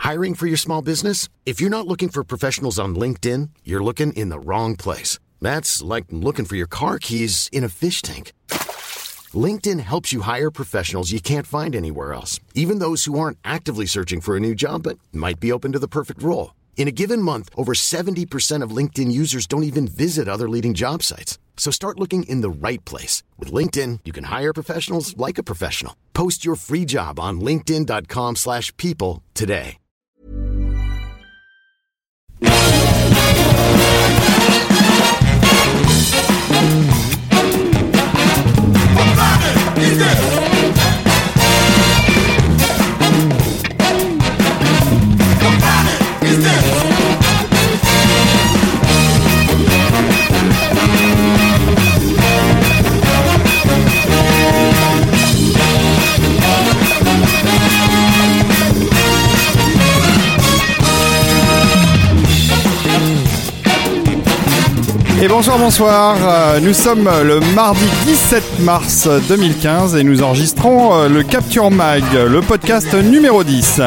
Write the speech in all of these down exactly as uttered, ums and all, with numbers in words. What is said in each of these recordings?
Hiring for your small business? If you're not looking for professionals on LinkedIn, you're looking in the wrong place. That's like looking for your car keys in a fish tank. LinkedIn helps you hire professionals you can't find anywhere else, even those who aren't actively searching for a new job but might be open to the perfect role. In a given month, over seventy percent of LinkedIn users don't even visit other leading job sites. So start looking in the right place. With LinkedIn, you can hire professionals like a professional. Post your free job on linkedin.com slash people today. Et bonsoir, bonsoir, euh, nous sommes le mardi dix-sept mars deux mille quinze et nous enregistrons euh, le Capture Mag, le podcast numéro dix.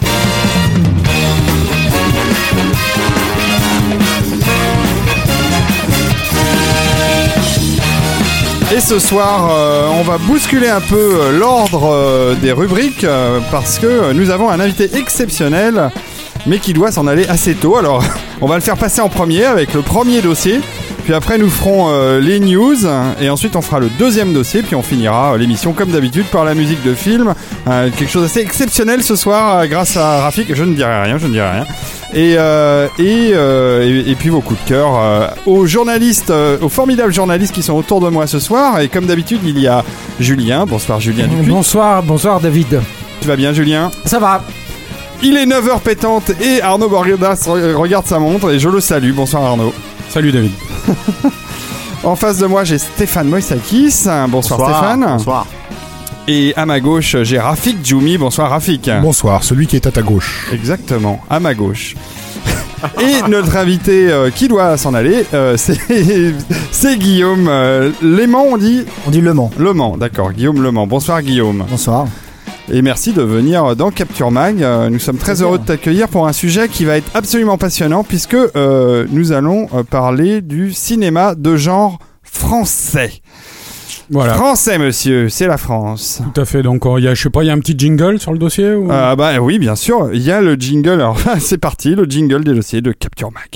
Et ce soir, euh, on va bousculer un peu euh, l'ordre euh, des rubriques euh, parce que euh, nous avons un invité exceptionnel mais qui doit s'en aller assez tôt. Alors, on va le faire passer en premier avec le premier dossier. Puis après, nous ferons euh, les news. Et ensuite, on fera le deuxième dossier. Puis on finira euh, l'émission, comme d'habitude, par la musique de film. Euh, quelque chose d'assez exceptionnel ce soir, euh, grâce à Rafik. Je ne dirai rien, je ne dirai rien. Et, euh, et, euh, et, et puis vos coups de cœur euh, aux journalistes, euh, aux formidables journalistes qui sont autour de moi ce soir. Et comme d'habitude, il y a Julien. Bonsoir, Julien Dupuis. Bonsoir, bonsoir, David. Tu vas bien, Julien ? Ça va. Il est neuf heures pétantes et Arnaud Bordas regarde sa montre et je le salue. Bonsoir Arnaud. Salut David. En face de moi j'ai Stéphane Moïsakis. Bonsoir, bonsoir Stéphane. Bonsoir. Et à ma gauche j'ai Rafik Djoumi. Bonsoir Rafik. Bonsoir, celui qui est à ta gauche. Exactement, à ma gauche. Et notre invité euh, qui doit s'en aller, euh, c'est, c'est Guillaume euh, Léman, on dit On dit Le Mans. Le Mans, d'accord, Guillaume Le Mans. Bonsoir Guillaume. Bonsoir. Et merci de venir dans Capture Mag. Nous sommes très heureux de t'accueillir pour un sujet qui va être absolument passionnant puisque euh, nous allons parler du cinéma de genre français. Voilà. Français, monsieur, c'est la France. Tout à fait. Donc, il y a, je sais pas, il y a un petit jingle sur le dossier ou... Ah bah oui, bien sûr. Il y a le jingle. Alors c'est parti, le jingle des dossiers de Capture Mag.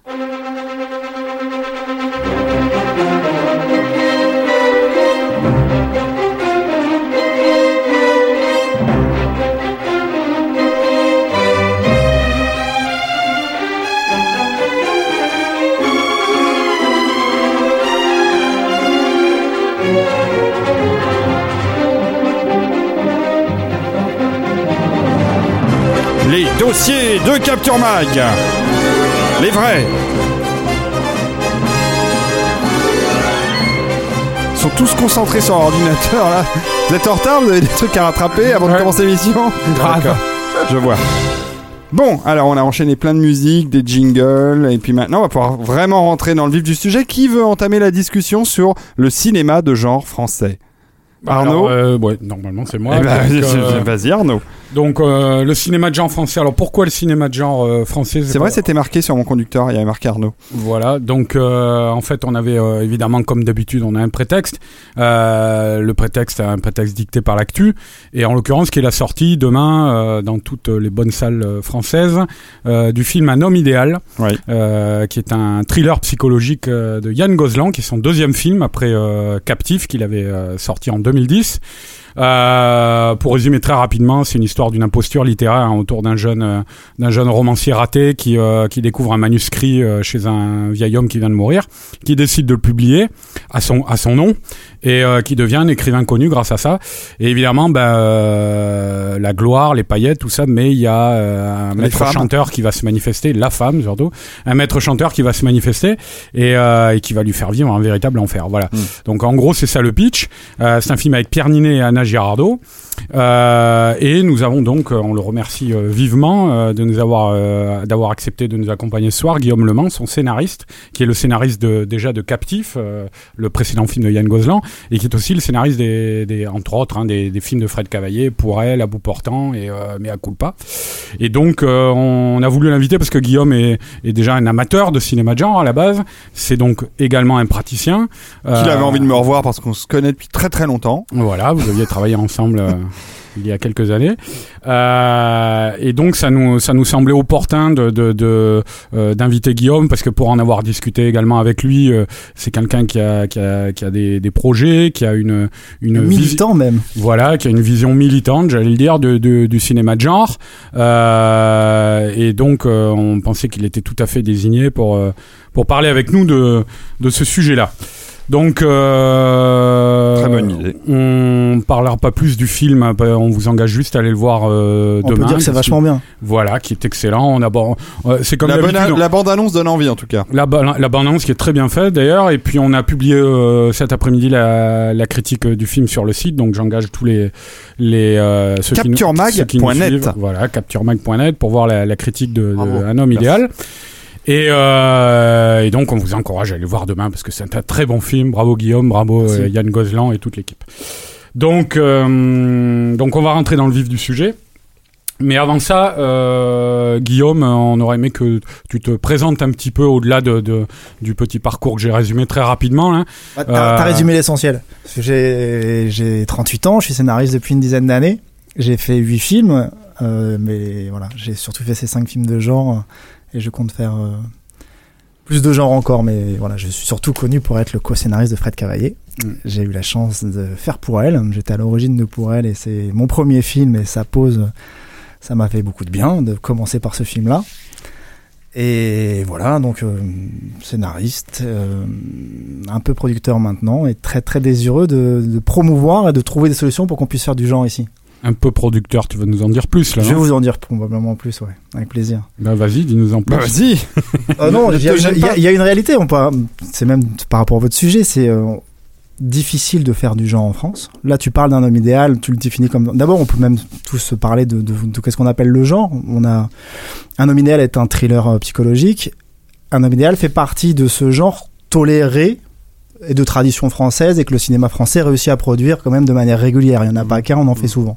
Les dossiers de Capture Mag. Les vrais. Ils sont tous concentrés sur l'ordinateur là. Vous êtes en retard, vous avez des trucs à rattraper avant ouais. de commencer l'émission. Grave. Je vois. Bon, alors on a enchaîné plein de musique, des jingles, et puis maintenant on va pouvoir vraiment rentrer dans le vif du sujet. Qui veut entamer la discussion sur le cinéma de genre français ? Arnaud. Alors, euh, ouais, normalement c'est moi. Eh ben, donc, euh, vas-y Arnaud. Donc euh, le cinéma de genre français. Alors pourquoi le cinéma de genre euh, français ? C'est, c'est vrai, pas... c'était marqué sur mon conducteur. Il y avait marqué Arnaud. Voilà. Donc euh, en fait, on avait euh, évidemment, comme d'habitude, on a un prétexte. Euh, le prétexte, un prétexte dicté par l'actu, et en l'occurrence, qui est la sortie demain euh, dans toutes les bonnes salles françaises euh, du film Un homme idéal, oui. euh, qui est un thriller psychologique euh, de Yann Gozlan, qui est son deuxième film après euh, Captif, qu'il avait euh, sorti en deux mille dix. Euh, pour résumer très rapidement, c'est une histoire d'une imposture littéraire hein, autour d'un jeune, euh, d'un jeune romancier raté qui, euh, qui découvre un manuscrit euh, chez un vieil homme qui vient de mourir, qui décide de le publier à son, à son nom et euh, qui devient un écrivain connu grâce à ça. Et évidemment, ben, euh, la gloire, les paillettes, tout ça, mais il y a euh, un maître chanteur qui va se manifester, la femme surtout, un maître chanteur qui va se manifester et, euh, et qui va lui faire vivre un véritable enfer. Voilà. Mmh. Donc en gros, c'est ça le pitch. Euh, c'est un film avec Pierre Ninet et Anna Thomas Girardot. Euh, et nous avons donc, on le remercie euh, vivement euh, de nous avoir, euh, d'avoir accepté de nous accompagner ce soir, Guillaume Lemans, son scénariste, qui est le scénariste de, déjà de Captif, euh, le précédent film de Yann Gozlan, et qui est aussi le scénariste des, des entre autres, hein, des, des films de Fred Cavaillé, Pour elle, À bout portant et euh, Mea culpa. Et donc, euh, on a voulu l'inviter parce que Guillaume est, est déjà un amateur de cinéma de genre à la base. C'est donc également un praticien. Euh, Qu'il avait envie de me revoir parce qu'on se connaît depuis très très longtemps. Voilà, vous aviez travaillé ensemble euh, il y a quelques années. Euh, et donc, ça nous, ça nous semblait opportun de, de, de, euh, d'inviter Guillaume parce que pour en avoir discuté également avec lui, euh, c'est quelqu'un qui a, qui a, qui a des, des projets, qui a une, une militant visi- même. Voilà, qui a une vision militante, j'allais le dire, de, de, du cinéma de genre. Euh, et donc, euh, on pensait qu'il était tout à fait désigné pour, euh, pour parler avec nous de, de ce sujet-là. Donc, euh, très bonne idée. On parlera pas plus du film. On vous engage juste à aller le voir euh, on demain. On peut dire que c'est vachement bien. Voilà, qui est excellent. On a bon, euh, c'est comme la, bonne a, la bande-annonce donne envie en tout cas. La, la bande-annonce qui est très bien faite d'ailleurs. Et puis on a publié euh, cet après-midi la, la critique du film sur le site. Donc j'engage tous les les euh, ceux capturemag point net. Voilà, capturemag point net pour voir la, la critique de, de Un homme Merci. idéal. Et, euh, et donc on vous encourage à aller le voir demain parce que c'est un très bon film. Bravo Guillaume, bravo euh, Yann Gozlan et toute l'équipe. Donc, euh, donc on va rentrer dans le vif du sujet. Mais avant ça, euh, Guillaume, on aurait aimé que tu te présentes un petit peu au-delà de, de, du petit parcours que j'ai résumé très rapidement. Hein. Bah, t'as, euh... t'as résumé l'essentiel. Parce que j'ai, j'ai trente-huit ans, je suis scénariste depuis une dizaine d'années. J'ai fait huit films, euh, mais voilà, j'ai surtout fait ces cinq films de genre. Et je compte faire euh, plus de genres encore, mais voilà, je suis surtout connu pour être le co-scénariste de Fred Cavaillé. Mmh. J'ai eu la chance de faire Pour elle. J'étais à l'origine de Pour elle et c'est mon premier film et ça pose, ça m'a fait beaucoup de bien de commencer par ce film-là. Et voilà, donc euh, scénariste, euh, un peu producteur maintenant et très très désireux de, de promouvoir et de trouver des solutions pour qu'on puisse faire du genre ici. Un peu producteur, tu veux nous en dire plus là? Je vais vous en dire probablement plus, ouais, avec plaisir. Bah vas-y, dis-nous en plus. Bah vas-y. euh, non, il y, y, y a une réalité. On peut, c'est même par rapport à votre sujet, c'est euh, difficile de faire du genre en France. Là, tu parles d'un homme idéal, tu le définis comme. D'abord, on peut même tous parler de, de, de, de qu'est-ce qu'on appelle le genre. On a un homme idéal est un thriller euh, psychologique. Un homme idéal fait partie de ce genre toléré et de tradition française et que le cinéma français réussit à produire quand même de manière régulière. Il n'y en a pas qu'un, on en fait souvent.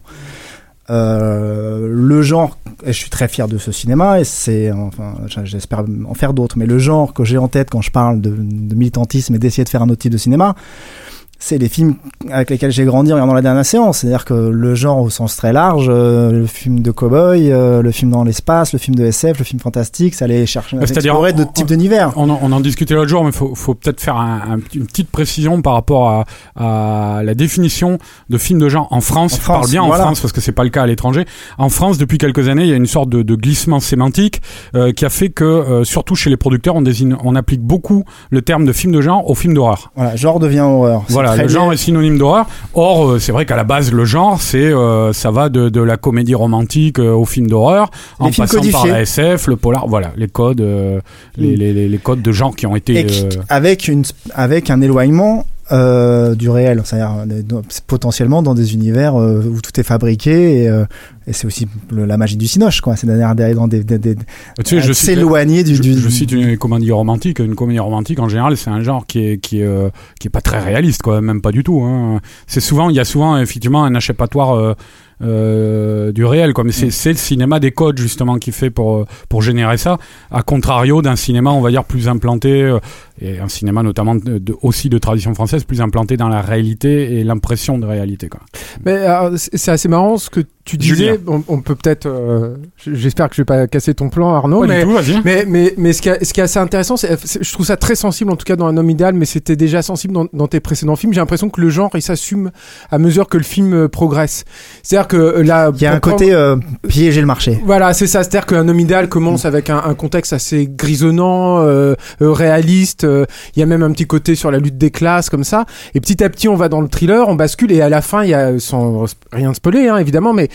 Euh, le genre, et je suis très fier de ce cinéma et c'est, enfin, j'espère en faire d'autres, mais le genre que j'ai en tête quand je parle de, de militantisme et d'essayer de faire un autre type de cinéma, c'est les films avec lesquels j'ai grandi en regardant la dernière séance. C'est-à-dire que le genre au sens très large, euh, le film de cow-boy, euh, le film dans l'espace, le film de S F, le film fantastique, ça allait chercher, bah, explorer de types d'univers. On en, on en discutait l'autre jour, mais faut, faut peut-être faire un, un, une petite précision par rapport à, à la définition de film de genre en France. En France, je parle bien voilà. En France parce que c'est pas le cas à l'étranger. En France, depuis quelques années, il y a une sorte de, de glissement sémantique euh, qui a fait que, euh, surtout chez les producteurs, on désigne, on applique beaucoup le terme de film de genre au film d'horreur. Voilà, genre devient horreur. Voilà. Le genre est synonyme d'horreur. Or, euh, c'est vrai qu'à la base, le genre, c'est euh, ça va de, de la comédie romantique euh, au film d'horreur, les en passant codifiés. Par la S F, le polar, voilà, les codes, euh, mmh. les, les, les codes de genre qui ont été euh... avec une avec un éloignement euh, du réel, c'est-à-dire euh, potentiellement dans des univers euh, où tout est fabriqué et, euh, et c'est aussi le, la magie du cinoche, quoi. C'est d'aller dans des, des, des tu sais, je s'éloigner cite, du, je, du. Je cite une comédie romantique. Une comédie romantique, en général, c'est un genre qui est qui est euh, qui est pas très réaliste, quoi. Même pas du tout. Hein. C'est souvent, il y a souvent effectivement un échappatoire. Euh, Euh, du réel, quoi. Mais c'est, c'est le cinéma des codes justement qui fait pour pour générer ça, à contrario d'un cinéma, on va dire, plus implanté euh, et un cinéma notamment de, de, aussi de tradition française, plus implanté dans la réalité et l'impression de réalité, quoi. Mais alors, c'est assez marrant ce que tu disais. On, on peut peut-être, euh, j'espère que je vais pas casser ton plan, Arnaud. Pas mais, du tout, vas-y. mais mais mais ce qui, a, ce qui est assez intéressant, c'est, c'est, je trouve ça très sensible en tout cas dans Un homme idéal, mais c'était déjà sensible dans, dans tes précédents films. J'ai l'impression que le genre il s'assume à mesure que le film progresse. C'est-à-dire que là, il y a un côté euh, piéger le marché. Voilà, c'est ça. C'est-à-dire qu'un homme idéal commence mmh. avec un, un contexte assez grisonnant, euh, euh, réaliste. Il euh, y a même un petit côté sur la lutte des classes comme ça. Et petit à petit, on va dans le thriller, on bascule et à la fin, il y a, sans rien spoiler, hein, évidemment, mais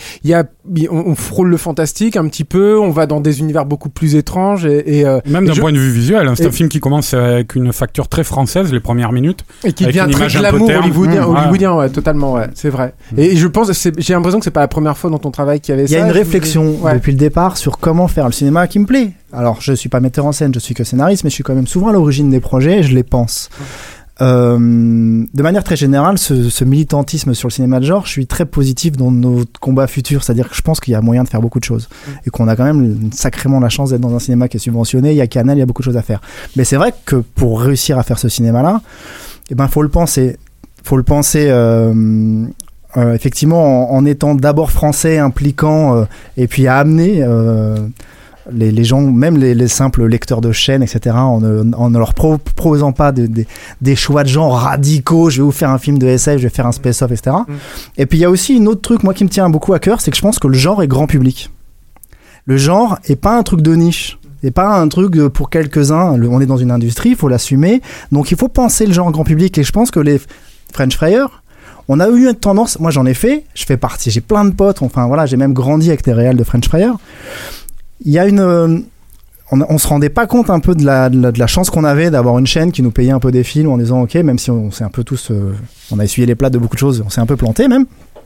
il y a, on, on frôle le fantastique un petit peu, on va dans des univers beaucoup plus étranges et, et euh, même d'un je... point de vue visuel, hein, c'est et... un film qui commence avec une facture très française les premières minutes et qui devient très glamour hollywoodien, mmh, hollywoodien, ouais, totalement, ouais, c'est vrai. Mmh. Et je pense, c'est, j'ai l'impression que c'est pas la première fois dans ton travail qu'il y avait ça. Il y a une réflexion ouais. depuis le départ sur comment faire le cinéma qui me plaît. Alors, je suis pas metteur en scène, je suis que scénariste, mais je suis quand même souvent à l'origine des projets et je les pense. Mmh. Euh, de manière très générale, ce, ce militantisme sur le cinéma de genre, je suis très positif dans nos combats futurs, c'est-à-dire que je pense qu'il y a moyen de faire beaucoup de choses mmh. et qu'on a quand même sacrément la chance d'être dans un cinéma qui est subventionné, il y a Canal, il y a beaucoup de choses à faire. Mais c'est vrai que pour réussir à faire ce cinéma-là, eh ben, faut le penser, faut le penser euh, euh, effectivement en, en étant d'abord français, impliquant euh, et puis à amener euh, Les, les gens, même les, les simples lecteurs de chaînes, et cetera, en ne, en ne leur proposant pas de, de, des choix de genre radicaux, je vais vous faire un film de S F, je vais faire un space-off, et cetera. Mm. Et puis il y a aussi une autre truc, moi, qui me tient beaucoup à cœur, c'est que je pense que le genre est grand public. Le genre est pas un truc de niche. C'est pas un truc pour quelques-uns. On est dans une industrie, il faut l'assumer. Donc il faut penser le genre grand public. Et je pense que les French Fryers, on a eu une tendance, moi j'en ai fait, je fais partie, j'ai plein de potes, enfin voilà, j'ai même grandi avec des réals de French Fryers. Il y a une, on, on se rendait pas compte un peu de la, de la, de la chance qu'on avait d'avoir une chaîne qui nous payait un peu des films en disant ok, même si on, on s'est un peu tous, euh, on a essuyé les plats de beaucoup de choses, on s'est un peu planté même.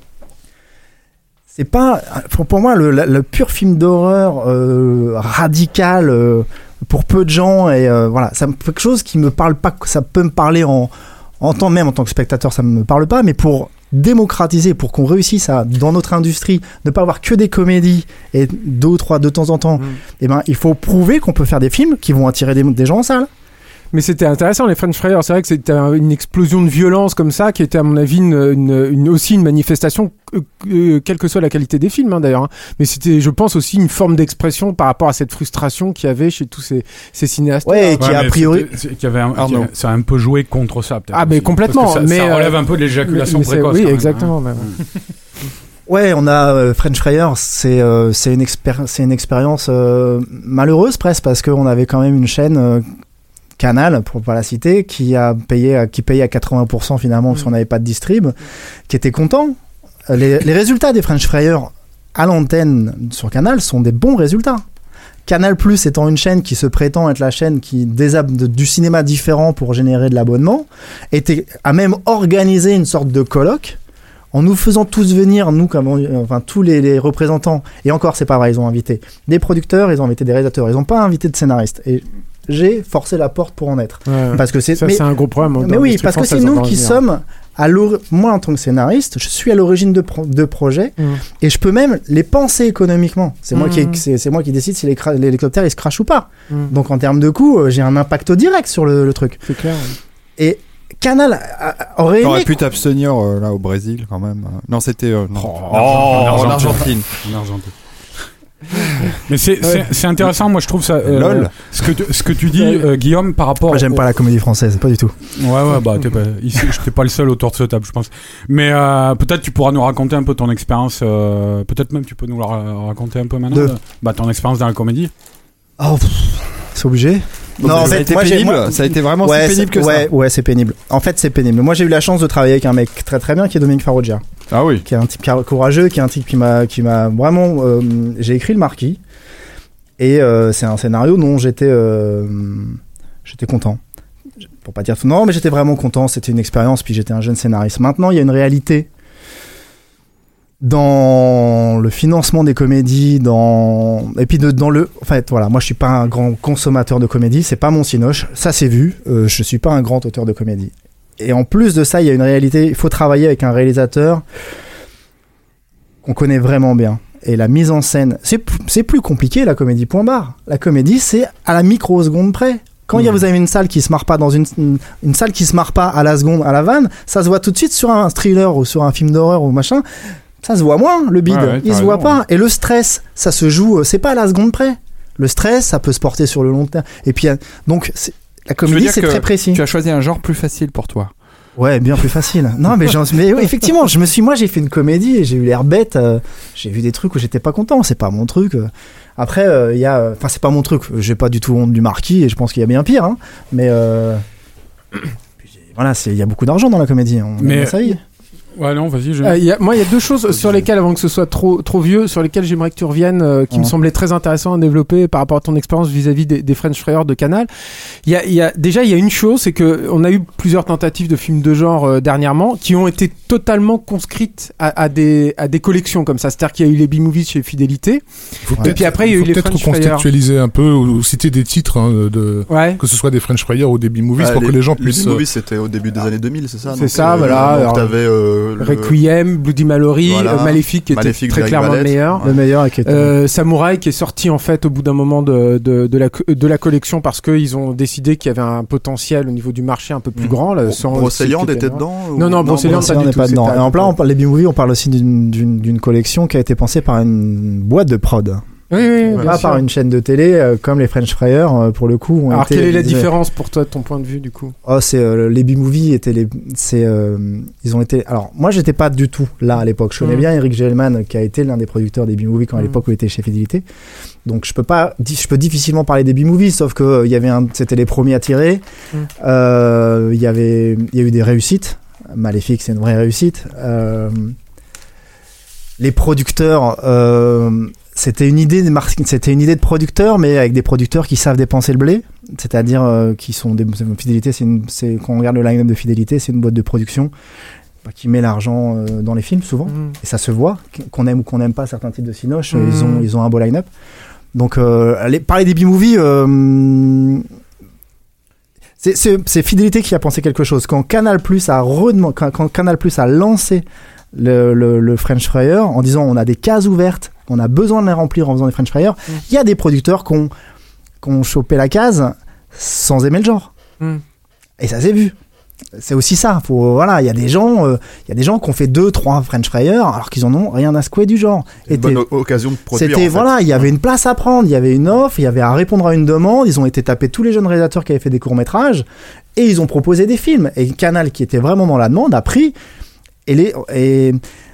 C'est pas, pour, pour moi, le, le, le pur film d'horreur euh, radical euh, pour peu de gens et euh, voilà, c'est quelque chose qui me parle pas, ça peut me parler en, en tant même en tant que spectateur, ça me parle pas, mais pour démocratiser, pour qu'on réussisse à, dans notre industrie, ne pas avoir que des comédies et deux ou trois de temps en temps, mmh. et ben, il faut prouver qu'on peut faire des films qui vont attirer des, des gens en salle. Mais c'était intéressant, les French Fryers. C'est vrai que c'était une explosion de violence comme ça, qui était à mon avis une, une, une, aussi une manifestation, euh, euh, quelle que soit la qualité des films hein, d'ailleurs. Hein. Mais c'était, je pense, aussi une forme d'expression par rapport à cette frustration qu'il y avait chez tous ces, ces cinéastes. Ouais, et qui ouais, a priori, qui avait un, qui a, ça a un peu joué contre ça. Peut-être ah, mais aussi, complètement. Ça, mais ça relève un peu de l'éjaculation mais, mais précoce. Oui, même, exactement. Hein. Même. Ouais, on a euh, French Fryers, c'est euh, c'est une expéri- c'est une expérience euh, malheureuse presque parce qu'on avait quand même une chaîne. Euh, Canal, pour pas la citer, qui a payé, qui payait à quatre-vingts pour cent finalement, mmh. parce qu'on n'avait pas de distrib, qui était content. Les, les résultats des French Fryers à l'antenne sur Canal sont des bons résultats. Canal Plus étant une chaîne qui se prétend être la chaîne qui désab- de, du cinéma différent pour générer de l'abonnement, était, a même organisé une sorte de colloque en nous faisant tous venir, nous, comme on, enfin tous les, les représentants, et encore c'est pas vrai, ils ont invité des producteurs, ils ont invité des réalisateurs, ils n'ont pas invité de scénaristes. Et j'ai forcé la porte pour en être. Ouais, parce que c'est, ça, mais, c'est un gros problème. Mais oui, parce que c'est nous qui sommes, à moi en tant que scénariste, je suis à l'origine de, pro- de projets mmh. et je peux même les penser économiquement. C'est, mmh. moi, qui, c'est, c'est moi qui décide si les cra- l'hélicoptère il se crache ou pas. Mmh. Donc en termes de coût, euh, j'ai un impact direct sur le, le truc. C'est clair. Ouais. Et Canal a, aurait T'aurais aimé... pu t'abstenir euh, là au Brésil quand même. Non, c'était euh, non. Oh, en Argentine. En Argentine. Mais c'est, ouais. c'est, c'est intéressant, moi je trouve ça. Euh, Lol. Ce que, tu, ce que tu dis, euh, Guillaume, par rapport. Moi j'aime au... pas la comédie française, pas du tout. Ouais, ouais, bah t'es pas, ici, t'es pas le seul autour de cette table, je pense. Mais euh, peut-être tu pourras nous raconter un peu ton expérience. Euh, peut-être même tu peux nous la raconter un peu maintenant. De... Bah ton expérience dans la comédie. Oh, pff, c'est obligé. Donc, non, en fait, moi, pénible. Moi, ça a été vraiment ouais, si pénible que ouais, ça. Ouais, c'est pénible. En fait, c'est pénible. Moi, j'ai eu la chance de travailler avec un mec très très bien qui est Dominique Farrugia. Ah oui. Qui est un type courageux, qui est un type qui m'a, qui m'a vraiment. Euh, j'ai écrit Le Marquis et euh, c'est un scénario dont j'étais, euh, j'étais content. Pour pas dire tout, non, mais j'étais vraiment content. C'était une expérience. Puis j'étais un jeune scénariste. Maintenant, il y a une réalité. Dans le financement des comédies, dans et puis de, dans le, en fait, voilà, moi je suis pas un grand consommateur de comédie, c'est pas mon cinoche, ça c'est vu. Euh, je suis pas un grand auteur de comédie. Et en plus de ça, il y a une réalité. Il faut travailler avec un réalisateur qu'on connaît vraiment bien. Et la mise en scène, c'est c'est plus compliqué la comédie. Point barre. La comédie, c'est à la microseconde près. Quand mmh. y a, vous avez une salle qui se marre pas dans une, une une salle qui se marre pas à la seconde, à la vanne, ça se voit tout de suite sur un thriller ou sur un film d'horreur ou machin. Ça se voit moins, le bide. Ouais, ouais, il se voit pas. Et le stress, ça se joue, c'est pas à la seconde près. Le stress, ça peut se porter sur le long terme. Et puis, donc, c'est, la comédie, c'est très précis. Tu as choisi un genre plus facile pour toi. Ouais, bien plus facile. Non, mais, mais oui, effectivement, je me suis, moi, j'ai fait une comédie et j'ai eu l'air bête. Euh, j'ai vu des trucs où j'étais pas content. C'est pas mon truc. Après, il euh, y a, enfin, c'est pas mon truc. J'ai pas du tout honte du Marquis et je pense qu'il y a bien pire. Hein, mais euh, voilà, il y a beaucoup d'argent dans la comédie. On mais ça y est. Ouais, non, vas-y. Je... Euh, y a, moi, il y a deux choses sur lesquelles, avant que ce soit trop, trop vieux, sur lesquelles j'aimerais que tu reviennes, euh, qui ouais. me semblaient très intéressants à développer par rapport à ton expérience vis-à-vis des, des French Frayeurs de Canal. Il y a, y a, déjà, il y a une chose, c'est que on a eu plusieurs tentatives de films de genre euh, dernièrement qui ont été totalement conscrites à, à, des, à des collections comme ça. C'est-à-dire qu'il y a eu les B-movies chez Fidélité. Et puis après, il y a eu les French Frayeurs. Peut-être contextualiser un peu ou, ou citer des titres, hein, de, ouais. que ce soit des French Frayeurs ou des B-movies, ah, pour les, que les gens puissent. Les B-movies, c'était au début des années deux mille, c'est ça? C'est ça, euh, voilà. Donc, t'avais, euh, le... Requiem, Bloody Mallory, voilà. euh, Maléfique qui Maléfique était très clairement le meilleur. Ouais. Le meilleur qui était... euh, Samouraï qui est sorti en fait au bout d'un moment de, de, de, la, de la collection parce qu'ils ont décidé qu'il y avait un potentiel au niveau du marché un peu plus mmh. grand. Là, sans Brocéliande était dedans ou... Non, non, Brocéliande n'est pas dedans. Et en plein, on parle, les B-movies, on parle aussi d'une, d'une, d'une collection qui a été pensée par une boîte de prod. Oui, oui, ouais, pas par une chaîne de télé euh, comme les French Frayeurs euh, pour le coup. Ont Alors été, quelle est la ils, différence pour toi de ton point de vue du coup? Oh, c'est euh, les B-movies étaient les, c'est euh, ils ont été. Alors moi j'étais pas du tout là à l'époque. Je connais mmh. bien Eric Gelman qui a été l'un des producteurs des B-movies quand à l'époque mmh. où il était chez Fidélité. Donc je peux pas, je peux difficilement parler des B-movies sauf que il euh, y avait un, c'était les premiers à tirer. Il mmh. euh, y avait, il y a eu des réussites. Maléfique c'est une vraie réussite. Euh, les producteurs. Euh, C'était une idée de marketing, c'était une idée de producteur, mais avec des producteurs qui savent dépenser le blé, c'est-à-dire euh, qui sont des Fidélité. C'est, une, c'est quand on regarde le line-up de Fidélité, c'est une boîte de production bah, qui met l'argent euh, dans les films souvent, mmh. et ça se voit qu'on aime ou qu'on n'aime pas certains types de cinoches, mmh. ils ont ils ont un beau line-up. Donc euh, allez, parler des B-movies. Euh, c'est, c'est, c'est Fidélité qui a pensé quelque chose. Quand Canal Plus a redemandé, quand, quand Canal Plus a lancé le, le, le French Frayeur en disant on a des cases ouvertes. On a besoin de les remplir en faisant des French Frayeurs. Il mmh. y a des producteurs qui ont, qui ont chopé la case sans aimer le genre. Mmh. Et ça s'est vu. C'est aussi ça. Faut, voilà, il y a des gens, il euh, y a des gens qui ont fait deux, trois French Frayeurs alors qu'ils en ont rien à secouer du genre. C'est une bonne occasion de produire. C'était, en fait. Voilà, il y avait une place à prendre, il y avait une offre, il y avait à répondre à une demande. Ils ont été tapés tous les jeunes réalisateurs qui avaient fait des courts-métrages et ils ont proposé des films. Et Canal, qui était vraiment dans la demande, a pris et les, et,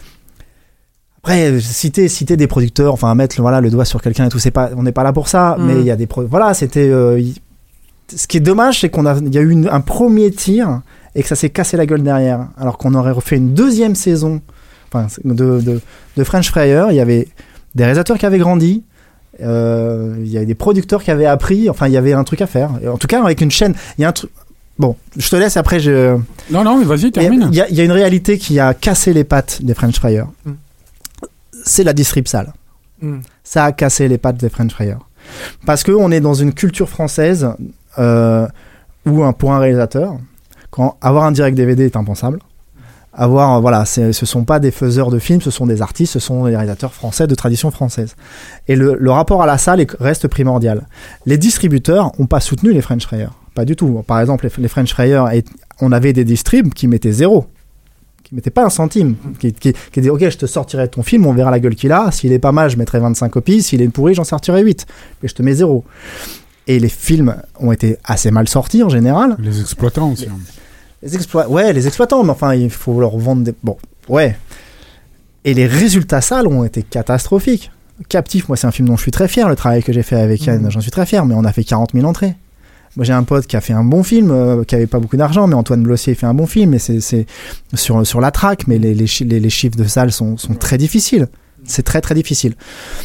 après, citer, citer des producteurs, enfin mettre voilà, le doigt sur quelqu'un et tout, c'est pas, on n'est pas là pour ça, mmh. mais il y a des... Pro- voilà, c'était... Euh, y... Ce qui est dommage, c'est qu'on a, il y a eu une, un premier tir et que ça s'est cassé la gueule derrière. Alors qu'on aurait refait une deuxième saison enfin, de, de, de French Frayeurs, il y avait des réalisateurs qui avaient grandi, euh, il y avait des producteurs qui avaient appris, enfin il y avait un truc à faire. Et en tout cas, avec une chaîne, il y a un truc... Bon, je te laisse après, je... Non, non, mais vas-y, termine. Il y, y a une réalité qui a cassé les pattes des French Frayeurs. Mmh. C'est la distrib sale. Mm. Ça a cassé les pattes des French Frayeurs. Parce qu'on est dans une culture française euh, où, un, pour un réalisateur, quand avoir un direct D V D est impensable. Avoir, voilà, c'est, ce ne sont pas des faiseurs de films, ce sont des artistes, ce sont des réalisateurs français de tradition française. Et le, le rapport à la salle est, reste primordial. Les distributeurs n'ont pas soutenu les French Frayeurs. Pas du tout. Par exemple, les, les French Frayeurs, on avait des distribs qui mettaient zéro. Qui mettait pas un centime, qui, qui, qui dit ok, je te sortirai ton film, on verra la gueule qu'il a, s'il est pas mal je mettrai vingt-cinq copies, s'il est pourri j'en sortirai huit, mais je te mets zéro. Et les films ont été assez mal sortis en général. Les exploitants aussi. Les, les exploitants, ouais, les exploitants, mais enfin il faut leur vendre des... Bon, ouais. Et les résultats salles ont été catastrophiques. Captif, moi c'est un film dont je suis très fier, le travail que j'ai fait avec Yann, mmh. j'en suis très fier, mais on a fait quarante mille entrées. Moi, j'ai un pote qui a fait un bon film, euh, qui avait pas beaucoup d'argent, mais Antoine Blossier fait un bon film, et c'est, c'est sur, sur la traque, mais les, les, les, les chiffres de salle sont, sont très difficiles. C'est très, très difficile.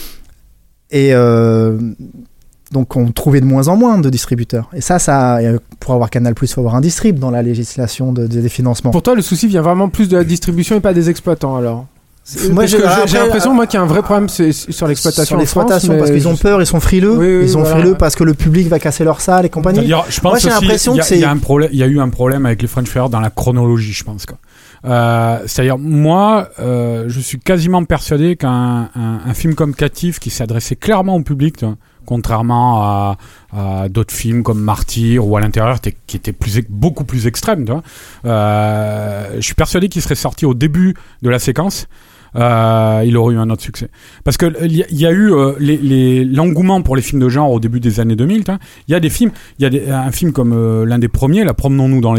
Et euh, donc, on trouvait de moins en moins de distributeurs. Et ça, ça pour avoir Canal+, il faut avoir un distrib dans la législation de, de, des financements. Pour toi, le souci vient vraiment plus de la distribution et pas des exploitants, alors? Moi, j'ai, après, j'ai l'impression, moi, qu'il y a un vrai problème c'est, sur l'exploitation. Sur l'exploitation, France, parce qu'ils ont peur, ils sont frileux. Oui, oui, ils sont voilà. frileux parce que le public va casser leur salle et compagnie. C'est-à-dire, je pense moi, j'ai l'impression que c'est. Il y a un problème, il y a eu un problème avec les French Frayeurs dans la chronologie, je pense. Quoi. Euh, c'est-à-dire, moi, euh, je suis quasiment persuadé qu'un un, un film comme Captif, qui s'adressait clairement au public, tu vois, contrairement à, à d'autres films comme Martyr ou À l'intérieur, qui étaient plus, beaucoup plus extrêmes, tu vois, euh, je suis persuadé qu'il serait sorti au début de la séquence. Euh, il aurait eu un autre succès. Parce que il y, y a eu euh, les, les, l'engouement pour les films de genre au début des années deux mille. Il y a des films, il y a des, un film comme euh, l'un des premiers, La Promenons-nous dans les bois,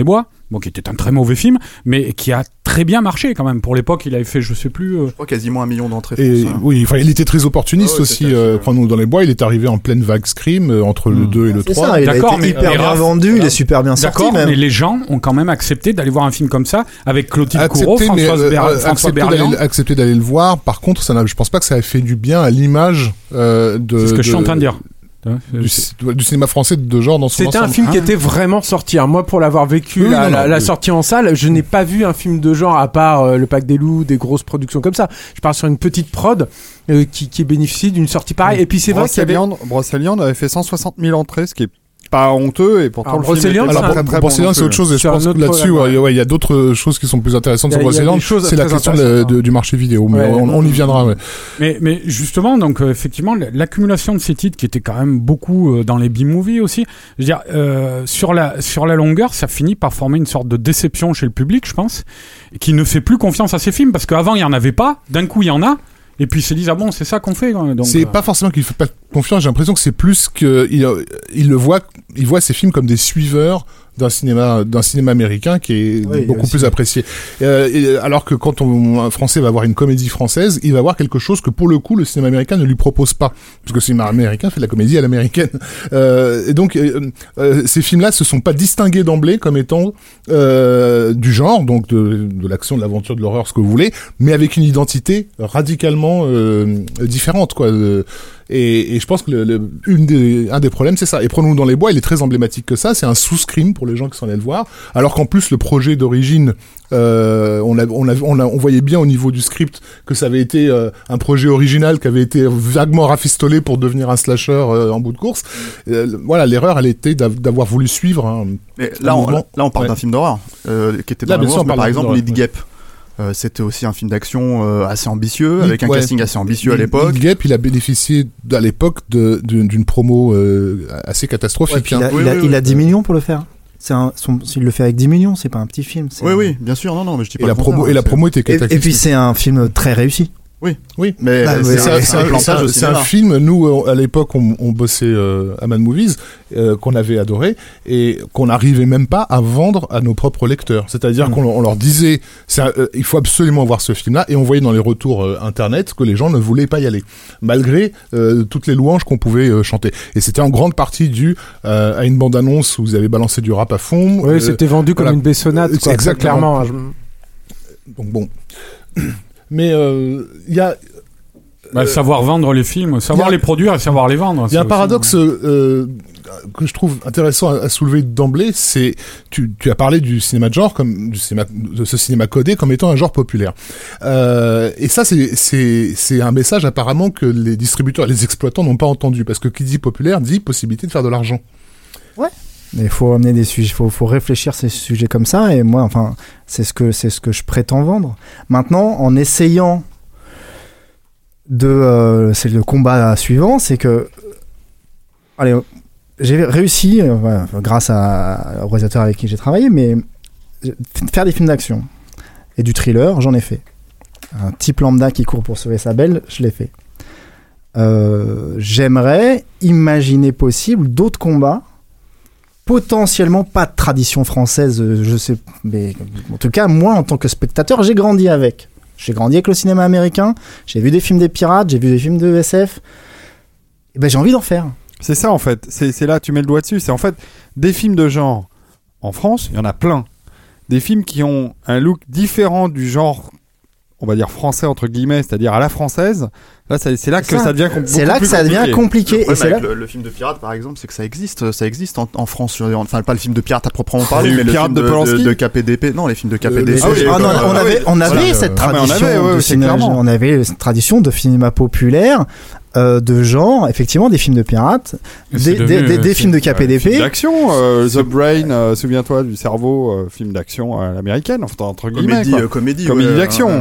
bon, qui était un très mauvais film, mais qui a très bien marché quand même. Pour l'époque, il avait fait, je sais plus... Euh... Je crois quasiment un million d'entrées. Et, oui, enfin, il était très opportuniste oh, aussi. Euh, Prenons dans les bois, il est arrivé en pleine vague Scream, euh, entre mmh. le deux et le c'est trois. Ça, il D'accord, a été mais hyper bien Raph, vendu, voilà. il est super bien sorti. D'accord, même. mais les gens ont quand même accepté d'aller voir un film comme ça, avec Clotilde accepté, Courreau, mais, Françoise euh, Ber- euh, François accepté Berliand. d'aller, accepté d'aller le voir. Par contre, ça n'a, je pense pas que ça ait fait du bien à l'image euh, de... C'est ce que de, je suis en train de dire. Du, du cinéma français de genre dans son C'était ensemble. un film ah. qui était vraiment sorti. Moi, pour l'avoir vécu, oui, la, non, la, non, la oui. sortie en salle, je n'ai pas vu un film de genre à part euh, Le Pack des Loups, des grosses productions comme ça. Je parle sur une petite prod euh, qui, qui bénéficie d'une sortie pareille. Et puis c'est vrai qu'il y avait... Brocéliande avait fait cent soixante mille entrées, ce qui est pas honteux, et pourtant Alors, le film était Brocéliande, très, Alors, très, très Brocéliande, bon c'est autre chose, et je C'est pense un que autre là-dessus, problème, ouais, ouais, il y a d'autres choses qui sont plus intéressantes sur Il y a- il y a Brocéliande. des choses C'est la très question de- intéressantes, de- du marché vidéo, mais Ouais, on, on y viendra. Ouais. Mais, mais justement, donc euh, effectivement, l'accumulation de ces titres qui étaient quand même beaucoup euh, dans les B-movies aussi, je veux dire, euh, sur la sur la longueur, ça finit par former une sorte de déception chez le public, je pense, et qui ne fait plus confiance à ces films parce qu'avant il y en avait pas, d'un coup il y en a. Et puis ils se disent ah bon c'est ça qu'on fait donc, C'est euh... pas forcément qu'il fait pas confiance, j'ai l'impression que c'est plus que il, il le voit, il voit ces films comme des suiveurs d'un cinéma d'un cinéma américain qui est oui, beaucoup aussi. plus apprécié. Euh, et, alors que quand on, un Français va voir une comédie française, il va voir quelque chose que pour le coup le cinéma américain ne lui propose pas, parce que le cinéma américain fait de la comédie à l'américaine. Euh, et donc euh, euh, ces films-là se sont pas distingués d'emblée comme étant euh, du genre, donc de, de l'action, de l'aventure, de l'horreur, ce que vous voulez, mais avec une identité radicalement euh, différente, quoi. Euh, Et, et je pense que le, le, une des, un des problèmes, c'est ça. Et Prenons-nous dans les bois, il est très emblématique que ça. C'est un sous-scream pour les gens qui s'en allaient le voir. Alors qu'en plus, le projet d'origine, euh, on, a, on, a, on, a, on voyait bien au niveau du script que ça avait été euh, un projet original qui avait été vaguement rafistolé pour devenir un slasher euh, en bout de course. Euh, voilà, l'erreur, elle était d'avoir voulu suivre. Hein, Mais là, on, là, on parle ouais. d'un film d'horreur euh, qui était dans Là, la bien sûr, on mouvance, mais parle par d'un exemple, film Lead d'horreur, Gap. Euh, c'était aussi un film d'action euh, assez ambitieux, Oui, avec un ouais. casting assez ambitieux à Lead- l'époque. Lead Gap, il a bénéficié à l'époque de, de, d'une promo euh, assez catastrophique. Ouais, puis il hein. a, Oui, il a, oui, il a oui. dix millions pour le faire. C'est un, son, s'il le fait avec dix millions, c'est pas un petit film. c'est Oui, un- oui, bien sûr, non, non, mais je dis pas Et la, le contraire, promo, et hein, la c'est- promo était Et, catastrophique. et puis c'est un film très réussi. Oui, oui. mais Bah, euh, mais c'est, c'est- un, C'est c'est un, un c'est plantage un- au c'est un cinéma. film, nous, euh, à l'époque, on, on bossait euh, à Mad Movies, euh, qu'on avait adoré, et qu'on n'arrivait même pas à vendre à nos propres lecteurs. C'est-à-dire Mmh. qu'on on leur disait, c'est un- euh, il faut absolument voir ce film-là, et on voyait dans les retours euh, internet que les gens ne voulaient pas y aller, malgré euh, toutes les louanges qu'on pouvait euh, chanter. Et c'était en grande partie dû euh, à une bande-annonce où vous avez balancé du rap à fond. Oui, Euh, c'était vendu comme voilà. une bessonnade, Euh, quoi, exactement. très clairement. Je- Donc bon. Mais euh, il y a... Bah, savoir vendre les films, savoir y a- les produire et savoir les vendre. Il y a c'est un aussi- paradoxe euh, que je trouve intéressant à, à soulever d'emblée, c'est tu, tu as parlé du cinéma de genre comme du cinéma de ce cinéma codé comme étant un genre populaire. Euh, et ça c'est c'est c'est un message apparemment que les distributeurs et les exploitants n'ont pas entendu, parce que qui dit populaire dit possibilité de faire de l'argent. Mais il faut amener des sujets, faut, faut réfléchir ces sujets comme ça. Et moi, enfin, c'est ce que c'est ce que je prétends vendre. Maintenant, en essayant de, euh, c'est le combat suivant, c'est que, allez, j'ai réussi, euh, voilà, grâce à, au réalisateur avec qui j'ai travaillé, mais faire des films d'action et du thriller, j'en ai fait. Un type lambda qui court pour sauver sa belle, je l'ai fait. Euh, j'aimerais imaginer possible d'autres combats, potentiellement pas de tradition française, je sais, mais en tout cas, moi, en tant que spectateur, j'ai grandi avec. J'ai grandi avec le cinéma américain, j'ai vu des films des pirates, j'ai vu des films de S F, et ben j'ai envie d'en faire. C'est ça en fait, c'est, c'est là tu mets le doigt dessus, c'est en fait des films de genre en France, il y en a plein. Des films qui ont un look différent du genre, on va dire français entre guillemets, c'est-à-dire à la française. Là, c'est, c'est là C'est que ça. ça devient com- C'est beaucoup là que plus ça devient compliqué. Le Et c'est là... problème avec le, le film de pirate, par exemple, c'est que ça existe, ça existe en, en France. Je veux dire, Enfin, pas le film de pirate à proprement parler, Le mais le Pirate film de de, de, Polanski de K P D P. Non, les films de K P D P. Le- Ah oui, Euh, ah non, on euh, avait, on avait voilà, cette euh, ah, mais on tradition avait, ouais, de c'est cinéma, clairement. on avait cette tradition de cinéma populaire, euh, de genre, effectivement, des films de pirates, Et des, c'est des, devenu, des, euh, des c'est- films de K P D P. Film d'action, euh, The Brain, euh, souviens-toi du cerveau, euh, film d'action à l'américaine, enfin entre guillemets. Comédie, quoi. euh, comédie. Comédie ouais, d'action. ouais, ouais.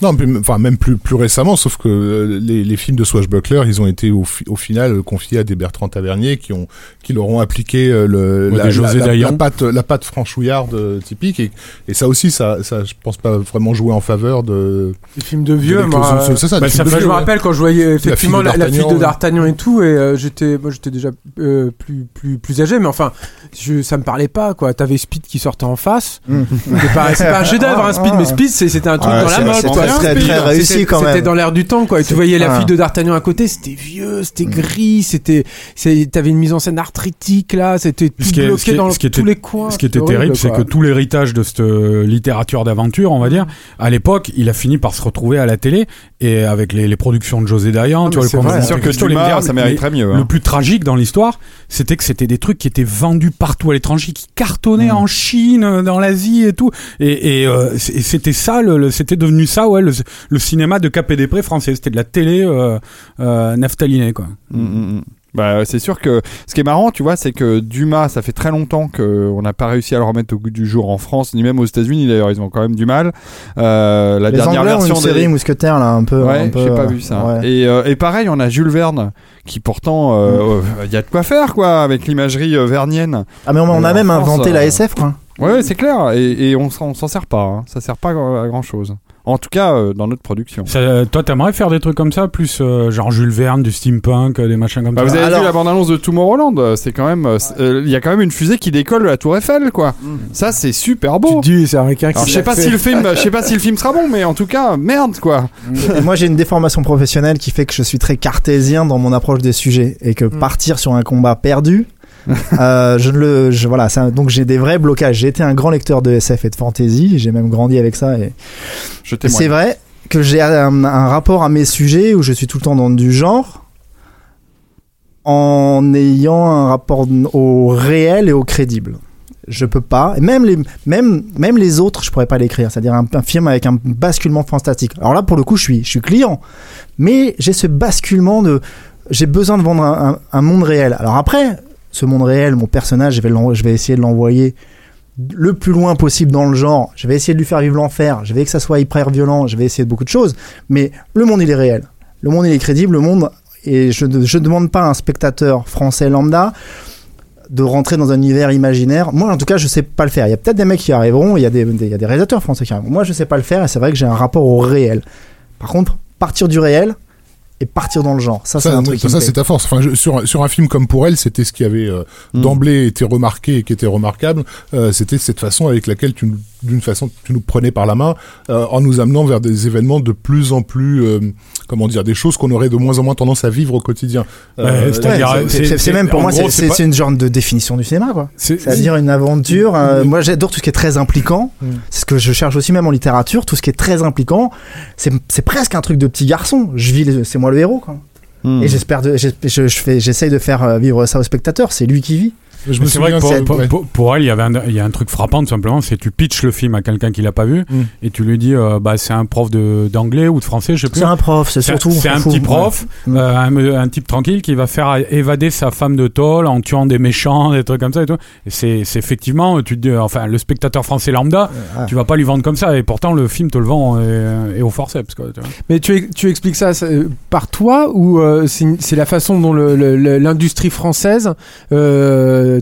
Non, mais, enfin même plus plus récemment, sauf que euh, les, les films de Swashbuckler, ils ont été au, fi- au final confiés à des Bertrand Tavernier qui ont qui leur ont appliqué euh, le Ouais, la, des José la, la, Dayan. la patte la patte franchouillarde euh, typique et, et ça aussi ça ça je pense pas vraiment jouer en faveur de Les films de vieux, de moi. l'éclosion- c'est ça, Bah, des ça films de fait- je vieux, me ouais. rappelle quand je voyais effectivement fille de la, la fille de D'Artagnan, D'Artagnan et tout, et euh, j'étais, moi j'étais déjà euh, plus plus plus âgé, mais enfin, je, ça me parlait pas quoi. T'avais Speed qui sortait en face. C'est pas, c'est pas un chef-d'œuvre, hein, Speed, mais Speed, c'est- c'était un truc Ouais, dans la c'est- mode. c'est quoi. très, très Speed, réussi c'était- quand même. C'était dans l'air du temps, quoi. Et tu C'est- voyais la ah. fille de D'Artagnan à côté, c'était vieux, c'était gris, c'était, c'est, t'avais une mise en scène arthritique là, c'était tout Ce qui est- bloqué ce qui est- dans ce qui était- tous les coins. Ce qui était C'était horrible, terrible, c'est quoi. que tout l'héritage de cette euh, littérature d'aventure, on va dire, à l'époque, il a fini par se retrouver à la télé et avec les, les productions de José Dayan, Ah, tu vois, mais le c'est Comte vrai, de C'est sûr Monte que Cristo, les Dumas, médias, ça mais mériterait mieux. hein. Le plus tragique dans l'histoire, c'était que c'était des trucs qui étaient vendus partout à l'étranger, qui cartonnaient Mm. en Chine, euh, dans l'Asie et tout. Et, et, euh, c- et c'était ça, le, le- c'était devenu ça, ouais, le, le cinéma de Cap et des Prés français. C'était de la télé euh, euh, naphtalinée, quoi. Mm, mm, mm. Bah, c'est sûr que ce qui est marrant, tu vois, c'est que Dumas, ça fait très longtemps qu'on n'a pas réussi à le remettre au goût du jour en France, ni même aux États-Unis. D'ailleurs, ils ont quand même du mal. Euh, la Les dernière Anglais ont version une série des... Mousquetaires là, un peu. Ouais, un peu, j'ai pas euh, vu ça. ouais. Et, euh, et pareil, on a Jules Verne, qui pourtant, il euh, euh, y a de quoi faire, quoi, avec l'imagerie euh, vernienne. Ah mais on, on Mais a en même France, inventé euh, la S F quoi. Ouais, ouais, c'est clair. Et, et on, s'en- on s'en sert pas. Hein. Ça sert pas à grand chose. En tout cas, euh, dans notre production. Ça, euh, toi, t'aimerais faire des trucs comme ça, plus euh, genre Jules Verne, du steampunk, euh, des machins comme Bah, ça. vous avez Alors- vu la bande-annonce de Tomorrowland, euh, c'est quand même, il y a quand même une fusée qui décolle de la Tour Eiffel, quoi. Ça, c'est super Tu beau. te dis, c'est un requin qui Alors, je sais l'a pas fait. si le film, je sais pas si le film sera bon, mais en tout cas, merde, quoi. Et moi j'ai une déformation professionnelle qui fait que je suis très cartésien dans mon approche des sujets et que partir sur un combat perdu, euh, je ne le, je, voilà, ça, donc j'ai des vrais blocages. J'ai été un grand lecteur de S F et de fantasy, j'ai même grandi avec ça et, Je et témoigne. c'est vrai que j'ai un, un rapport à mes sujets où je suis tout le temps dans du genre en ayant un rapport au réel et au crédible. Je peux pas, et même les, même, même les autres, je pourrais pas l'écrire. C'est-à-dire un, un film avec un basculement fantastique. Alors là, pour le coup, je suis, je suis client, mais j'ai ce basculement de, j'ai besoin de vendre un, un, un monde réel. Alors après, ce monde réel, mon personnage, je vais, l'en- je vais essayer de l'envoyer le plus loin possible dans le genre. Je vais essayer de lui faire vivre l'enfer. Je vais que ça soit hyper violent. Je vais essayer de beaucoup de choses. Mais le monde, il est réel. Le monde, il est crédible. Le monde, et je ne je demande pas à un spectateur français lambda de rentrer dans un univers imaginaire. Moi, en tout cas, je sais pas le faire. Il y a peut-être des mecs qui y arriveront. Il y a des, des- il y a des réalisateurs français qui arriveront. Moi, je sais pas le faire. Et c'est vrai que j'ai un rapport au réel. Par contre, partir du réel et partir dans le genre. Ça, c'est Ça, un truc qui ça me c'est plaît. ta force. Enfin, je- sur, sur un film comme Pour elle, c'était ce qui avait euh, Mm. d'emblée été remarqué et qui était remarquable. Euh, c'était cette façon avec laquelle tu, nous- d'une façon, tu nous prenais par la main euh, en nous amenant vers des événements de plus en plus, euh, comment dire, des choses qu'on aurait de moins en moins tendance à vivre au quotidien. Ouais, c'est-à-dire, Ouais, c'est- c'est c'est même pour en moi, gros, c'est- c'est pas- c'est une genre de définition du cinéma, quoi. c'est- C'est-à-dire une aventure. euh, moi, j'adore tout ce qui est très impliquant. Mm. C'est ce que je cherche aussi même en littérature. Tout ce qui est très impliquant, c'est c'est presque un truc de petit garçon. Je vis, le- c'est moi le héros, quoi. Hmm. Et j'espère, de, j'ai- je, je fais, j'essaye de faire euh, vivre ça au spectateur. C'est lui qui vit. Je me c'est vrai souviens, que pour, c'est- pour, ouais. pour- pour elle, il y avait un, il y a un truc frappant tout simplement, c'est tu pitches le film à quelqu'un qui l'a pas vu Mm. et tu lui dis, euh, bah c'est un prof de d'anglais ou de français, je sais plus. C'est un prof, c'est C'est surtout. c'est on un s'en petit fout. prof, Ouais. euh, un, un type tranquille qui va faire évader sa femme de tôle en tuant des méchants, des trucs comme ça et tout. Et c'est c'est effectivement, tu te dis, enfin le spectateur français lambda, Ouais. tu vas pas lui vendre comme ça et pourtant le film te le vend et, et au forceps quoi. Tu vois. Mais tu, tu expliques ça euh, par toi ou euh, c'est une- c'est la façon dont le- le- le- l'industrie française euh,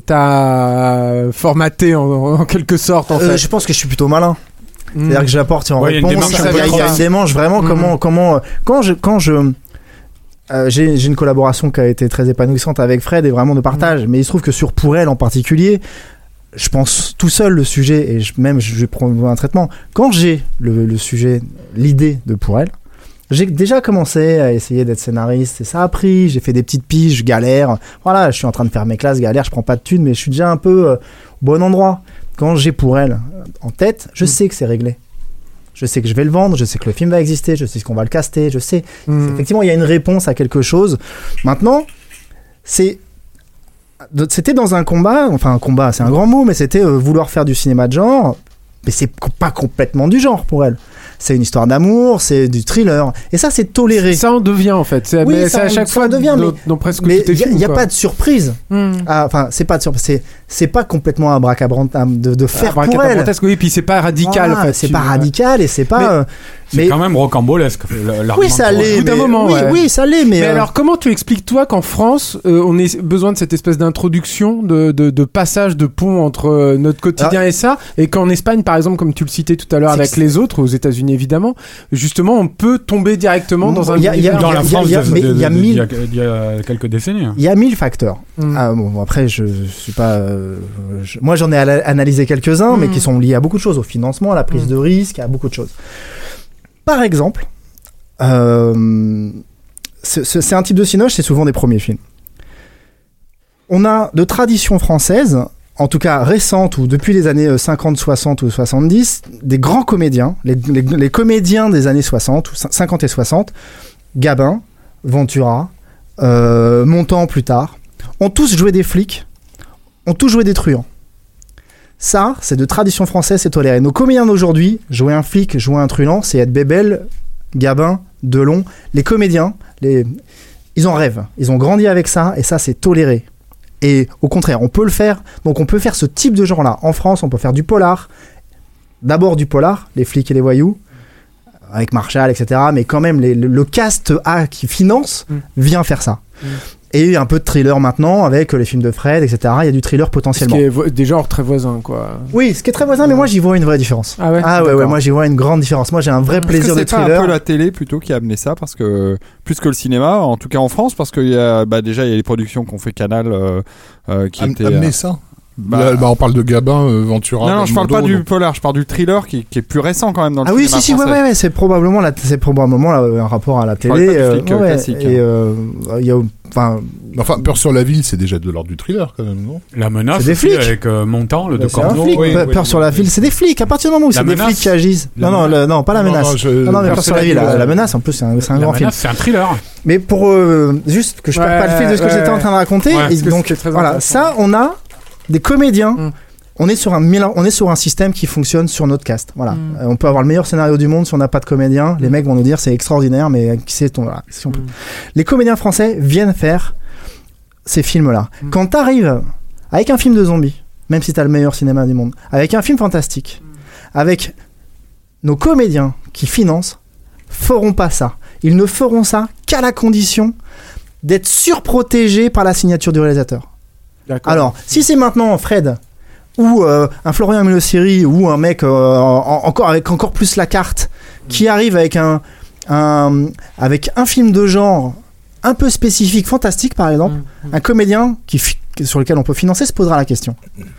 t'a formaté en, en quelque sorte en Euh, fait. je pense que je suis plutôt malin. Mm. C'est-à-dire que j'apporte en Ouais, il y a une réponse. démarche Il y a, il y a un peu une démarche vraiment Mhm. comment comment euh, quand je quand je euh, j'ai j'ai une collaboration qui a été très épanouissante avec Fred et vraiment de partage. Mais il se trouve que sur Pour elle en particulier, je pense tout seul le sujet et je, même je vais prendre un traitement. Quand j'ai le, le sujet, l'idée de Pour elle, j'ai déjà commencé à essayer d'être scénariste et ça a pris. J'ai fait des petites piges, je galère. Voilà, je suis en train de faire mes classes, galère, je prends pas de thunes, mais je suis déjà un peu euh, au bon endroit. Quand j'ai Pour elle en tête, je sais que c'est réglé. Je sais que je vais le vendre, je sais que le film va exister, je sais qu'on va le caster, je sais. Mm. Effectivement, il y a une réponse à quelque chose. Maintenant, c'est c'était dans un combat, enfin un combat, c'est un grand mot, mais c'était euh, vouloir faire du cinéma de genre. mais c'est pas complètement du genre pour elle. C'est une histoire d'amour, c'est du thriller. Et ça, c'est toléré. Ça en devient, en fait. C'est, oui, mais ça, c'est à chaque ça fois en devient, dans, mais, dans presque mais tous tes films. Il n'y a, quoi. pas de surprise. Mm. Ah, enfin, c'est pas de surprise. C'est, c'est pas complètement abracadabrantesque de, de faire ah, pour elle. Oui, puis c'est pas radical. Ah, en fait, c'est tu... pas radical et c'est pas... Mais... Euh, C'est mais... quand même rocambolesque. Oui, ça l'est. Mais... Moment, oui, ouais. oui, ça l'est. Mais, mais euh... alors, comment tu expliques, toi, qu'en France, euh, on ait besoin de cette espèce d'introduction, de, de, de passage de pont entre euh, notre quotidien alors... et ça, et qu'en Espagne, par exemple, comme tu le citais tout à l'heure avec les autres, aux États-Unis évidemment, justement, on peut tomber directement dans un y a, y a, dans la France il y a mille il y a quelques décennies. Il y a mille facteurs. Mm. Ah, bon, après, je, je suis pas. Euh, je... Moi, j'en ai analysé quelques-uns, mm. mais qui sont liés à beaucoup de choses, au financement, à la prise mm. de risque, à beaucoup de choses. Par exemple, euh, c'est, c'est un type de cinoche, c'est souvent des premiers films. On a de tradition française, en tout cas récente, ou depuis les années cinquante, soixante ou soixante-dix, des grands comédiens, les, les, les comédiens des années soixante, ou cinquante et soixante, Gabin, Ventura, euh, Montand plus tard, ont tous joué des flics, ont tous joué des truands. Ça, c'est de tradition française, c'est toléré. Nos comédiens d'aujourd'hui, jouer un flic, jouer un truand, c'est être Bébel, Gabin, Delon. Les comédiens, les... ils en rêvent. Ils ont grandi avec ça, et ça, c'est toléré. Et au contraire, on peut le faire. Donc on peut faire ce type de genre-là. En France, on peut faire du polar. D'abord du polar, les flics et les voyous, avec Marshall, et cetera. Mais quand même, les, le, le cast A qui finance mm. vient faire ça. Mm. Et un peu de thriller maintenant avec les films de Fred, et cetera. Il y a du thriller potentiellement. Ce qui est vo- des genres très voisins, quoi. Oui, ce qui est très voisin, mais moi j'y vois une vraie différence. Ah ouais. Ah ouais, ouais, moi j'y vois une grande différence. Moi j'ai un vrai Est-ce plaisir que de thriller. C'est pas un peu la télé plutôt qui a amené ça, parce que plus que le cinéma, en tout cas en France, parce qu'il y a bah, déjà il y a les productions qu'ont fait Canal euh, euh, qui Am- étaient. Amener euh, ça. Bah, Là, bah, on parle de Gabin, euh, Ventura. Non, non, je parle Mondo, pas du donc. polar, je parle du thriller qui, qui est plus récent quand même dans le ah oui, cinéma si, si, ouais, ouais, ouais, c'est probablement, la, c'est probablement là, un rapport à la télé. Je parle pas du flic, euh, ouais, classique, et euh, il y a, enfin. Enfin, Peur sur la ville, c'est déjà de l'ordre du thriller quand même, non? La menace, c'est des aussi, flics. avec euh, Montand, le bah, de Cordo. Oui, oui, Peur oui, sur oui, la oui. ville, c'est des flics. À partir du moment où La c'est menace. des flics qui agissent. La non, non, le, non, pas la Non, menace. non, je- Non, non, mais Peur Peur sur sur la la ville, ville, la, ouais. la menace, en plus, c'est un, c'est un La grand film. menace, c'est un thriller. Mais pour euh, juste que je perde Ouais, pas le fil de ce que ouais, j'étais en train de raconter, ouais, et parce que donc c'était très voilà, intéressant. ça, on a des comédiens. Mm. On est sur un mélange- on est sur un système qui fonctionne sur notre cast. Voilà, Mm. Euh, on peut avoir le meilleur scénario du monde si on n'a pas de comédien. Les mecs vont nous dire c'est extraordinaire, mais qui c'est ton voilà, si on peut. Mm. Les comédiens français viennent faire ces films-là. Mm. Quand t'arrives avec un film de zombies, même si t'as le meilleur cinéma du monde, avec un film fantastique, avec nos comédiens qui financent, feront pas ça. Ils ne feront ça qu'à la condition d'être surprotégés par la signature du réalisateur. D'accord. Alors, si c'est maintenant Fred ou euh, un Florian Mélosiri ou un mec euh, en, encore avec encore plus la carte qui arrive avec un, un avec un film de genre un peu spécifique, fantastique par exemple, Mmh, mmh. un comédien qui fi- sur lequel on peut financer se posera la question.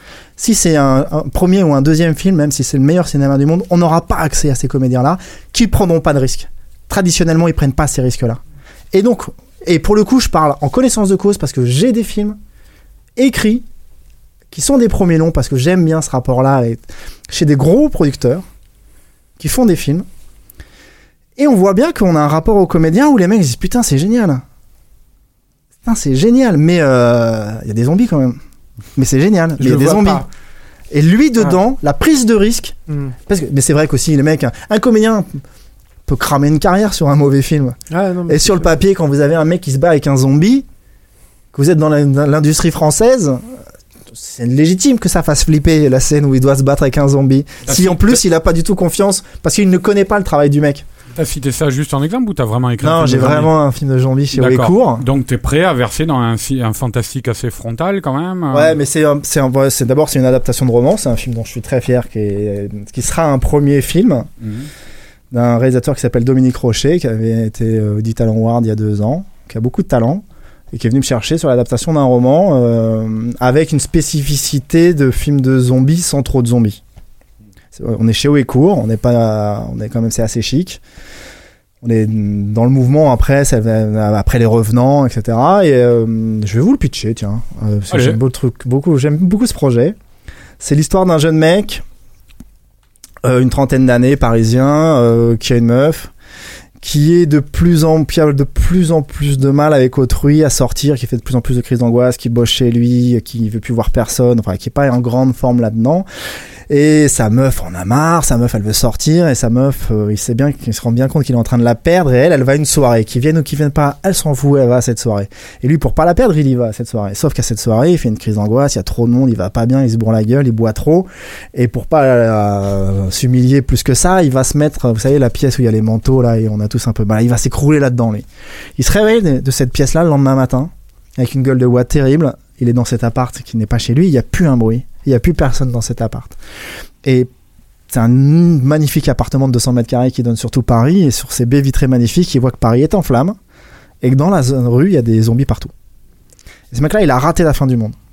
Si c'est un, un premier ou un deuxième film, même si c'est le meilleur cinéma du monde, on n'aura pas accès à ces comédiens-là qui prendront pas de risques. Traditionnellement, ils prennent pas ces risques-là. Et donc, et pour le coup, je parle en connaissance de cause parce que j'ai des films écrits qui sont des premiers longs parce que j'aime bien ce rapport-là et chez des gros producteurs qui font des films. Et on voit bien qu'on a un rapport aux comédiens où les mecs disent putain, c'est génial. Putain, c'est génial, mais il euh, y a des zombies quand même. Mais c'est génial, mais il y a des zombies. Pas. Et lui dedans, ah. la prise de risque, Mm. parce que, mais c'est vrai qu'aussi les mecs, un, un comédien peut cramer une carrière sur un mauvais film. Ah, non, mais Et sur le papier, quand vous avez un mec qui se bat avec un zombie, que vous êtes dans, la, dans l'industrie française, c'est légitime que ça fasse flipper la scène où il doit se battre avec un zombie. Ah, si si, en plus il a pas du tout confiance parce qu'il ne connaît pas le travail du mec. T'as cité ça juste en exemple ou t'as vraiment écrit un Non, film j'ai de zombie? vraiment un film de zombie chez D'accord. Houécourt. Donc t'es prêt à verser dans un, fi- un fantastique assez frontal quand même euh Ouais, mais c'est, un- c'est, un- c'est d'abord c'est une adaptation de roman. C'est un film dont je suis très fier, qui, est, qui sera un premier film Mhm. d'un réalisateur qui s'appelle Dominique Rocher, qui avait été euh, Audi Talent Award il y a deux ans, qui a beaucoup de talent et qui est venu me chercher sur l'adaptation d'un roman euh, avec une spécificité de film de zombies sans trop de zombies. C'est- on est chez Houécourt, on est pas, on est quand même c'est assez chic. On est dans le mouvement après, ça va- après les revenants, et cetera. Et euh, je vais vous le pitcher, tiens. Euh, parce que Allez. j'aime beaucoup, le truc, beaucoup, j'aime beaucoup ce projet. C'est l'histoire d'un jeune mec, euh, une trentaine d'années, parisien, euh, qui a une meuf, qui est de plus en qui a de plus en plus de mal avec autrui à sortir, qui fait de plus en plus de crises d'angoisse, qui bosse chez lui, qui veut plus voir personne, enfin qui est pas en grande forme là-dedans. Et sa meuf en a marre, sa meuf elle veut sortir et sa meuf euh, il sait bien qu'il se rend bien compte qu'il est en train de la perdre et elle elle va à une soirée, qu'il vienne ou qu'il vienne pas, elle s'en fout, elle va à cette soirée. Et lui pour pas la perdre il y va à cette soirée. Sauf qu'à cette soirée il fait une crise d'angoisse, il y a trop de monde, il va pas bien, il se bourre la gueule, il boit trop et pour pas euh, s'humilier plus que ça, il va se mettre, vous savez la pièce où il y a les manteaux là et on a tous un peu mal, il va s'écrouler là-dedans lui. Il se réveille de, de cette pièce là le lendemain matin avec une gueule de bois terrible, il est dans cet appart qui n'est pas chez lui, il y a plus un bruit, il y a plus personne dans cet appart. Et c'est un magnifique appartement de deux cents mètres carrés qui donne sur tout Paris et sur ces baies vitrées magnifiques, il voit que Paris est en flammes et que dans la zone rue, il y a des zombies partout. Et ce mec-là, il a raté la fin du monde.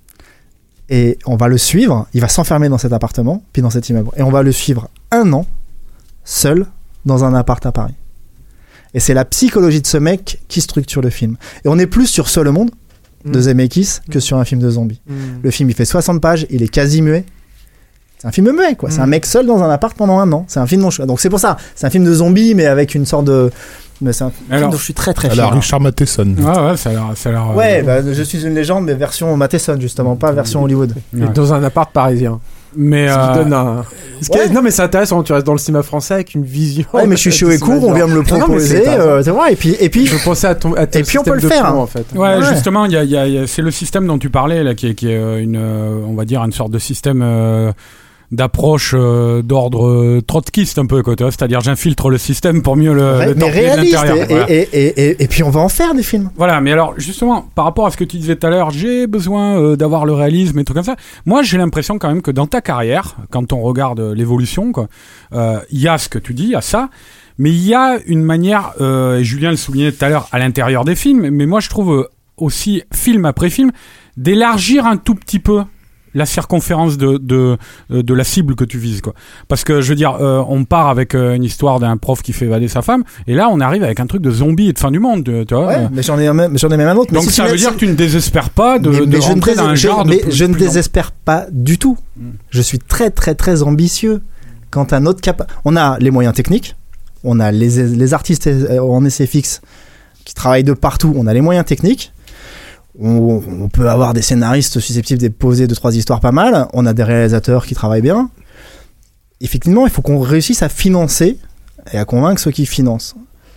Et on va le suivre, il va s'enfermer dans cet appartement, puis dans cet immeuble. Et on va le suivre un an, seul, dans un appart à Paris. Et c'est la psychologie de ce mec qui structure le film. Et on est plus sur Seul au monde de Zemeckis que sur un film de zombies. Mm. Le film, il fait soixante pages, il est quasi muet. C'est un film muet, quoi. Mm. C'est un mec seul dans un appart pendant un an. C'est un film dont je... Donc c'est pour ça, c'est un film de zombies, mais avec une sorte de... Mais c'est un Alors, film dont je suis très très fier. Alors Richard Matheson. Ouais, ouais, ça a l'air... Ça a l'air ouais, euh... bah, je suis une légende, mais version Matheson, justement, pas version Hollywood. Ouais. Dans un appart parisien. Mais euh... donne un... ouais. Non mais c'est intéressant, tu restes dans le cinéma français avec une vision. Ouais mais je suis chaud et court, on vient me le proposer, non, euh, c'est vrai. Et puis et puis je pensais à ton, à ton et puis on peut le faire fond, en fait. Ouais, ouais. Justement, il y a, y a, y a c'est le système dont tu parlais là, qui est, qui est une, on va dire une sorte de système euh, d'approche euh, d'ordre euh, trotskiste un peu, quoi. C'est-à-dire j'infiltre le système pour mieux le, ouais, le mais réaliste de l'intérieur. Et, voilà. et, et, et, et puis on va en faire des films. Voilà, mais alors justement, par rapport à ce que tu disais tout à l'heure, j'ai besoin euh, d'avoir le réalisme et tout comme ça. Moi, j'ai l'impression quand même que dans ta carrière, quand on regarde l'évolution, quoi, il euh, y a ce que tu dis, il y a ça. Mais il y a une manière, euh, et Julien le soulignait tout à l'heure, à l'intérieur des films, mais moi je trouve aussi, film après film, d'élargir un tout petit peu la circonférence de, de, de la cible que tu vises, quoi. Parce que, je veux dire, euh, on part avec euh, une histoire d'un prof qui fait évader sa femme, et là, on arrive avec un truc de zombie et de fin du monde, tu vois. Ouais, mais j'en ai même, j'en ai même un autre. Donc, mais si ça veut dire que tu ne désespères pas de, mais, de mais rentrer je dans un genre je, de... Mais plus, je ne plus désespère pas du tout. Mm. Je suis très, très, très ambitieux. Quant à notre cap... On a les moyens techniques, on a les, les artistes en S F X qui travaillent de partout, on a les moyens techniques. On, on peut avoir des scénaristes susceptibles de poser deux trois histoires pas mal. On a des réalisateurs qui travaillent bien. Effectivement, il faut qu'on réussisse à financer et à convaincre ceux qui financent.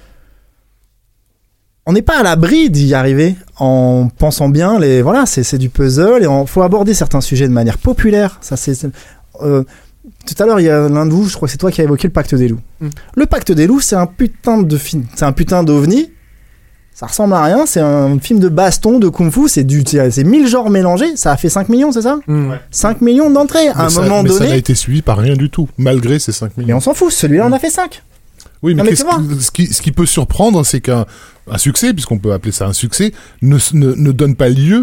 On n'est pas à l'abri d'y arriver en pensant bien. Les voilà, c'est, c'est du puzzle et il faut aborder certains sujets de manière populaire. Ça, c'est, c'est euh, tout à l'heure, il y a l'un de vous, je crois que c'est toi qui as évoqué le Pacte des loups. Mm. Le Pacte des loups, c'est un putain de film, c'est un putain d'ovni. Ça ressemble à rien, c'est un film de baston, de kung-fu, c'est du, c'est mille genres mélangés, ça a fait cinq millions, c'est ça? Mmh. cinq millions d'entrées, à un ça, moment mais donné. Ça n'a été suivi par rien du tout, malgré ces cinq millions. Mais on s'en fout, celui-là en a fait cinq. Oui, mais, mais ce, qui, ce, qui, ce qui peut surprendre, c'est qu'un un succès, puisqu'on peut appeler ça un succès, ne, ne, ne donne pas lieu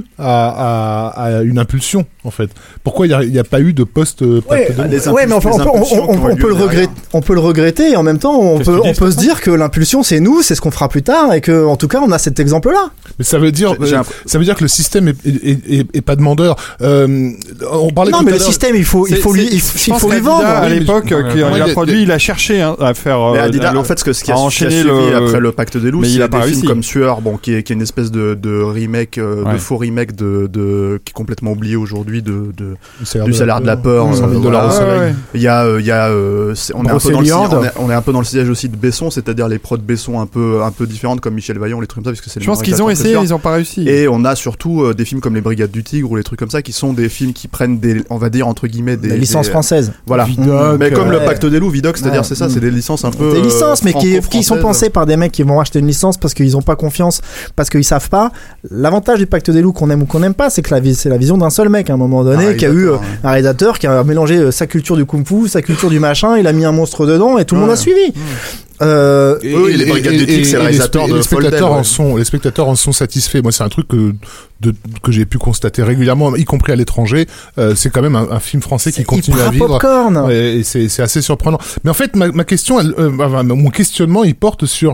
à, à, à une impulsion, en fait. Pourquoi il n'y a, a pas eu de post euh, ouais, de ouais, mais enfin, on, peut, on, on, on, peut le regretter, on peut le regretter, et en même temps, on peut, on peut se dire que l'impulsion, c'est nous, c'est ce qu'on fera plus tard, et que, en tout cas, on a cet exemple-là. Mais ça veut dire, euh, ça veut dire que le système est, est, est, est pas demandeur. Euh, on parlait non, mais le système, il faut, il faut lui, il faut, il faut lui vendre. À l'époque, qu'il a produit, il a cherché à faire. En fait, ce qui a suivi après le Pacte des loups, c'est des films comme Sueur, bon, qui est, qui est une espèce de, de remake, euh, ouais. de faux remake de, de, qui est complètement oublié aujourd'hui de, de, du salaire de la peur. cent mille dollars au soleil. Il y a, il y a, euh, on est un peu dans le, on est, on est un peu dans le siège aussi de Besson, c'est-à-dire les prods Besson un peu, un peu différentes comme Michel Vaillant, les trucs comme ça, parce que c'est. Je pense qu'ils ont essayé, ils ont pas réussi. Et on a surtout euh, des films comme Les Brigades du Tigre ou les trucs comme ça, qui sont des films qui prennent des, on va dire entre guillemets des, des licences des, françaises. Voilà. Vidoc, mais comme ouais. le Pacte des loups, Vidoc, c'est-à-dire ouais. c'est ça, c'est des licences un peu. Des licences, mais qui, qui sont pensées par des mecs qui vont acheter une licence parce qu'ils ont pas confiance, parce qu'ils savent pas. L'avantage du Pacte des loups, qu'on aime ou qu'on n'aime pas, c'est que la, c'est la vision d'un seul mec à un moment donné, qui a eu euh, un réalisateur qui a mélangé euh, sa culture du kung-fu, sa culture du machin, il a mis un monstre dedans et tout le ouais. monde a suivi. Ouais. Euh, et, oui, et les Brigades du Tigre, c'est le réalisateur de les spectateurs Folden, en sont, les spectateurs en sont satisfaits. Moi, c'est un truc que, de, que j'ai pu constater régulièrement, y compris à l'étranger. Euh, c'est quand même un, un film français c'est qui continue à vivre. Popcorn. Et, et c'est, c'est assez surprenant. Mais en fait, ma, ma question, elle, euh, mon questionnement, il porte sur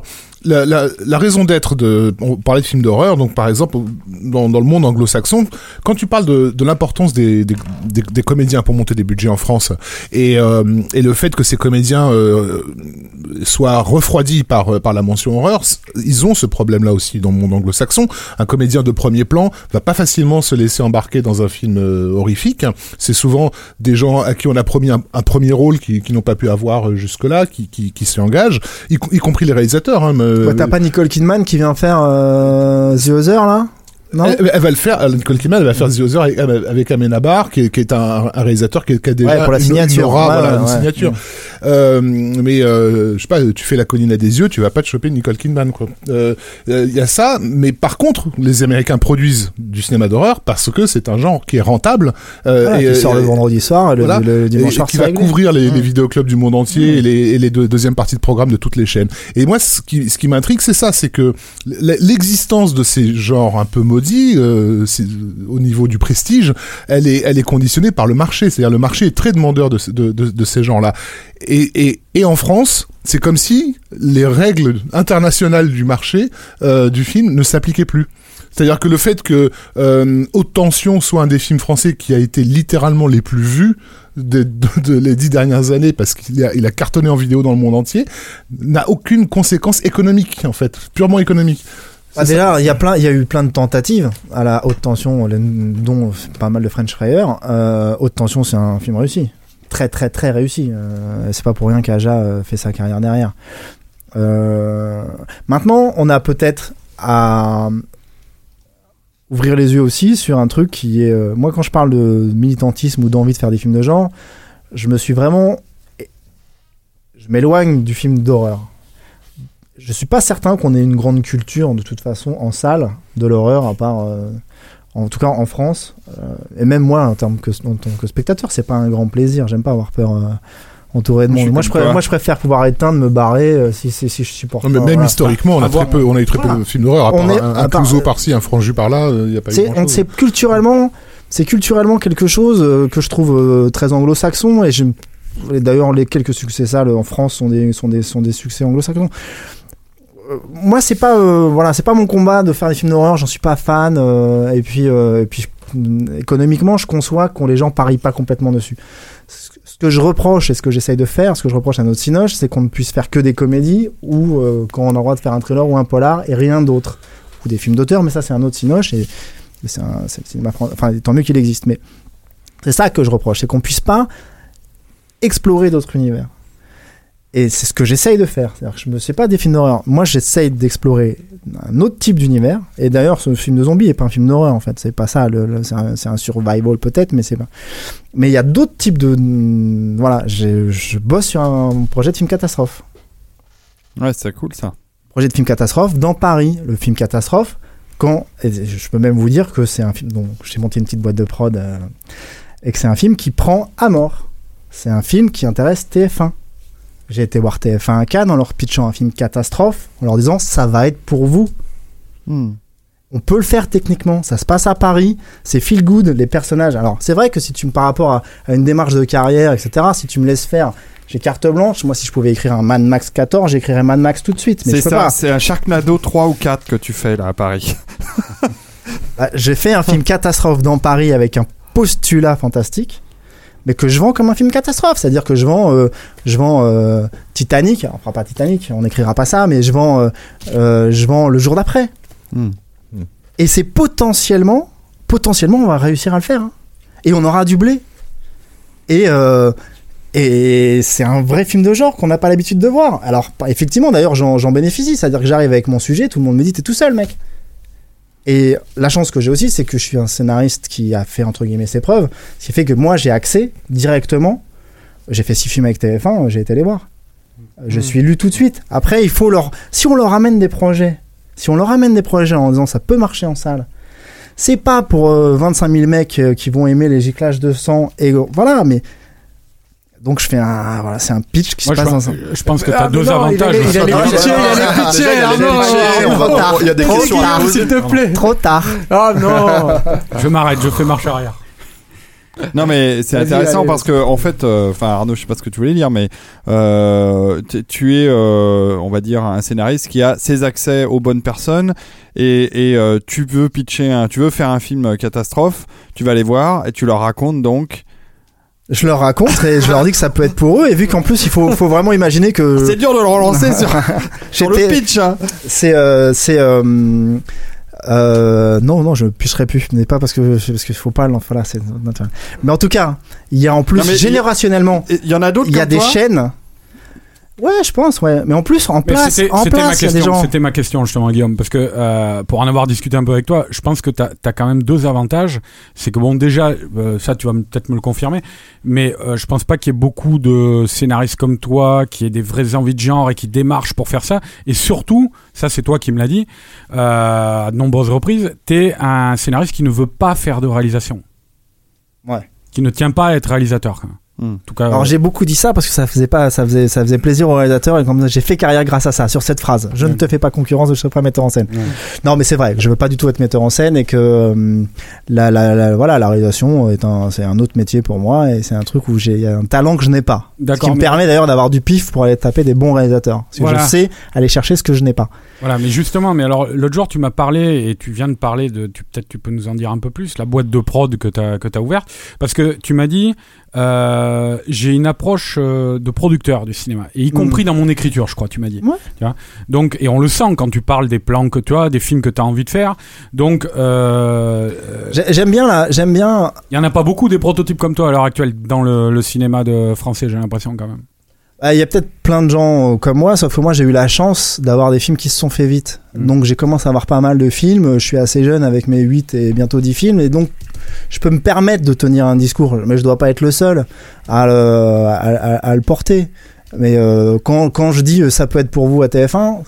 la, la, la raison d'être de, on parlait de films d'horreur, donc par exemple dans, dans le monde anglo-saxon, quand tu parles de, de l'importance des, des, des, des comédiens pour monter des budgets en France et, euh, et le fait que ces comédiens euh, soient refroidis par par la mention horreur, ils ont ce problème-là aussi dans le monde anglo-saxon. Un comédien de premier plan va pas facilement se laisser embarquer dans un film euh, horrifique. C'est souvent des gens à qui on a promis un, un premier rôle qui, qui n'ont pas pu avoir jusque-là, qui qui, qui s'y engagent, y, y compris les réalisateurs. Hein, me, Ouais, t'as pas Nicole Kidman qui vient faire euh, The Other là? Non, elle, elle va le faire. Nicole Kidman, elle va faire The Other avec, avec Amenabar, qui, qui est un, un réalisateur qui, qui a déjà ouais, pour la une, signature, une aura, ouais, voilà, ouais, une ouais. signature. Ouais. Euh, mais euh, je sais pas, tu fais La colline à des yeux, tu vas pas te choper Nicole Kidman, quoi. Il euh, euh, y a ça, mais par contre, les Américains produisent du cinéma d'horreur parce que c'est un genre qui est rentable, euh, ah, et qui sort le vendredi soir, et le, voilà, le dimanche soir, qui va couvrir les, mmh. les vidéoclubs du monde entier mmh. et les, et les deux, deuxièmes parties de programme de toutes les chaînes. Et moi, ce qui, ce qui m'intrigue, c'est ça, c'est que l'existence de ces genres un peu maudits, euh, au niveau du prestige, elle est, elle est conditionnée par le marché. C'est-à-dire le marché est très demandeur de, de, de, de ces gens-là. Et, et, et en France, c'est comme si les règles internationales du marché euh, du film ne s'appliquaient plus. C'est-à-dire que le fait que euh, Haute Tension soit un des films français qui a été littéralement les plus vus de, de, de les dix dernières années parce qu'il a, il a cartonné en vidéo dans le monde entier, n'a aucune conséquence économique, en fait, purement économique. Ah, déjà, il y a plein, il y a eu plein de tentatives à la Haute Tension, dont pas mal de French Fryer. Euh, Haute Tension, c'est un film réussi, très très très réussi. Euh, c'est pas pour rien qu'Aja fait sa carrière derrière. Euh, maintenant, on a peut-être à ouvrir les yeux aussi sur un truc qui est, euh, moi, quand je parle de militantisme ou d'envie de faire des films de genre, je me suis vraiment, je m'éloigne du film d'horreur. Je suis pas certain qu'on ait une grande culture de toute façon en salle de l'horreur, à part euh, en tout cas en France, euh, et même moi en tant que en tant que spectateur, c'est pas un grand plaisir. J'aime pas avoir peur euh, entouré de monde. Moi je, préfère, moi je préfère pouvoir éteindre, me barrer euh, si si si je supporte. Non, mais pas, même voilà. historiquement, on a avoir, très peu, on a eu très voilà. peu de films d'horreur. À part on est, un, un un Clouseau euh, par-ci, un Franju par-là, il euh, y a pas eu grand-chose. C'est culturellement, c'est culturellement quelque chose euh, que je trouve euh, très anglo-saxon, et je, et d'ailleurs les quelques succès salles en France sont des sont des sont des succès anglo-saxons. Moi c'est pas euh, voilà c'est pas mon combat de faire des films d'horreur, j'en suis pas fan, euh, et puis euh, et puis je, économiquement je conçois qu'on les gens parient pas complètement dessus. Ce que je reproche et ce que j'essaye de faire, ce que je reproche à notre Cinoche, c'est qu'on ne puisse faire que des comédies ou euh, quand on a le droit de faire un thriller ou un polar et rien d'autre, ou des films d'auteur, mais ça c'est un autre Cinoche, et, et c'est un c'est le cinéma français, enfin tant mieux qu'il existe, mais c'est ça que je reproche, c'est qu'on puisse pas explorer d'autres univers. Et c'est ce que j'essaye de faire. C'est-à-dire que je me sais pas des films d'horreur. Moi, j'essaye d'explorer un autre type d'univers. Et d'ailleurs, ce film de zombie est pas un film d'horreur, en fait. C'est pas ça. Le, le, c'est, un, c'est un survival, peut-être, mais c'est pas. Mais il y a d'autres types de. Voilà, j'ai, je bosse sur un projet de film catastrophe. Ouais, c'est cool, ça. Projet de film catastrophe dans Paris. Le film catastrophe, quand. Et je peux même vous dire que c'est un film dont j'ai monté une petite boîte de prod, euh, et que c'est un film qui prend à mort. C'est un film qui intéresse T F un. J'ai été voir T F un à Cannes en leur pitchant un film catastrophe, en leur disant ça va être pour vous. Hmm. On peut le faire techniquement, ça se passe à Paris, c'est feel good, les personnages. Alors c'est vrai que si tu me par rapport à, à une démarche de carrière, et cetera, si tu me laisses faire, j'ai carte blanche. Moi, si je pouvais écrire un Mad Max quatorze, j'écrirais Mad Max tout de suite. Mais c'est je peux ça, pas. C'est un Sharknado trois ou quatre que tu fais là à Paris. Bah, j'ai fait un film catastrophe dans Paris avec un postulat fantastique, mais que je vends comme un film catastrophe, c'est-à-dire que je vends, euh, je vends euh, Titanic, on fera pas Titanic, on n'écrira pas ça, mais je vends, euh, euh, je vends Le jour d'après. Mm. Mm. Et c'est potentiellement, potentiellement, on va réussir à le faire, hein. Et on aura du blé. Et euh, et c'est un vrai film de genre qu'on n'a pas l'habitude de voir. Alors effectivement, d'ailleurs, j'en, j'en bénéficie, c'est-à-dire que j'arrive avec mon sujet, tout le monde me dit t'es tout seul, mec. Et la chance que j'ai aussi, c'est que je suis un scénariste qui a fait, entre guillemets, ses preuves, ce qui fait que moi, j'ai accès directement. J'ai fait six films avec T F un, j'ai été les voir. Je mmh. suis lu tout de suite. Après, il faut leur... Si on leur amène des projets, si on leur amène des projets en disant ça peut marcher en salle, c'est pas pour euh, vingt-cinq mille mecs euh, qui vont aimer les giclages de sang, et voilà, mais... Donc je fais un voilà, c'est un pitch qui Moi, se passe je, dans un... je pense que tu as ah, deux non, avantages. Il y a les pitchés, il y a les pitchés, Trop tard. Il y a des questions à poser. S'il te plaît. Trop tard. Ah non. Je m'arrête, je fais marche arrière. Non mais c'est Vas-y, intéressant allez, parce que en fait, enfin euh, Arnaud, je sais pas ce que tu voulais dire, mais euh, tu es, euh, on va dire, un scénariste qui a ses accès aux bonnes personnes et, et euh, tu veux pitcher, un, tu veux faire un film catastrophe, tu vas les voir et tu leur racontes donc. Je leur raconte et je leur dis que ça peut être pour eux, et vu qu'en plus il faut, faut vraiment imaginer que c'est dur de le relancer sur, sur le pitch. Hein. C'est euh, c'est euh, euh, non non je pitcherai plus, mais pas parce que parce qu'il faut pas voilà c'est naturel. Mais en tout cas il y a en plus non, générationnellement il y en a d'autres. Il y a des toi chaînes. Ouais, je pense, ouais. Mais en plus, en Mais place, c'était, en c'était place, ma question, il y a des gens. C'était ma question, justement, Guillaume, parce que euh, pour en avoir discuté un peu avec toi, je pense que t'as, t'as quand même deux avantages. C'est que bon, déjà, euh, ça, tu vas peut-être me le confirmer, mais euh, je pense pas qu'il y ait beaucoup de scénaristes comme toi, qui aient des vraies envies de genre et qui démarchent pour faire ça. Et surtout, ça, c'est toi qui me l'as dit, euh, à de nombreuses reprises, t'es un scénariste qui ne veut pas faire de réalisation. Ouais. Qui ne tient pas à être réalisateur, quand même. Mmh. En tout cas, alors euh... j'ai beaucoup dit ça parce que ça faisait pas, ça faisait, ça faisait plaisir au réalisateur, et comme j'ai fait carrière grâce à ça, sur cette phrase. Je mmh. ne te fais pas concurrence, je serai pas metteur en scène. Mmh. Non, mais c'est vrai, je veux pas du tout être metteur en scène, et que euh, la, la, la, voilà, la réalisation est un, c'est un autre métier pour moi, et c'est un truc où j'ai un talent que je n'ai pas. D'accord, ce qui me mais... permet d'ailleurs d'avoir du pif pour aller taper des bons réalisateurs. Parce que voilà. Je sais aller chercher ce que je n'ai pas. Voilà, mais justement, mais alors l'autre jour tu m'as parlé, et tu viens de parler de, tu, peut-être tu peux nous en dire un peu plus, la boîte de prod que t'as que t'as ouverte, parce que tu m'as dit euh, j'ai une approche euh, de producteur du cinéma, et y compris mmh. dans mon écriture, je crois, tu m'as dit. Ouais. Tu vois, donc, et on le sent quand tu parles des plans que tu as, des films que tu as envie de faire. Donc, euh, j'aime bien là, j'aime bien. Il y en a pas beaucoup des prototypes comme toi à l'heure actuelle dans le, le cinéma de français, j'ai l'impression quand même. Il y a peut-être plein de gens comme moi, sauf que moi j'ai eu la chance d'avoir des films qui se sont faits vite. Mmh. Donc j'ai commencé à avoir pas mal de films, je suis assez jeune avec mes huit et bientôt dix films, et donc je peux me permettre de tenir un discours, mais je dois pas être le seul à le, à, à, à le porter. Mais euh, quand, quand je dis ça peut être pour vous à T F un,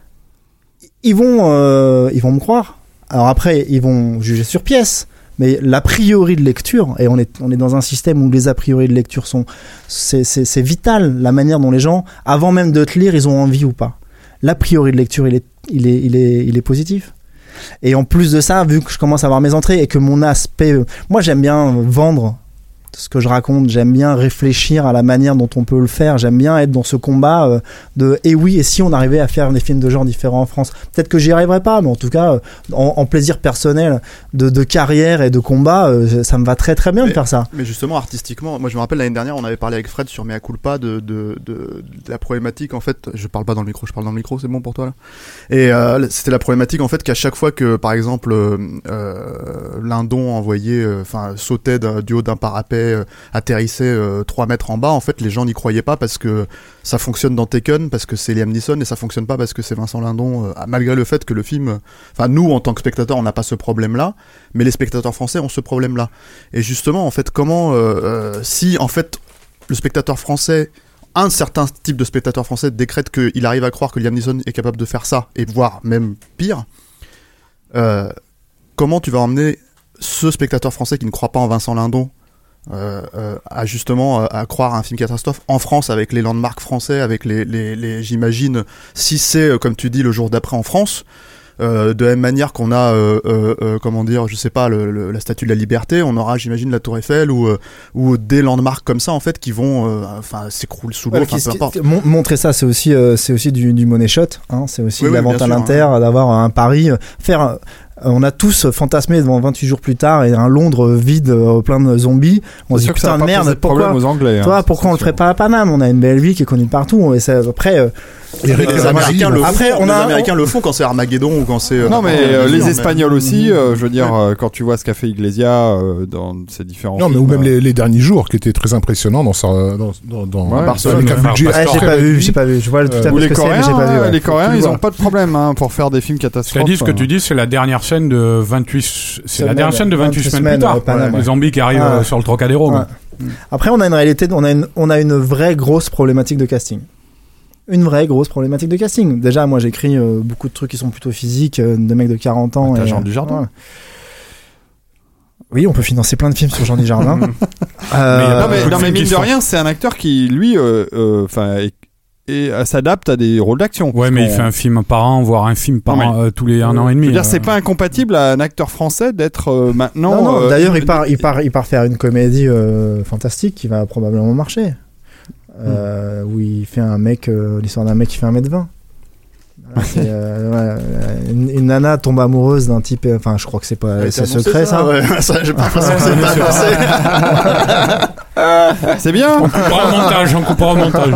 ils vont, euh, ils vont me croire. Alors après, ils vont juger sur pièce. Mais l'a priori de lecture, et on est, on est dans un système où les a priori de lecture sont, c'est, c'est, c'est vital, la manière dont les gens, avant même de te lire, ils ont envie ou pas. L'a priori de lecture, il est, il est, il est, il est positif. Et en plus de ça, vu que je commence à avoir mes entrées et que mon aspect, moi j'aime bien vendre ce que je raconte, j'aime bien réfléchir à la manière dont on peut le faire, j'aime bien être dans ce combat euh, de et oui, et si on arrivait à faire des films de genre différents en France, peut-être que j'y arriverais pas, mais en tout cas euh, en, en plaisir personnel de, de carrière et de combat, euh, ça me va très très bien mais, de faire ça. Mais justement artistiquement, moi je me rappelle l'année dernière on avait parlé avec Fred sur Mea Culpa de, de, de, de la problématique en fait, je parle pas dans le micro, je parle dans le micro, c'est bon pour toi là, et euh, c'était la problématique en fait qu'à chaque fois que par exemple euh, Lindon envoyait, enfin euh, sautait du haut d'un parapet, euh, atterrissait euh, trois mètres en bas, en fait les gens n'y croyaient pas parce que ça fonctionne dans Taken, parce que c'est Liam Neeson, et ça fonctionne pas parce que c'est Vincent Lindon, euh, malgré le fait que le film, enfin nous en tant que spectateurs on n'a pas ce problème là, mais les spectateurs français ont ce problème là, et justement en fait comment euh, euh, si en fait le spectateur français, un certain type de spectateur français décrète qu'il arrive à croire que Liam Neeson est capable de faire ça, et voire même pire, euh, comment tu vas emmener ce spectateur français qui ne croit pas en Vincent Lindon Euh, euh, à justement euh, à croire à un film catastrophe en France, avec les landmarks français, avec les, les, les j'imagine, si c'est euh, comme tu dis le jour d'après en France, euh, de la même manière qu'on a euh, euh, euh, comment dire, je sais pas, le, le, la Statue de la Liberté, on aura j'imagine la Tour Eiffel, ou, euh, ou des landmarks comme ça en fait qui vont enfin euh, s'écrouler sous l'eau, ouais, enfin, peu importe. Mon, montrer ça, c'est aussi euh, c'est aussi du, du money shot, hein, c'est aussi oui, de la oui, vente à sûr, l'inter, hein. D'avoir un pari, faire on a tous fantasmé devant vingt-huit jours plus tard et un Londres vide, euh, plein de zombies. On se dit putain de merde, pourquoi, aux Anglais, hein, toi, pourquoi on le ferait pas à Paname? On a une belle ville qui est connue de partout. Et ça, après, euh, les, les, les Américains, le, après, font, on a, les Américains on... le font quand c'est Armageddon ou quand c'est. Euh, non mais euh, les Espagnols mais... aussi. Euh, je veux dire, ouais. euh, quand tu vois ce qu'a fait Iglesias euh, dans ces différents. Non, films, mais ou même euh... les, les derniers jours qui étaient très impressionnants dans sa, dans, dans, dans ouais, Barcelone. Ouais, ouais, j'ai pas vu, j'ai pas vu. Je vois tout à fait les Coréens, j'ai pas vu. Les Coréens, ils ont pas de problème pour faire des films catastrophes. Tu as dit ce que tu dis, c'est la dernière scène de vingt-huit. C'est la dernière scène de vingt-huit semaines plus tard. Les zombies qui arrivent sur le Trocadéro. Après, on a une réalité, on a une, on a une vraie grosse problématique de casting. Une vraie grosse problématique de casting. Déjà, moi, j'écris euh, beaucoup de trucs qui sont plutôt physiques, euh, de mecs de quarante ans. T'as et, Jean Dujardin. Ouais. Oui, on peut financer plein de films sur Jean Dujardin. euh, mais, non, mais, non, mais mine de rien, c'est un acteur qui, lui, enfin, euh, euh, et euh, s'adapte à des rôles d'action. Ouais, mais il fait un film par an, voire un film par an, euh, tous les un an et demi. Je veux dire, euh... c'est pas incompatible à un acteur français d'être euh, maintenant. Non, non. Euh, D'ailleurs, il part, il part, il part faire une comédie euh, fantastique qui va probablement marcher. Euh, mm. Où il fait un mec, euh, l'histoire d'un mec qui fait un mètre vingt. Voilà, c'est, euh, ouais, une, une nana tombe amoureuse d'un type. Enfin, je crois que c'est pas, c'est secret ça. ça ouais. Ça, j'ai pas l'impression que c'est pas passé. C'est bien. On coupera au montage. On coupera au montage.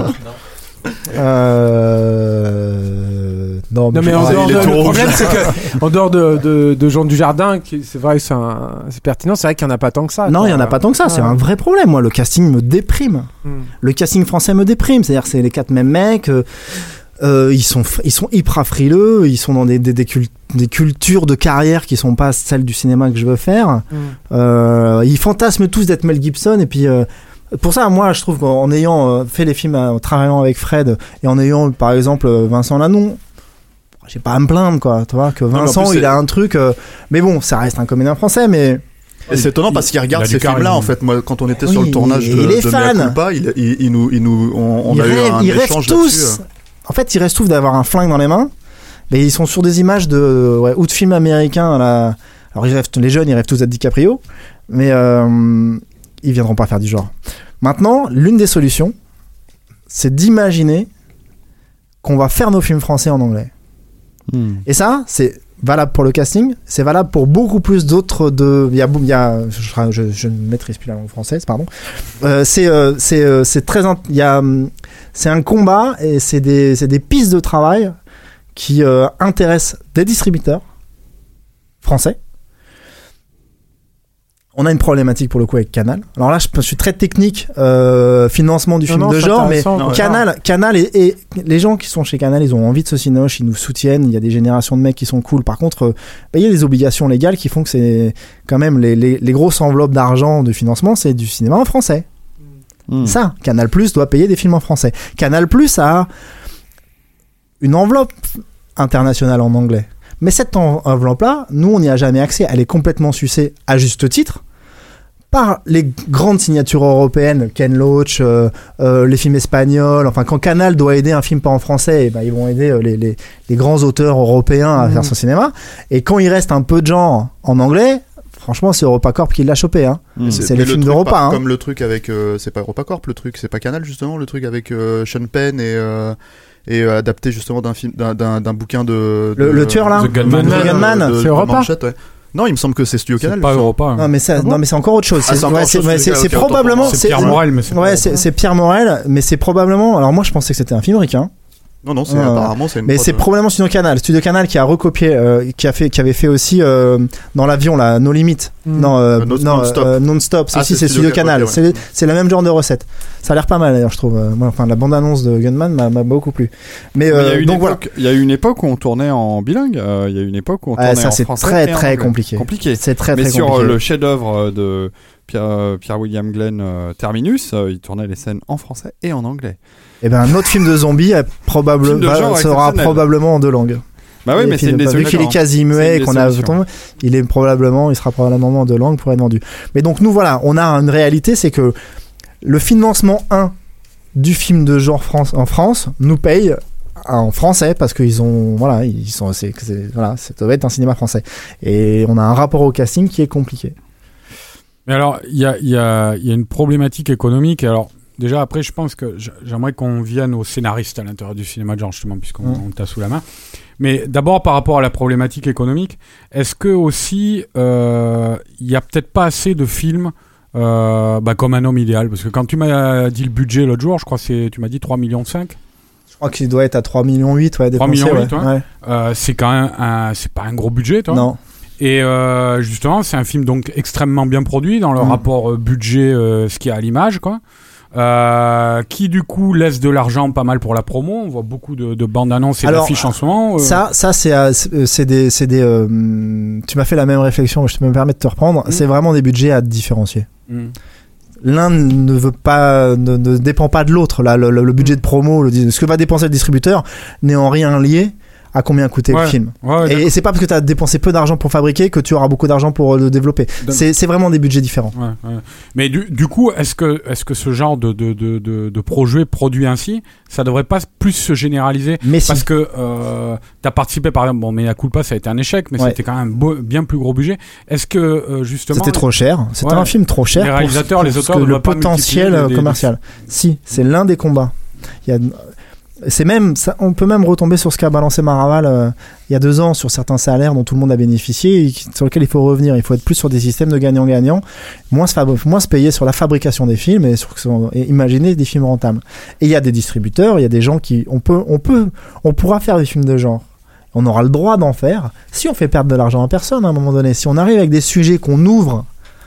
Euh... Non, mais, non, mais en dehors de, le rouge. problème, c'est que en dehors de, de, de Jean Dujardin, qui, c'est vrai, c'est, un, c'est pertinent. C'est vrai qu'il y en a pas tant que ça. Non, il y en a pas tant que ça. C'est ouais. un vrai problème. Moi, le casting me déprime. Hmm. Le casting français me déprime. C'est-à-dire, c'est les quatre mêmes mecs. Euh, euh, ils sont, ils sont hyper frileux. Ils sont dans des, des, des, cult- des cultures de carrière qui sont pas celles du cinéma que je veux faire. Hmm. Euh, ils fantasment tous d'être Mel Gibson et puis. Euh, Pour ça, moi, je trouve qu'en ayant fait les films, en travaillant avec Fred et en ayant, par exemple, Vincent Lannon, j'ai pas à me plaindre, quoi. Tu vois, que Vincent, non, plus, il a un truc. Euh, mais bon, ça reste un comédien français, mais. Et c'est étonnant parce qu'il regarde ces films-là, en fait. Moi, quand on était oui, sur le tournage de, il est de fan. Mea Culpa, il, il, il nous, il nous, on, on il a rêve, eu un ils échange rêvent tous. là-dessus. En fait, ils rêvent tous d'avoir un flingue dans les mains, mais ils sont sur des images de, ouais, ou de films américains. Là. Alors, ils rêvent, les jeunes, ils rêvent tous d'être DiCaprio, mais euh, ils viendront pas faire du genre. Maintenant, l'une des solutions, c'est d'imaginer qu'on va faire nos films français en anglais. Hmm. Et ça, c'est valable pour le casting, c'est valable pour beaucoup plus d'autres. De, il y a, il y a, je, je, je ne maîtrise plus la langue française, pardon. Euh, c'est, euh, c'est, euh, c'est très, il y a, c'est un combat et c'est des, c'est des pistes de travail qui euh, intéressent des distributeurs français. On a une problématique pour le coup avec Canal. Alors là, je, je suis très technique, euh, financement du non, film non, de genre, mais non, Canal, ouais. Canal et, et les gens qui sont chez Canal, ils ont envie de ce cinoche, ils nous soutiennent. Il y a des générations de mecs qui sont cool. Par contre, euh, bah, il y a des obligations légales qui font que c'est quand même les, les, les grosses enveloppes d'argent de financement, c'est du cinéma en français. Mmh. Ça, Canal Plus doit payer des films en français. Canal Plus a une enveloppe internationale en anglais. Mais cette enveloppe-là, nous, on n'y a jamais accès. Elle est complètement sucée, à juste titre, par les grandes signatures européennes, Ken Loach, euh, euh, les films espagnols. Enfin, quand Canal doit aider un film pas en français, eh ben, ils vont aider euh, les, les, les grands auteurs européens à mmh. faire son cinéma. Et quand il reste un peu de gens en anglais, franchement, c'est EuropaCorp qui l'a chopé. Hein. Mmh. C'est, c'est les films d'Europa. Pas, hein. Comme le truc avec... Euh, c'est pas EuropaCorp, le truc, c'est pas Canal, justement, le truc avec euh, Sean Penn et... Euh... et euh, adapté justement d'un film d'un, d'un, d'un bouquin de, de le, le tueur là The Gunman, The Gunman. De, de, c'est Europa ouais. Non, il me semble que c'est Studio Canal. C'est pas Europa. Hein. Non mais ça, ah bon non mais c'est encore autre chose. Ah, c'est, c'est, ouais, c'est, ouais, c'est, c'est, c'est probablement c'est Pierre Morel, mais c'est ouais c'est, c'est Pierre Morel, mais c'est probablement. Alors moi je pensais que c'était un film ricain. Non non, c'est euh, apparemment c'est une. Mais c'est de... probablement Studio Canal, Studio Canal qui a recopié, euh, qui a fait, qui avait fait aussi euh, dans l'avion là, No Limit. Mm. Non, euh, no, non, non-stop. Euh, non-stop. C'est ah, aussi c'est, c'est Studio, Studio Canal. Okay, ouais. C'est, c'est la même genre de recette. Ça a l'air pas mal d'ailleurs, je trouve. Moi, enfin, la bande-annonce de Gunman m'a, m'a beaucoup plu. Mais, mais euh, il donc voilà. Il y a eu une époque où on tournait en bilingue. Euh, il y a eu une époque où on tournait ouais, ça, en c'est français. Très très et compliqué. Compliqué. C'est très mais très compliqué. Mais sur le chef-d'œuvre de Pierre, Pierre William Glenn, euh, Terminus, euh, il tournait les scènes en français et en anglais. Et ben un autre film de zombie probable, de va, sera probablement en deux langues. Bah oui, et mais c'est une des vu qu'il est quasi muet et qu'on a il est probablement il sera probablement en deux langues pour être vendu. Mais donc nous voilà, on a une réalité, c'est que le financement un du film de genre France en France nous paye en français parce qu'ils ont voilà, ils sont c'est, c'est voilà, ça doit être un cinéma français et on a un rapport au casting qui est compliqué. Mais alors, il y a, y, a, y a une problématique économique. Alors, déjà, après, je pense que j'aimerais qu'on vienne aux scénaristes à l'intérieur du cinéma de genre, justement, puisqu'on mmh. on t'a sous la main. Mais d'abord, par rapport à la problématique économique, est-ce que aussi, il euh, y a peut-être pas assez de films euh, bah, comme Un homme idéal? Parce que quand tu m'as dit le budget l'autre jour, je crois que c'est, tu m'as dit trois virgule cinq millions. Je crois qu'il doit être à trois virgule huit millions, ouais, trois virgule huit, ouais. ouais. ouais. Euh, c'est quand même un, c'est pas un gros budget, toi. Non. Et euh, justement, c'est un film donc extrêmement bien produit dans le mmh. rapport euh, budget, euh, ce qu'il y a à l'image, quoi. Euh, qui du coup laisse de l'argent pas mal pour la promo. On voit beaucoup de, de bandes annonces et Alors, d'affiches en ce moment. Euh... Ça, ça c'est, euh, c'est des, c'est des. Euh, tu m'as fait la même réflexion. Je te me permets de te reprendre. Mmh. C'est vraiment des budgets à différencier. Mmh. L'un ne veut pas, ne, ne dépend pas de l'autre. Là, le, le, le budget de promo, le, ce que va dépenser le distributeur n'est en rien lié à combien coûtait ouais. le film. Ouais, ouais, et, et c'est pas parce que tu as dépensé peu d'argent pour fabriquer que tu auras beaucoup d'argent pour le développer. C'est, c'est vraiment des budgets différents. Ouais, ouais. Mais du, du coup, est-ce que, est-ce que ce genre de, de, de, de, de projet produit ainsi, ça devrait pas plus se généraliser? Mais Parce si. que euh, tu as participé, par exemple, bon, Mea Culpa, ça a été un échec, mais ouais. c'était quand même beau, bien plus gros budget. Est-ce que, euh, justement... C'était trop cher. C'était ouais. un film trop cher. Les réalisateurs, pour, les pour auteurs, que ne le potentiel des, des, commercial. Des... Si, c'est l'un des combats. Il y a... C'est même, ça, on peut même retomber sur ce qu'a balancé Maraval euh, il y a deux ans sur certains salaires dont tout le monde a bénéficié et qui, sur lesquels il faut revenir. Il faut être plus sur des systèmes de gagnant-gagnant, moins se, fabri- moins se payer sur la fabrication des films et, sur, et imaginer des films rentables. Et il y a des distributeurs, il y a des gens qui, on peut, on peut, on pourra faire des films de genre. On aura le droit d'en faire si on fait perdre de l'argent à personne à un moment donné. Si on arrive avec des sujets qu'on ouvre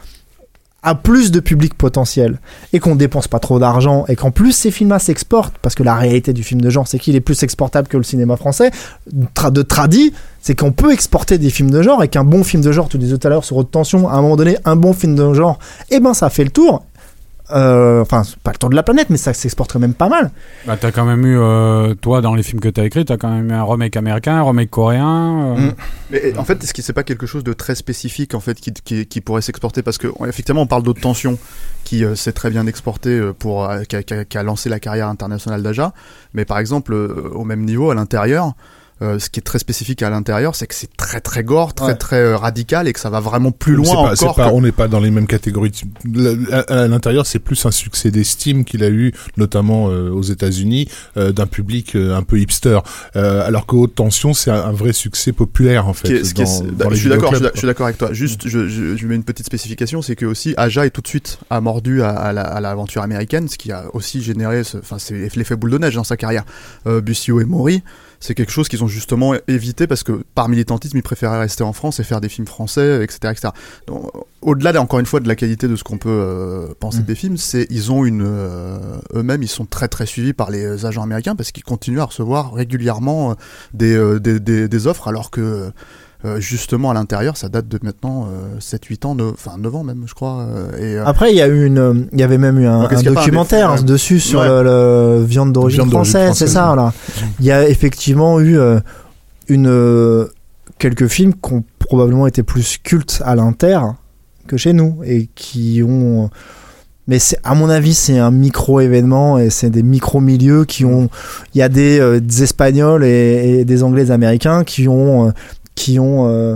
à plus de public potentiel et qu'on dépense pas trop d'argent et qu'en plus ces films-là s'exportent, parce que la réalité du film de genre c'est qu'il est plus exportable que le cinéma français tra- de tradi, c'est qu'on peut exporter des films de genre et qu'un bon film de genre, tu disais tout à l'heure sur Haute Tension, à un moment donné un bon film de genre, et eh ben ça fait le tour. Euh, enfin, c'est pas le tour de la planète, mais ça s'exporte quand même pas mal. Bah, t'as quand même eu, euh, toi, dans les films que t'as écrits, t'as quand même eu un remake américain, un remake coréen. Euh... Mm. Mais en fait, est-ce que c'est pas quelque chose de très spécifique en fait qui, qui, qui pourrait s'exporter, parce que effectivement, on parle d'Haute Tension qui euh, s'est très bien exporté pour, euh, qui, a, qui, a, qui a lancé la carrière internationale d'Aja, mais par exemple, euh, au même niveau, à l'intérieur. Euh, ce qui est très spécifique à l'intérieur, c'est que c'est très très gore, très ouais. très euh, radical et que ça va vraiment plus loin c'est pas, encore. C'est pas, que... On n'est pas dans les mêmes catégories. À, à l'intérieur, c'est plus un succès d'estime qu'il a eu, notamment euh, aux États-Unis, euh, d'un public euh, un peu hipster. Euh, alors que Haute Tension, c'est un, un vrai succès populaire en fait. Est, dans, est, dans je, suis d'accord, je suis d'accord avec toi. Juste, je, je, je mets une petite spécification, c'est que aussi Aja est tout de suite a mordu à, à, la, à l'aventure américaine, ce qui a aussi généré, enfin c'est l'effet boule de neige dans sa carrière. Euh, Bustillo et Mori. C'est quelque chose qu'ils ont justement évité parce que par militantisme, ils préféraient rester en France et faire des films français, et cetera, et cetera. Donc, au-delà, encore une fois, de la qualité de ce qu'on peut euh, penser mmh. des films, c'est ils ont une euh, eux-mêmes, ils sont très très suivis par les agents américains parce qu'ils continuent à recevoir régulièrement des euh, des, des, des offres, alors que Euh, justement à l'intérieur ça date de maintenant euh, sept huit ans, enfin neuf ans même je crois euh, et, euh... après il y a eu une il y avait même eu un, un documentaire un dessus ouais. sur ouais. le, le viande d'origine viande française, d'origine française c'est ça là. Il y a effectivement eu euh, une euh, quelques films qui ont probablement été plus cultes à l'inter que chez nous et qui ont mais c'est, à mon avis, c'est un micro-événement et c'est des micro-milieux qui ont... Il y a des, euh, des Espagnols et, et des Anglais et Américains qui ont... Euh, qui ont euh,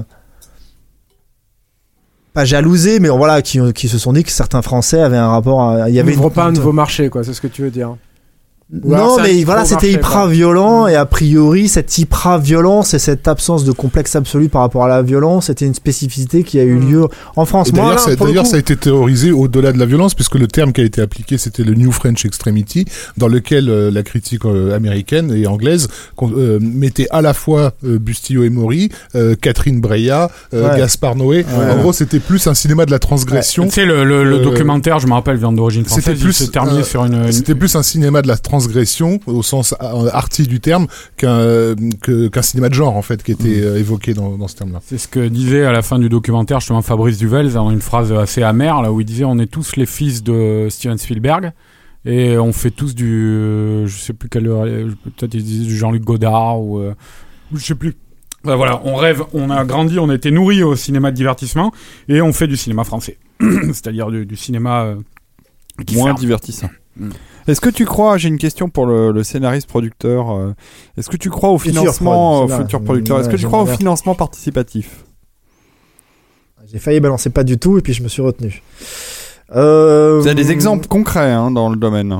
pas jalousé, mais voilà, qui, qui se sont dit que certains Français avaient un rapport à... Il y avait une... pas un nouveau marché, quoi, c'est ce que tu veux dire. Ou non, mais voilà, c'était hyper violent, et a priori, cette hyper violence et cette absence de complexe absolu par rapport à la violence, c'était une spécificité qui a eu lieu en France. Et Moi, d'ailleurs, là, ça, d'ailleurs ça a été théorisé au-delà de la violence, puisque le terme qui a été appliqué, c'était le New French Extremity, dans lequel euh, la critique euh, américaine et anglaise euh, mettait à la fois euh, Bustillo et Mori, euh, Catherine Breillat, euh, ouais. Gaspard Noé. Ouais. En gros, c'était plus un cinéma de la transgression. Ouais. Tu sais, le, le, le euh, documentaire, je me rappelle, Viande d'origine française, c'était plus, il s'est terminé euh, sur une, une... C'était plus un cinéma de la transgression, au sens arty du terme, qu'un, que, qu'un cinéma de genre, en fait, qui était mmh. évoqué dans, dans ce terme-là. C'est ce que disait à la fin du documentaire, justement, Fabrice Duvels, dans une phrase assez amère, là, où il disait « On est tous les fils de Steven Spielberg, et on fait tous du... Euh, je sais plus quelle heure... Peut-être il disait du Jean-Luc Godard, ou... Euh, je sais plus... Ben voilà, on rêve, on a grandi, on a été nourris au cinéma de divertissement, et on fait du cinéma français. C'est-à-dire du, du cinéma... Euh, moins ferme. Divertissant. Mmh. Est-ce que tu crois, j'ai une question pour le, le scénariste producteur, euh, est-ce que tu crois au financement, futur, futur producteur, est-ce que tu crois au financement participatif? J'ai failli balancer pas du tout et puis je me suis retenu. Euh... Vous avez des exemples concrets hein, dans le domaine?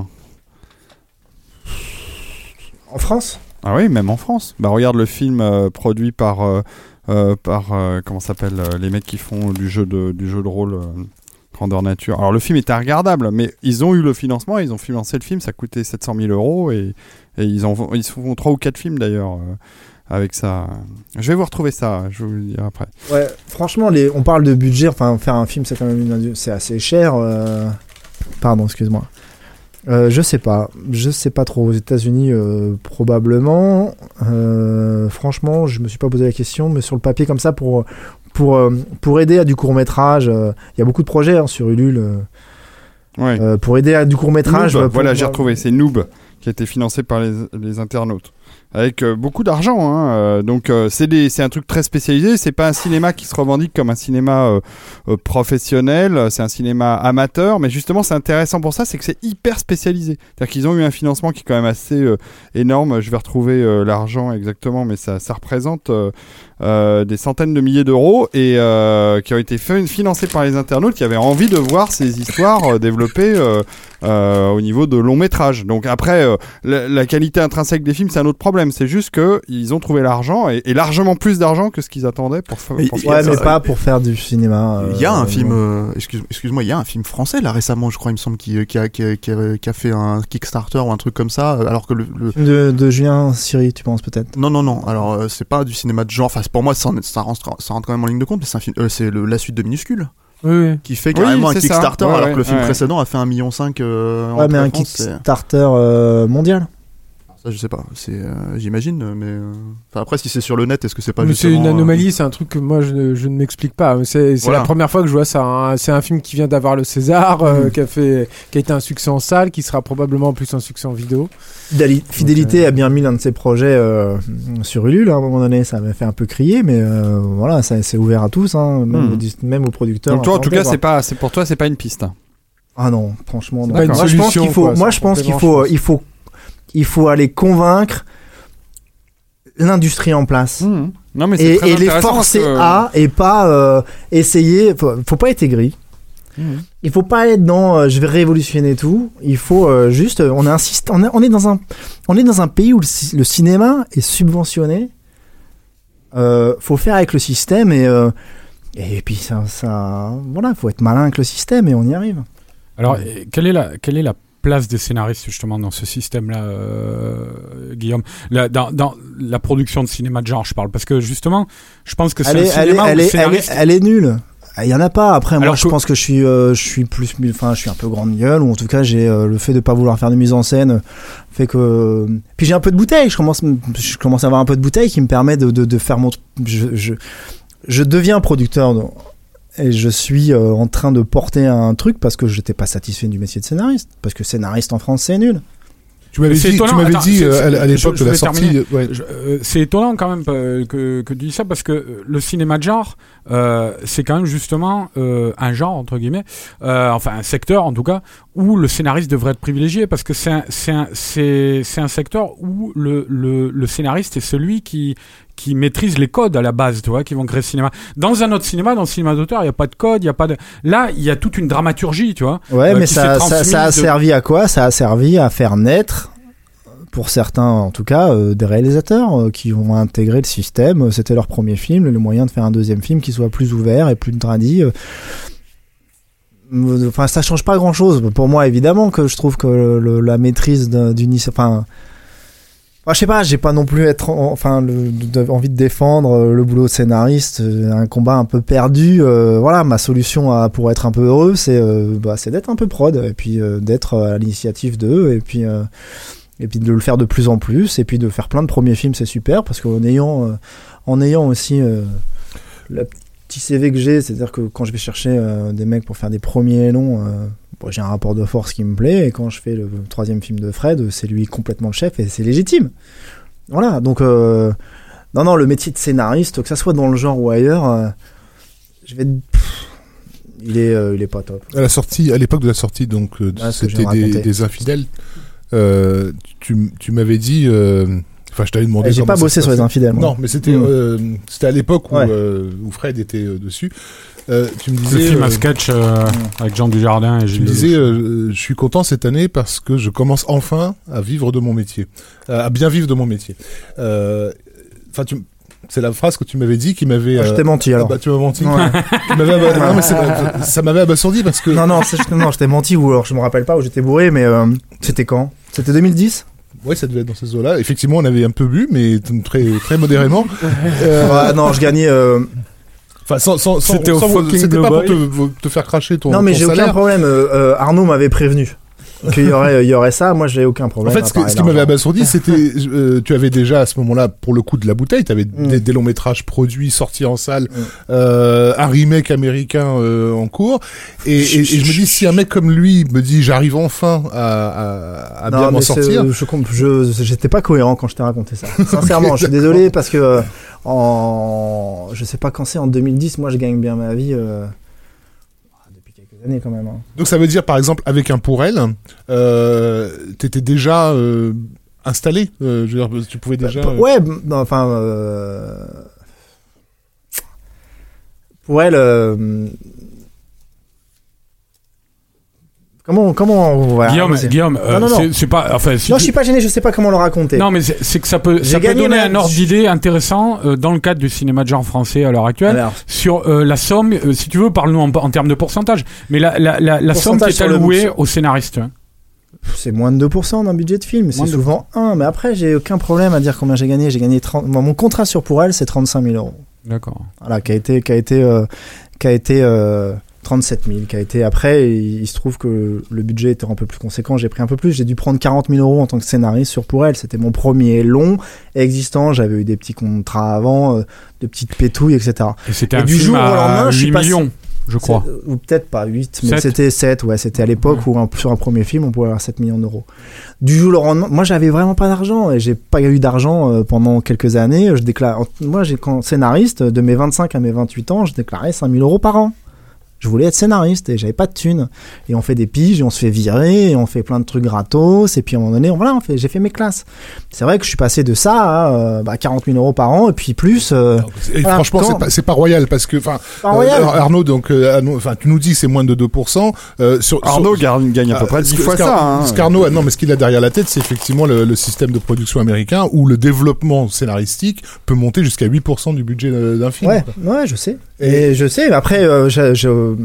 En France? Ah oui, même en France. Bah regarde le film euh, produit par, euh, euh, par euh, comment ça s'appelle, euh, les mecs qui font du jeu de, du jeu de rôle... Euh, Grandeur nature. Alors le film était regardable, mais ils ont eu le financement, ils ont financé le film, ça coûtait sept cent mille euros et, et ils, en, ils font trois ou quatre films d'ailleurs euh, avec ça. Je vais vous retrouver ça, je vous le dirai après. Ouais, franchement, les, on parle de budget, enfin faire un film c'est quand même une, c'est assez cher. Euh... Pardon, excuse-moi. Euh, je sais pas, je sais pas trop. Aux États-Unis, euh, probablement. Euh, franchement, je me suis pas posé la question, mais sur le papier comme ça pour. Pour, euh, pour aider à du court-métrage, il euh, y a beaucoup de projets hein, sur Ulule. Euh, ouais. euh, pour aider à du court-métrage. Noob, pour, voilà, j'ai retrouvé, c'est Noob, qui a été financé par les, les internautes. avec euh, beaucoup d'argent. Hein. Euh, donc euh, c'est, des, c'est un truc très spécialisé. C'est pas un cinéma qui se revendique comme un cinéma euh, euh, professionnel. C'est un cinéma amateur. Mais justement, c'est intéressant pour ça, c'est que c'est hyper spécialisé. C'est-à-dire qu'ils ont eu un financement qui est quand même assez euh, énorme. Je vais retrouver euh, l'argent exactement, mais ça, ça représente euh, euh, des centaines de milliers d'euros et euh, qui ont été f- financés par les internautes qui avaient envie de voir ces histoires euh, développées euh, euh, au niveau de long métrage. Donc après, euh, la, la qualité intrinsèque des films, c'est un autre problème. C'est juste que ils ont trouvé l'argent et, et largement plus d'argent que ce qu'ils attendaient pour, pour ouais, faire mais ça. pas pour faire du cinéma. Il y a euh, un film, ouais. euh, excuse, excuse-moi, il y a un film français là récemment, je crois, il me semble, qui, qui, a, qui, a, qui, a, qui a fait un Kickstarter ou un truc comme ça, alors que le, le... De, de Julien Siri, tu penses peut-être? Non, non, non. Alors euh, c'est pas du cinéma de genre. Enfin, pour moi, ça, ça, rentre, ça rentre quand même en ligne de compte. Mais c'est un film, euh, c'est le, la suite de Minuscule. Oui. Qui fait carrément oui, un Kickstarter, ouais, alors ouais, que le film ouais. précédent a fait un million cinq. Euh, Ouais, mais un France, Kickstarter euh, mondial. Ça, je sais pas. C'est, euh, j'imagine, mais euh... enfin, après, si c'est sur le net, est-ce que c'est pas Mais justement c'est une anomalie, euh... c'est un truc que moi je ne, je ne m'explique pas. C'est, c'est Voilà. la première fois que je vois ça. Hein. C'est un film qui vient d'avoir le César, euh, Mm. qui a fait, qui a été un succès en salle, qui sera probablement plus un succès en vidéo. Fidali- Fidélité Donc, euh... a bien mis l'un de ses projets euh, sur Ulule. À un moment donné, ça m'a fait un peu crier, mais euh, voilà, ça, c'est ouvert à tous, hein, même, Mm. aux, même aux producteurs. Donc toi, en tout cas, quoi. c'est pas, c'est pour toi, c'est pas une piste. Ah non, franchement, non. pas une Moi, je pense solution, qu'il faut. quoi, moi, c'est je pense qu'il complément, faut, je pense. il faut, il faut aller convaincre l'industrie en place. Mmh. Non, mais c'est et, très et les intéressant forcer parce que- à et pas euh, essayer. Faut, faut pas être aigri. Mmh. Il faut pas être dans euh, je vais révolutionner tout. Il faut euh, juste euh, on insiste. On, est- on est dans un on est dans un pays où le, ci- le cinéma est subventionné. Euh, faut faire avec le système et euh, et puis ça ça voilà. Faut être malin avec le système et on y arrive. Alors, euh, quelle est la quelle est la place des scénaristes justement dans ce système-là, euh, Guillaume, la, dans, dans la production de cinéma de genre, je parle, parce que justement, je pense que c'est Elle un est, elle, est, cinéma où elle, le est, elle, est, scénariste... elle est nulle. Il y en a pas. Après, moi, Alors je que- pense que je suis, euh, je suis plus, enfin, je suis un peu grande gueule, ou en tout cas, j'ai euh, le fait de pas vouloir faire de mise en scène, fait que. Puis j'ai un peu de bouteille. Je commence, je commence à avoir un peu de bouteille qui me permet de, de, de faire mon. Je, je, je deviens producteur. Donc, et je suis euh, en train de porter un truc parce que j'étais pas satisfait du métier de scénariste, parce que scénariste en France c'est nul. Tu m'avais C'est dit, étonnant. tu m'avais Attends, dit c'est- euh, c'est- à, à l'époque je- je de la vais sortie. terminer. Ouais. Je- euh, c'est étonnant quand même euh, que, que tu dis ça, parce que euh, le cinéma de genre, euh, c'est quand même justement euh, un genre, entre guillemets, euh, enfin un secteur en tout cas, où le scénariste devrait être privilégié, parce que c'est un, c'est un, c'est, c'est un secteur où le, le, le scénariste est celui qui, qui maîtrise les codes à la base, tu vois, qui vont créer le cinéma. Dans un autre cinéma, dans le cinéma d'auteur, il n'y a pas de code, il y a pas de... Là, il y a toute une dramaturgie, tu vois. Ouais, euh, mais qui ça, s'est ça, ça a transmise de- servi à quoi? Ça a servi à faire naître, pour certains en tout cas, euh, des réalisateurs euh, qui ont intégré le système. C'était leur premier film, le moyen de faire un deuxième film qui soit plus ouvert et plus tradit. euh. Enfin, ça change pas grand-chose. Pour moi, évidemment, que je trouve que le, la maîtrise d'un- d'une... Enfin... Enfin, je sais pas, j'ai pas non plus être, en- enfin, le, de- envie de défendre euh, le boulot de scénariste, euh, un combat un peu perdu. euh, voilà, ma solution à, pour être un peu heureux, c'est, euh, bah, c'est d'être un peu prod, et puis euh, d'être à l'initiative d'eux, et puis, euh, et puis de le faire de plus en plus, et puis de faire plein de premiers films, c'est super, parce qu'en ayant, euh, en ayant aussi euh, le petit C V que j'ai, c'est-à-dire que quand je vais chercher euh, des mecs pour faire des premiers longs. Euh, Bon, j'ai un rapport de force qui me plaît, et quand je fais le troisième film de Fred, c'est lui complètement le chef et c'est légitime. Voilà, donc euh, non, non, le métier de scénariste, que ça soit dans le genre ou ailleurs, euh, je vais, pff, il est, euh, il est pas top. À la sortie, à l'époque de la sortie, donc euh, Ah, ce que je c'était viens de des, raconter. des infidèles. Euh, tu, tu m'avais dit, euh, enfin, je t'avais demandé. Et j'ai comment pas ça bossé se sur les passait. infidèles. Moi. Non, mais c'était, Mm. euh, c'était à l'époque où, Ouais. euh, où Fred était euh, dessus. Euh, tu me Le disais, film euh, à sketch euh, avec Jean Dujardin et tu Gilles me disais, Lelouch. euh, je suis content cette année parce que je commence enfin à vivre de mon métier, à bien vivre de mon métier. Euh, Enfin, tu, c'est la phrase que tu m'avais dit qui m'avait. Ah, je euh, t'ai menti alors. ah bah, tu m'as menti. Ouais. Tu m'avais aba- non, mais c'est- ça m'avait abasourdi parce que. Non, non, c'est- non, je t'ai menti ou alors je me rappelle pas où j'étais bourré, mais euh, c'était quand? C'était deux mille dix? Ouais, ça devait être dans ces eaux-là. Effectivement, on avait un peu bu, mais t- très très modérément. Euh, Ah, non, je gagnais. euh, Enfin, sans, sans, sans, C'était au sans- fucking c'était pas pour Blue te, te faire cracher ton, Non, mais ton j'ai aucun salaire. problème. euh, euh, Arnaud m'avait prévenu. qu'il y aurait, il y aurait ça, moi j'ai aucun problème. En fait, ce, que, ce qui m'avait abasourdi, c'était, euh, tu avais déjà à ce moment-là, pour le coup de la bouteille, tu avais mm. des, des longs métrages produits, sortis en salle, mm. euh, un remake américain euh, en cours, et, et, et je me dis, si un mec comme lui me dit, j'arrive enfin à, à, à non, bien m'en sortir. Je, je, j'étais pas cohérent quand je t'ai raconté ça. Sincèrement, okay, je suis désolé parce que en, je sais pas quand c'est, en deux mille dix, moi je gagne bien ma vie. Euh... Années quand même. Hein. Donc ça veut dire par exemple avec un pour elle, euh, t'étais déjà euh, installé, euh, je veux dire, tu pouvais déjà. Bah, euh... Ouais, bah, enfin euh, pour elle. Euh, Comment, comment, voilà, Guillaume, Guillaume, euh, non, non, non. C'est, c'est pas, enfin, si non, tu... je suis pas gêné, je sais pas comment le raconter. Non, mais c'est, c'est que ça peut, ça peut donner ma... un ordre d'idée intéressant euh, dans le cadre du cinéma de genre français à l'heure actuelle. Alors, sur euh, la somme, euh, si tu veux, parle-nous en, en termes de pourcentage. Mais la, la, la, la somme qui est allouée au scénariste. Hein. C'est moins de deux pour cent d'un budget de film. C'est souvent un. Mais après, j'ai aucun problème à dire combien j'ai gagné. J'ai gagné trente. Bon, mon contrat sur Pour Elle, c'est trente-cinq mille euros. D'accord. Voilà, qui a été, qui a été, euh, qui a été. Euh, trente-sept mille qui a été après, et il se trouve que le budget était un peu plus conséquent, j'ai pris un peu plus, j'ai dû prendre quarante mille euros en tant que scénariste sur Pour Elle, c'était mon premier long existant, j'avais eu des petits contrats avant, euh, de petites pétouilles, et cetera. Et c'était et un du film jour à au lendemain, huit millions, je crois. Ou peut-être pas huit, mais sept. C'était sept, ouais, c'était à l'époque ouais. où un, sur un premier film on pouvait avoir sept millions d'euros. Du jour au lendemain, moi j'avais vraiment pas d'argent, et j'ai pas eu d'argent euh, pendant quelques années, je déclare, moi j'ai, quand scénariste, de mes vingt-cinq à mes vingt-huit ans, je déclarais cinq mille euros par an. Je voulais être scénariste et j'avais pas de thunes. Et on fait des piges et on se fait virer et on fait plein de trucs gratos. Et puis à un moment donné, on, voilà, on fait, j'ai fait mes classes. C'est vrai que je suis passé de ça à euh, bah, quarante mille euros par an et puis plus. Euh, et voilà, franchement, quand... c'est, pas, c'est pas royal parce que, enfin, euh, Arnaud, donc, enfin, euh, tu nous dis que c'est moins de deux pour cent. Euh, sur, Arnaud sur, gagne, gagne à peu près dix fois ça. Hein. Ce qu'Arnaud, non, mais ce qu'il a derrière la tête, c'est effectivement le, le système de production américain où le développement scénaristique peut monter jusqu'à huit pour cent du budget d'un film. Ouais, quoi. Ouais, je sais. Et, et je sais, mais après, euh, je, je,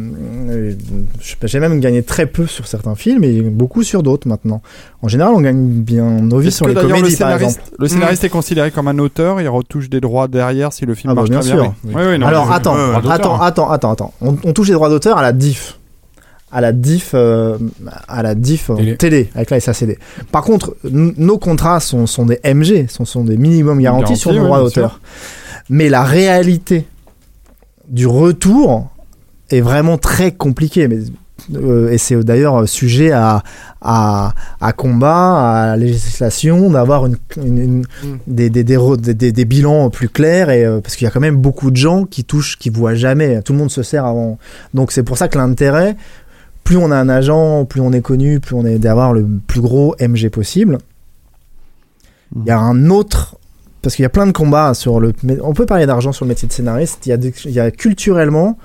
j'ai même gagné très peu sur certains films et beaucoup sur d'autres maintenant. En général, on gagne bien nos vies sur les comédies, par exemple. Le scénariste mmh. est considéré comme un auteur, il retouche des droits derrière si le film ah marche bah, bien. Bien sûr. Oui. Oui, oui, non, alors, attends, euh, attends, attends, attends, attends. On, on touche les droits d'auteur à la diff. À la diff, euh, à la diff télé. télé, avec la S A C D. Par contre, n- nos contrats sont, sont des M G, sont, sont des minimums garantis Garantie, sur nos oui, droits d'auteur. Sûr. Mais la réalité du retour est vraiment très compliqué, mais euh, et c'est d'ailleurs sujet à à à combat, à la législation, d'avoir une, une, une mm. des, des, des des des bilans plus clairs, et euh, parce qu'il y a quand même beaucoup de gens qui touchent, qui voient jamais. Tout le monde se sert avant, donc c'est pour ça que l'intérêt, plus on a un agent, plus on est connu, plus on est d'avoir le plus gros M G possible. Il mm. y a un autre. Parce qu'il y a plein de combats sur le... On peut parler d'argent sur le métier de scénariste. Il y a, des... il y a culturellement,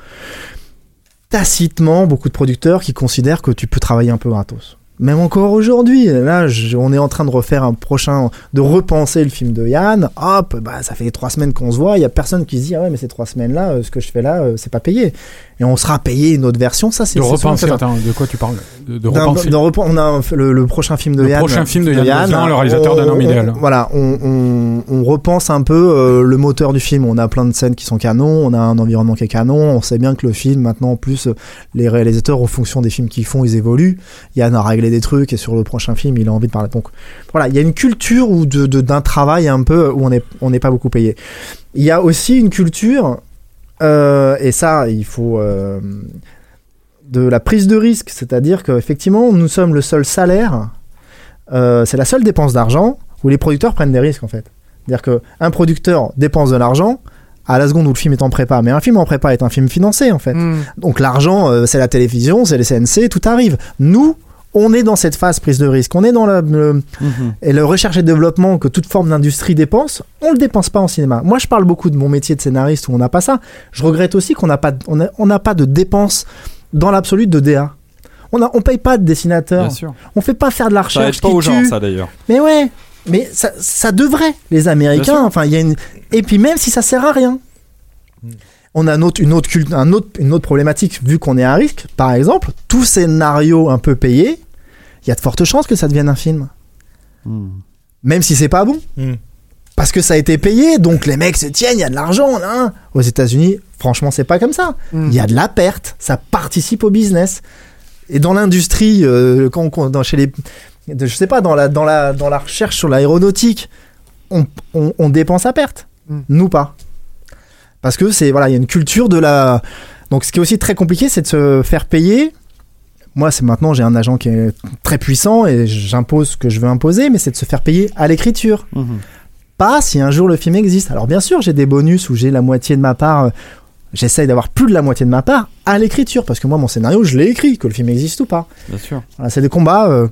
tacitement, beaucoup de producteurs qui considèrent que tu peux travailler un peu gratos. Même encore aujourd'hui, là, je... on est en train de refaire un prochain... de repenser le film de Yann. Hop, bah, ça fait trois semaines qu'on se voit. Il y a personne qui se dit, ah ouais, mais ces trois semaines-là, euh, ce que je fais là, euh, c'est pas payé. Et on sera payé une autre version. Ça, c'est... De repenser, attends, de quoi tu parles? De, de repenser. D'un, d'un, on a le, le prochain film de le Yann. Le prochain film de Yann, Yann Gosselin, le réalisateur d'un homme idéal. Voilà, on, on, on repense un peu euh, le moteur du film. On a plein de scènes qui sont canons, on a un environnement qui est canon. On sait bien que le film, maintenant, en plus, les réalisateurs, en fonction des films qu'ils font, ils évoluent. Yann a réglé des trucs et sur le prochain film, il a envie de parler. Donc voilà, il y a une culture où de, de, d'un travail un peu où on n'est on n'est pas beaucoup payé. Il y a aussi une culture, euh, et ça, il faut... Euh, de la prise de risque, c'est-à-dire qu'effectivement, nous sommes le seul salaire, euh, c'est la seule dépense d'argent où les producteurs prennent des risques, en fait. C'est-à-dire qu'un producteur dépense de l'argent à la seconde où le film est en prépa, mais un film en prépa est un film financé, en fait. Mm. Donc l'argent, euh, c'est la télévision, c'est les C N C, tout arrive. Nous, on est dans cette phase prise de risque, on est dans le, le, mm-hmm. et le recherche et développement que toute forme d'industrie dépense, on le dépense pas en cinéma. Moi, je parle beaucoup de mon métier de scénariste où on n'a pas ça. Je regrette aussi qu'on n'a pas, on a, on n'a pas de dépenses dans l'absolu de D A. On a, on paye pas de dessinateur. On fait pas faire de la recherche. Ça aide pas aux gens, ça d'ailleurs. Mais ouais, mais ça, ça devrait. Les Américains, enfin, il y a une. Et puis même si ça sert à rien. Mm. On a une autre, une autre, un autre, une autre problématique, vu qu'on est à risque. Par exemple, tout scénario un peu payé, il y a de fortes chances que ça devienne un film. Mm. Même si c'est pas bon. Mm. Parce que ça a été payé, donc les mecs se tiennent, il y a de l'argent. Hein. Aux États-Unis, franchement, c'est pas comme ça. Il mm. y a de la perte, ça participe au business. Et dans l'industrie, euh, quand, quand dans chez les, de, je sais pas, dans la dans la dans la recherche sur l'aéronautique, on, on, on dépense à perte. Mm. Nous pas. Parce que c'est voilà, il y a une culture de la. Donc ce qui est aussi très compliqué, c'est de se faire payer. Moi, c'est maintenant j'ai un agent qui est très puissant et j'impose ce que je veux imposer, mais c'est de se faire payer à l'écriture. Mm-hmm. Pas si un jour le film existe. Alors bien sûr, j'ai des bonus où j'ai la moitié de ma part. Euh, j'essaye d'avoir plus de la moitié de ma part à l'écriture, parce que moi, mon scénario, je l'ai écrit, que le film existe ou pas. Bien sûr. Voilà, c'est des combats. Euh,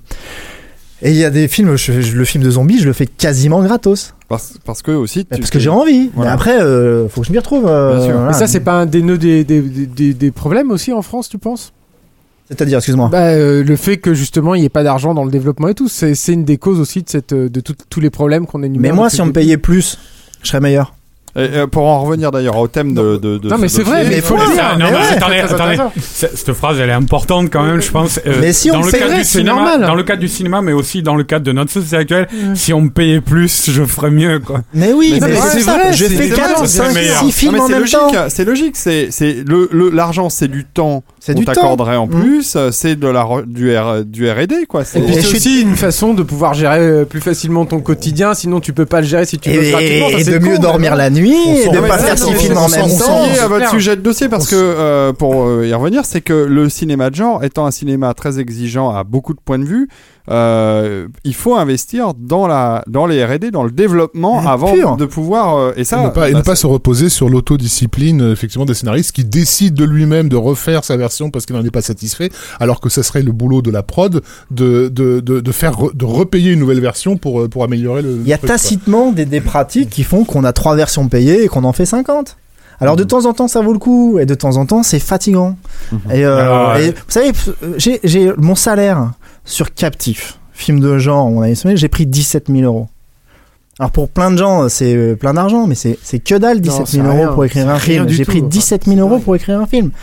et il y a des films, je, je, le film de zombies, je le fais quasiment gratos. Parce, parce que aussi. Tu, parce que j'ai envie. Voilà. Mais après, euh, faut que je m'y retrouve. Euh, Bien sûr. Voilà. Mais ça, c'est pas un des nœuds des, des, des, des problèmes aussi en France, tu penses ? C'est-à-dire, excuse-moi. Bah, euh, le fait que justement il n'y ait pas d'argent dans le développement et tout, c'est, c'est une des causes aussi de, cette, de tout, tous les problèmes qu'on énumère. Mais moi, si on me payait plus, je serais meilleur. Et, euh, pour en revenir d'ailleurs au thème de, de, de non mais c'est vrai, mais il faut le dire. Non, mais mais ouais, attendez, attendez. Cette phrase, elle est importante quand même, je pense. Euh, mais si on dans le fait cadre vrai, du c'est cinéma, normal. Dans le cadre du cinéma, mais aussi dans le cadre de notre société actuelle, mmh. si on me payait plus, je ferais mieux, quoi. Mais oui, mais, mais, mais c'est, c'est vrai. Je c'est fais quatre, cinq, six films en même logique, temps. C'est logique. C'est, c'est le, le, l'argent, c'est du temps. C'est qu'on du t'accorderait temps. en plus. Mmh. C'est de la du R, du R et D, quoi. C'est... Et puis c'est aussi une façon de pouvoir gérer plus facilement ton quotidien. Sinon, tu peux pas le gérer si tu veux gratuitement. Et de mieux dormir la nuit, et de pas faire six films en même temps. À votre sujet de dossier, parce que euh, pour euh, y revenir, c'est que le cinéma de genre, étant un cinéma très exigeant à beaucoup de points de vue, euh, il faut investir dans la dans les R et D, dans le développement, ah, avant pur. de pouvoir euh, et ça et ne pas, et bah, ne pas se reposer sur l'autodiscipline effectivement des scénaristes qui décident de lui-même de refaire sa version parce qu'il n'en est pas satisfait, alors que ça serait le boulot de la prod de de de, de faire re, de repayer une nouvelle version pour pour améliorer le. Il y a truc, tacitement des, des pratiques qui font qu'on a trois versions payées et qu'on en fait cinquante. Alors de temps en temps ça vaut le coup et de temps en temps c'est fatigant. Mmh. Et, euh, Alors, ouais. et vous savez, j'ai, j'ai mon salaire sur Captif, film de genre, on a estimé, j'ai pris dix-sept mille euros. Alors pour plein de gens c'est plein d'argent, mais c'est c'est que dalle dix-sept mille euros pour écrire un film. J'ai pris dix-sept mille euros pour écrire un film.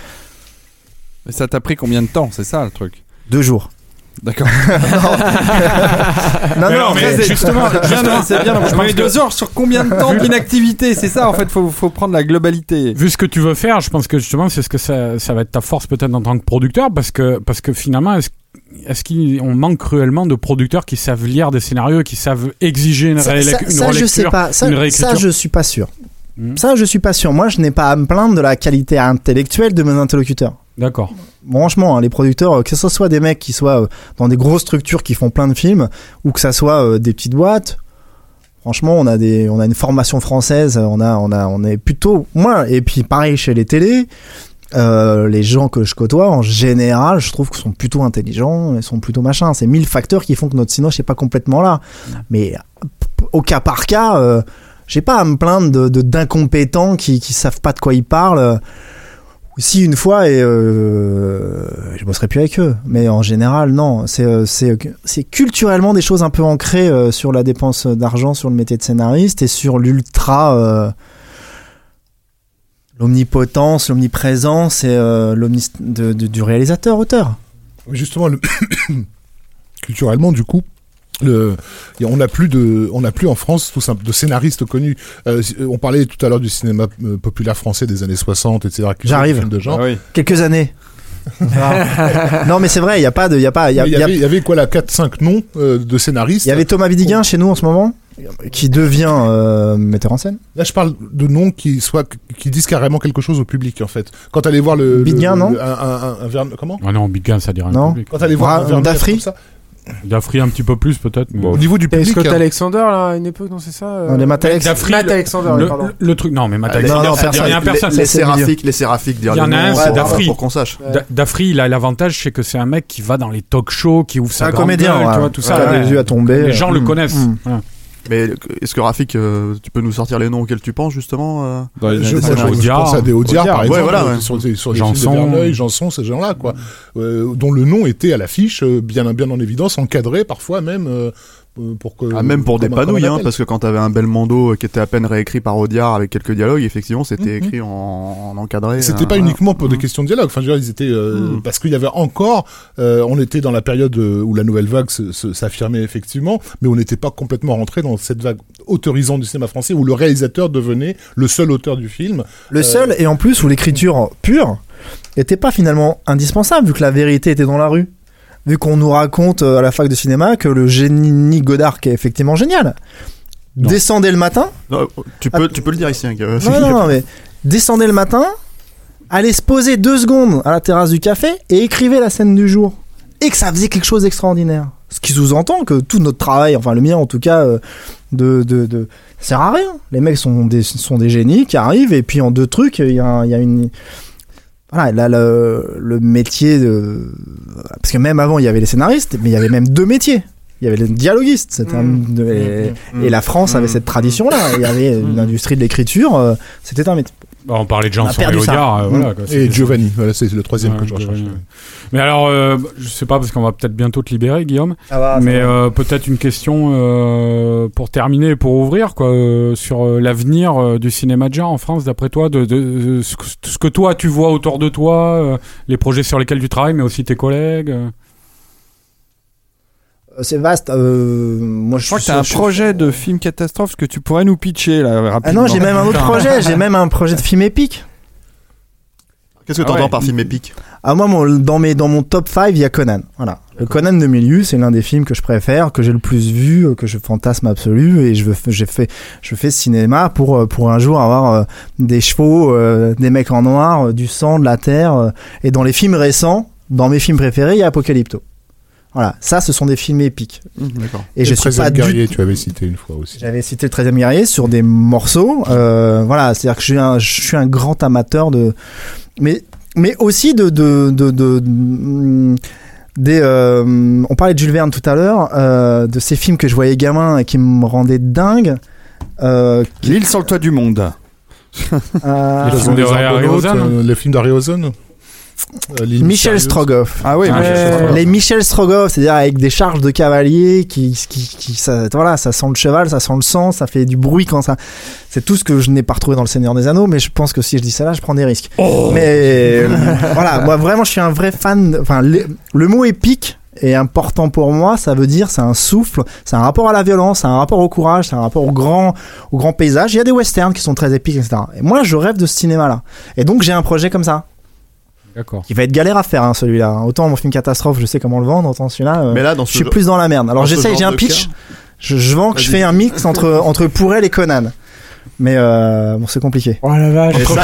Et ça t'a pris combien de temps, c'est ça le truc ? Deux jours. D'accord. non, non, non, mais c'est, justement, justement, c'est bien. Je pense deux heures sur combien de temps d'inactivité ? C'est ça, en fait, faut, faut prendre la globalité. Vu ce que tu veux faire, je pense que justement, c'est ce que ça, ça va être ta force peut-être en tant que producteur, parce que, parce que finalement, est-ce, est-ce qu'on manque cruellement de producteurs qui savent lire des scénarios, qui savent exiger une, ça, ré- ça, une ça, relecture, je sais pas. Ça, une réécriture ? Ça, je suis pas sûr. Mmh. Ça, je suis pas sûr. Moi, je n'ai pas à me plaindre de la qualité intellectuelle de mes interlocuteurs. D'accord. Franchement, hein, les producteurs, que ce soit des mecs qui soient euh, dans des grosses structures qui font plein de films, ou que ça soit euh, des petites boîtes, franchement, on a des, on a une formation française, on a, on a, on est plutôt, moi, et puis pareil chez les télés, euh, les gens que je côtoie, en général, je trouve qu'ils sont plutôt intelligents, ils sont plutôt machin. C'est mille facteurs qui font que notre cinéma, je sais pas complètement là, mais au cas par cas, euh, j'ai pas à me plaindre de, de d'incompétents qui, qui savent pas de quoi ils parlent. Si une fois et euh, je bosserai plus avec eux, mais en général non, c'est c'est c'est culturellement des choses un peu ancrées euh, sur la dépense d'argent sur le métier de scénariste et sur l'ultra euh, l'omnipotence, l'omniprésence et euh, l'omnis de, de, du réalisateur auteur. Justement, le culturellement du coup. Le, on n'a plus de, on n'a plus en France tout simple de scénaristes connus. Euh, on parlait tout à l'heure du cinéma euh, populaire français des années soixante, et cetera. J'arrive. De genre. Ah oui. Quelques années. Non mais c'est vrai, il y a pas de, il y a pas, il y, y, y, avait, y avait quoi là, quatre cinq noms euh, de scénaristes. Il y avait Thomas Bidiguin chez nous en ce moment, qui devient euh, metteur en scène. Là, je parle de noms qui soient, qui disent carrément quelque chose au public en fait. Quand allez voir le Bidiguin, le, non le, un, un, un, un Verne, comment Ah non, Bidiguin, ça dit rien au public. Quand allez voir Bra- un Verne Dafri. D'Afri un petit peu plus peut-être. Mais... Bon, au niveau du public. Scott hein. Alexander là, à une époque, non c'est ça. Euh... Non, les Matt Alex. D'Afri, Matt le, Alexander, le, pardon. le, le truc, non mais Matt Ah, Alexander, non, non, ça dit personne. rien à personne. Les, les séraphiques, les séraphiques, dire Il y en a un, nom, c'est euh, Dafri. pour qu'on sache. Ouais. D'Afri, il a l'avantage, c'est que c'est un mec qui va dans les talk shows, qui ouvre C'est sa un grande comédien, gueule, ouais. tu vois, tout Ouais, ça. ouais. Les yeux à tomber. Les gens Mmh. le connaissent. Mmh. Voilà. Mais est-ce que Rafik, euh, tu peux nous sortir les noms auxquels tu penses justement euh... Dans les Je, années moi, je, je Audiard. pense à des Audiard, par Ouais, exemple, voilà, ouais. sur, sur, sur les Janson. films de Verneuil, Janson, ces gens-là, quoi, euh, dont le nom était à l'affiche, euh, bien, bien en évidence, encadré parfois même. Euh, pour que. Ah, même pour des comme- comme panouilles, un hein, appel. parce que quand t'avais un Belmondo qui était à peine réécrit par Audiard avec quelques dialogues, effectivement, c'était Mhm. écrit en, en encadré. C'était euh, pas voilà. uniquement pour des Mhm. questions de dialogue. Enfin, je veux dire, ils étaient euh, Mm. parce qu'il y avait encore, euh, on était dans la période euh, où la nouvelle vague se- se- s'affirmait effectivement, mais on n'était pas complètement rentré dans cette vague autorisante du cinéma français où le réalisateur devenait le seul auteur du film. Le seul, et en plus où l'écriture pure n'était pas finalement indispensable, vu que la vérité était dans la rue. Vu qu'on nous raconte euh, à la fac de cinéma que le génie Godard, qui est effectivement génial, Non. descendait le matin. Non, tu peux, tu peux le dire ici, hein, Gavin. Non, non, non, mais descendait le matin, allait se poser deux secondes à la terrasse du café et écrivait la scène du jour. Et que ça faisait quelque chose d'extraordinaire. Ce qui sous-entend que tout notre travail, enfin le mien en tout cas, euh, de, de, de, ça sert à rien. Les mecs sont des, sont des génies qui arrivent et puis en deux trucs, il y a, un- il y a une... Voilà, là, le, le métier de... Parce que même avant, il y avait les scénaristes, mais il y avait même deux métiers. Il y avait les dialoguistes. C'était un- de- et, et la France avait cette tradition-là. Il y avait une industrie de l'écriture. euh, C'était un métier. Bah, on parlait de On a Jean-François perdu ça. Audiard, euh, voilà, quoi, Et c'était- Giovanni, voilà, c'est le troisième Ouais, que je recherche. Giovanni. Mais alors, euh, je sais pas, parce qu'on va peut-être bientôt te libérer, Guillaume. Ça va, ça Mais va. euh, peut-être une question euh, pour terminer, pour ouvrir, quoi, euh, sur euh, l'avenir euh, du cinéma de genre en France, d'après toi, de, de, de ce, que, ce que toi tu vois autour de toi, euh, les projets sur lesquels tu travailles, mais aussi tes collègues. euh. C'est vaste. Euh, moi, je, Je crois que suis- t'as un je- projet de film catastrophe que tu pourrais nous pitcher là Ah rapidement. non, j'ai même un autre projet. J'ai même un projet de film épique. Qu'est-ce que Ah t'entends ouais. par film épique? Ah moi, mon, dans mes dans mon top cinq, il y a Conan. Voilà. Le Conan de Milieu, c'est l'un des films que je préfère, que j'ai le plus vu, euh, que je fantasme absolu, et je veux j'ai fait je fais ce cinéma pour euh, pour un jour avoir euh, des chevaux, euh, des mecs en noir, euh, du sang, de la terre. euh, et dans les films récents, dans mes films préférés, il y a Apocalypto. Voilà, ça, ce sont des films épiques. D'accord. Et, je le suis treizième pas du guerrier, tu avais cité une fois aussi. J'avais cité le treizième guerrier sur des morceaux. Euh, voilà, c'est-à-dire que je suis un, je suis un grand amateur de, mais mais aussi de de de, de, de- des. Euh, on parlait de Jules Verne tout à l'heure, euh, de ces films que je voyais gamin et qui me rendaient dingue. Euh, L'île sur le toit du monde. euh, Les films de Les Ray Argonautes, Harryhausen. euh, Les films d'Harryhausen. Euh, l'île Michel mystérieuse. Strogoff. Ah oui, Ah, Michel ouais. Strogoff. Les Michel Strogoff, c'est-à-dire avec des charges de cavaliers qui, qui, qui ça, voilà, ça sent le cheval, ça sent le sang, ça fait du bruit quand ça. C'est tout ce que je n'ai pas retrouvé dans le Seigneur des Anneaux, mais je pense que si je dis ça là, je prends des risques. Mais euh, voilà, moi vraiment, je suis un vrai fan. de- Enfin, le, le mot épique est important pour moi. Ça veut dire, c'est un souffle, c'est un rapport à la violence, c'est un rapport au courage, c'est un rapport au grand, au grand paysage. Il y a des westerns qui sont très épiques, et cetera. Et moi, je rêve de ce cinéma-là. Et donc, j'ai un projet comme ça. D'accord. Il va être galère à faire, hein, celui-là. Autant mon film catastrophe, je sais comment le vendre, autant celui-là. euh, Mais là, dans je ce suis genre- plus dans la merde. Alors dans ce j'essaye, genre j'ai un de pitch. cas- Je, je vends que je Vas-y. fais un mix entre entre Pourel et Conan. Mais euh, bon, c'est compliqué. Oh la vache. Et ça-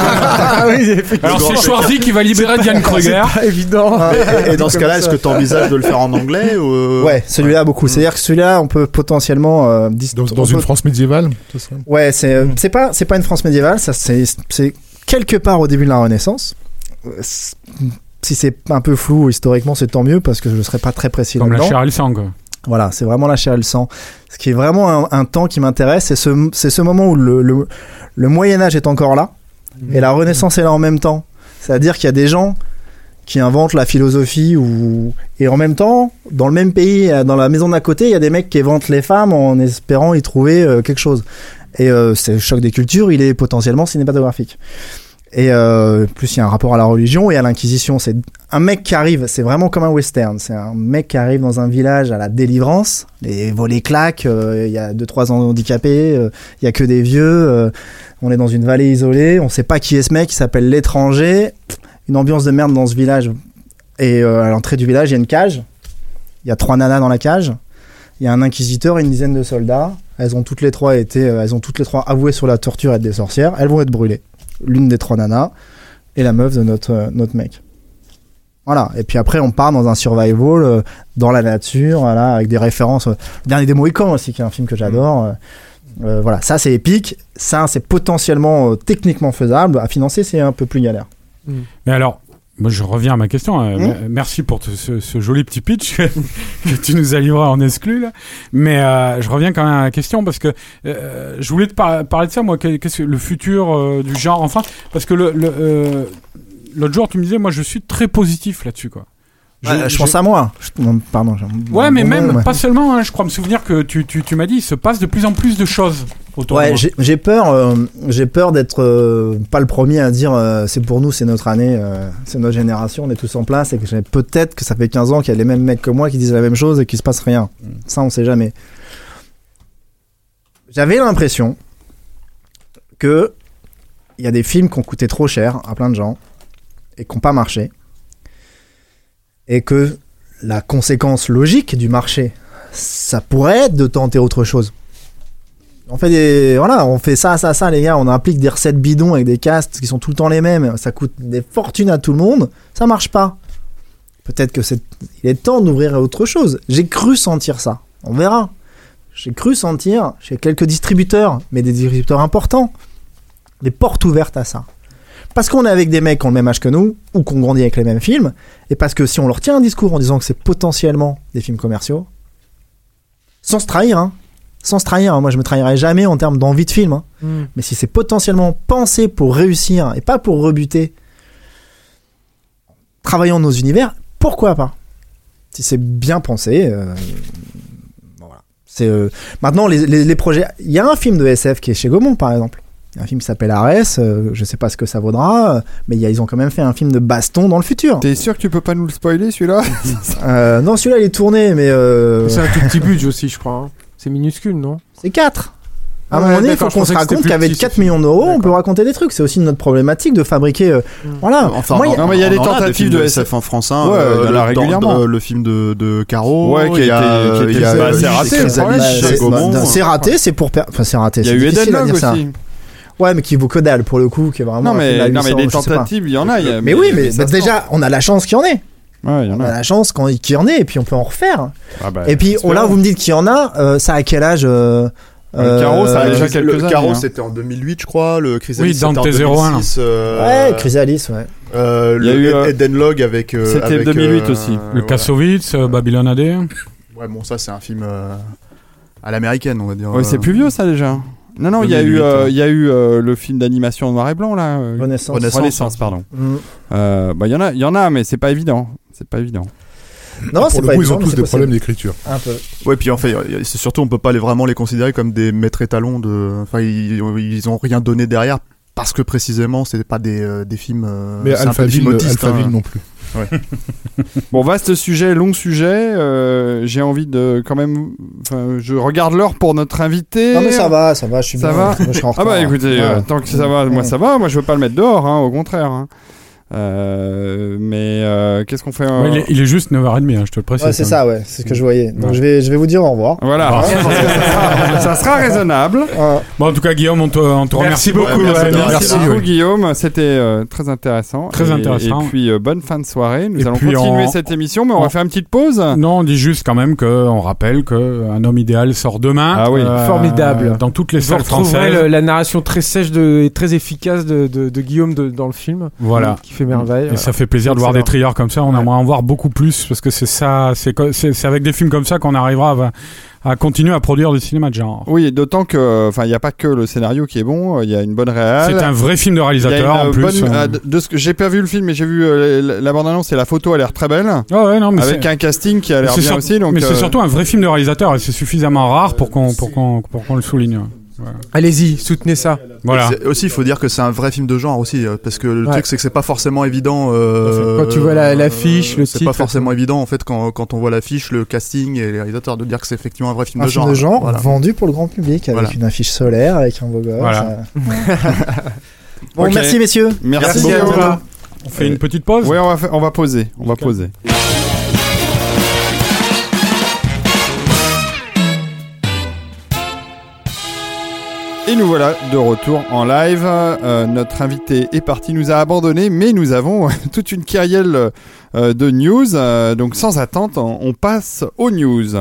Ah oui, effectivement. Alors c'est Schwarzy qui va libérer Diane Kruger. C'est pas évident. Et, et dans ce cas-là, est-ce que tu envisages de le faire en anglais ou... euh, Ouais, celui-là beaucoup. C'est-à-dire que celui-là, on peut potentiellement euh, dis- Dans, on dans une peut- France médiévale, c'est ça. Ouais, c'est euh, c'est pas c'est pas une France médiévale. Ça c'est c'est quelque part au début de la Renaissance. Euh, c'est- Si c'est un peu flou historiquement, c'est tant mieux parce que je ne serai pas très précis Comme la là-dedans. chair et le sang, quoi. Voilà, c'est vraiment la chair et le sang. Ce qui est vraiment un, un temps qui m'intéresse, c'est ce, c'est ce moment où le, le, le Moyen-Âge est encore là et la Renaissance est là en même temps. C'est-à-dire qu'il y a des gens qui inventent la philosophie ou... et en même temps, dans le même pays, dans la maison d'à côté, il y a des mecs qui inventent les femmes en espérant y trouver euh, quelque chose. Et euh, c'est le choc des cultures, il est potentiellement cinématographique. Et euh, plus il y a un rapport à la religion et à l'inquisition. C'est un mec qui arrive, c'est vraiment comme un western. C'est un mec qui arrive dans un village à la délivrance, les volets claquent, euh, il y a deux trois handicapés, euh, il y a que des vieux, euh, on est dans une vallée isolée, on sait pas qui est ce mec, il s'appelle l'étranger. Une ambiance de merde dans ce village. Et euh, à l'entrée du village, il y a une cage. Il y a trois nanas dans la cage. Il y a un inquisiteur et une dizaine de soldats. Elles ont toutes les trois été, euh, elles ont toutes les trois avoué sur la torture et être des sorcières. Elles vont être brûlées. L'une des trois nanas et la meuf de notre euh, notre mec. Voilà. Et puis après, on part dans un survival euh, dans la nature, voilà, avec des références. Euh, le Dernier des Mohicans aussi, qui est un film que j'adore. Euh, euh, voilà, ça c'est épique. Ça c'est potentiellement euh, techniquement faisable. À financer, c'est un peu plus galère. Mais alors, moi je reviens à ma question. euh, Mmh. m- Merci pour te- ce, ce joli petit pitch que tu nous as livré en exclu. Là. Mais euh, je reviens quand même à la question parce que euh, je voulais te par- parler de ça, moi. Qu'est- Qu'est-ce que le futur euh, du genre en France? Parce que le, le, euh, l'autre jour, tu me disais, moi je suis très positif là-dessus, quoi. Je, ouais, je pense à moi. Je, non, pardon. Ouais, mais même, ouais. pas seulement, hein, je crois me souvenir que tu, tu, tu m'as dit, il se passe de plus en plus de choses autour ouais, de moi. J'ai, j'ai peur, euh, j'ai peur d'être euh, pas le premier à dire euh, c'est pour nous, c'est notre année, euh, c'est notre génération, on est tous en place, et que j'ai, peut-être que ça fait quinze ans qu'il y a les mêmes mecs que moi qui disent la même chose et qu'il se passe rien. Mm. Ça, on sait jamais. J'avais l'impression que il y a des films qui ont coûté trop cher à plein de gens et qui n'ont pas marché. Et que la conséquence logique du marché, ça pourrait être de tenter autre chose. On fait des, voilà, on fait ça, ça, ça, les gars, on implique des recettes bidons avec des castes qui sont tout le temps les mêmes, ça coûte des fortunes à tout le monde, ça marche pas. Peut-être que c'est, il est temps d'ouvrir à autre chose. J'ai cru sentir ça, on verra. J'ai cru sentir chez quelques distributeurs, mais des distributeurs importants, des portes ouvertes à ça. Parce qu'on est avec des mecs qui ont le même âge que nous, ou qui ont grandi avec les mêmes films, et parce que si on leur tient un discours en disant que c'est potentiellement des films commerciaux, sans se trahir, hein, sans se trahir, hein, moi je me trahirai jamais en termes d'envie de film, hein, mm. mais si c'est potentiellement pensé pour réussir, et pas pour rebuter, travaillant nos univers, pourquoi pas ? Si c'est bien pensé, euh, bon, voilà. C'est, euh, maintenant les, les, les projets, il y a un film de S F qui est chez Gaumont par exemple, un film qui s'appelle Ares, euh, je sais pas ce que ça vaudra, euh, mais y a, ils ont quand même fait un film de baston dans le futur. T'es sûr que tu peux pas nous le spoiler celui-là ? euh, Non, celui-là il est tourné, mais... Euh... C'est un tout petit budget aussi, je crois. Hein. C'est minuscule, non ? C'est quatre. À un moment donné, il faut qu'on se raconte qu'avec quatre millions d'euros, d'accord. on peut raconter des trucs. C'est aussi notre problématique de fabriquer. Euh, mmh. Voilà. Enfin, Moi, il y a, y a des tentatives de S F en France un. Ouais, euh, le, régulièrement. Dans, de, le film de, de Caro. Ouais, qui a été. C'est raté. C'est raté, c'est pour. Enfin, c'est raté. Il y a eu Eden Log aussi. Ouais, mais qui vaut que dalle pour le coup, qui est vraiment. Non, mais, non, mais des tentatives, il y en a. Y a mais, mais oui, mais, mais déjà, on a la chance qu'il y en ait. Ouais, y en a. On a la chance qu'il y en ait, et puis on peut en refaire. Ah bah, et puis, oh, là, vous me dites qu'il y en a, euh, ça à quel âge euh, Le Caro, ça a déjà quelques années. Le Caro, hein. c'était en deux mille huit, je crois. Le Chrysalis, oui, Dante zéro un. Euh, ouais, Chrysalis, ouais. Euh, il y a le eu euh, Eden Log avec. Euh, c'était avec, deux mille huit euh, aussi. Le voilà. Kassovitz, euh, Babylon A D. Ouais, bon, ça, c'est un film euh, à l'américaine, on va dire. Ouais, c'est plus vieux, ça déjà. Non, non, il y a eu, euh, y a eu euh, le film d'animation en noir et blanc là. Euh, Renaissance. Renaissance, Renaissance pardon. Mm. Euh, bah, il y en a, il y en a, mais c'est pas évident. C'est pas évident. Non, pour c'est le pas coup, évident, ils ont tous des problèmes d'écriture. Un peu. Ouais, puis en fait, c'est surtout, on peut pas les, vraiment les considérer comme des maîtres étalons de. Enfin, ils, ils ont rien donné derrière parce que précisément, c'était pas des, euh, des films. Euh, mais Alphaville, Alphaville hein. non plus. Ouais. Bon, vaste sujet, long sujet. Euh, j'ai envie de quand même. Enfin, je regarde l'heure pour notre invité. Non mais ça va, ça va, je suis ça bien. Va Je suis en ah bah écoutez, ouais. euh, tant que ça va, moi ça va. Moi je veux pas le mettre dehors, hein, au contraire. Hein. Euh, mais euh, qu'est-ce qu'on fait euh... ouais, il, est, il est juste neuf heures trente, hein, je te le précise. Ouais, c'est ça, ouais, c'est ce que je voyais. Donc ouais. je vais, je vais vous dire au revoir. Voilà. ça, ça sera raisonnable. Ouais. Bon, en tout cas, Guillaume, on te, on te remercie beaucoup. Ouais, merci, ouais, merci, Merci merci beaucoup, Guillaume. C'était euh, très intéressant. Très et, intéressant. Et puis euh, bonne fin de soirée. Nous et allons continuer on... cette émission, mais on, on va faire une petite pause. Non, on dit juste quand même qu'on rappelle qu'un homme idéal sort demain. Ah oui, euh, formidable. Dans toutes les Vous salles françaises. Le, la narration très sèche de, et très efficace de, de, de Guillaume de, dans le film. Voilà. Qui fait merveille. Et ça fait plaisir de voir des thrillers comme ça. On ouais. aimerait en voir beaucoup plus parce que c'est ça, c'est, c'est, c'est avec des films comme ça qu'on arrivera à, à continuer à produire du cinéma de genre. Oui, d'autant que, enfin, il n'y a pas que le scénario qui est bon. Il y a une bonne réal. C'est un vrai film de réalisateur en plus. Bonne, euh... de ce que j'ai pas vu le film, mais j'ai vu euh, la bande-annonce et la photo a l'air très belle. Oh ouais, non, mais avec c'est... un casting qui a l'air bien sur... aussi. Donc, mais euh... c'est surtout un vrai film de réalisateur et c'est suffisamment rare pour qu'on, pour qu'on, pour qu'on le souligne. Ouais. Allez-y, soutenez ça. Voilà. Aussi, il faut dire que c'est un vrai film de genre aussi, parce que le ouais. truc c'est que c'est pas forcément évident. Euh, quand tu vois la, l'affiche, le c'est titre, pas forcément évident en fait quand quand on voit l'affiche, le casting et les réalisateurs de dire que c'est effectivement un vrai film un de film genre. Un film de genre voilà. vendu pour le grand public avec voilà. une affiche solaire, avec un beau gosse. Voilà. Bon, okay. Merci messieurs. Merci, merci beaucoup. À on fait une petite pause. Oui, on va fa- on va poser. On va poser. Et nous voilà de retour en live. Euh, notre invité est parti, nous a abandonnés, mais nous avons toute une kyrielle euh, de news. Euh, donc sans attente, on passe aux news.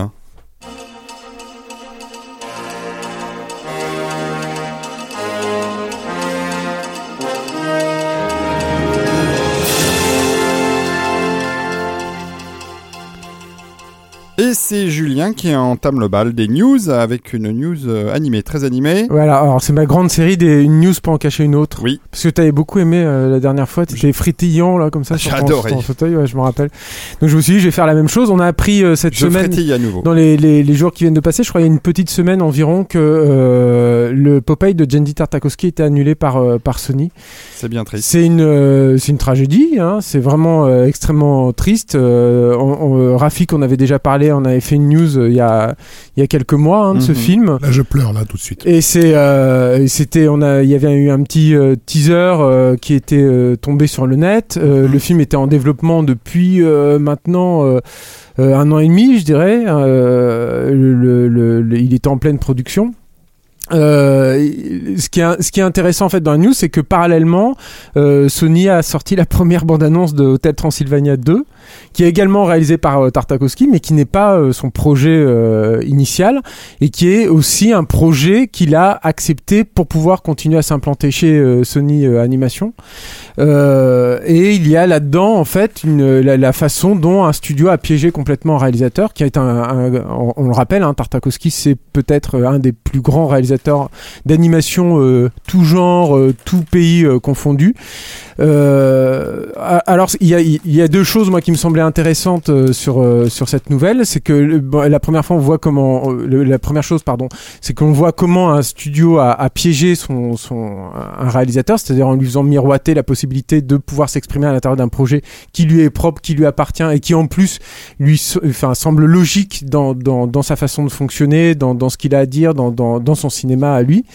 Et c'est Julien qui entame le bal des news avec une news euh, animée, très animée. Voilà, alors c'est ma grande série des une news pour en cacher une autre. Oui. Parce que t'avais beaucoup aimé euh, la dernière fois, t'étais frétillant là comme ça sur ton, sur ton fauteuil, ouais, je me rappelle. Donc je me suis dit je vais faire la même chose. On a appris euh, cette je semaine frétille à nouveau. dans les, les, les jours qui viennent de passer, je crois il y a une petite semaine environ que euh, le Popeye de Genndy Tartakovsky était annulé par euh, par Sony. C'est bien triste. C'est une euh, c'est une tragédie, hein, c'est vraiment euh, extrêmement triste. Euh, on, on, Rafik, on avait déjà parlé, on avait fait une news il y a il y a quelques mois hein, de mm-hmm. ce film. Là je pleure là tout de suite. Et c'est euh, c'était on a il y avait eu un petit euh, teaser euh, qui était euh, tombé sur le net. Euh, mm-hmm. Le film était en développement depuis euh, maintenant euh, euh, un an et demi, je dirais. Euh, le, le, le, il était en pleine production. Euh, ce qui est ce qui est intéressant en fait dans la news, c'est que parallèlement euh, Sony a sorti la première bande-annonce de Hotel Transylvania deux, qui est également réalisée par euh, Tartakovsky, mais qui n'est pas euh, son projet euh, initial, et qui est aussi un projet qu'il a accepté pour pouvoir continuer à s'implanter chez euh, Sony euh, Animation. Euh, et il y a là-dedans en fait une, la, la façon dont un studio a piégé complètement un réalisateur, qui est un, un, un on, on le rappelle, hein, Tartakovsky c'est peut-être un des plus grands réalisateurs d'animation euh, tout genre, euh, tout pays euh, confondu. Euh, alors il y a, il y a deux choses moi qui me semblaient intéressantes euh, sur euh, sur cette nouvelle, c'est que bon, la première fois on voit comment euh, le, la première chose pardon, c'est qu'on voit comment un studio a, a piégé son son un réalisateur, c'est-à-dire en lui faisant miroiter la possibilité de pouvoir s'exprimer à l'intérieur d'un projet qui lui est propre, qui lui appartient et qui en plus lui enfin semble logique dans dans dans sa façon de fonctionner, dans dans ce qu'il a à dire, dans dans dans son cinéma à lui.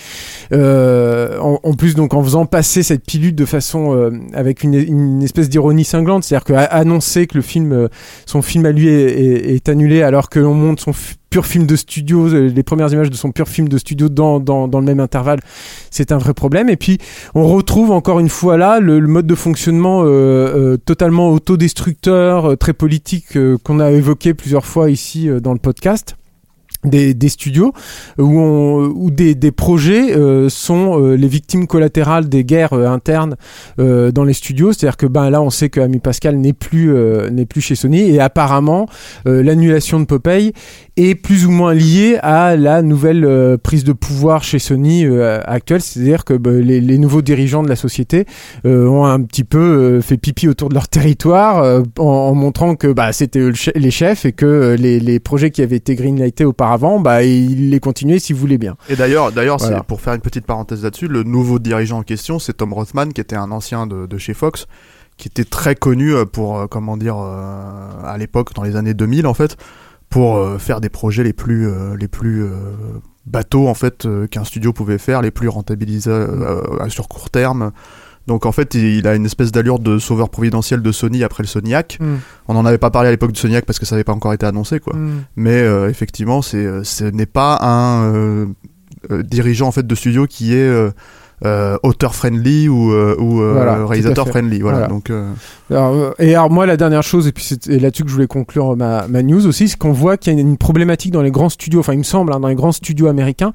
Euh, en, en plus donc en faisant passer cette pilule de façon euh, avec une, une espèce d'ironie cinglante, c'est-à-dire qu'annoncer que le film, euh, son film à lui est, est, est annulé alors que l'on montre son f- pur film de studio, les premières images de son pur film de studio dans, dans, dans le même intervalle, c'est un vrai problème. Et puis on retrouve encore une fois là le, le mode de fonctionnement euh, euh, totalement autodestructeur, euh, très politique euh, qu'on a évoqué plusieurs fois ici euh, dans le podcast. Des, des studios où, on, où des, des projets euh, sont euh, les victimes collatérales des guerres euh, internes euh, dans les studios, c'est-à-dire que ben là on sait que Amy Pascal n'est plus euh, n'est plus chez Sony, et apparemment euh, l'annulation de Popeye est plus ou moins liée à la nouvelle euh, prise de pouvoir chez Sony euh, actuelle, c'est-à-dire que ben, les, les nouveaux dirigeants de la société euh, ont un petit peu euh, fait pipi autour de leur territoire euh, en, en montrant que bah, c'était eux les chefs et que euh, les, les projets qui avaient été greenlightés auparavant avant, bah, il les continuait s'il voulait bien. Et d'ailleurs, d'ailleurs voilà. c'est, pour faire une petite parenthèse là-dessus, le nouveau dirigeant en question, c'est Tom Rothman, qui était un ancien de, de chez Fox, qui était très connu pour, euh, comment dire, euh, à l'époque, dans les années deux mille en fait, pour euh, faire des projets les plus, euh, les plus euh, bateaux en fait euh, qu'un studio pouvait faire, les plus rentabilisés euh, euh, sur court terme. Donc en fait, il a une espèce d'allure de sauveur providentiel de Sony après le Soniac. Mm. On n'en avait pas parlé à l'époque du Soniac parce que ça n'avait pas encore été annoncé, quoi. Mm. Mais euh, effectivement, c'est, ce n'est pas un euh, euh, dirigeant en fait de studio qui est euh, euh, auteur friendly ou, euh, ou euh, voilà, réalisateur friendly. Voilà. Voilà. Donc, euh... alors, et alors moi, la dernière chose, et puis c'est là-dessus que je voulais conclure ma, ma news aussi, c'est qu'on voit qu'il y a une problématique dans les grands studios, enfin il me semble, hein, dans les grands studios américains,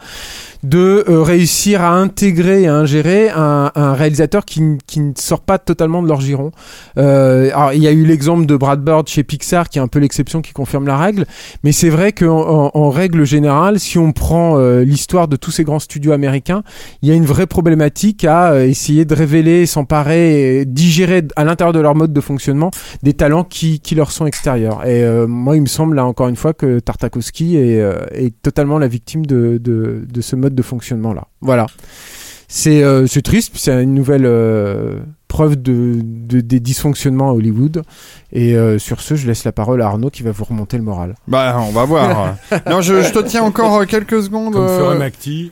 de euh, réussir à intégrer et à ingérer un, un réalisateur qui, qui ne sort pas totalement de leur giron. Euh, alors il y a eu l'exemple de Brad Bird chez Pixar, qui est un peu l'exception qui confirme la règle, mais c'est vrai qu'en en, en règle générale, si on prend euh, l'histoire de tous ces grands studios américains, il y a une vraie problématique à euh, essayer de révéler, s'emparer, et digérer à l'intérieur de leur mode de fonctionnement des talents qui, qui leur sont extérieurs. Et euh, moi, il me semble là encore une fois que Tartakovsky est, euh, est totalement la victime de, de, de ce mode de fonctionnement-là. Voilà. C'est, euh, c'est triste, c'est une nouvelle euh, preuve de, de, des dysfonctionnements à Hollywood. Et euh, sur ce, je laisse la parole à Arnaud qui va vous remonter le moral. Bah, on va voir. Non, je, je te tiens encore quelques secondes. Comme ferait Macti.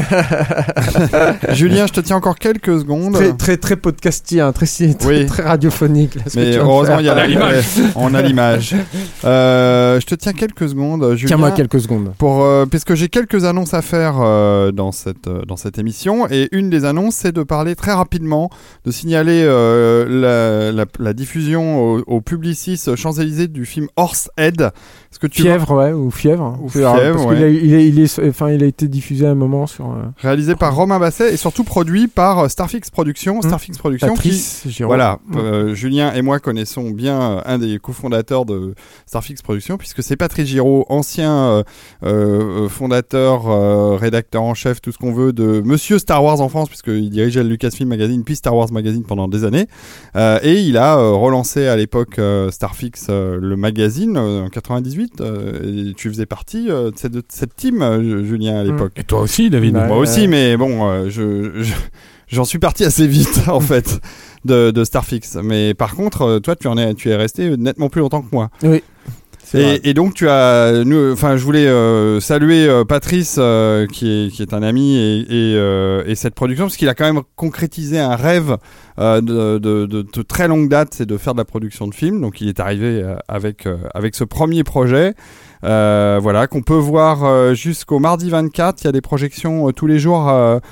Julien, je te tiens encore quelques secondes. Très, très, très podcastien, très, très, oui. très radiophonique. Là, mais heureusement, il y a l'image. On a l'image. Euh, je te tiens quelques secondes, Julien. Tiens-moi quelques secondes. Pour, euh, puisque j'ai quelques annonces à faire euh, dans cette, euh, dans cette émission. Et une des annonces, c'est de parler très rapidement, de signaler signalé euh, la, la, la diffusion au, au Publicis Champs-Élysées du film Horsehead. Est-ce que tu Fièvre, ouais, ou Fièvre. Ou Fièvre, Fièvre, parce ouais. qu'il a, il est, il est, enfin, il a été diffusé à un moment sur. Euh... Réalisé par Romain Basset et surtout produit par Starfix Productions. Starfix Productions Patrice qui, Giraud. voilà, Mmh. euh, Julien et moi connaissons bien un des cofondateurs de Starfix Productions puisque c'est Patrice Giraud, ancien euh, euh, fondateur, euh, rédacteur en chef, tout ce qu'on veut de Monsieur Star Wars en France puisqu'il dirigeait le Lucasfilm Magazine puis Star Wars Magazine pendant des années euh, et il a euh, relancé à l'époque euh, Starfix euh, le magazine euh, en quatre-vingt-dix-huit euh, et tu faisais partie euh, de, cette, de cette team euh, Julien à l'époque. Et toi aussi, David. Bah, Moi euh... aussi, mais bon, euh, je, je j'en suis parti assez vite en fait de, de Starfix. Mais par contre, euh, toi, tu en es, tu es resté nettement plus longtemps que moi. Oui. Et, et donc tu as, nous, enfin, je voulais euh, saluer euh, Patrice euh, qui est qui est un ami et et, euh, et cette production parce qu'il a quand même concrétisé un rêve euh, de, de, de, de très longue date, c'est de faire de la production de films. Donc il est arrivé euh, avec euh, avec ce premier projet. Euh, voilà, qu'on peut voir euh, jusqu'au mardi vingt-quatre. Il y a des projections euh, tous les jours euh,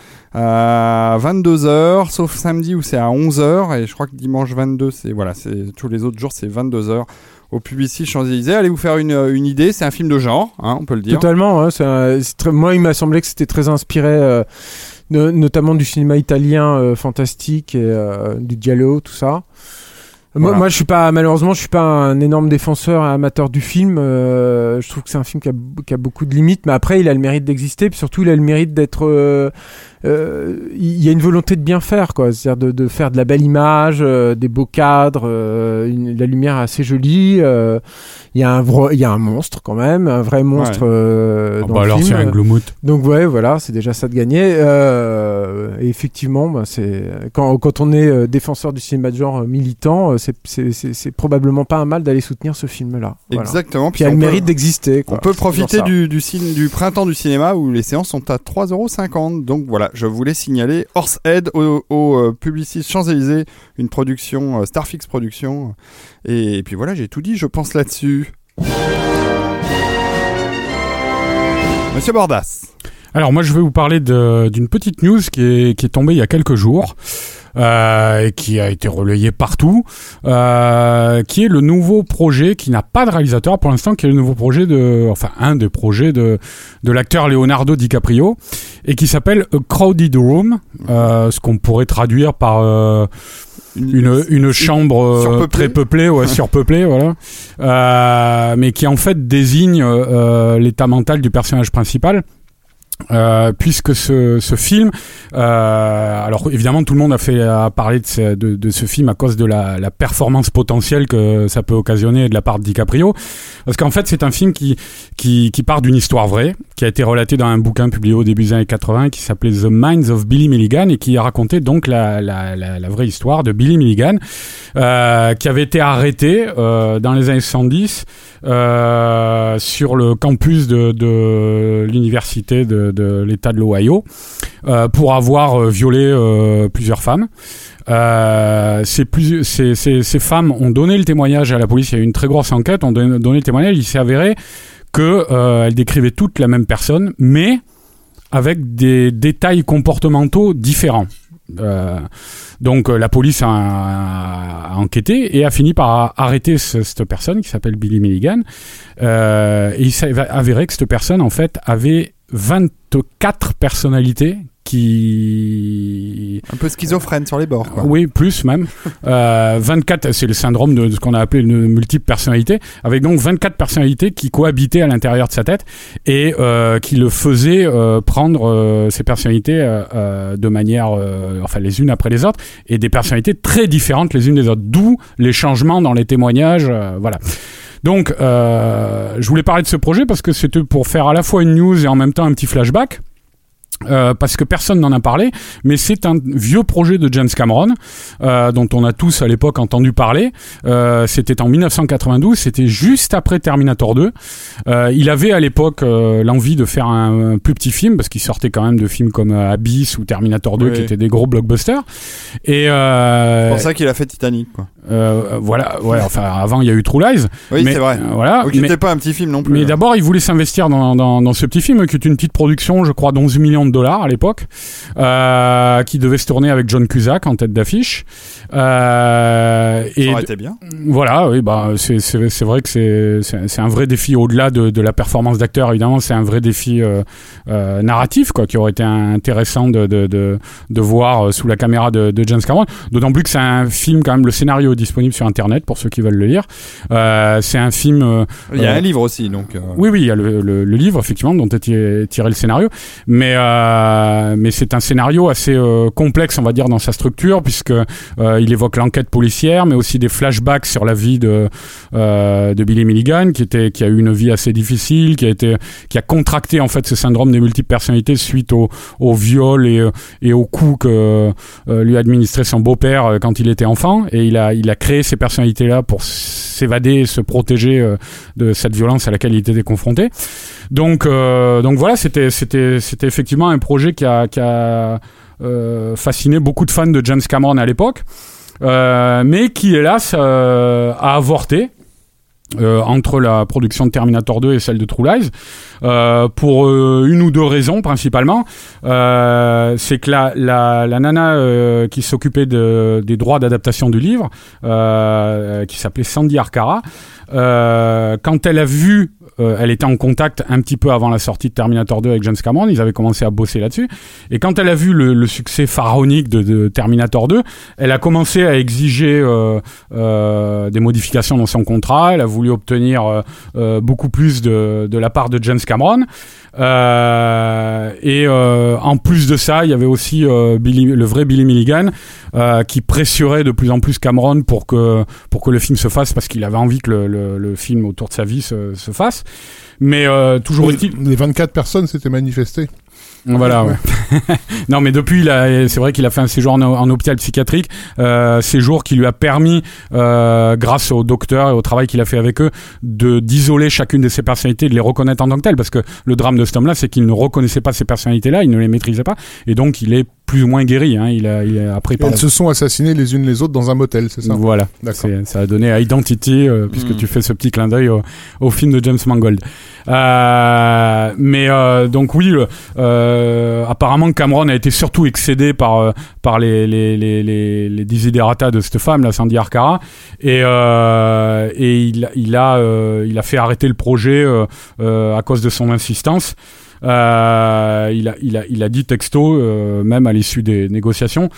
à vingt-deux heures, sauf samedi où c'est à onze heures. Et je crois que dimanche vingt-deux, c'est voilà, c'est tous les autres jours, c'est vingt-deux heures au Publicis Champs-Élysées. Allez vous faire une, une idée. C'est un film de genre, hein, on peut le dire. Totalement. Hein, c'est un, c'est très, moi, il m'a semblé que c'était très inspiré, euh, de, notamment du cinéma italien euh, fantastique et euh, du giallo, tout ça. Moi, Voilà. moi, je suis pas, malheureusement, je suis pas un énorme défenseur et amateur du film. Euh, je trouve que c'est un film qui a, qui a beaucoup de limites, mais après, il a le mérite d'exister, puis surtout, il a le mérite d'être. Euh, euh, il y a une volonté de bien faire, quoi. C'est-à-dire de, de faire de la belle image, euh, des beaux cadres, euh, une, la lumière assez jolie. Euh, il y a un, vro- il y a un monstre quand même, un vrai monstre. Ouais. Euh, Oh, dans bah le alors, film. c'est un gloumout. Donc ouais, voilà, c'est déjà ça de gagner. Euh, et effectivement, bah, c'est quand quand on est euh, défenseur du cinéma de genre euh, militant, euh, c'est c'est c'est c'est probablement pas un mal d'aller soutenir ce film-là. Voilà. Exactement. Qui a on le peut- mérite d'exister. On quoi. peut C'est toujours profiter ça. du, du, cin- du printemps du cinéma où les séances sont à trois euros cinquante. Donc voilà, je voulais signaler Horsehead au, au euh, Publicis Champs-Élysées, une production euh, Starfix Productions. Et, et puis voilà, j'ai tout dit, je pense là-dessus. Monsieur Bordas. Alors moi je vais vous parler de, d'une petite news qui est, qui est tombée il y a quelques jours euh, et qui a été relayée partout, euh, qui est le nouveau projet qui n'a pas de réalisateur pour l'instant, qui est le nouveau projet de, enfin un des projets de, de l'acteur Leonardo DiCaprio et qui s'appelle A Crowded Room, euh, ce qu'on pourrait traduire par euh, une une chambre euh, Surpeuplée. très peuplée, ouais, surpeuplée, voilà, euh, mais qui en fait désigne euh, l'état mental du personnage principal. Euh, puisque ce, ce film, euh, alors évidemment tout le monde a fait a parlé de ce, de, de ce film à cause de la, la performance potentielle que ça peut occasionner de la part de DiCaprio, parce qu'en fait c'est un film qui qui, qui part d'une histoire vraie, qui a été relatée dans un bouquin publié au début des années quatre-vingts qui s'appelait The Minds of Billy Milligan et qui a raconté donc la, la, la, la vraie histoire de Billy Milligan, euh, qui avait été arrêté euh, dans les années soixante-dix euh, sur le campus de, de l'université de de l'État de l'Ohio euh, pour avoir euh, violé euh, plusieurs femmes. Euh, ces, plus, ces, ces, ces femmes ont donné le témoignage à la police. Il y a eu une très grosse enquête. On donné, donné le témoignage. Il s'est avéré que euh, elles décrivaient toutes la même personne, mais avec des détails comportementaux différents. Euh, donc euh, la police a, a, a enquêté et a fini par arrêter ce, cette personne qui s'appelle Billy Milligan. Euh, et il s'est avéré que cette personne en fait avait vingt-quatre personnalités qui... Un peu schizophrène sur les bords, quoi. Oui, plus même. euh, vingt-quatre, c'est le syndrome de ce qu'on a appelé une multiple personnalité, avec donc vingt-quatre personnalités qui cohabitaient à l'intérieur de sa tête et euh, qui le faisaient euh, prendre euh, ces personnalités euh, euh, de manière, euh, enfin les unes après les autres, et des personnalités très différentes les unes des autres, d'où les changements dans les témoignages, euh, voilà. Donc, euh, je voulais parler de ce projet parce que c'était pour faire à la fois une news et en même temps un petit flashback. Euh, parce que personne n'en a parlé, mais c'est un vieux projet de James Cameron euh, dont on a tous à l'époque entendu parler. Euh, c'était en dix-neuf cent quatre-vingt-douze, c'était juste après Terminator deux. Euh, il avait à l'époque euh, l'envie de faire un, un plus petit film parce qu'il sortait quand même de films comme euh, Abyss ou Terminator deux, oui, qui étaient des gros blockbusters. Et euh, c'est pour ça qu'il a fait Titanic, quoi. Euh, voilà, ouais. Enfin, avant il y a eu True Lies. Oui, mais, c'est vrai. Euh, voilà. Donc, c'était pas un petit film non plus. Mais là. d'abord, il voulait s'investir dans, dans, dans ce petit film qui est une petite production, je crois, d'onze millions de dollars à l'époque, euh, qui devait se tourner avec John Cusack en tête d'affiche. Euh, Ça et aurait été bien. Voilà, oui, bah c'est c'est c'est vrai que c'est c'est, c'est un vrai défi au-delà de de la performance d'acteur. Évidemment, c'est un vrai défi euh, euh, narratif, quoi, qui aurait été intéressant de de de, de voir sous la caméra de, de James Cameron. D'autant plus que c'est un film, quand même, le scénario est disponible sur Internet pour ceux qui veulent le lire. Euh, c'est un film. Euh, il y a euh, un livre aussi, donc. Euh... Oui, oui, il y a le, le, le livre effectivement dont est tiré, tiré le scénario, mais euh, mais c'est un scénario assez euh, complexe, on va dire, dans sa structure, puisque euh, il évoque l'enquête policière, mais aussi des flashbacks sur la vie de euh, de Billy Milligan, qui était qui a eu une vie assez difficile, qui a été qui a contracté en fait ce syndrome des multiples personnalités suite au au viol et et au coup que euh, lui a administré son beau-père quand il était enfant, et il a il a créé ces personnalités là pour s'évader et se protéger euh, de cette violence à laquelle il était confronté. Donc euh, donc voilà, c'était c'était c'était effectivement un projet qui a qui a euh, fasciné beaucoup de fans de James Cameron à l'époque. Euh, mais qui hélas euh, a avorté euh, entre la production de Terminator deux et celle de True Lies euh, pour euh, une ou deux raisons principalement. Euh, c'est que la, la, la nana euh, qui s'occupait de, des droits d'adaptation du livre, euh, qui s'appelait Sandy Arcara, euh, quand elle a vu Euh, elle était en contact un petit peu avant la sortie de Terminator deux avec James Cameron, ils avaient commencé à bosser là-dessus, et quand elle a vu le, le succès pharaonique de, de Terminator deux, elle a commencé à exiger euh, euh, des modifications dans son contrat, elle a voulu obtenir euh, euh, beaucoup plus de, de la part de James Cameron, euh, et euh, en plus de ça, il y avait aussi euh, Billy, le vrai Billy Milligan, euh, qui pressurait de plus en plus Cameron pour que, pour que le film se fasse, parce qu'il avait envie que le, le, le film autour de sa vie se, se fasse. Mais euh, toujours est-il... Les vingt-quatre personnes s'étaient manifestées. Voilà, ouais. Non, mais depuis, il a, c'est vrai qu'il a fait un séjour en, en hôpital psychiatrique, euh, séjour qui lui a permis, euh, grâce au docteur et au travail qu'il a fait avec eux, de d'isoler chacune de ses personnalités et de les reconnaître en tant que telles, parce que le drame de cet homme-là, c'est qu'il ne reconnaissait pas ces personnalités-là, il ne les maîtrisait pas, et donc il est plus ou moins guéri. Hein. Il a, il a après. Elles se sont assassinées les unes les autres dans un motel, c'est ça? Voilà. C'est, ça a donné à Identity, euh, puisque mmh. tu fais ce petit clin d'œil au, au film de James Mangold. Euh, mais euh, donc oui, euh, apparemment Cameron a été surtout excédé par euh, par les les les les, les desiderata de cette femme, la Sandy Arcara, et euh, et il il a euh, il a fait arrêter le projet euh, euh, à cause de son insistance. Euh, il a, il a, il a dit texto, euh, même à l'issue des négociations,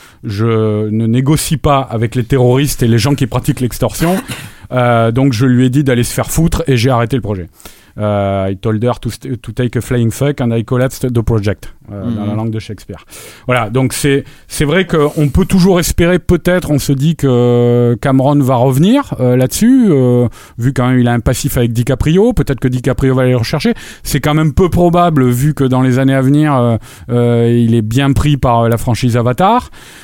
je ne négocie pas avec les terroristes et les gens qui pratiquent l'extorsion, euh, donc je lui ai dit d'aller se faire foutre et j'ai arrêté le projet. Uh, I told her to, st- to take a flying fuck and I collapsed the project, euh, mm-hmm. dans la langue de Shakespeare. Voilà, donc c'est c'est vrai qu'on peut toujours espérer, peut-être, on se dit que Cameron va revenir euh, là-dessus, euh, vu quand même il a un passif avec DiCaprio, peut-être que DiCaprio va aller le rechercher. C'est quand même peu probable, vu que dans les années à venir, euh, euh, il est bien pris par la franchise Avatar.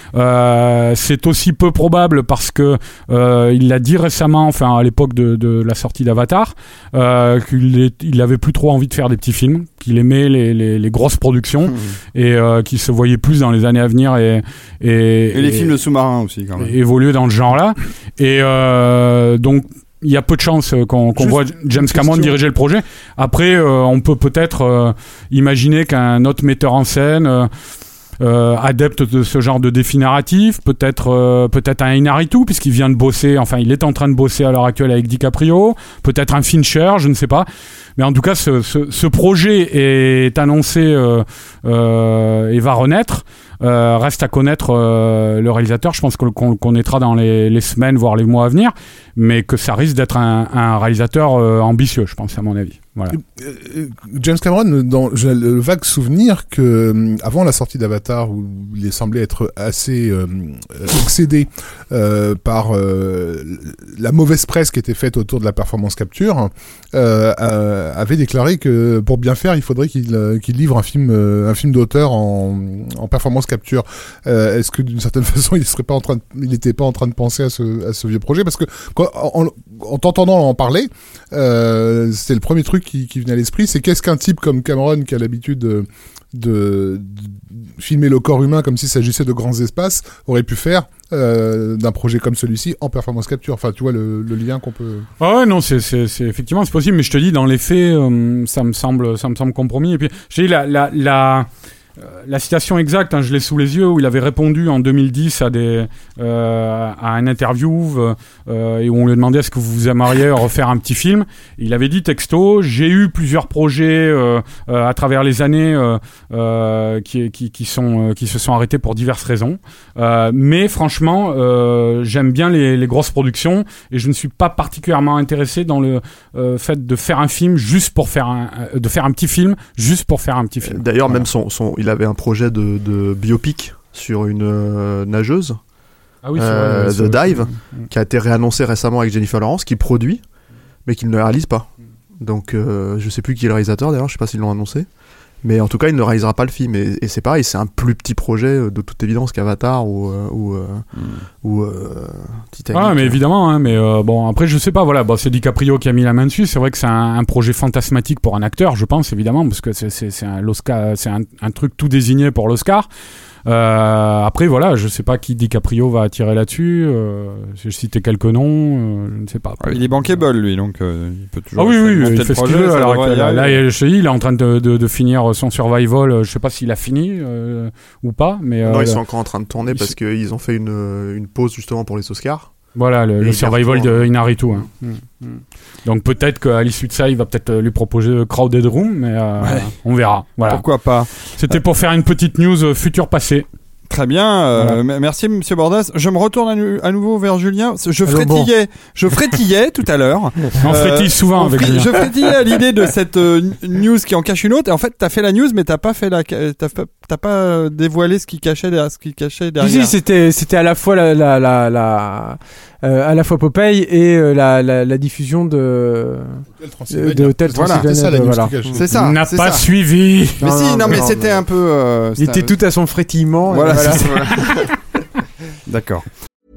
Euh, c'est aussi peu probable parce que euh, il l'a dit récemment, enfin à l'époque de, de la sortie d'Avatar, euh, qu'il est, il avait plus trop envie de faire des petits films, qu'il aimait les, les, les grosses productions, mmh. et euh, qu'il se voyait plus dans les années à venir et et, et les et, films de sous-marins aussi quand même. Évoluer dans le genre-là, et euh, donc il y a peu de chances qu'on, qu'on voit James Cameron diriger le projet. Après, euh, on peut peut-être euh, imaginer qu'un autre metteur en scène euh, Euh, adepte de ce genre de défi narratif, peut-être euh, peut-être un Inarritu, puisqu'il vient de bosser, enfin il est en train de bosser à l'heure actuelle avec DiCaprio, peut-être un Fincher, je ne sais pas, mais en tout cas ce, ce, ce projet est annoncé euh, euh, et va renaître. Euh, reste à connaître euh, le réalisateur. Je pense qu'on, qu'on le connaîtra dans les, les semaines, voire les mois à venir, mais que ça risque d'être un, un réalisateur euh, ambitieux, je pense, à mon avis. Voilà. Euh, James Cameron, dans, j'ai le vague souvenir que euh, avant la sortie d'Avatar, où il semblait être assez euh, excédé euh, par euh, la mauvaise presse qui était faite autour de la performance capture, euh, euh, avait déclaré que pour bien faire, il faudrait qu'il, euh, qu'il livre un film, euh, un film d'auteur en, en performance capture. Euh, est-ce que d'une certaine façon, il serait pas en train, de, il n'était pas en train de penser à ce, à ce vieux projet, parce que quand, en, en t'entendant en parler, euh, c'était le premier truc qui, qui venait à l'esprit, c'est qu'est-ce qu'un type comme Cameron qui a l'habitude de, de, de filmer le corps humain comme s'il s'agissait de grands espaces aurait pu faire euh, d'un projet comme celui-ci en performance capture. Enfin, tu vois le, le lien qu'on peut. Ah ouais, non, c'est, c'est, c'est effectivement c'est possible, mais je te dis, dans les faits, euh, ça me semble, ça me semble compromis. Et puis, je te dis la, la, la la citation exacte, hein, je l'ai sous les yeux, où il avait répondu en deux mille dix à des euh, à un interview euh, et où on lui demandait est-ce que vous aimeriez refaire un petit film. Et il avait dit texto, j'ai eu plusieurs projets euh, euh, à travers les années euh, euh, qui qui qui sont euh, qui se sont arrêtés pour diverses raisons. Euh, mais franchement, euh, j'aime bien les, les grosses productions et je ne suis pas particulièrement intéressé dans le euh, fait de faire un film juste pour faire un euh, de faire un petit film juste pour faire un petit film. D'ailleurs, voilà. même son, son, il avait un projet de, de biopic sur une euh, nageuse, ah oui, euh, c'est vrai, The c'est... Dive, mmh. qui a été réannoncé récemment avec Jennifer Lawrence, qui produit, mais qui ne le réalise pas. Donc, euh, je sais plus qui est le réalisateur d'ailleurs, je sais pas s'ils l'ont annoncé. Mais en tout cas, il ne réalisera pas le film. Et, et c'est pareil, c'est un plus petit projet de toute évidence qu'Avatar ou, euh, ou, euh, mm. ou euh, Titanic. Ah, mais évidemment, hein, mais euh, bon, après, je sais pas, voilà, bon, c'est DiCaprio qui a mis la main dessus. C'est vrai que c'est un, un projet fantasmatique pour un acteur, je pense, évidemment, parce que c'est, c'est, c'est, un, l'Oscar, c'est un, un truc tout désigné pour l'Oscar. Euh, après, voilà, je sais pas qui DiCaprio va attirer là-dessus. Euh, j'ai cité quelques noms, euh, je ne sais pas. Ah, il est bankable, lui, donc euh, il peut toujours. Ah oui, oui, il fait ce qu'il veut. Alors, là, là, je te dis, il est en train de, de, de finir son survival. Je sais pas s'il a fini euh, ou pas, mais non, euh, ils sont encore en train de tourner parce qu'ils ont fait une, une pause justement pour les Oscars. Voilà, le, le survival de Inaritu. Hein. Mmh. Mmh. Donc peut-être qu'à l'issue de ça, il va peut-être lui proposer Crowded Room, mais euh, ouais. on verra. Voilà. Pourquoi pas. C'était pour faire une petite news euh, futur passé. Très bien, euh, voilà. Merci Monsieur Bordas. Je me retourne à, nu- à nouveau vers Julien. Je Alors frétillais, bon. je frétillais tout à l'heure. On euh, frétille souvent on avec fri- Julien. Je frétillais à l'idée de cette euh, news qui en cache une autre. Et en fait, t'as fait la news, mais t'as pas fait la, t'as, t'as pas dévoilé ce qui cachait derrière, ce qui cachait derrière. Si, si, c'était, c'était à la fois la, la, la, la euh, à la fois Popeye et euh, la, la, la diffusion de de Hotel Transylvania. Voilà, c'est ça la news voilà. qui C'est ça. N'a c'est pas ça. suivi. Mais non, si, non, non mais non, c'était mais... un peu. Euh, Il était un... tout à son frétillement. Voilà. voilà. D'accord.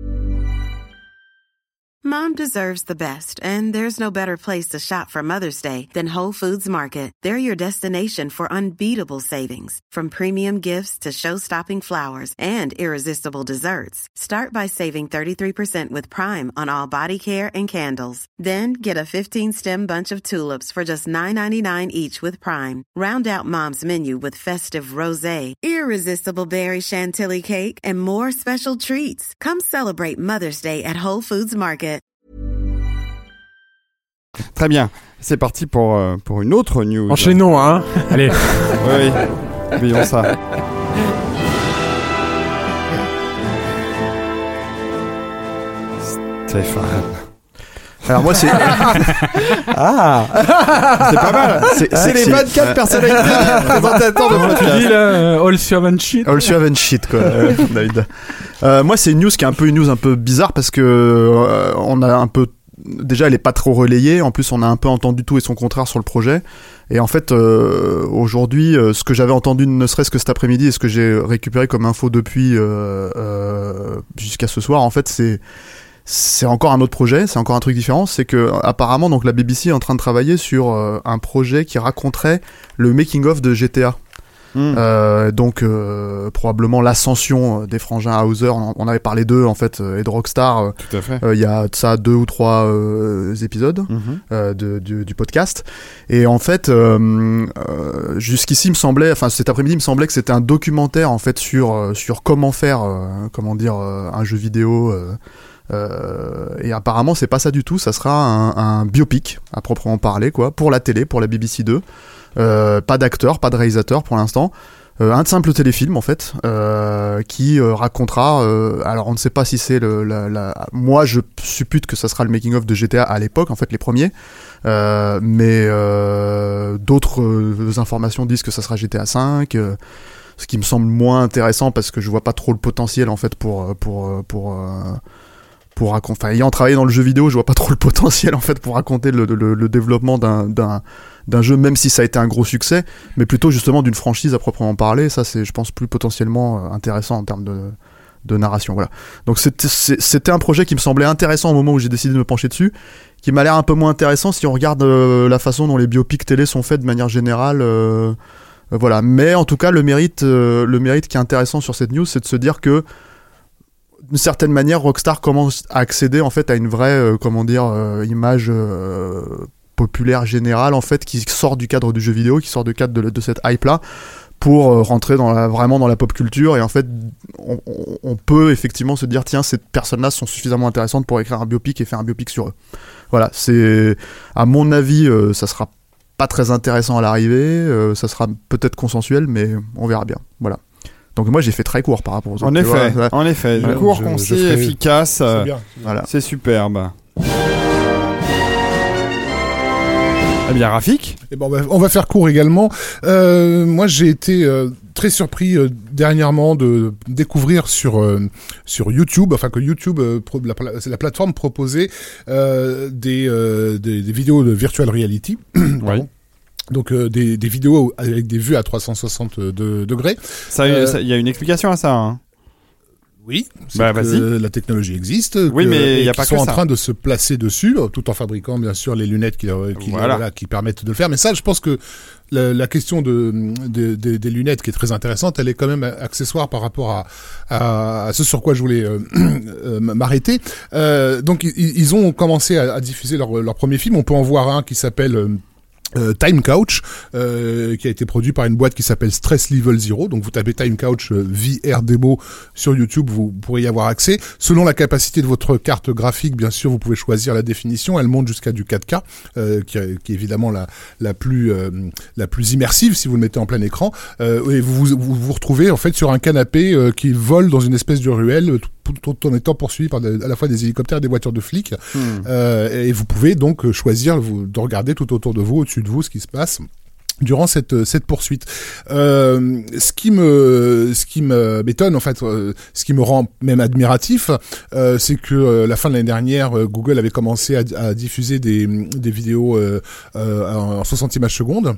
Mom deserves the best, and there's no better place to shop for Mother's Day than Whole Foods Market. They're your destination for unbeatable savings, from premium gifts to show-stopping flowers and irresistible desserts. Start by saving thirty-three percent with Prime on all body care and candles. Then get a fifteen-stem bunch of tulips for just nine ninety-nine each with Prime. Round out Mom's menu with festive rosé, irresistible berry chantilly cake, and more special treats. Come celebrate Mother's Day at Whole Foods Market. Très bien, c'est parti pour, euh, pour une autre news. Enchaînons, hein. Allez. Oui, voyons ça. Stéphane. Alors moi c'est ah c'est pas mal. C'est, c'est, c'est les vingt-quatre personnalités présentateurs de podcast. Tu dis là, all you have shit. All you have shit quoi, euh, David. Euh, moi c'est une news qui est un peu une news un peu bizarre parce que euh, on a un peu déjà elle est pas trop relayée. En plus on a un peu entendu tout et son contraire sur le projet. Et en fait euh, aujourd'hui euh, ce que j'avais entendu ne serait-ce que cet après-midi et ce que j'ai récupéré comme info depuis euh, euh, jusqu'à ce soir en fait c'est c'est encore un autre projet, c'est encore un truc différent, c'est que apparemment donc la B B C est en train de travailler sur euh, un projet qui raconterait le making of de G T A. Mmh. Euh, donc euh, probablement l'ascension des frangins Hauser, on, on avait parlé d'eux en fait et de Rockstar. Tout à fait. Il euh, y a de ça deux ou trois euh, épisodes mmh. euh, de, du, du podcast. Et en fait, euh, euh, jusqu'ici il me semblait, enfin cet après-midi il me semblait que c'était un documentaire en fait sur sur comment faire, euh, comment dire, euh, un jeu vidéo. Euh, Euh, et apparemment c'est pas ça du tout, ça sera un, un biopic à proprement parler quoi, pour la télé, pour la B B C deux. Euh, pas d'acteur, pas de réalisateur pour l'instant. Euh, un simple téléfilm en fait euh, qui euh, racontera. Euh, alors on ne sait pas si c'est le. La, la, moi je suppute que ça sera le making of de G T A à l'époque en fait les premiers. Euh, mais euh, d'autres euh, informations disent que ça sera G T A cinq. Euh, ce qui me semble moins intéressant parce que je vois pas trop le potentiel en fait pour pour pour. pour euh, Pour raconter, enfin, ayant travaillé dans le jeu vidéo, je vois pas trop le potentiel en fait pour raconter le, le, le développement d'un, d'un, d'un jeu, même si ça a été un gros succès, mais plutôt justement d'une franchise à proprement parler. Ça, c'est, je pense, plus potentiellement intéressant en termes de, de narration. Voilà. Donc c'était, c'était un projet qui me semblait intéressant au moment où j'ai décidé de me pencher dessus, qui m'a l'air un peu moins intéressant si on regarde euh, la façon dont les biopics télé sont faits de manière générale. Euh, euh, voilà. Mais en tout cas, le mérite, euh, le mérite qui est intéressant sur cette news, c'est de se dire que d'une certaine manière, Rockstar commence à accéder en fait à une vraie, euh, comment dire, euh, image euh, populaire générale en fait, qui sort du cadre du jeu vidéo, qui sort du cadre de, de cette hype là, pour euh, rentrer dans la, vraiment dans la pop culture, et en fait on, on, on peut effectivement se dire tiens, ces personnes-là sont suffisamment intéressantes pour écrire un biopic et faire un biopic sur eux. Voilà, c'est à mon avis euh, ça sera pas très intéressant à l'arrivée, euh, ça sera peut-être consensuel, mais on verra bien. Voilà. Donc moi j'ai fait très court par rapport aux autres. En effet, vois, en effet, ouais, court, je, concis, je ferai... efficace, c'est, euh, bien. Voilà. C'est superbe. Eh bien, Rafik. Eh ben, on, va, on va faire court également. Euh, moi, j'ai été euh, très surpris euh, dernièrement de découvrir sur euh, sur YouTube, enfin que YouTube, euh, pro, la, la plateforme proposait euh, des, euh, des des vidéos de virtual reality. Oui. Donc euh, des des vidéos avec des vues à trois cent soixante degrés. Ça, il euh, y a une explication à ça. Hein. Oui, c'est bah, que vas-y. La technologie existe. Oui, que, mais il y a pas sont que en ça. train de se placer dessus, tout en fabriquant bien sûr les lunettes qui, qui, voilà. voilà, qui permettent de le faire. Mais ça, je pense que la, la question de, de, de des lunettes qui est très intéressante, elle est quand même accessoire par rapport à, à, à ce sur quoi je voulais euh, euh, m'arrêter. Euh, donc ils, ils ont commencé à, à diffuser leur, leur premier film. On peut en voir un qui s'appelle euh, Euh, Time Couch, euh, qui a été produit par une boîte qui s'appelle Stress Level Zero. Donc vous tapez Time Couch euh, V R Demo sur YouTube, vous pourrez y avoir accès. Selon la capacité de votre carte graphique, bien sûr, vous pouvez choisir la définition. Elle monte jusqu'à du quatre K, euh, qui, qui est évidemment la, la plus euh, la plus immersive si vous le mettez en plein écran. Euh, et vous, vous vous vous retrouvez en fait sur un canapé euh, qui vole dans une espèce de ruelle, tout, tout en étant poursuivi par de, à la fois des hélicoptères et des voitures de flics. Mmh. Euh, et vous pouvez donc choisir vous, de regarder tout autour de vous, au-dessus de vous, ce qui se passe durant cette cette poursuite. Euh, ce qui me ce qui me m'étonne en fait, euh, ce qui me rend même admiratif, euh, c'est que euh, la fin de l'année dernière, euh, Google avait commencé à, à diffuser des des vidéos euh, euh, en soixante images secondes.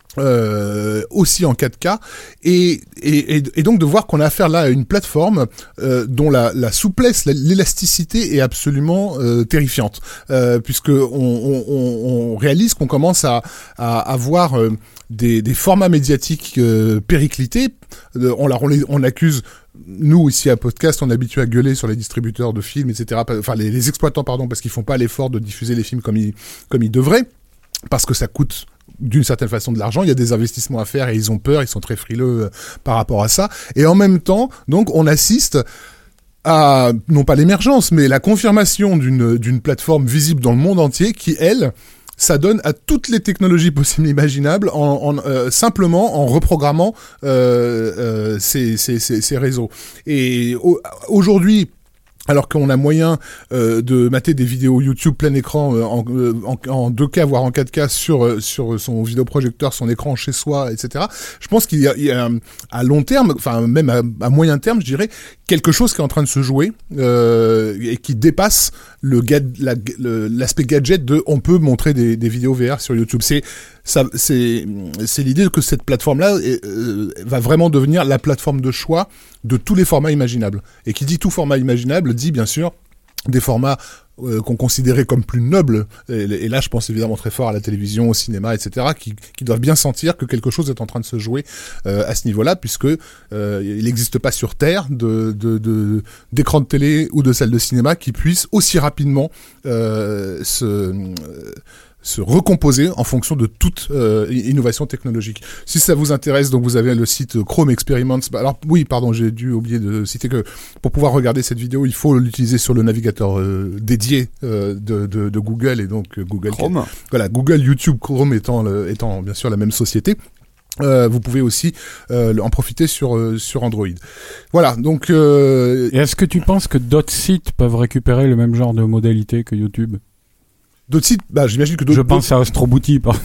Euh, aussi en quatre K et, et, et donc de voir qu'on a affaire là à une plateforme euh, dont la, la souplesse, la, l'élasticité est absolument euh, terrifiante, euh, puisque on, on, on réalise qu'on commence à, à avoir euh, des, des formats médiatiques euh, périclités. Euh, on, la, on, les, on accuse nous ici à Podcast, on est habitué à gueuler sur les distributeurs de films, et cetera. Enfin les, les exploitants pardon, parce qu'ils font pas l'effort de diffuser les films comme ils comme ils devraient, parce que ça coûte d'une certaine façon de l'argent, il y a des investissements à faire et ils ont peur, ils sont très frileux euh, par rapport à ça. Et en même temps, donc, on assiste à, non pas l'émergence, mais la confirmation d'une, d'une plateforme visible dans le monde entier qui, elle, s'adonne à toutes les technologies possibles et imaginables en, en euh, simplement en reprogrammant euh, euh, ces, ces, ces, ces réseaux. Et au, aujourd'hui, alors qu'on a moyen euh, de mater des vidéos YouTube plein écran euh, en, euh, en, en deux K voire en quatre K sur euh, sur son vidéoprojecteur, son écran chez soi, et cetera. Je pense qu'il y a, il y a à long terme, enfin même à, à moyen terme, je dirais, quelque chose qui est en train de se jouer euh, et qui dépasse le, gad, la, le l'aspect gadget de on peut montrer des, des vidéos V R sur YouTube. C'est ça, c'est c'est l'idée que cette plateforme-là est, euh, va vraiment devenir la plateforme de choix de tous les formats imaginables. Et qui dit tout format imaginable dit bien sûr des formats euh, qu'on considérait comme plus nobles. Et, et là, je pense évidemment très fort à la télévision, au cinéma, et cetera, qui, qui doivent bien sentir que quelque chose est en train de se jouer euh, à ce niveau-là, puisque euh, il n'existe pas sur Terre de, de, de, d'écran de télé ou de salle de cinéma qui puisse aussi rapidement euh, se... Euh, se recomposer en fonction de toute euh, innovation technologique. Si ça vous intéresse, donc vous avez le site Chrome Experiments. Alors oui, pardon, j'ai dû oublier de citer que pour pouvoir regarder cette vidéo, il faut l'utiliser sur le navigateur euh, dédié euh, de, de, de Google, et donc euh, Google Chrome. Voilà, Google, YouTube, Chrome étant le, étant bien sûr la même société. Euh, vous pouvez aussi euh, en profiter sur euh, sur Android. Voilà, donc. Euh... Et est-ce que tu penses que d'autres sites peuvent récupérer le même genre de modalité que YouTube? D'autres sites, bah, j'imagine que d'autres... Je pense à Astrobooty, par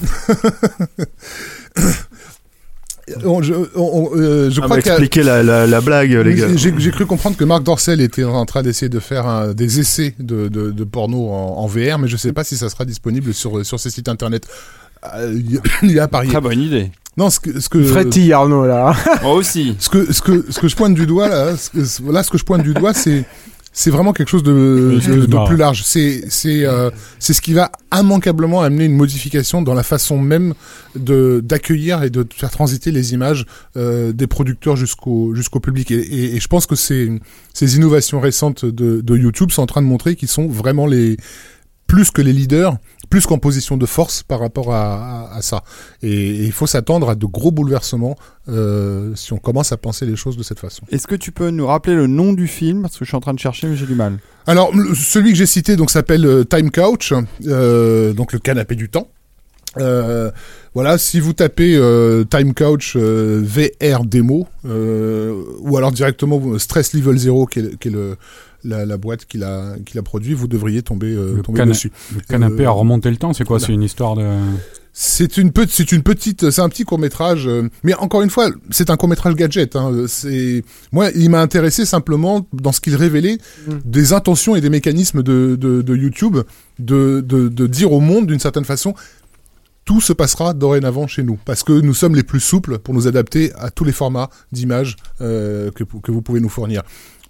on, je on, euh, je ah crois bah, expliquez la, la, la blague, les gars. J'ai, j'ai cru comprendre que Marc Dorcel était en train d'essayer de faire un, des essais de, de, de porno en, en V R, mais je sais pas si ça sera disponible sur, sur ces sites internet. Il euh, y a à parier. Très bonne idée. Non, ce que, ce que Freddy Arnaud là. Moi aussi. Ce que, ce que, ce que je pointe du doigt là, ce que, là, ce que je pointe du doigt, c'est c'est vraiment quelque chose de, de, de plus large. C'est c'est euh, c'est ce qui va immanquablement amener une modification dans la façon même de d'accueillir et de faire transiter les images euh, des producteurs jusqu'au jusqu'au public. Et, et, et je pense que ces ces innovations récentes de, de YouTube sont en train de montrer qu'ils sont vraiment les plus que les leaders, plus qu'en position de force par rapport à, à, à ça. Et il faut s'attendre à de gros bouleversements euh, si on commence à penser les choses de cette façon. Est-ce que tu peux nous rappeler le nom du film, parce que je suis en train de chercher mais j'ai du mal. Alors celui que j'ai cité donc s'appelle euh, Time Couch, euh, donc le canapé du temps. Euh, voilà, si vous tapez euh, Time Couch euh, V R démo euh, ou alors directement Stress Level Zero qui est, qui est le La, la boîte qu'il a, qu'il a produit, vous devriez tomber, euh, tomber cana- dessus. Le canapé euh, a remonté le temps, c'est quoi? Voilà. C'est une histoire de... C'est une petite, c'est une petite, c'est un petit court métrage, euh, mais encore une fois, c'est un court métrage gadget. Hein, c'est, moi, il m'a intéressé simplement dans ce qu'il révélait mmh. des intentions et des mécanismes de, de, de YouTube, de, de, de dire au monde d'une certaine façon, tout se passera dorénavant chez nous, parce que nous sommes les plus souples pour nous adapter à tous les formats d'images euh, que, que vous pouvez nous fournir.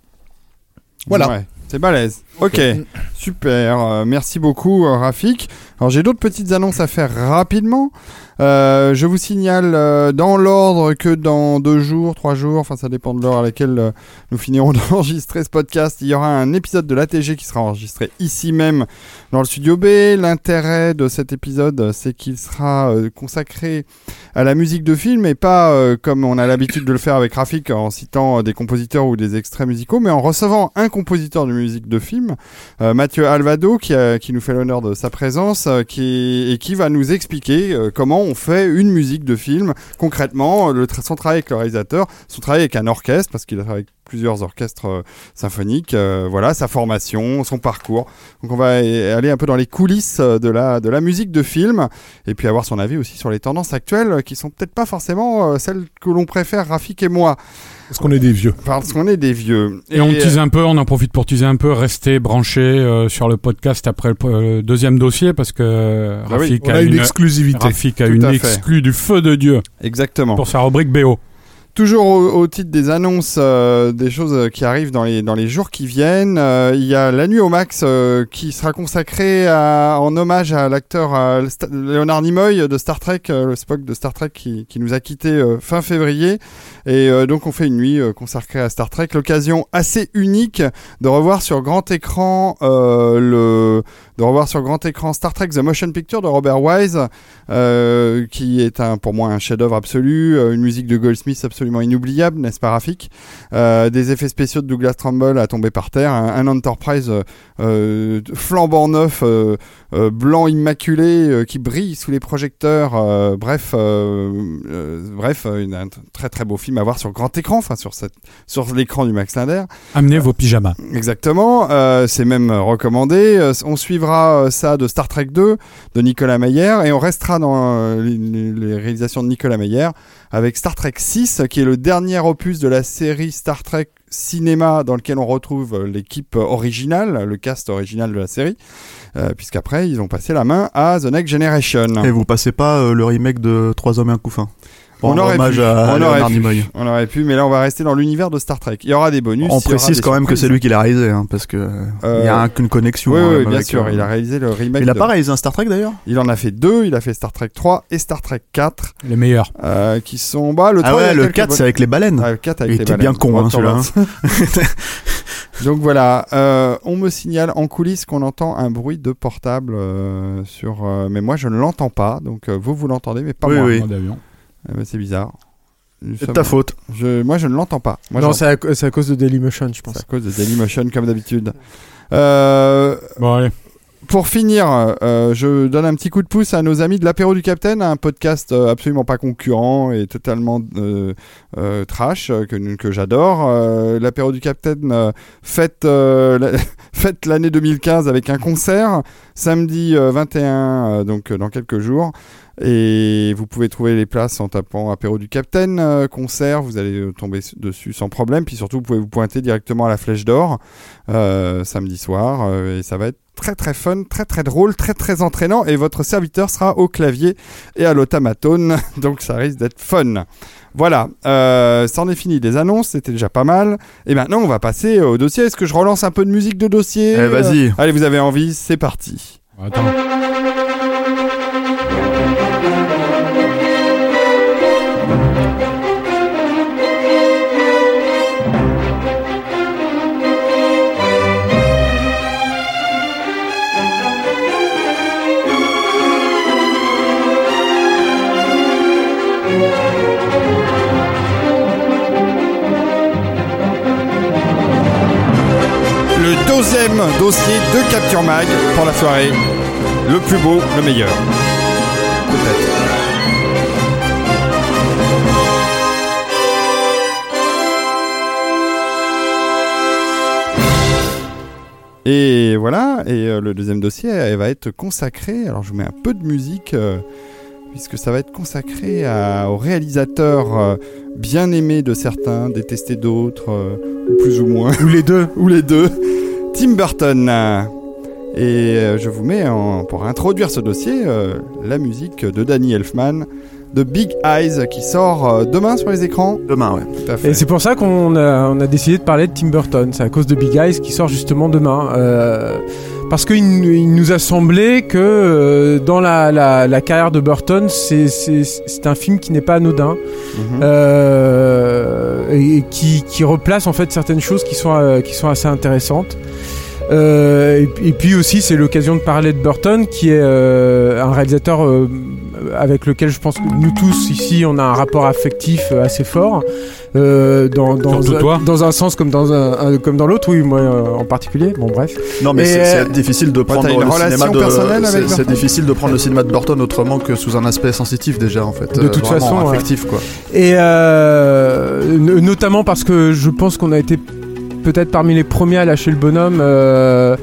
Voilà. Ouais, c'est balèze. Ok, super. Euh, merci beaucoup, euh, Rafik. Alors, j'ai d'autres petites annonces à faire rapidement. Euh, je vous signale euh, dans l'ordre que dans deux jours, trois jours, enfin ça dépend de l'heure à laquelle euh, nous finirons d'enregistrer ce podcast, il y aura un épisode de l'A T G qui sera enregistré ici même dans le studio B. L'intérêt de cet épisode, c'est qu'il sera euh, consacré à la musique de film et pas euh, comme on a l'habitude de le faire avec Rafik en citant euh, des compositeurs ou des extraits musicaux, mais en recevant un compositeur de musique de film, euh, Mathieu Alvado, qui, a, qui nous fait l'honneur de sa présence euh, qui, et qui va nous expliquer euh, comment on fait une musique de film concrètement, le tra- son travail avec le réalisateur, son travail avec un orchestre, parce qu'il a travaillé avec plusieurs orchestres euh, symphoniques, euh, voilà, sa formation, son parcours. Donc on va aller un peu dans les coulisses de la, de la musique de film, et puis avoir son avis aussi sur les tendances actuelles, qui sont peut-être pas forcément euh, celles que l'on préfère, Rafik et moi. Parce qu'on est des vieux. Parce qu'on est des vieux. Et, et on tease un peu, on en profite pour teaser un peu, rester branché euh, sur le podcast après le euh, deuxième dossier, parce que ah Rafik oui, a, a une une exclusivité. Rafik a Tout une à fait. exclue du feu de Dieu. Exactement. Pour sa rubrique B O. Toujours au, au titre des annonces, euh, des choses qui arrivent dans les, dans les jours qui viennent, euh, il y a La Nuit au Max euh, qui sera consacrée à, en hommage à l'acteur euh, St- Leonard Nimoy de Star Trek, euh, le Spock de Star Trek qui, qui nous a quittés euh, fin février. Et euh, donc on fait une nuit euh, consacrée à Star Trek, l'occasion assez unique de revoir sur grand écran euh, le de revoir sur grand écran Star Trek The Motion Picture de Robert Wise, euh, qui est un, pour moi un chef-d'œuvre absolu, euh, une musique de Goldsmith absolument inoubliable, n'est-ce pas Rafik, euh, des effets spéciaux de Douglas Trumbull à tomber par terre, un, un Enterprise euh, euh, flambant neuf, euh, euh, blanc immaculé, euh, qui brille sous les projecteurs, euh, bref, euh, euh, bref, une, un très très beau film à voir sur grand écran, enfin sur cette, sur l'écran du Max Linder. Amenez euh, vos pyjamas. Exactement, euh, c'est même recommandé. Euh, on suivra euh, ça de Star Trek deux de Nicolas Meyer et on restera dans euh, les, les réalisations de Nicolas Meyer avec Star Trek six qui est le dernier opus de la série Star Trek cinéma dans lequel on retrouve l'équipe originale, le cast original de la série, euh, puisqu'après ils ont passé la main à The Next Generation. Et vous passez pas euh, le remake de Trois hommes et un couffin? On aurait, hommage pu, à on, aurait pu, on aurait pu, mais là on va rester dans l'univers de Star Trek. Il y aura des bonus. On précise quand même que c'est lui qui l'a réalisé, hein, parce que euh, il y a qu'une connexion. Oui, hein, oui bien avec, sûr. Euh... Il a réalisé le remake. Il a de... pas réalisé un Star Trek d'ailleurs. Il en a fait deux. Il a fait Star Trek trois et Star Trek quatre. Les meilleurs. Euh, qui sont bah le ah trois. Ouais, le quatre bon... c'est avec les baleines. Ah, le quatre avec il les était baleines. bien con hein, celui-là. Donc voilà, euh, on me signale en coulisses qu'on entend un bruit de portable euh, sur, euh, mais moi je ne l'entends pas. Donc euh, vous vous l'entendez, mais pas oui, moi. Oui. d'avion. Euh, bah, c'est bizarre. C'est de ta faute. Je, moi, je ne l'entends pas. Moi, non, c'est à, c'est à cause de Dailymotion, je pense. C'est à cause de Dailymotion, comme d'habitude. Euh, bon, allez. Pour finir, euh, je donne un petit coup de pouce à nos amis de l'Apéro du Capitaine, un podcast euh, absolument pas concurrent et totalement euh, euh, trash euh, que, que j'adore. Euh, L'Apéro du Capitaine euh, fête, euh, la, fête l'année deux mille quinze avec un concert samedi euh, vingt et un, euh, donc euh, dans quelques jours. Et vous pouvez trouver les places en tapant Apéro du Capitaine, euh, concert, vous allez euh, tomber dessus sans problème. Puis surtout, vous pouvez vous pointer directement à la Flèche d'Or euh, samedi soir euh, et ça va être très très fun, très très drôle, très très entraînant et votre serviteur sera au clavier et à l'automatone, donc ça risque d'être fun. Voilà, euh, c'en est fini des annonces, c'était déjà pas mal. Et maintenant on va passer au dossier. Est-ce que je relance un peu de musique de dossier ? Eh, vas-y. euh, Allez, vous avez envie, c'est parti. Attends. onzième dossier de Capture Mag pour la soirée. Le plus beau, le meilleur. Peut-être. Et voilà, et euh, le deuxième dossier elle va être consacré, alors je vous mets un peu de musique, euh, puisque ça va être consacré à, au réalisateur euh, bien aimé de certains, détesté d'autres, euh, ou plus ou moins. Ou les deux. Ou les deux. Tim Burton. Et euh, je vous mets, en, pour introduire ce dossier, euh, la musique de Danny Elfman, de Big Eyes, qui sort euh, demain sur les écrans. Demain, ouais. Tout à fait. Et c'est pour ça qu'on a, on a décidé de parler de Tim Burton. C'est à cause de Big Eyes qui sort justement demain. Euh, parce qu'il il nous a semblé que euh, dans la, la, la carrière de Burton, c'est, c'est, c'est un film qui n'est pas anodin. Mm-hmm. Euh, et qui, qui replace en fait certaines choses qui sont, euh, qui sont assez intéressantes. Euh, et, et puis aussi c'est l'occasion de parler de Burton qui est euh, un réalisateur euh, avec lequel je pense que nous tous ici on a un rapport affectif assez fort euh, dans, dans, un, dans un sens comme dans, un, un, comme dans l'autre, oui moi euh, en particulier, bon bref. Non mais c'est, c'est difficile de prendre ouais, le cinéma de c'est, c'est difficile de prendre le cinéma de Burton autrement que sous un aspect sensitif déjà en fait. De toute façon affectif ouais. quoi. Et euh, notamment parce que je pense qu'on a été peut-être parmi les premiers à lâcher le bonhomme. Euh,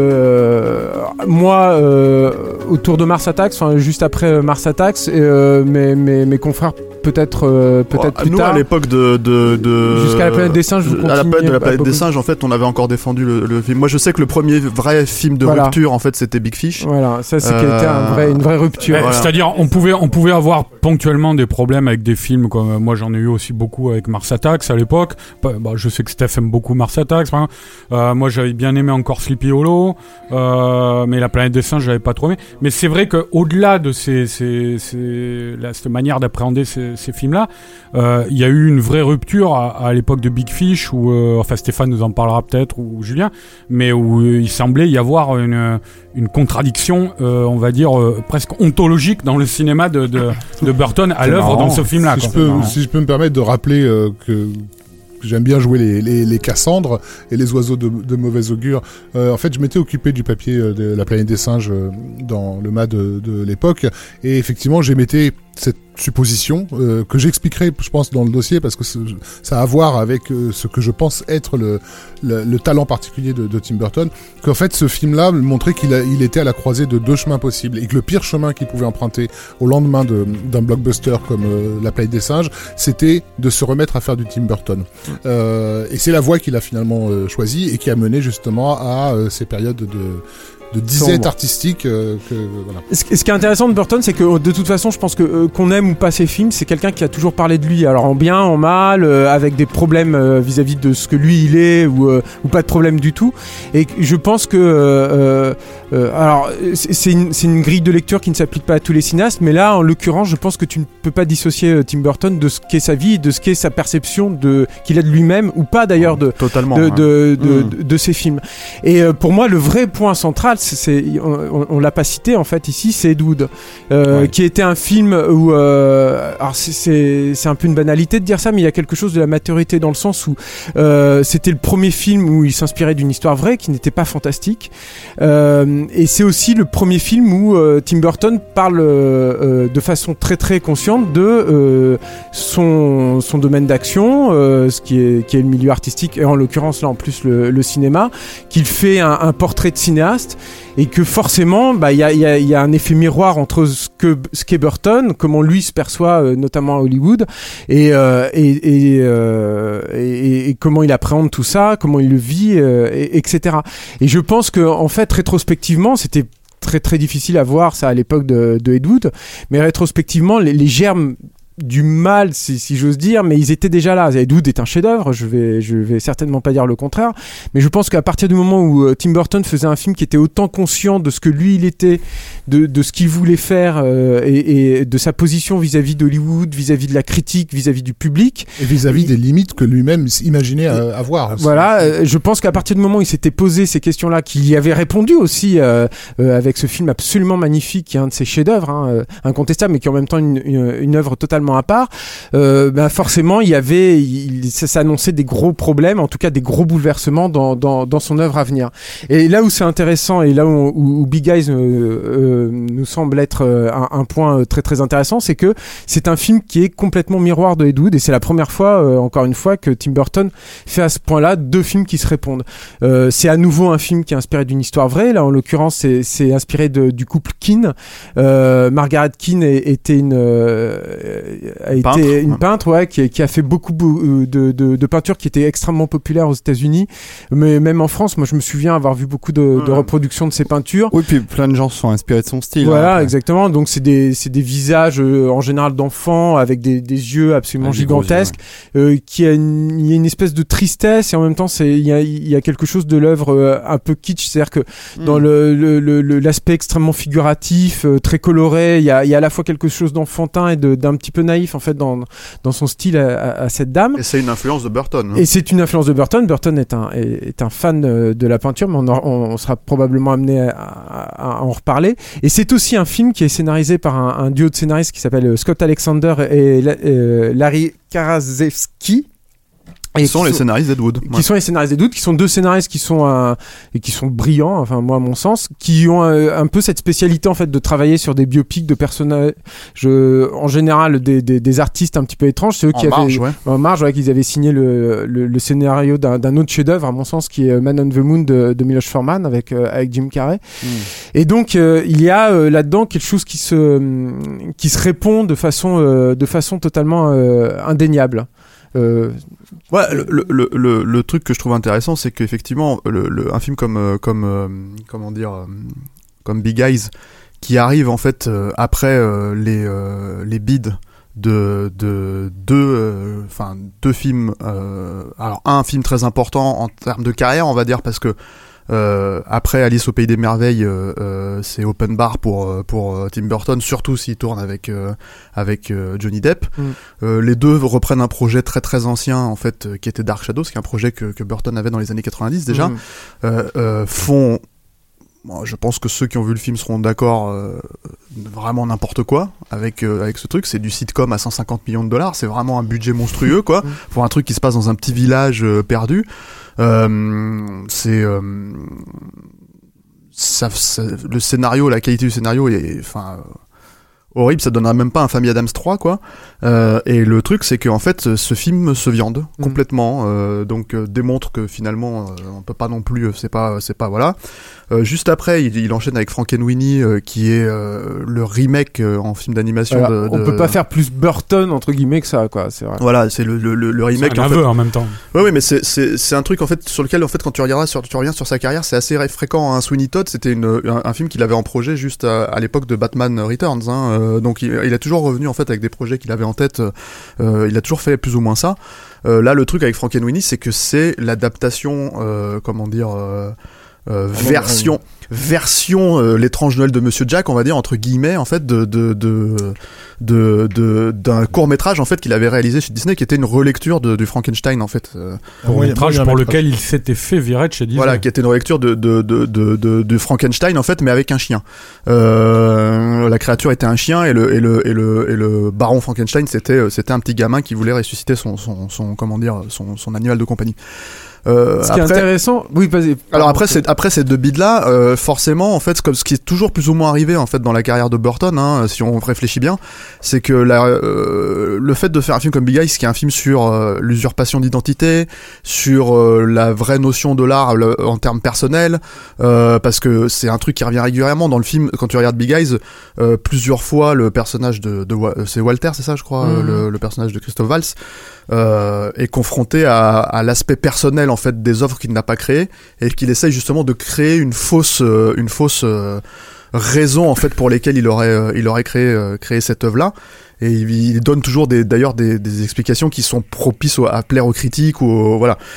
euh, moi, euh, autour de Mars Attacks, enfin juste après Mars Attacks, et, euh, mes, mes, mes confrères peut-être, euh, peut-être bon, plus nous, tard. Nous, à l'époque de, de, de jusqu'à la planète des singes, vous à la planète de la planète des singes, en fait, on avait encore défendu le, le film. Moi, je sais que le premier vrai film de voilà. rupture, en fait, c'était Big Fish. Voilà, ça, c'est euh... un vrai, une vraie rupture. Eh, voilà. C'est-à-dire, on pouvait, on pouvait avoir ponctuellement des problèmes avec des films comme moi, j'en ai eu aussi beaucoup avec Mars Attacks à l'époque. Bah, je sais que Steph aime beaucoup Mars Attacks. Hein. Euh, moi, j'avais bien aimé encore Sleepy Hollow, euh, mais la planète des singes, j'avais pas trop aimé. Mais c'est vrai que au-delà de ces, ces, ces, la, cette manière d'appréhender ces, ces films-là. Il euh, y a eu une vraie rupture à, à l'époque de Big Fish où, euh, enfin Stéphane nous en parlera peut-être ou, ou Julien, mais où euh, il semblait y avoir une, une contradiction, euh, on va dire euh, presque ontologique dans le cinéma de, de, de Burton à l'œuvre dans ce film-là. Si je peux, si je peux me permettre de rappeler euh, que j'aime bien jouer les, les, les Cassandres et les oiseaux de, de mauvais augure. Euh, en fait, je m'étais occupé du papier de la planète des singes dans le M A de, de l'époque, et effectivement, j'émettais cette supposition euh, que j'expliquerai, je pense, dans le dossier, parce que ça a à voir avec euh, ce que je pense être le, le, le talent particulier de, de Tim Burton, qu'en fait, ce film-là montrait qu'il a, il était à la croisée de deux chemins possibles, et que le pire chemin qu'il pouvait emprunter au lendemain de, d'un blockbuster comme euh, La planète des singes, c'était de se remettre à faire du Tim Burton. Euh, et c'est la voie qu'il a finalement euh, choisie, et qui a mené justement à euh, ces périodes de... de disette artistique euh, que voilà. Ce, ce qui est intéressant de Burton, c'est que de toute façon, je pense que euh, qu'on aime ou pas ses films, c'est quelqu'un qui a toujours parlé de lui, alors en bien, en mal, euh, avec des problèmes euh, vis-à-vis de ce que lui il est, ou euh, ou pas de problème du tout. Et je pense que euh, euh, alors c'est une c'est une grille de lecture qui ne s'applique pas à tous les cinéastes, mais là, en l'occurrence, je pense que tu ne peux pas dissocier euh, Tim Burton de ce qu'est sa vie, de ce qu'est sa perception de qu'il a de lui-même ou pas d'ailleurs de totalement de ouais. de, de, mmh. de, de ses films. Et euh, pour moi, le vrai point central, c'est, c'est on, on l'a pas cité en fait ici, c'est Ed Wood, euh, ouais. qui était un film où euh, alors c'est, c'est c'est un peu une banalité de dire ça, mais il y a quelque chose de la maturité dans le sens où euh, c'était le premier film où il s'inspirait d'une histoire vraie qui n'était pas fantastique, euh, et c'est aussi le premier film où euh, Tim Burton parle euh, de façon très très consciente de euh, son son domaine d'action, euh, ce qui est qui est le milieu artistique, et en l'occurrence là en plus le, le cinéma, qu'il fait un, un portrait de cinéaste. Et que forcément, bah, y a, y a, y a un effet miroir entre ce que ce qu'est Burton, comment lui se perçoit, euh, notamment à Hollywood, et, euh, et, et, euh, et, et comment il appréhende tout ça, comment il le vit, euh, et, etc. Et je pense que en fait, rétrospectivement, c'était très très difficile à voir ça à l'époque de, de Ed Wood, mais rétrospectivement, les, les germes du mal, si, si j'ose dire, mais ils étaient déjà là. Ed Wood est un chef-d'œuvre, je vais, je vais certainement pas dire le contraire, mais je pense qu'à partir du moment où euh, Tim Burton faisait un film qui était autant conscient de ce que lui il était, de, de ce qu'il voulait faire, euh, et, et de sa position vis-à-vis d'Hollywood, vis-à-vis de la critique, vis-à-vis du public, et vis-à-vis il, des limites que lui-même imaginait euh, avoir. Voilà, euh, je pense qu'à partir du moment où il s'était posé ces questions-là, qu'il y avait répondu aussi euh, euh, avec ce film absolument magnifique, qui est un de ses chefs-d'œuvre, hein, euh, incontestable, mais qui est en même temps une, une, une œuvre totalement complètement à part, euh, ben forcément il y avait, il, ça s'annonçait des gros problèmes, en tout cas des gros bouleversements dans dans, dans son œuvre à venir. Et là où c'est intéressant et là où, où, où Big Eyes euh, euh, nous semble être un, un point très très intéressant, c'est que c'est un film qui est complètement miroir de Ed Wood et c'est la première fois, euh, encore une fois, que Tim Burton fait à ce point-là deux films qui se répondent. Euh, c'est à nouveau un film qui est inspiré d'une histoire vraie. Là, en l'occurrence, c'est, c'est inspiré de, du couple Keane. Euh, Margaret Keane était une, euh, a été peintre, une ouais. peintre, ouais, qui, qui a fait beaucoup de, de, de peintures qui étaient extrêmement populaires aux États-Unis, mais même en France. Moi, je me souviens avoir vu beaucoup de, ouais. de reproductions de ses peintures. Oui, puis plein de gens se sont inspirés de son style. Voilà, hein, exactement. Donc c'est des, c'est des visages euh, en général d'enfants avec des, des yeux absolument ah, gigantesques, yeux, ouais. euh, qui a une, il y a une espèce de tristesse et en même temps c'est, il y a, il y a quelque chose de l'œuvre euh, un peu kitsch, c'est-à-dire que mm. dans le, le, le, l'aspect extrêmement figuratif, euh, très coloré, il y a, il y a à la fois quelque chose d'enfantin et de, d'un petit peu naïf en fait dans, dans son style à, à, à cette dame. Et c'est une influence de Burton. Hein. Et c'est une influence de Burton. Burton est un, est, est un fan de la peinture, mais on, en, on sera probablement amené à, à, à en reparler. Et c'est aussi un film qui est scénarisé par un, un duo de scénaristes qui s'appelle Scott Alexander et euh, Larry Karaszewski. Qui sont, sont les scénaristes d'Ed Wood. Qui ouais. sont les scénaristes d'Ed Wood, qui sont deux scénaristes qui sont euh, et qui sont brillants, enfin moi à mon sens, qui ont euh, un peu cette spécialité en fait de travailler sur des biopics de personnages, je, en général des, des, des artistes un petit peu étranges, c'est eux en qui marge, avaient ouais. en marge, ouais, qu'ils avaient signé le, le, le scénario d'un, d'un autre chef-d'œuvre à mon sens qui est Man on the Moon de, de Miloš Forman avec euh, avec Jim Carrey. Mm. Et donc euh, il y a euh, là-dedans quelque chose qui se qui se répond de façon euh, de façon totalement euh, indéniable. Euh... Ouais, le, le, le, le truc que je trouve intéressant, c'est qu'effectivement, le, le, un film comme, comme, euh, comment dire, euh, comme Big Eyes, qui arrive en fait euh, après euh, les, euh, les bids de, de deux, enfin euh, deux films. Euh, alors un film très important en termes de carrière, on va dire, parce que Euh, après Alice au pays des merveilles, euh, euh, c'est open bar pour pour euh, Tim Burton, surtout s'il tourne avec euh, avec euh, Johnny Depp. Mm. Euh, les deux reprennent un projet très très ancien en fait, euh, qui était Dark Shadows, qui est un projet que que Burton avait dans les années quatre-vingt-dix déjà. Mm. Euh, euh, font Bon, je pense que ceux qui ont vu le film seront d'accord, euh, vraiment n'importe quoi avec euh, avec ce truc. C'est du sitcom à cent cinquante millions de dollars. C'est vraiment un budget monstrueux, quoi, pour un truc qui se passe dans un petit village euh, perdu. Euh, c'est euh, ça, ça, le scénario, la qualité du scénario est, enfin, euh, horrible. Ça donnerait même pas un Famille Adams trois, quoi. Euh, et le truc, c'est que en fait, ce film se viande mmh. complètement. Euh, donc euh, démontre que finalement, euh, on peut pas non plus. C'est pas, c'est pas voilà. Euh, juste après, il, il enchaîne avec Frankenweenie, euh, qui est euh, le remake euh, en film d'animation. Voilà, de, de... On peut pas faire plus Burton entre guillemets que ça, quoi. C'est vrai. Voilà, c'est le, le, le remake. C'est un en aveu fait. en même temps. Ouais, oui, mais c'est c'est c'est un truc en fait sur lequel en fait quand tu regarderas sur tu reviens sur sa carrière, c'est assez fréquent. Hein. Sweeney Todd, c'était une un, un film qu'il avait en projet juste à, à l'époque de Batman Returns. Hein. Euh, donc il, il a toujours revenu en fait avec des projets qu'il avait en tête. Euh, il a toujours fait plus ou moins ça. Euh, là, le truc avec Frankenweenie, c'est que c'est l'adaptation, euh, comment dire. Euh, Euh, version version euh, l'étrange Noël de Monsieur Jack, on va dire entre guillemets, en fait de de de de, de d'un court métrage en fait qu'il avait réalisé chez Disney, qui était une relecture de, du Frankenstein en fait. Euh, court métrage pour lequel il s'était fait virer de chez Disney. Voilà, qui était une relecture de de de de de, de Frankenstein en fait, mais avec un chien. Euh, la créature était un chien et le et le et le et le baron Frankenstein c'était c'était un petit gamin qui voulait ressusciter son son son comment dire son son animal de compagnie. Euh, ce qui après, est intéressant, oui, vas-y. Alors après, c'est, après ces deux bids là, euh, forcément, en fait, comme ce qui est toujours plus ou moins arrivé en fait dans la carrière de Burton, hein, si on réfléchit bien, c'est que la, euh, le fait de faire un film comme Big Eyes, qui est un film sur euh, l'usurpation d'identité, sur euh, la vraie notion de l'art le, en termes personnels, euh, parce que c'est un truc qui revient régulièrement dans le film. Quand tu regardes Big Eyes, euh, plusieurs fois le personnage de, de c'est Walter, c'est ça, je crois, mmh. le, le personnage de Christophe Waltz. Euh, est confronté à, à l'aspect personnel en fait des œuvres qu'il n'a pas créées, et qu'il essaye justement de créer une fausse euh, une fausse euh, raison en fait pour lesquelles il aurait euh, il aurait créé euh, créé cette œuvre là, et il, il donne toujours des d'ailleurs des, des explications qui sont propices au, à plaire aux critiques ou au, voilà.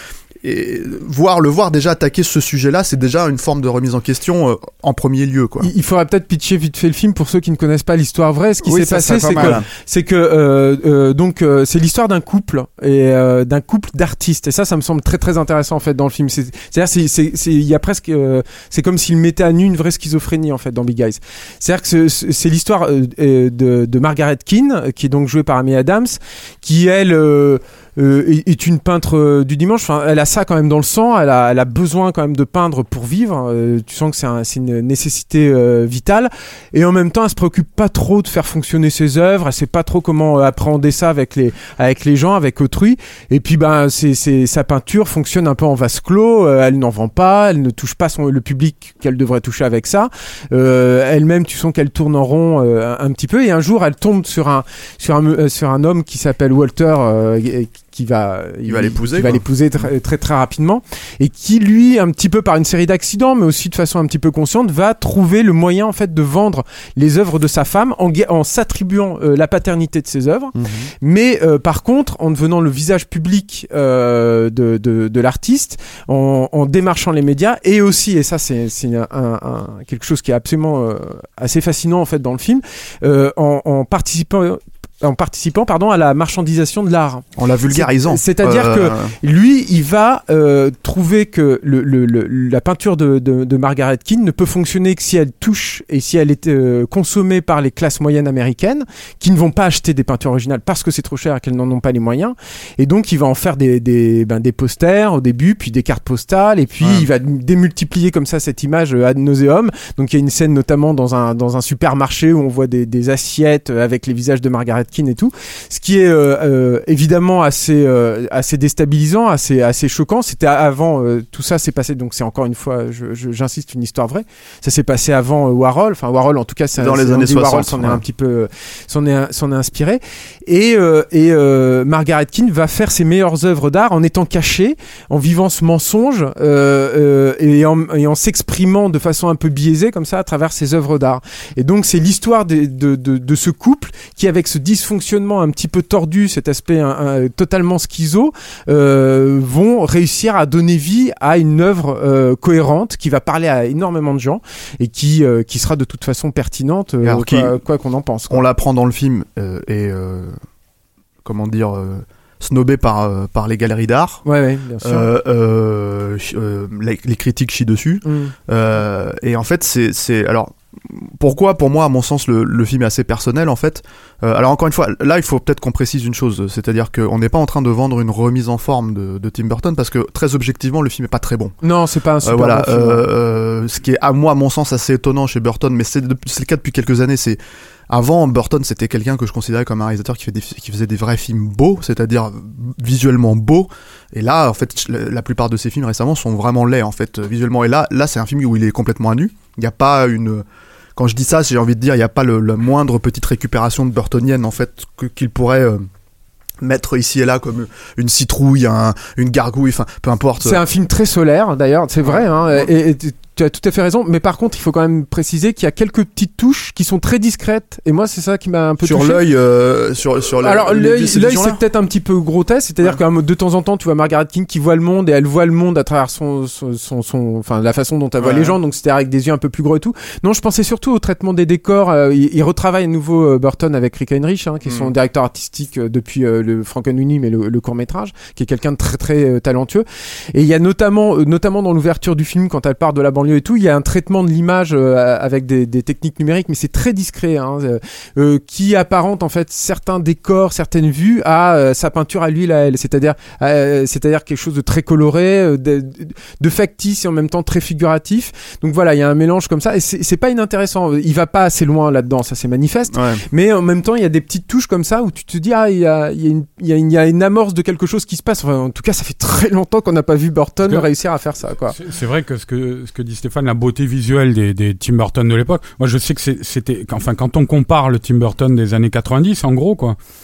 et voir le voir déjà attaquer ce sujet-là, c'est déjà une forme de remise en question euh, en premier lieu, quoi. Il faudrait peut-être pitcher vite fait le film pour ceux qui ne connaissent pas l'histoire vraie. Ce qui Oui, s'est ça, passé, ça c'est pas que, mal. c'est que euh, euh, donc euh, c'est l'histoire d'un couple et euh, d'un couple d'artistes. Et ça, ça me semble très très intéressant en fait dans le film. C'est, c'est-à-dire, c'est, c'est, c'est, il y a presque, euh, c'est comme s'il mettait à nu une vraie schizophrénie en fait dans Big Eyes. C'est-à-dire que c'est, c'est l'histoire euh, de, de Margaret Keane, qui est donc jouée par Amy Adams, qui elle euh, Euh, est, est une peintre euh, du dimanche. Enfin, elle a ça quand même dans le sang. Elle a, elle a besoin quand même de peindre pour vivre. Euh, tu sens que c'est, un, c'est une nécessité euh, vitale. Et en même temps, elle se préoccupe pas trop de faire fonctionner ses œuvres. Elle sait pas trop comment euh, appréhender ça avec les, avec les gens, avec autrui. Et puis, ben, c'est, c'est, sa peinture fonctionne un peu en vase clos. Euh, elle n'en vend pas. Elle ne touche pas son, le public qu'elle devrait toucher avec ça. Euh, elle-même, tu sens qu'elle tourne en rond euh, un, un petit peu. Et un jour, elle tombe sur un, sur un, euh, sur un homme qui s'appelle Walter. Euh, qui va, il va l'épouser, qui va l'épouser très, très très rapidement et qui lui, un petit peu par une série d'accidents, mais aussi de façon un petit peu consciente, va trouver le moyen en fait de vendre les œuvres de sa femme en, en s'attribuant euh, la paternité de ses œuvres, mmh. mais euh, par contre en devenant le visage public euh, de, de, de l'artiste, en, en démarchant les médias et aussi, et ça c'est, c'est un, un, un, quelque chose qui est absolument euh, assez fascinant en fait dans le film, euh, en, en participant en participant pardon à la marchandisation de l'art. En la vulgarisant. C'est, c'est-à-dire euh... que lui, il va euh, trouver que le, le, le, la peinture de, de, de Margaret Keane ne peut fonctionner que si elle touche et si elle est euh, consommée par les classes moyennes américaines qui ne vont pas acheter des peintures originales parce que c'est trop cher et qu'elles n'en ont pas les moyens. Et donc, il va en faire des, des, ben, des posters au début, puis des cartes postales, et puis ouais. il va démultiplier comme ça cette image ad nauseum. Donc, il y a une scène notamment dans un, dans un supermarché où on voit des, des assiettes avec les visages de Margaret Keane et tout, ce qui est euh, euh, évidemment assez euh, assez déstabilisant, assez assez choquant. C'était avant euh, tout ça s'est passé, donc c'est encore une fois, je, je, j'insiste, une histoire vraie. Ça s'est passé avant euh, Warhol, enfin Warhol en tout cas, c'est, dans c'est, les années soixante. Warhol s'en ouais. est un petit peu s'en est s'en est inspiré. Et euh, et euh, Margaret Keane va faire ses meilleures œuvres d'art en étant cachée, en vivant ce mensonge euh, euh, et en et en s'exprimant de façon un peu biaisée comme ça à travers ses œuvres d'art. Et donc c'est l'histoire de de de, de ce couple qui, avec ce dysfonctionnement un petit peu tordu, cet aspect un, un, totalement schizo, euh, vont réussir à donner vie à une œuvre euh, cohérente qui va parler à énormément de gens et qui, euh, qui sera de toute façon pertinente, euh, quoi, qui, quoi qu'on en pense. Quoi. On l'apprend dans le film euh, et euh, comment dire euh, snobé par, euh, par les galeries d'art. Ouais, ouais, bien sûr. Euh, euh, euh, les, les critiques chient dessus. Mm. Euh, et en fait, c'est, c'est alors. Pourquoi, pour moi, à mon sens, le, le film est assez personnel, en fait. Euh, alors, encore une fois, là, il faut peut-être qu'on précise une chose, c'est-à-dire qu'on n'est pas en train de vendre une remise en forme de, de Tim Burton, parce que, très objectivement, le film est pas très bon. Non, c'est pas un super euh, voilà, bon film. Euh, euh, ce qui est, à moi, à mon sens, assez étonnant chez Burton, mais c'est, de, c'est le cas depuis quelques années, c'est... Avant, Burton, c'était quelqu'un que je considérais comme un réalisateur qui, fait des, qui faisait des vrais films beaux, c'est-à-dire visuellement beaux. Et là, en fait, la plupart de ses films récemment sont vraiment laids, en fait, visuellement. Et là, là, c'est un film où il est complètement à nu. Il n'y a pas une... Quand je dis ça, j'ai envie de dire, il n'y a pas le, la moindre petite récupération de burtonienne, en fait, que, qu'il pourrait... Euh, mettre ici et là comme une citrouille, un, une gargouille, enfin peu importe. C'est un film très solaire d'ailleurs, c'est vrai, hein, ouais. et, et tu as tout à fait raison, mais par contre il faut quand même préciser qu'il y a quelques petites touches qui sont très discrètes, et moi c'est ça qui m'a un peu sur touché. L'œil, euh, sur sur alors l'œil, l'œil c'est peut-être un petit peu grotesque, c'est-à-dire ouais. que de temps en temps tu vois Margaret Keane qui voit le monde et elle voit le monde à travers son son son, son enfin la façon dont elle ouais. voit les gens, donc c'était avec des yeux un peu plus gros et tout. Non, je pensais surtout au traitement des décors. Euh, il, il retravaille à nouveau euh, Burton avec Rick Heinrich, hein, qui est son mm. directeur artistique euh, depuis euh, le Frankenweenie, mais le, le court métrage, qui est quelqu'un de très très euh, talentueux. Et il y a notamment euh, notamment dans l'ouverture du film, quand elle part de la banlieue et tout, il y a un traitement de l'image euh, avec des, des techniques numériques, mais c'est très discret, hein, euh, euh, qui apparente en fait certains décors, certaines vues à euh, sa peinture à lui, à elle, c'est-à-dire euh, c'est-à-dire quelque chose de très coloré, euh, de, de factice et en même temps très figuratif. Donc voilà, il y a un mélange comme ça, et c'est, c'est pas inintéressant. Il va pas assez loin là-dedans, ça c'est manifeste, ouais. mais en même temps il y a des petites touches comme ça où tu te dis ah il y a il y a une il y a, il y a une amorce de quelque chose qui se passe. Enfin, en tout cas, ça fait très longtemps qu'on n'a pas vu Burton que, réussir à faire ça, quoi. C'est, c'est vrai que ce que ce que dit Stéphane, la beauté visuelle des, des Tim Burton de l'époque. Moi, je sais que c'est, c'était, enfin, quand on compare le Tim Burton des années quatre-vingt-dix, en gros, quoi,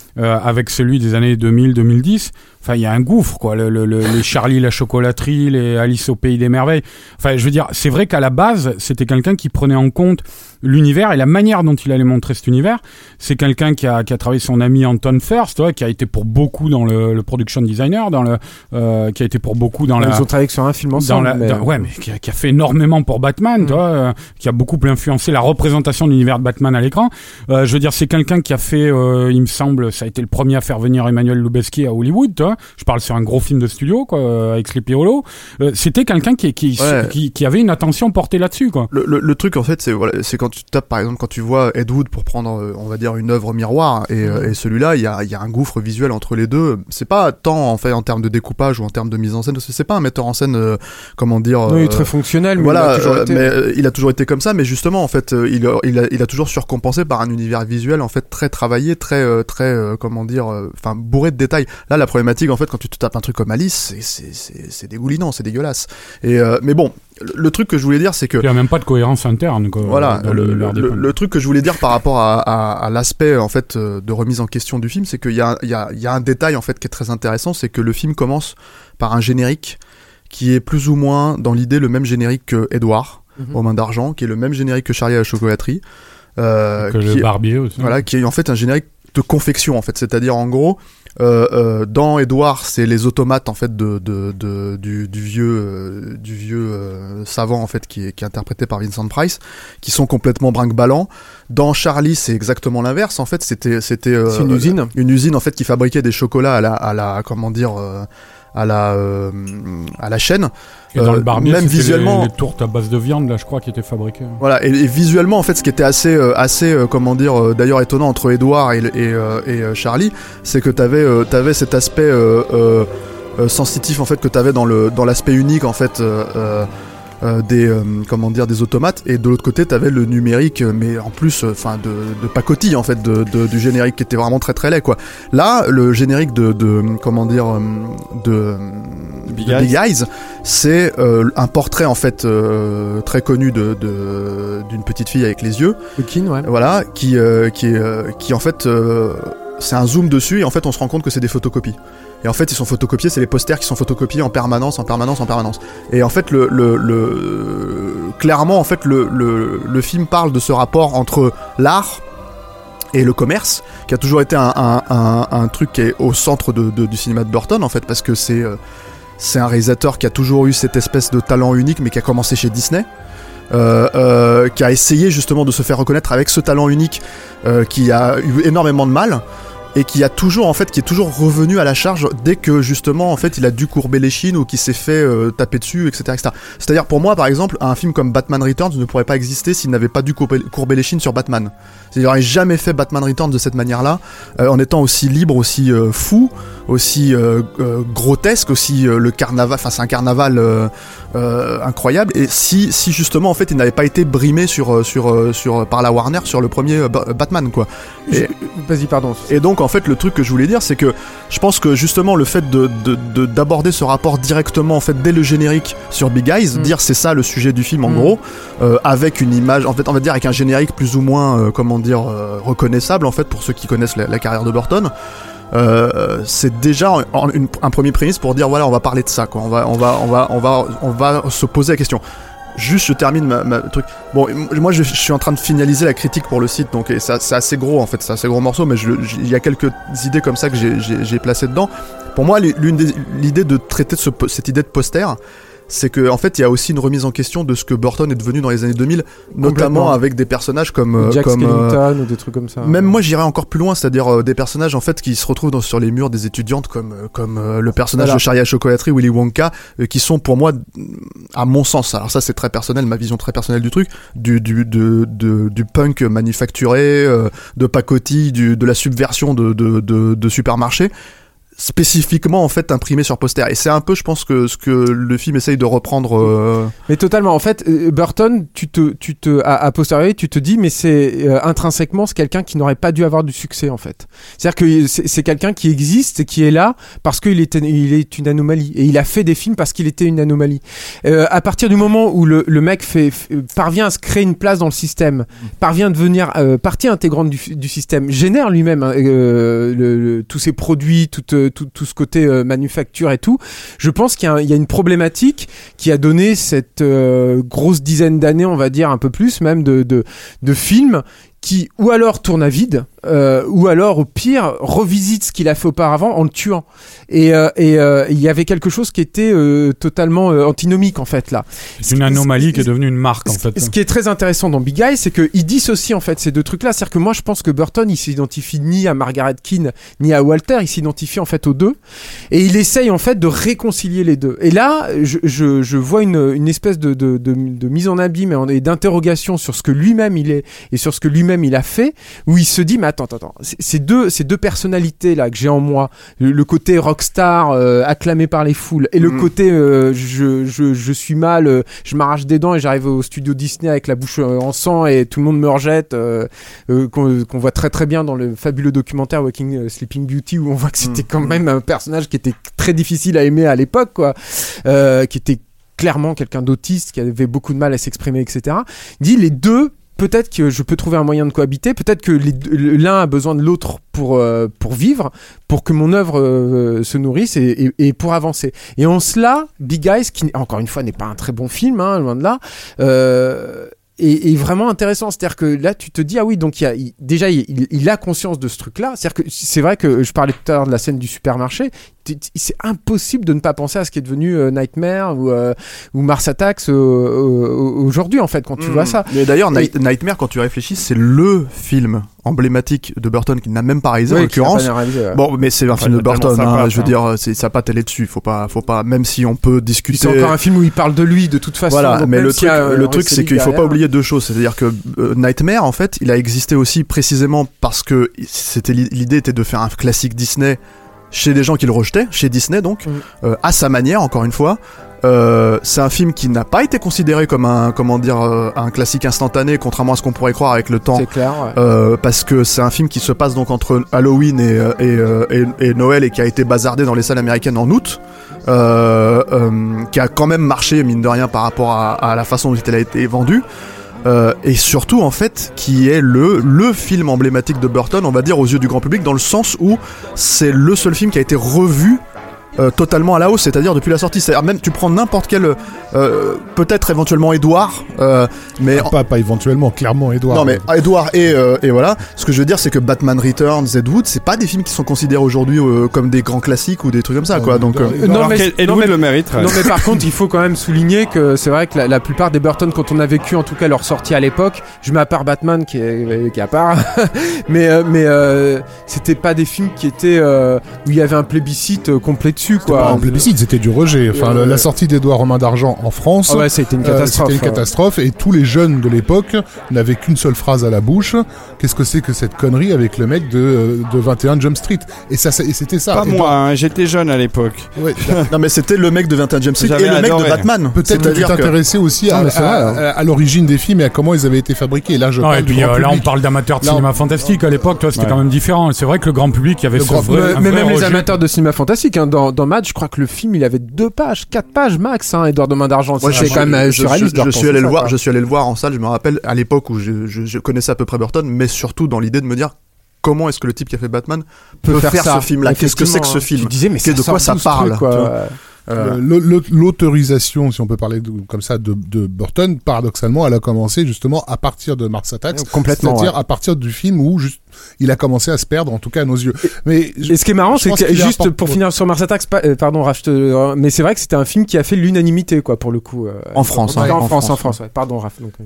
euh, avec celui des années deux mille deux mille dix, enfin il y a un gouffre quoi, le, le, le, les Charlie la chocolaterie, les Alice au pays des merveilles. Enfin je veux dire, c'est vrai qu'à la base c'était quelqu'un qui prenait en compte l'univers et la manière dont il allait montrer cet univers. C'est quelqu'un qui a, qui a travaillé son ami Anton First, ouais, qui a été pour beaucoup dans le, le production designer, dans le, euh, qui a été pour beaucoup dans ouais, la. Ils ont travaillé sur un film ensemble. Dans la, mais... dans, ouais, mais qui a, qui a fait énormément pour Batman, mmh. toi, euh, qui a beaucoup influencé la représentation de l'univers de Batman à l'écran. Euh, je veux dire, c'est quelqu'un qui a fait, euh, il me semble, ça a été le premier à faire venir Emmanuel Lubezki à Hollywood, toi. Je parle sur un gros film de studio, quoi, avec Sleepy Hollow. Euh, c'était quelqu'un qui, qui, ouais. qui, qui avait une attention portée là-dessus, quoi. Le, le, le truc, en fait, c'est, voilà, c'est quand tu tapes, par exemple, quand tu vois Ed Wood pour prendre, on va dire, une œuvre miroir, et, mmh. et celui-là, il y a, y a un gouffre visuel entre les deux. C'est pas tant, en fait, en termes de découpage ou en termes de mise en scène, parce que c'est pas un metteur en scène, euh, comment dire. Non, il est euh, très fonctionnel, mais voilà, il a toujours euh, été. Mais euh, il a toujours été comme ça, mais justement, en fait, euh, il, a, il, a, il a toujours surcompensé par un univers visuel, en fait, très travaillé, très, euh, très, euh, comment dire, enfin, euh, bourré de détails. Là, la problématique, en fait, quand tu te tapes un truc comme Alice, c'est, c'est, c'est, c'est dégoulinant, c'est dégueulasse. Et, euh, mais bon, le, le truc que je voulais dire, c'est que. Il n'y a même pas de cohérence interne, quoi. Voilà, le, le, le, le truc que je voulais dire par rapport à, à, à l'aspect, en fait, de remise en question du film, c'est qu'il y a, il y a, il y a un détail, en fait, qui est très intéressant, c'est que le film commence par un générique qui est plus ou moins, dans l'idée, le même générique que Edouard, mm-hmm. aux mains d'argent, qui est le même générique que Charlie à la chocolaterie. Euh, que le est, barbier aussi. Voilà, qui est en fait un générique de confection, en fait. C'est-à-dire, en gros, euh, euh, dans Edouard, c'est les automates, en fait, de, de, de, du, du vieux, euh, du vieux euh, savant, en fait, qui est, qui est interprété par Vincent Price, qui sont complètement brinque-ballants. Dans Charlie, c'est exactement l'inverse. En fait, c'était, c'était euh, c'est une usine, une usine, en fait, qui fabriquait des chocolats à la, à la, comment dire, euh, à la, euh, à la chaîne. Et dans euh, le barbier, même visuellement, les, les tourtes à base de viande, là, je crois, qui étaient fabriquées. Voilà, et, et visuellement, en fait, ce qui était assez, euh, assez, euh, comment dire, euh, d'ailleurs étonnant entre Edouard et, et, euh, et euh, Charlie, c'est que t'avais, euh, t'avais cet aspect euh, euh, euh, sensitif, en fait, que t'avais dans le, dans l'aspect unique, en fait. Euh, euh, Euh, des euh, comment dire des automates, et de l'autre côté t'avais le numérique, mais en plus enfin euh, de, de pacotille, en fait, de, de, du générique qui était vraiment très très laid, quoi. Là le générique de, de comment dire de, Big, de Eyes. Big Eyes, c'est euh, un portrait, en fait, euh, très connu de, de d'une petite fille avec les yeux, Kin, ouais. Voilà, qui euh, qui est euh, qui en fait euh, c'est un zoom dessus, et en fait on se rend compte que c'est des photocopies. Et en fait, ils sont photocopiés, c'est les posters qui sont photocopiés en permanence, en permanence, en permanence. Et en fait, le, le, le clairement, en fait, le, le, le film parle de ce rapport entre l'art et le commerce, qui a toujours été un, un, un, un truc qui est au centre de, de, du cinéma de Burton, en fait, parce que c'est, euh, c'est un réalisateur qui a toujours eu cette espèce de talent unique, mais qui a commencé chez Disney. Euh, euh, qui a essayé justement de se faire reconnaître avec ce talent unique, euh, qui a eu énormément de mal, et qui a toujours, en fait, qui est toujours revenu à la charge dès que justement, en fait, il a dû courber les chines ou qu'il s'est fait euh, taper dessus, et cetera, et cetera. C'est-à-dire, pour moi, par exemple, un film comme Batman Returns ne pourrait pas exister s'il n'avait pas dû courber, courber les chines sur Batman. C'est-à-dire, il n'aurait jamais fait Batman Returns de cette manière-là, euh, en étant aussi libre, aussi euh, fou, aussi euh, euh, grotesque, aussi euh, le carnaval, enfin c'est un carnaval euh, euh, incroyable. Et si, si justement, en fait, il n'avait pas été brimé sur, sur, sur, par la Warner sur le premier euh, Batman, quoi. Et, je... Vas-y, pardon. Et donc, en fait, le truc que je voulais dire, c'est que je pense que justement le fait de, de, de d'aborder ce rapport directement, en fait, dès le générique sur Big Eyes, mm. dire c'est ça le sujet du film, en mm. gros, euh, avec une image, en fait, on va dire avec un générique plus ou moins, euh, comment dire, euh, reconnaissable, en fait, pour ceux qui connaissent la, la carrière de Burton. Euh, c'est déjà en, en, une, un premier prémisse pour dire voilà, on va parler de ça, quoi. On va, on va, on va, on va, on va se poser la question. Juste, je termine ma, ma truc. Bon, moi, je, je suis en train de finaliser la critique pour le site, donc et ça, c'est assez gros, en fait, c'est assez gros morceau, mais il y a quelques idées comme ça que j'ai, j'ai, j'ai placées dedans. Pour moi, l'une des, l'idée de traiter de ce, cette idée de poster, c'est que en fait il y a aussi une remise en question de ce que Burton est devenu dans les années deux mille, notamment avec des personnages comme Jack comme Skellington euh, ou des trucs comme ça. Même moi j'irais encore plus loin, c'est-à-dire euh, des personnages en fait qui se retrouvent dans, sur les murs des étudiantes comme euh, comme euh, le personnage voilà. de Charlie à la chocolaterie, Willy Wonka, euh, qui sont pour moi, à mon sens, alors ça c'est très personnel, ma vision très personnelle du truc, du du de, de du punk manufacturé, euh, de pacotille, du de la subversion de de de, de supermarché. spécifiquement en fait imprimé sur poster. Et c'est un peu, je pense, que ce que le film essaye de reprendre. Euh... Mais totalement. En fait, Burton, tu te, tu te, à, à posteriori, tu te dis, mais c'est euh, intrinsèquement, c'est quelqu'un qui n'aurait pas dû avoir du succès en fait. C'est-à-dire que c'est, c'est quelqu'un qui existe et qui est là parce qu'il est, il est une anomalie et il a fait des films parce qu'il était une anomalie. Euh, à partir du moment où le, le mec fait, fait, parvient à se créer une place dans le système, parvient à devenir euh, partie intégrante du, du système, génère lui-même hein, euh, le, le, tous ses produits, tout, tout, tout ce côté euh, manufacture et tout, je pense qu'il y a, il y a une problématique qui a donné cette euh, grosse dizaine d'années, on va dire un peu plus même, de, de, de films qui ou alors tourne à vide, euh, ou alors au pire revisite ce qu'il a fait auparavant en le tuant. Et euh, et euh, il y avait quelque chose qui était euh, totalement euh, antinomique en fait là. C'est une anomalie qui est devenue une marque en fait. Ce qui est très intéressant dans Big Eyes, c'est que il dissocie en fait ces deux trucs là. C'est-à-dire que moi je pense que Burton il s'identifie ni à Margaret Keane ni à Walter, il s'identifie en fait aux deux et il essaye en fait de réconcilier les deux. Et là je je, je vois une une espèce de de de, de mise en abîme et d'interrogation sur ce que lui-même il est et sur ce que lui-même il a fait, où il se dit mais attends attends ces deux ces deux personnalités là que j'ai en moi, le, le côté rockstar euh, acclamé par les foules et le mmh. côté euh, je je je suis mal, euh, je m'arrache des dents et j'arrive au studio Disney avec la bouche euh, en sang et tout le monde me rejette, euh, euh, qu'on, qu'on voit très très bien dans le fabuleux documentaire Walking euh, Sleeping Beauty, où on voit que c'était mmh. quand même un personnage qui était très difficile à aimer à l'époque quoi, euh, qui était clairement quelqu'un d'autiste, qui avait beaucoup de mal à s'exprimer, et cetera. Il dit les deux, peut-être que je peux trouver un moyen de cohabiter, peut-être que les, l'un a besoin de l'autre pour, euh, pour vivre, pour que mon œuvre euh, se nourrisse et, et, et pour avancer. Et en cela, Big Eyes, qui encore une fois n'est pas un très bon film, hein, loin de là, euh, est, est vraiment intéressant. C'est-à-dire que là, tu te dis, ah oui, donc il y a, il, déjà, il, il a conscience de ce truc-là. C'est-à-dire que c'est vrai que je parlais tout à l'heure de la scène du supermarché. C'est impossible de ne pas penser à ce qui est devenu euh, Nightmare ou, euh, ou Mars Attacks euh, euh, aujourd'hui en fait quand tu mmh. vois ça. Mais d'ailleurs Night- et... Nightmare, quand tu réfléchis, c'est le film emblématique de Burton qu'il n'a même pas réalisé, oui, en l'occurrence. Réalisé, ouais. Bon, mais c'est un film de Burton, hein, patte, je veux hein. dire, c'est, sa patte elle est dessus. Faut pas, faut pas, même si on peut discuter. C'est encore un film où il parle de lui de toute façon. Voilà, mais le truc, a, le truc, c'est qu'il faut pas oublier deux choses. C'est-à-dire que euh, Nightmare, en fait, il a existé aussi précisément parce que c'était l'idée était de faire un classique Disney chez des gens qui le rejetaient, chez Disney donc, mmh. euh, à sa manière, encore une fois. Euh, c'est un film qui n'a pas été considéré comme un, comment dire, euh, un classique instantané, contrairement à ce qu'on pourrait croire avec le temps. C'est clair, ouais. Euh, parce que c'est un film qui se passe donc entre Halloween et, et, et, et Noël et qui a été bazardé dans les salles américaines en août. Euh, euh, qui a quand même marché, mine de rien, par rapport à, à la façon dont il a été vendu. Euh, et surtout en fait qui est le le film emblématique de Burton, on va dire, aux yeux du grand public, dans le sens où c'est le seul film qui a été revu Euh, totalement à la hausse, c'est-à-dire depuis la sortie. C'est-à-dire même tu prends n'importe quel, euh, peut-être éventuellement Edouard, euh, mais ah, pas pas éventuellement, clairement Edouard. Non mais Edouard et euh, et voilà. Ce que je veux dire, c'est que Batman Returns, Ed Wood, c'est pas des films qui sont considérés aujourd'hui euh, comme des grands classiques ou des trucs comme ça, quoi. Donc euh, non, mais Ed Wood le mérite. Non mais par contre, il faut quand même souligner que c'est vrai que la, la plupart des Burton, quand on a vécu en tout cas leur sortie à l'époque, je mets à part Batman qui est qui est à part, mais euh, mais euh, c'était pas des films qui étaient euh, où il y avait un plébiscite euh, complet dessus. Quoi. En plébiscite, c'était du rejet. Enfin, euh, la, la sortie d'Edouard Romain d'Argent en France, oh ouais, c'était une catastrophe. Euh, c'était une catastrophe, et tous les jeunes de l'époque n'avaient qu'une seule phrase à la bouche. Qu'est-ce que c'est que cette connerie avec le mec de, de vingt et un Jump Street? Et ça, et c'était ça. Pas et moi, hein, j'étais jeune à l'époque. Ouais. Non, mais c'était le mec de vingt et un Jump Street et le mec de Batman. Peut-être que tu t'intéressais que... aussi à, non, à, à, à, à l'origine des films et à comment ils avaient été fabriqués. Là, je non, et puis euh, là, on parle d'amateurs de là, cinéma on... fantastique. À l'époque, toi, c'était ouais. quand même différent. C'est vrai que le grand public, il y avait le ce grand... vrai, Mais même les amateurs de cinéma fantastique, hein, dans, dans Mad, je crois que le film, il avait deux pages, quatre pages max, hein, Edouard de Main d'Argent. Moi, c'est je, quand même je, surréaliste. Je, je, je suis allé ça, le voir, quoi. je suis allé le voir en salle. Je me rappelle à l'époque où je, je, je connaissais à peu près Burton, mais surtout dans l'idée de me dire comment est-ce que le type qui a fait Batman peut, peut faire, faire ce film-là. Qu'est-ce que c'est que ce film? Tu disais, mais de quoi ça parle? Truc, quoi. Euh, l'autorisation, si on peut parler de, comme ça, de, de Burton, paradoxalement, elle a commencé justement à partir de Mars Attacks, complètement, c'est-à-dire ouais. à partir du film où juste, il a commencé à se perdre, en tout cas à nos yeux. Mais et ce qui est marrant, c'est que juste pour part... finir sur Mars Attacks, pas, euh, pardon, Raph, te, mais c'est vrai que c'était un film qui a fait l'unanimité, quoi, pour le coup. Euh, en France, en, ouais, en, en France, France, en France. Ouais. Pardon, Raph. Donc.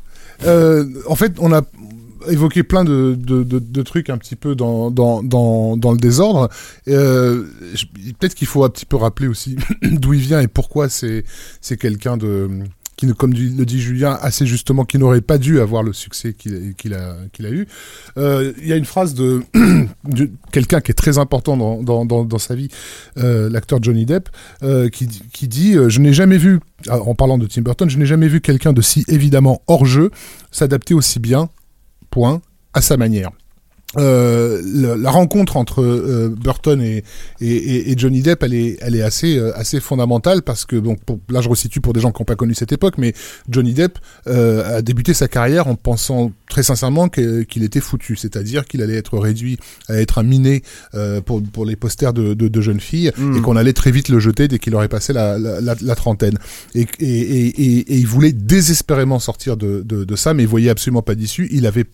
Euh, en fait, on a évoqué plein de, de, de, de trucs un petit peu dans, dans, dans, dans le désordre. Euh, peut-être qu'il faut un petit peu rappeler aussi d'où il vient et pourquoi c'est, c'est quelqu'un de, qui, comme le dit Julien assez justement, qui n'aurait pas dû avoir le succès qu'il, qu'il a, qu'il a eu. Euh, il y a une phrase de, de quelqu'un qui est très important dans, dans, dans, dans sa vie, euh, l'acteur Johnny Depp, euh, qui, qui dit euh, « Je n'ai jamais vu, en parlant de Tim Burton, je n'ai jamais vu quelqu'un de si évidemment hors jeu s'adapter aussi bien, point, à sa manière. » Euh, la, la rencontre entre euh, Burton et, et, et Johnny Depp, elle est, elle est assez, euh, assez fondamentale parce que, donc, pour, là je resitue pour des gens qui n'ont pas connu cette époque, mais Johnny Depp euh, a débuté sa carrière en pensant très sincèrement que, qu'il était foutu, c'est-à-dire qu'il allait être réduit à être un minet euh, pour, pour les posters de, de, de jeunes filles mmh. et qu'on allait très vite le jeter dès qu'il aurait passé la, la, la, la trentaine. Et, et, et, et, et il voulait désespérément sortir de, de, de ça, mais il voyait absolument pas d'issue. Il avait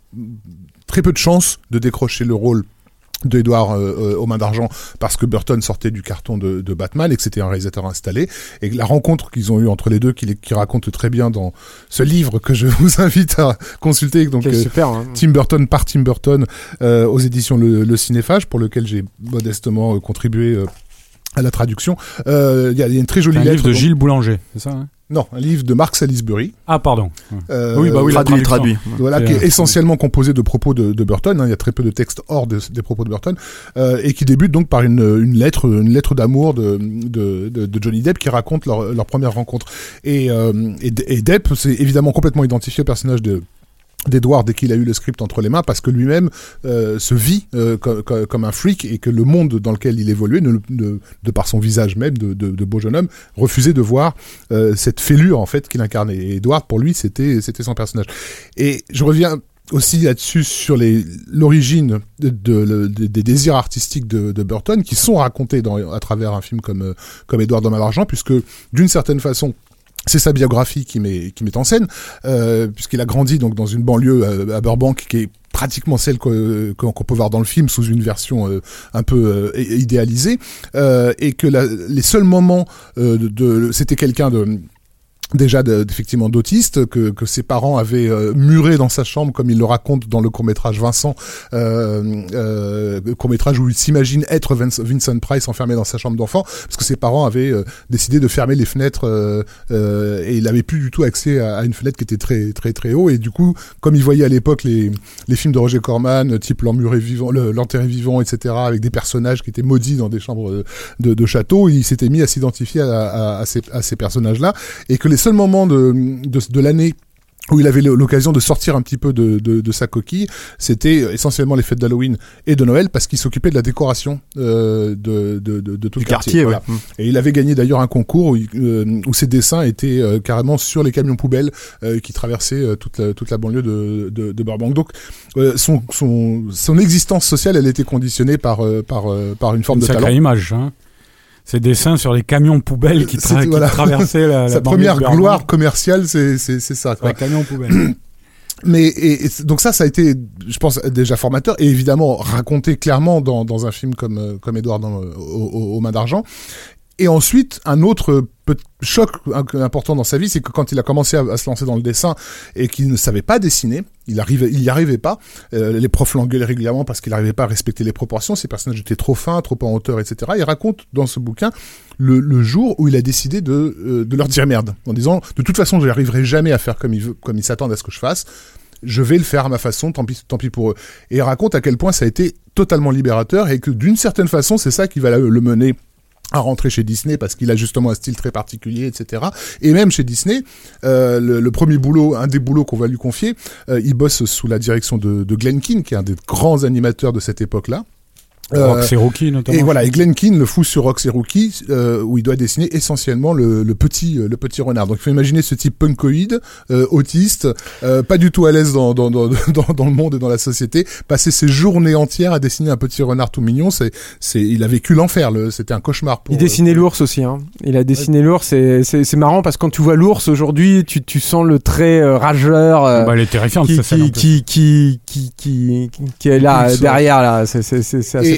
très peu de chances de décrocher le rôle d'Edward euh, aux mains d'argent parce que Burton sortait du carton de, de Batman et que c'était un réalisateur installé, et la rencontre qu'ils ont eue entre les deux qui, qui raconte très bien dans ce livre que je vous invite à consulter, donc euh, super, hein. Tim Burton par Tim Burton euh, aux éditions Le, le Cinéphage, pour lequel j'ai modestement euh, contribué euh, à la traduction. Il euh, y, y a une très jolie c'est un lettre livre de donc... Gilles Boulanger, c'est ça, hein? Non, un livre de Mark Salisbury. Ah, pardon. Euh, oui, bah oui, traduit, traduit. Voilà, c'est qui est euh, essentiellement composé de propos de, de Burton. Hein, il y a très peu de textes hors de, des propos de Burton, euh, et qui débute donc par une, une lettre, une lettre d'amour de, de, de, de Johnny Depp qui raconte leur, leur première rencontre. Et, euh, et, et Depp s'est évidemment complètement identifié au personnage de d'Edward dès qu'il a eu le script entre les mains, parce que lui-même euh, se vit euh, comme, comme un freak, et que le monde dans lequel il évoluait, ne, de, de par son visage même de, de, de beau jeune homme, refusait de voir euh, cette fêlure en fait qu'il incarnait. Et Edward, pour lui, c'était c'était son personnage. Et je reviens aussi là-dessus sur les, l'origine de, de, de, des désirs artistiques de, de Burton, qui sont racontés dans, à travers un film comme, comme Edward dans d'argent, puisque d'une certaine façon, c'est sa biographie qui met, qui met en scène, euh, puisqu'il a grandi donc dans une banlieue à, à Burbank qui est pratiquement celle que, qu'on peut voir dans le film sous une version euh, un peu euh, idéalisée, euh, et que la, les seuls moments euh, de, de c'était quelqu'un de déjà de, effectivement d'autiste, que, que ses parents avaient euh, muré dans sa chambre, comme il le raconte dans le court-métrage Vincent, euh, euh, court-métrage où il s'imagine être Vince, Vincent Price enfermé dans sa chambre d'enfant, parce que ses parents avaient euh, décidé de fermer les fenêtres euh, euh, et il avait plus du tout accès à, à une fenêtre qui était très très très haut, et du coup, comme il voyait à l'époque les, les films de Roger Corman, type L'Emmuré vivant, le, L'Enterré vivant, et cetera, avec des personnages qui étaient maudits dans des chambres de, de château, il s'était mis à s'identifier à, à, à, ces, à ces personnages-là, et que les seul moment de, de, de l'année où il avait l'occasion de sortir un petit peu de, de, de sa coquille, c'était essentiellement les fêtes d'Halloween et de Noël, parce qu'il s'occupait de la décoration euh, de, de, de, de tout du le quartier. quartier voilà. Ouais. Et il avait gagné d'ailleurs un concours où, euh, où ses dessins étaient euh, carrément sur les camions poubelles euh, qui traversaient euh, toute, la, toute la banlieue de, de, de Burbank. Donc euh, son, son, son existence sociale, elle était conditionnée par, euh, par, euh, par une forme une de talent. Sacrée image, hein. Ces dessins sur les camions poubelles qui, tra- qui voilà. traversaient la, la sa première gloire commerciale, c'est, c'est, c'est ça, quoi. Les camions poubelles. Mais et, et, donc ça, ça a été, je pense, déjà formateur, et évidemment raconté clairement dans, dans un film comme, comme Edward dans, aux, aux, aux mains d'argent. Et ensuite, un autre petit choc important dans sa vie, c'est que quand il a commencé à, à se lancer dans le dessin et qu'il ne savait pas dessiner, il arrivait, il y arrivait pas. Euh, les profs l'engueulaient régulièrement parce qu'il n'arrivait pas à respecter les proportions. Ses personnages étaient trop fins, trop en hauteur, et cetera. Il raconte dans ce bouquin le, le jour où il a décidé de, euh, de leur dire merde, en disant de toute façon, je n'arriverai jamais à faire comme ils veulent, comme ils s'attendent à ce que je fasse. Je vais le faire à ma façon, tant pis, tant pis pour eux. Et il raconte à quel point ça a été totalement libérateur, et que d'une certaine façon, c'est ça qui va le, le mener à rentrer chez Disney, parce qu'il a justement un style très particulier, et cetera. Et même chez Disney, euh, le, le premier boulot, un des boulots qu'on va lui confier, euh, il bosse sous la direction de, de Glen Keane, qui est un des grands animateurs de cette époque-là. Euh, Rox et Rookie notamment. Et voilà, et Glen Keane le fout sur Rox et Rookie, euh, où il doit dessiner essentiellement le, le petit, le petit renard. Donc il faut imaginer ce type punkoïde, euh, autiste, euh, pas du tout à l'aise dans, dans, dans, dans, dans le monde et dans la société, passer ses journées entières à dessiner un petit renard tout mignon. C'est, c'est, il a vécu l'enfer. Le, c'était un cauchemar. Pour, il dessinait euh, l'ours aussi. Hein. Il a dessiné ouais. l'ours. Et c'est, c'est marrant parce que quand tu vois l'ours aujourd'hui, tu, tu sens le trait euh, rageur. Euh, bah, elle est terrifiante. Qui, ça, qui, qui, qui, qui, qui, qui, qui est là derrière là. C'est, c'est, c'est, c'est assez et,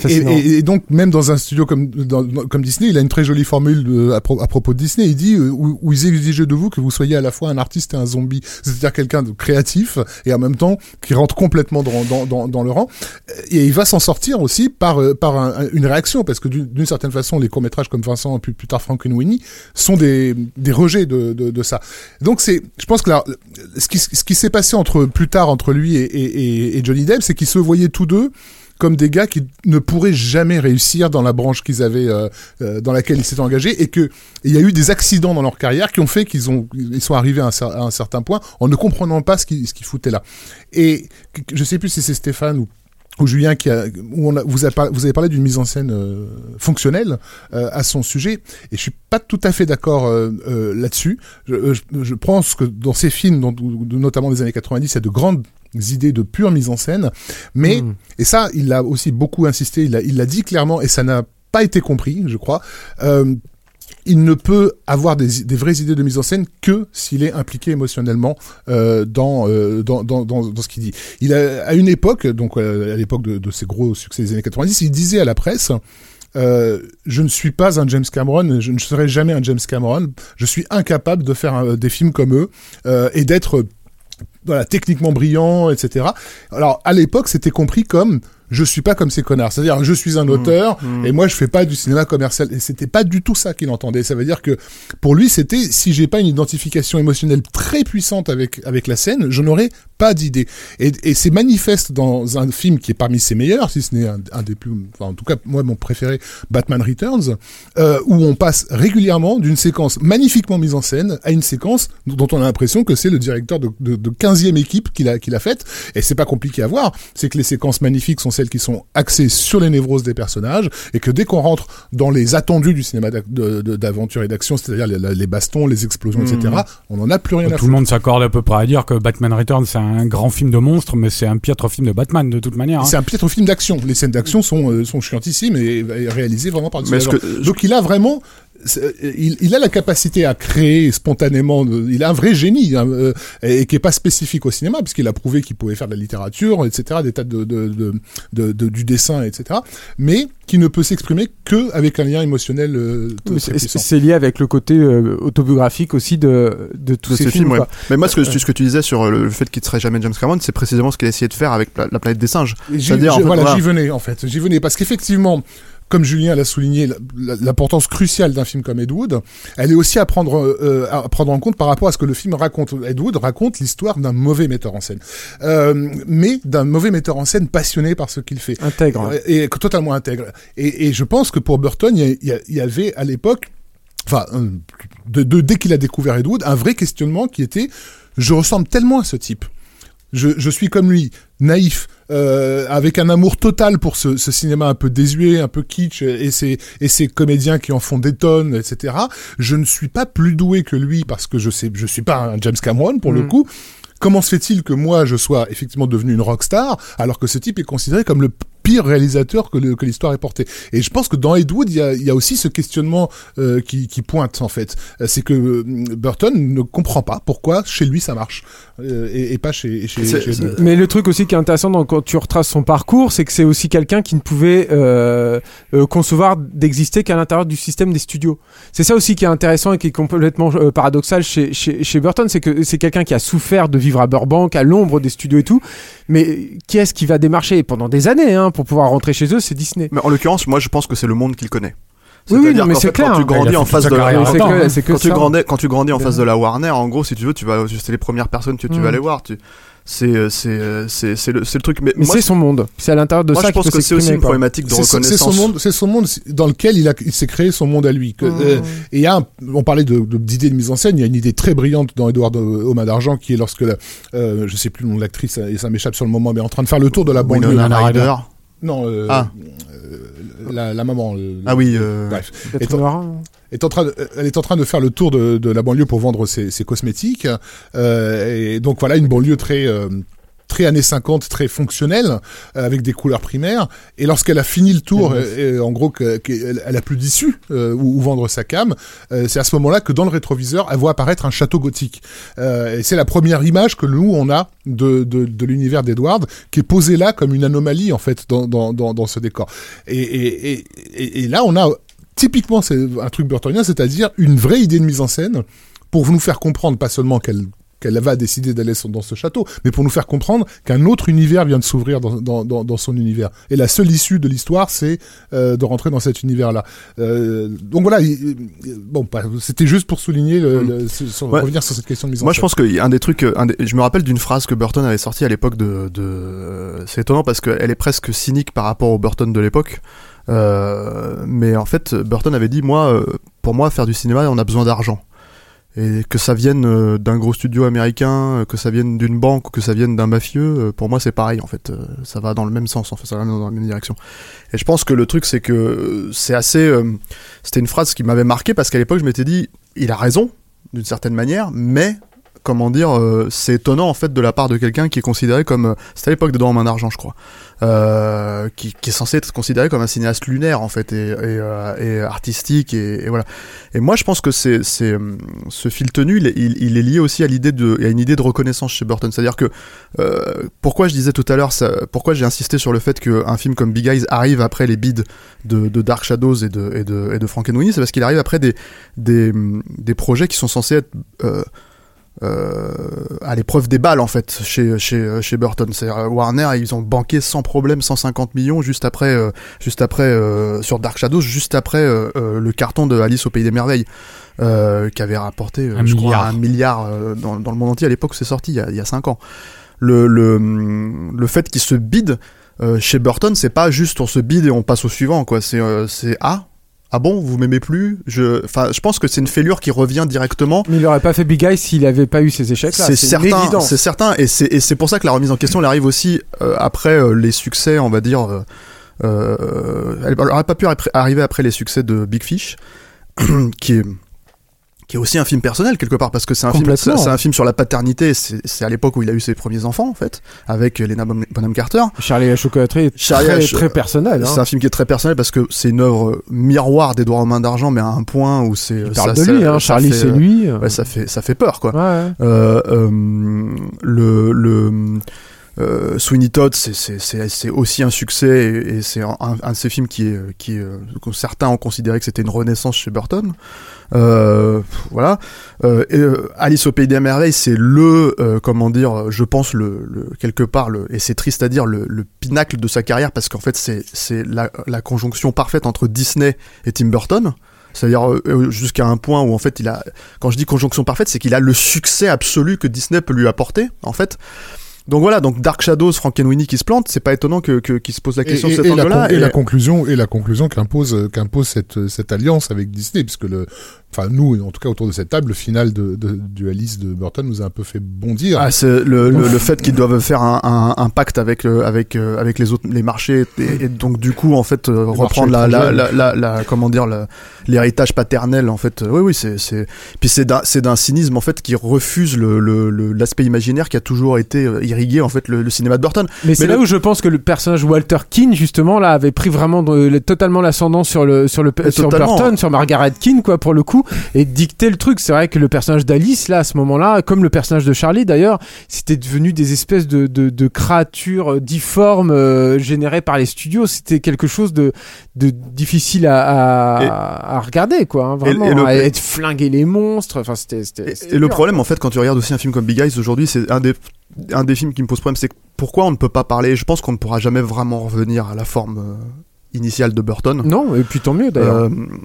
et, et, et donc même dans un studio comme dans, comme Disney, il a une très jolie formule de, à, pro, à propos de Disney. Il dit euh, où, où ils exigent de vous que vous soyez à la fois un artiste et un zombie, c'est-à-dire quelqu'un de créatif et en même temps qui rentre complètement dans dans dans, dans le rang. Et il va s'en sortir aussi par par un, une réaction, parce que d'une, d'une certaine façon, les courts métrages comme Vincent, puis plus tard Frankenweenie, sont des des rejets de de, de ça. Donc c'est, je pense que là, ce qui ce qui s'est passé entre plus tard entre lui et et, et Johnny Depp, c'est qu'ils se voyaient tous deux comme des gars qui ne pourraient jamais réussir dans la branche qu'ils avaient, euh, euh, dans laquelle ils s'étaient engagés, et que il y a eu des accidents dans leur carrière qui ont fait qu'ils ont, ils sont arrivés à un, à un certain point en ne comprenant pas ce qu'ils, ce qu'ils foutaient là. Et je sais plus si c'est Stéphane ou ou Julien qui a, où on a, vous, a, vous avez parlé d'une mise en scène euh, fonctionnelle euh, à son sujet, et je suis pas tout à fait d'accord euh, euh, là-dessus. Je, je, je pense que dans ces films, dont, notamment des années quatre-vingt-dix, il y a de grandes idées de pure mise en scène, mais mmh. et ça, il l'a aussi beaucoup insisté, il l'a, il l'a dit clairement, et ça n'a pas été compris, je crois. Euh, il ne peut avoir des, des vraies idées de mise en scène que s'il est impliqué émotionnellement euh, dans, euh, dans, dans, dans, dans ce qu'il dit. Il a, à une époque, donc à l'époque de, de ses gros succès des années quatre-vingt-dix, il disait à la presse euh, « Je ne suis pas un James Cameron, je ne serai jamais un James Cameron, je suis incapable de faire un, des films comme eux euh, et d'être voilà, techniquement brillant, et cetera » Alors, à l'époque, c'était compris comme je suis pas comme ces connards. C'est-à-dire, je suis un auteur, mmh, mmh. et moi, je fais pas du cinéma commercial. Et c'était pas du tout ça qu'il entendait. Ça veut dire que, pour lui, c'était, si j'ai pas une identification émotionnelle très puissante avec, avec la scène, je n'aurais pas d'idée. Et, et c'est manifeste dans un film qui est parmi ses meilleurs, si ce n'est un, un des plus, enfin, en tout cas, moi, mon préféré, Batman Returns, euh, où on passe régulièrement d'une séquence magnifiquement mise en scène à une séquence dont on a l'impression que c'est le directeur de, de, de quinzième équipe qui l'a, qui l'a faite. Et c'est pas compliqué à voir. C'est que les séquences magnifiques sont celles qui sont axées sur les névroses des personnages, et que dès qu'on rentre dans les attendus du cinéma de, de, d'aventure et d'action, c'est-à-dire les, les bastons, les explosions, mmh. et cetera, on n'en a plus rien à Tout foutre. le monde s'accorde à peu près à dire que Batman Returns, c'est un grand film de monstres, mais c'est un piètre film de Batman, de toute manière. Hein. C'est un piètre film d'action. Les scènes d'action sont, euh, sont chiantissimes et, et réalisées vraiment par des que... Donc il a vraiment... Il, il a la capacité à créer spontanément, il a un vrai génie, hein, euh, et qui est pas spécifique au cinéma, puisqu'il a prouvé qu'il pouvait faire de la littérature, et cetera, des tas de, de, de, de, de du dessin, et cetera, mais qui ne peut s'exprimer que avec un lien émotionnel euh, très puissant. C'est lié avec le côté euh, autobiographique aussi de, de tous de ces, ces films. films ouais. Mais moi, ce que, ce que tu disais sur le, le fait qu'il ne serait jamais James Cameron, c'est précisément ce qu'il a essayé de faire avec la, la planète des singes. J'y, C'est-à-dire, en fait, voilà, voilà, j'y venais, en fait. J'y venais, parce qu'effectivement, comme Julien l'a souligné, l'importance cruciale d'un film comme Ed Wood, elle est aussi à prendre, euh, à prendre en compte par rapport à ce que le film raconte. Ed Wood raconte l'histoire d'un mauvais metteur en scène, euh, mais d'un mauvais metteur en scène passionné par ce qu'il fait. Intègre. Et, et totalement intègre. Et, et je pense que pour Burton, il y, y, y avait à l'époque, enfin, de, de, dès qu'il a découvert Ed Wood, un vrai questionnement qui était, je ressemble tellement à ce type. Je, je suis comme lui, naïf, euh, avec un amour total pour ce, ce cinéma un peu désuet, un peu kitsch, et ces, et ces comédiens qui en font des tonnes, et cetera. Je ne suis pas plus doué que lui parce que je sais, je suis pas un James Cameron pour mmh. le coup. Comment se fait-il que moi je sois effectivement devenu une rockstar alors que ce type est considéré comme le pire réalisateur que, le, que l'histoire ait porté. Et je pense que dans Ed Wood, il y a, il y a aussi ce questionnement euh, qui, qui pointe en fait. C'est que euh, Burton ne comprend pas pourquoi chez lui ça marche euh, et, et pas chez. chez, chez Mais le truc aussi qui est intéressant dans, quand tu retraces son parcours, c'est que c'est aussi quelqu'un qui ne pouvait euh, euh, concevoir d'exister qu'à l'intérieur du système des studios. C'est ça aussi qui est intéressant et qui est complètement euh, paradoxal chez, chez, chez Burton, c'est que c'est quelqu'un qui a souffert de vivre à Burbank, à l'ombre des studios et tout. Mais qui est-ce qui va démarcher pendant des années hein, pour pouvoir rentrer chez eux? C'est Disney. Mais en l'occurrence, moi je pense que c'est le monde qu'il connaît. Oui, oui, non, mais c'est fait, clair. Quand tu grandis en face de la, c'est que, c'est que quand, tu grandis, quand tu grandis en face de la Warner, en gros, si tu veux, tu vas, c'est les premières personnes que tu mmh. vas aller voir. Tu, c'est, c'est, c'est, c'est le, c'est le truc. Mais, mais moi, c'est son monde. C'est à l'intérieur de moi, ça je pense qu'il peut que c'est aussi une quoi. problématique de c'est reconnaissance. C'est son monde, c'est son monde dans lequel il a, il s'est créé son monde à lui. Que, mmh. euh, et il y a, un, on parlait de, de, d'idées de mise en scène. Il y a une idée très brillante dans Edward aux mains d'argent qui est lorsque, la, euh, je sais plus le nom de l'actrice et ça m'échappe sur le moment, mais en train de faire le tour de la banlieue. Ryder. Non, euh, ah. euh, la, la maman. Le, ah oui. Euh... Bref. Est en, est en train de, elle est en train de faire le tour de, de la banlieue pour vendre ses, ses cosmétiques. Euh, et donc voilà, une banlieue très... Euh, très années cinquante, très fonctionnelle, euh, avec des couleurs primaires. Et lorsqu'elle a fini le tour, mmh. et, et, en gros, que, qu'elle elle a plus d'issue euh, où, où vendre sa cam, euh, c'est à ce moment-là que dans le rétroviseur, elle voit apparaître un château gothique. Euh, et c'est la première image que nous on a de de, de l'univers d'Edward, qui est posée là comme une anomalie en fait dans dans dans, dans ce décor. Et et, et et et là on a typiquement c'est un truc burtonien, c'est-à-dire une vraie idée de mise en scène pour nous faire comprendre pas seulement qu'elle qu'elle va décider d'aller dans ce château, mais pour nous faire comprendre qu'un autre univers vient de s'ouvrir dans, dans, dans, dans son univers. Et la seule issue de l'histoire, c'est euh, de rentrer dans cet univers-là. Euh, donc voilà, il, bon, bah, c'était juste pour souligner, le, le, sur, ouais. revenir sur cette question de mise en Moi, scène. je pense qu'un des trucs, un des, je me rappelle d'une phrase que Burton avait sortie à l'époque de... de c'est étonnant parce qu'elle est presque cynique par rapport au Burton de l'époque. Euh, mais en fait, Burton avait dit, moi, pour moi, faire du cinéma, on a besoin d'argent. Et que ça vienne euh, d'un gros studio américain, euh, que ça vienne d'une banque ou que ça vienne d'un mafieux, euh, pour moi c'est pareil en fait, euh, ça va dans le même sens en fait, ça va dans la même direction. Et je pense que le truc c'est que euh, c'est assez, euh, c'était une phrase qui m'avait marqué parce qu'à l'époque je m'étais dit, il a raison d'une certaine manière, mais comment dire, euh, c'est étonnant en fait de la part de quelqu'un qui est considéré comme, euh, c'était à l'époque de Dans en main d'argent je crois, euh, qui, qui est censé être considéré comme un cinéaste lunaire en fait et, et, euh, et artistique et, et voilà. Et moi je pense que c'est, c'est ce fil tenu, il, il, il est lié aussi à l'idée de, à une idée de reconnaissance chez Burton. C'est-à-dire que euh, pourquoi je disais tout à l'heure, ça, pourquoi j'ai insisté sur le fait qu'un film comme Big Eyes arrive après les bides de, de Dark Shadows et de, et de, et de Frankenweenie, c'est parce qu'il arrive après des, des, des projets qui sont censés être euh, Euh, à l'épreuve des balles en fait chez chez chez Burton. C'est-à-dire Warner, ils ont banqué sans problème cent cinquante millions juste après euh, juste après euh, sur Dark Shadows, juste après euh, euh, le carton de Alice au pays des merveilles euh, qui avait rapporté euh, un je milliard. crois un milliard euh, dans dans le monde entier à l'époque où c'est sorti il y a il y a cinq ans. Le le le fait qu'il se bide euh, chez Burton, c'est pas juste on se bide et on passe au suivant quoi, c'est euh, c'est ah Ah bon, vous m'aimez plus ? Je, enfin, je pense que c'est une fêlure qui revient directement. Mais il aurait pas fait Big Eyes s'il avait pas eu ces échecs-là. C'est, c'est certain, c'est certain, et c'est et c'est pour ça que la remise en question, elle arrive aussi euh, après euh, les succès, on va dire. Euh, euh, elle aurait pas pu arriver après les succès de Big Fish, qui est qui est aussi un film personnel quelque part parce que c'est un film c'est, c'est un film sur la paternité, c'est, c'est à l'époque où il a eu ses premiers enfants en fait avec Helena Bonham Carter. Charlie la chocolaterie est Charlie très, Ch- très personnel hein. C'est un film qui est très personnel parce que c'est une œuvre miroir d'Edouard aux mains d'argent, mais à un point où c'est il parle ça, de lui ça, hein, ça Charlie fait, c'est lui ouais, ça fait ça fait peur quoi. Ouais, ouais. Euh, euh, le le Euh, Sweeney Todd, c'est, c'est, c'est, c'est aussi un succès et, et c'est un, un de ces films qui est, qui est, que certains ont considéré que c'était une renaissance chez Burton. Euh, voilà. Euh, et, euh, Alice au pays des merveilles, c'est le, euh, comment dire, je pense le, le quelque part le, et c'est triste à dire le, le pinacle de sa carrière parce qu'en fait c'est, c'est la, la conjonction parfaite entre Disney et Tim Burton. C'est-à-dire euh, jusqu'à un point où en fait il a, quand je dis conjonction parfaite, c'est qu'il a le succès absolu que Disney peut lui apporter en fait. Donc voilà, donc Dark Shadows, Frankenweenie qui se plante, c'est pas étonnant que, que qu'il se pose la question et, de cet et angle-là. La con- et, et la conclusion et la conclusion qu'impose qu'impose cette cette alliance avec Disney, puisque le, enfin nous en tout cas autour de cette table, le final de, de du Alice de Burton nous a un peu fait bondir. Ah, c'est le, le, le fait qu'ils doivent faire un, un, un pacte avec le, avec euh, avec les autres les marchés et, et donc du coup en fait euh, reprendre la la, la la la comment dire la, l'héritage paternel en fait. Oui oui c'est c'est puis c'est d'un c'est d'un cynisme en fait qui refuse le le, le l'aspect imaginaire qui a toujours été irrigué en fait le, le cinéma de Burton. Mais, mais c'est le... là où je pense que le personnage Walter Keane justement là avait pris vraiment de, le, totalement l'ascendant sur le sur le sur totalement. Burton, sur Margaret Keane quoi pour le coup et dicter le truc. C'est vrai que le personnage d'Alice là à ce moment-là, comme le personnage de Charlie d'ailleurs, c'était devenu des espèces de de, de créatures difformes euh, générées par les studios. C'était quelque chose de de difficile à à, et, à regarder quoi, hein, vraiment et, et le, à être flinguer les monstres. Enfin c'était c'était. Et, c'était et dur, le problème quoi. en fait quand tu regardes aussi un film comme Big Eyes aujourd'hui, c'est un des un des films qui me pose problème, c'est pourquoi on ne peut pas parler. Je pense qu'on ne pourra jamais vraiment revenir à la forme euh, initiale de Burton. Non, et puis tant mieux d'ailleurs. Euh,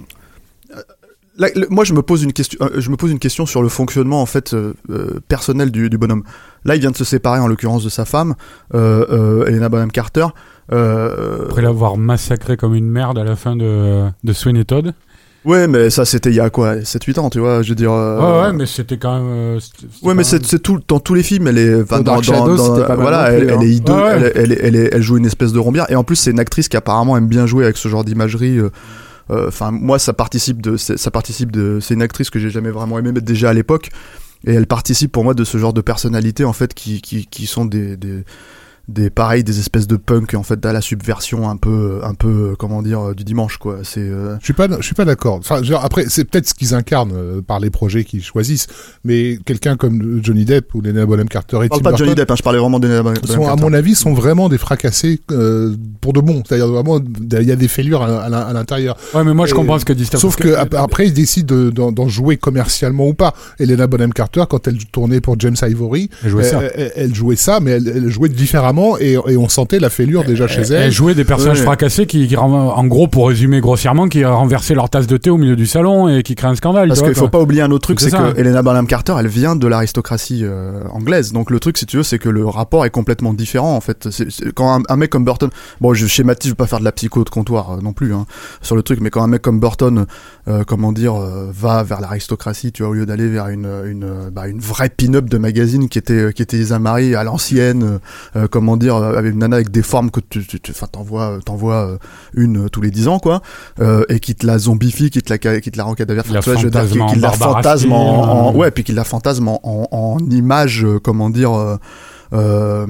là, le, moi, je me pose une question. Euh, je me pose une question sur le fonctionnement en fait euh, euh, personnel du, du bonhomme. Là, il vient de se séparer en l'occurrence de sa femme, euh, euh, Helena Bonham Carter. Euh, Après l'avoir massacré comme une merde à la fin de de Sweeney Todd. Ouais, mais ça c'était il y a quoi, sept huit ans, tu vois, je veux dire. Euh... Ouais, ouais, mais c'était quand même. Euh, c'était ouais, mais c'est, c'est tout dans tous les films, elle est. Enfin, dans, dans, Shadows, dans, dans voilà, elle, elle, elle est hideux, ah ouais. elle, elle, elle, elle, elle joue une espèce de rombière, et en plus c'est une actrice qui apparemment aime bien jouer avec ce genre d'imagerie. Enfin, euh, moi, ça participe de, ça participe de, c'est une actrice que j'ai jamais vraiment aimé, mais déjà à l'époque. et elle participe pour moi de ce genre de personnalités en fait qui qui qui sont des des des pareils des espèces de punk en fait à la subversion un peu un peu comment dire du dimanche quoi. C'est euh... je suis pas je suis pas d'accord. Enfin genre, après c'est peut-être ce qu'ils incarnent euh, par les projets qu'ils choisissent, mais quelqu'un comme Johnny Depp ou Helena Bonham Carter et je parle Tim pas de Burton, Johnny Depp hein, je parlais vraiment de Helena Bonham Carter. Sont, à mon avis sont vraiment des fracassés euh, pour de bon, c'est-à-dire vraiment il y a des fêlures à, à, à l'intérieur. Ouais mais moi je et, comprends ce que dit Steph. Sauf que, que après ils décident de, d'en, d'en jouer commercialement ou pas. Helena Bonham Carter quand elle tournait pour James Ivory, elle jouait, elle, ça. Elle, elle jouait ça mais elle, elle jouait différemment et, et on sentait la fêlure déjà chez elle. Elle jouait des personnages ouais. fracassés qui, qui, en gros, pour résumer grossièrement, qui renversaient leur tasse de thé au milieu du salon et qui créent un scandale. Parce qu'il faut pas oublier un autre truc, c'est, c'est que Helena Bonham Carter, elle vient de l'aristocratie euh, anglaise. Donc le truc, si tu veux, c'est que le rapport est complètement différent en fait. C'est, c'est, quand un, un mec comme Burton, bon, je schématise, je vais pas faire de la psycho de comptoir euh, non plus hein, sur le truc, mais quand un mec comme Burton, euh, comment dire, euh, va vers l'aristocratie, tu vois, au lieu d'aller vers une une bah, une vraie pin-up de magazine qui était qui était Lisa Marie à l'ancienne, euh, comment dire, avec une nana avec des formes que tu, tu, tu enfin t'envoies t'envoies une tous les dix ans quoi, euh, et qui te la zombifie, qui te la qui te la rend cadavère, enfin, tu vois, je veux dire, qui, qui la fantasme en, en ouais, puis qui la fantasme en, en, en image, euh, comment dire. Euh, Euh,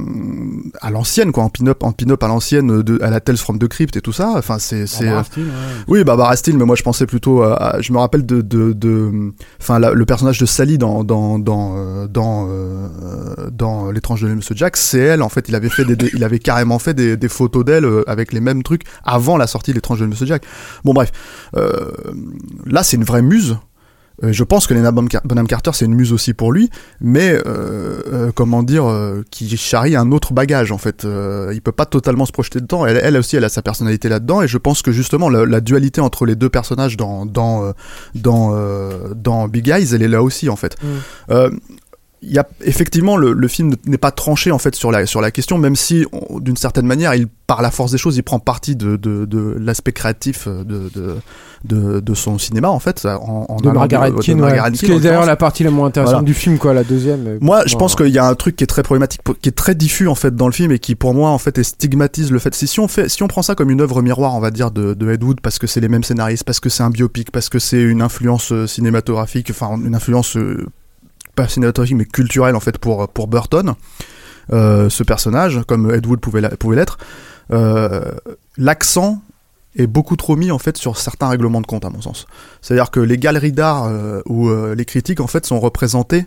à l'ancienne quoi, en pin-up en pin-up à l'ancienne de à la Tales from the Crypt et tout ça, enfin c'est c'est euh... Steele, ouais. Oui Barbara Steele, mais moi je pensais plutôt à, à, je me rappelle de de de enfin le personnage de Sally dans dans dans euh, dans euh, dans L'étrange de Monsieur Jack, c'est elle en fait, il avait fait des, des il avait carrément fait des des photos d'elle euh, avec les mêmes trucs avant la sortie de L'étrange de Monsieur Jack. Bon bref, euh, là c'est une vraie muse. Euh, je pense que Helena Bonham Carter c'est une muse aussi pour lui, mais euh, euh, comment dire, euh, qui charrie un autre bagage en fait. Euh, il peut pas totalement se projeter dedans. Elle, elle aussi, elle a sa personnalité là-dedans, et je pense que justement la, la dualité entre les deux personnages dans dans euh, dans euh, dans Big Eyes, elle est là aussi en fait. Mm. Euh, il y a effectivement le, le film n'est pas tranché en fait sur la sur la question, même si on, d'une certaine manière il par la force des choses il prend parti de de, de l'aspect créatif de, de de de son cinéma en fait en, en de Margaret Keane, ouais. Ce qui est d'ailleurs la partie la moins intéressante voilà. du film quoi, la deuxième. Moi je pense qu'il y a un truc qui est très problématique, qui est très diffus en fait dans le film et qui pour moi en fait stigmatise le fait, si, si on fait si on prend ça comme une œuvre miroir on va dire de, de Ed Wood, parce que c'est les mêmes scénaristes, parce que c'est un biopic, parce que c'est une influence cinématographique, enfin une influence pas cinématographique mais culturel en fait pour pour Burton, euh, ce personnage comme Ed Wood pouvait la, pouvait l'être, euh, l'accent est beaucoup trop mis en fait sur certains règlements de compte à mon sens. C'est-à-dire que les galeries d'art euh, ou euh, les critiques en fait sont représentées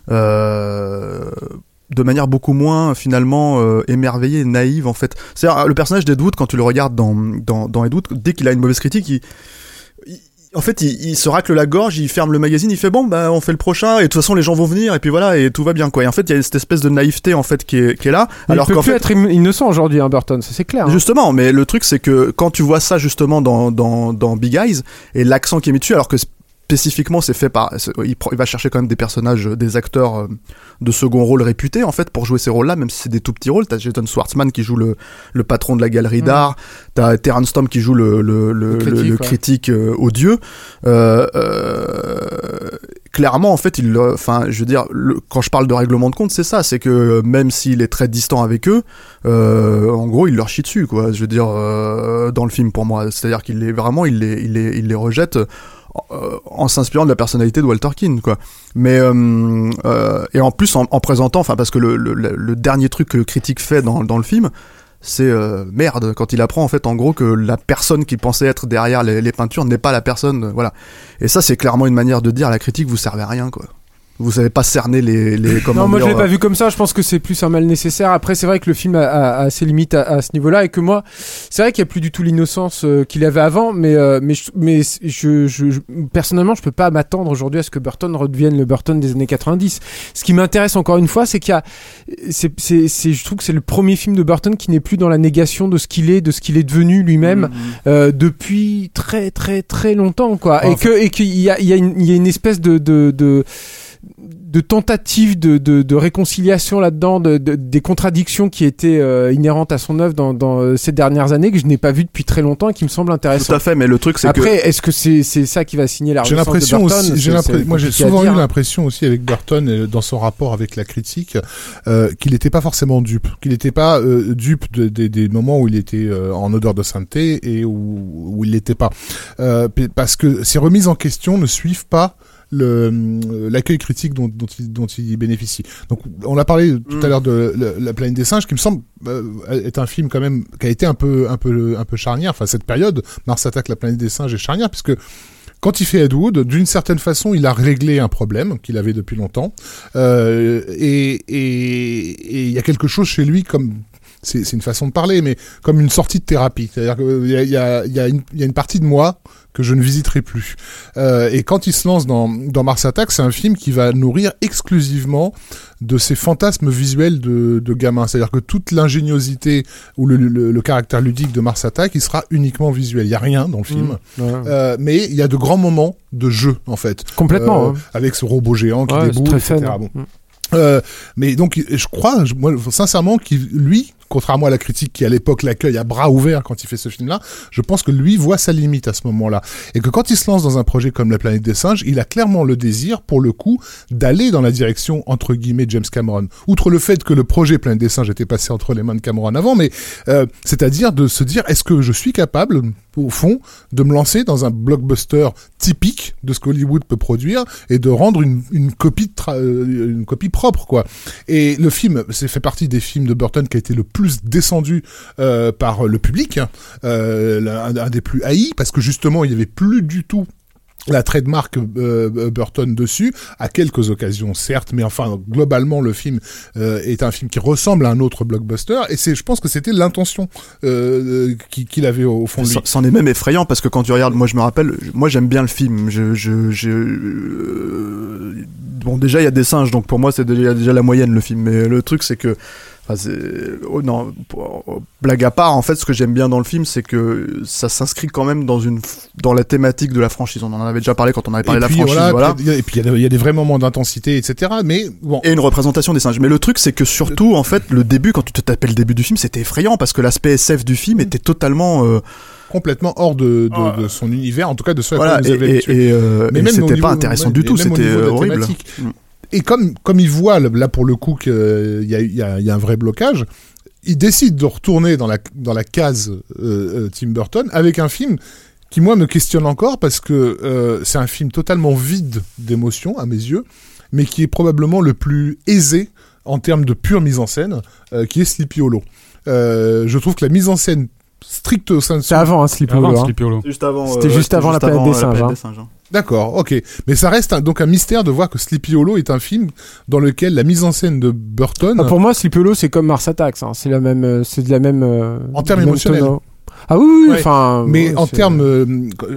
euh, de manière beaucoup moins finalement euh, émerveillée, naïve en fait. C'est-à-dire le personnage d'Ed Wood, quand tu le regardes dans dans dans Ed Wood, dès qu'il a une mauvaise critique, il, il en fait, il, il se racle la gorge, il ferme le magazine, il fait bon, bah on fait le prochain, et de toute façon les gens vont venir, et puis voilà, et tout va bien quoi. Et en fait, il y a cette espèce de naïveté en fait qui est, qui est là. Mais alors il peut qu'en plus fait, être innocent aujourd'hui, hein, Burton, ça c'est clair. Hein. Justement, mais le truc c'est que quand tu vois ça justement dans dans dans Big Eyes et l'accent qui est mis dessus, alors que spécifiquement c'est fait par, il, il va chercher quand même des personnages, des acteurs euh, de second rôle réputés en fait pour jouer ces rôles-là, même si c'est des tout petits rôles. T'as Jason Schwartzman qui joue le le patron de la galerie mmh. d'art, t'as Terrence Stamp qui joue le le le, le critique, le, le critique euh, odieux. Euh, euh, clairement en fait il, enfin je veux dire, le, quand je parle de règlement de compte, c'est ça, c'est que même s'il est très distant avec eux, euh, en gros il leur chie dessus quoi. Je veux dire euh, dans le film pour moi, c'est-à-dire qu'il est vraiment il les il les il les rejette. Euh, en s'inspirant de la personnalité de Walter Keane quoi, mais euh, euh, et en plus en, en présentant, enfin parce que le, le, le dernier truc que le critique fait dans, dans le film, c'est euh, merde quand il apprend en fait en gros que la personne qui pensait être derrière les, les peintures n'est pas la personne, euh, voilà. Et ça c'est clairement une manière de dire à la critique vous servez à rien quoi. Vous savez pas cerner les les comment Non, moi dire, je l'ai pas vu comme ça, je pense que c'est plus un mal nécessaire. Après c'est vrai que le film a, a, a ses limites à, à ce niveau-là, et que moi c'est vrai qu'il y a plus du tout l'innocence euh, qu'il avait avant, mais euh, mais je, mais je, je, je personnellement je peux pas m'attendre aujourd'hui à ce que Burton redevienne le Burton des années quatre-vingt-dix. Ce qui m'intéresse encore une fois, c'est qu'il y a c'est c'est c'est je trouve que c'est le premier film de Burton qui n'est plus dans la négation de ce qu'il est, de ce qu'il est devenu lui-même mmh. euh, depuis très très très longtemps quoi. Oh, et que et qu'il y a il y a une il y a une espèce de de de de tentatives de, de, de réconciliation là-dedans, de, de, des contradictions qui étaient euh, inhérentes à son œuvre dans, dans euh, ces dernières années, que je n'ai pas vu depuis très longtemps et qui me semble intéressant. Tout à fait, mais le truc c'est Après, que... Après, est-ce que c'est, c'est ça qui va signer la j'ai l'impression de Burton aussi, j'ai c'est, c'est Moi j'ai souvent eu l'impression aussi avec Burton, euh, dans son rapport avec la critique, euh, qu'il n'était pas forcément dupe, qu'il n'était pas euh, dupe de, de, des moments où il était euh, en odeur de sainteté et où, où il l'était pas. Euh, parce que ses remises en question ne suivent pas le l'accueil critique dont, dont il dont il bénéficie. Donc on a parlé tout à l'heure de la, la planète des singes, qui me semble euh, être un film quand même qui a été un peu un peu un peu charnière. Enfin, cette période Mars attaque la planète des singes est charnière, puisque quand il fait Ed Wood, d'une certaine façon, il a réglé un problème qu'il avait depuis longtemps, euh, et et il y a quelque chose chez lui comme c'est, c'est une façon de parler, mais comme une sortie de thérapie. C'est-à-dire qu'il y a, il y a, il y a, une, il y a une partie de moi que je ne visiterai plus. Euh, et quand il se lance dans, dans Mars Attack, c'est un film qui va nourrir exclusivement de ces fantasmes visuels de, de gamin. C'est-à-dire que toute l'ingéniosité ou le, le, le caractère ludique de Mars Attack, il sera uniquement visuel. Il n'y a rien dans le film. Mmh, ouais. euh, mais il y a de grands moments de jeu, en fait. Complètement. Euh, hein. Avec ce robot géant qui ouais, déboule, et cetera. Bon. Mmh. Euh, mais donc, je crois, moi, sincèrement, qu'il, lui, contrairement à la critique qui à l'époque l'accueille à bras ouverts quand il fait ce film-là, je pense que lui voit sa limite à ce moment-là. Et que quand il se lance dans un projet comme La Planète des Singes, il a clairement le désir, pour le coup, d'aller dans la direction, entre guillemets, James Cameron. Outre le fait que le projet Planète des Singes était passé entre les mains de Cameron avant, mais euh, c'est-à-dire de se dire, est-ce que je suis capable, au fond, de me lancer dans un blockbuster typique de ce qu'Hollywood peut produire et de rendre une, une copie de tra- une copie propre, quoi. Et le film, c'est fait partie des films de Burton qui a été le plus descendu euh, par le public, hein, euh, un, un des plus haïs, parce que justement, il n'y avait plus du tout la trademark euh, Burton dessus, à quelques occasions certes, mais enfin globalement le film euh, est un film qui ressemble à un autre blockbuster, et c'est, je pense que c'était l'intention euh, qu'il avait au, au fond de lui. C'en est même effrayant, parce que quand tu regardes, moi je me rappelle, moi j'aime bien le film, je, je, je euh, bon déjà il y a des singes, donc pour moi c'est déjà, déjà la moyenne le film, mais le truc c'est que Enfin, c'est... Oh, non, blague à part, en fait, ce que j'aime bien dans le film, c'est que ça s'inscrit quand même dans une dans la thématique de la franchise. On en avait déjà parlé quand on avait parlé de la franchise. Voilà, voilà. Et puis il y, y a des vrais moments d'intensité, et cetera. Mais bon. Et une représentation des singes. Mais le truc, c'est que surtout, en fait, le début, quand tu te tapais le début du film, c'était effrayant parce que l'aspect S F du film était totalement euh... complètement hors de, de, oh. de son univers, en tout cas de ce à voilà, quoi vous avez habitué. Et, et, euh, mais et même c'était pas niveau, intéressant du tout. C'était horrible. Et comme comme il voit là pour le coup qu'il y a il y a, y a un vrai blocage, il décide de retourner dans la dans la case euh, Tim Burton avec un film qui moi me questionne encore parce que euh, c'est un film totalement vide d'émotions à mes yeux, mais qui est probablement le plus aisé en termes de pure mise en scène, euh, qui est Sleepy Hollow. Euh, je trouve que la mise en scène stricte au sein de c'est avant hein, Sleepy Hollow. Hein. C'était juste avant. C'était euh, juste c'était avant juste la planète avant, des singes. La hein. des singes hein. D'accord, ok. Mais ça reste un, donc un mystère de voir que Sleepy Hollow est un film dans lequel la mise en scène de Burton. Ah, pour moi, Sleepy Hollow, c'est comme Mars Attacks. Hein. C'est la même, c'est de la même. Euh, en termes émotionnels. Tono. Ah oui, oui, enfin. Ouais. Mais ouais, en c'est... termes, euh,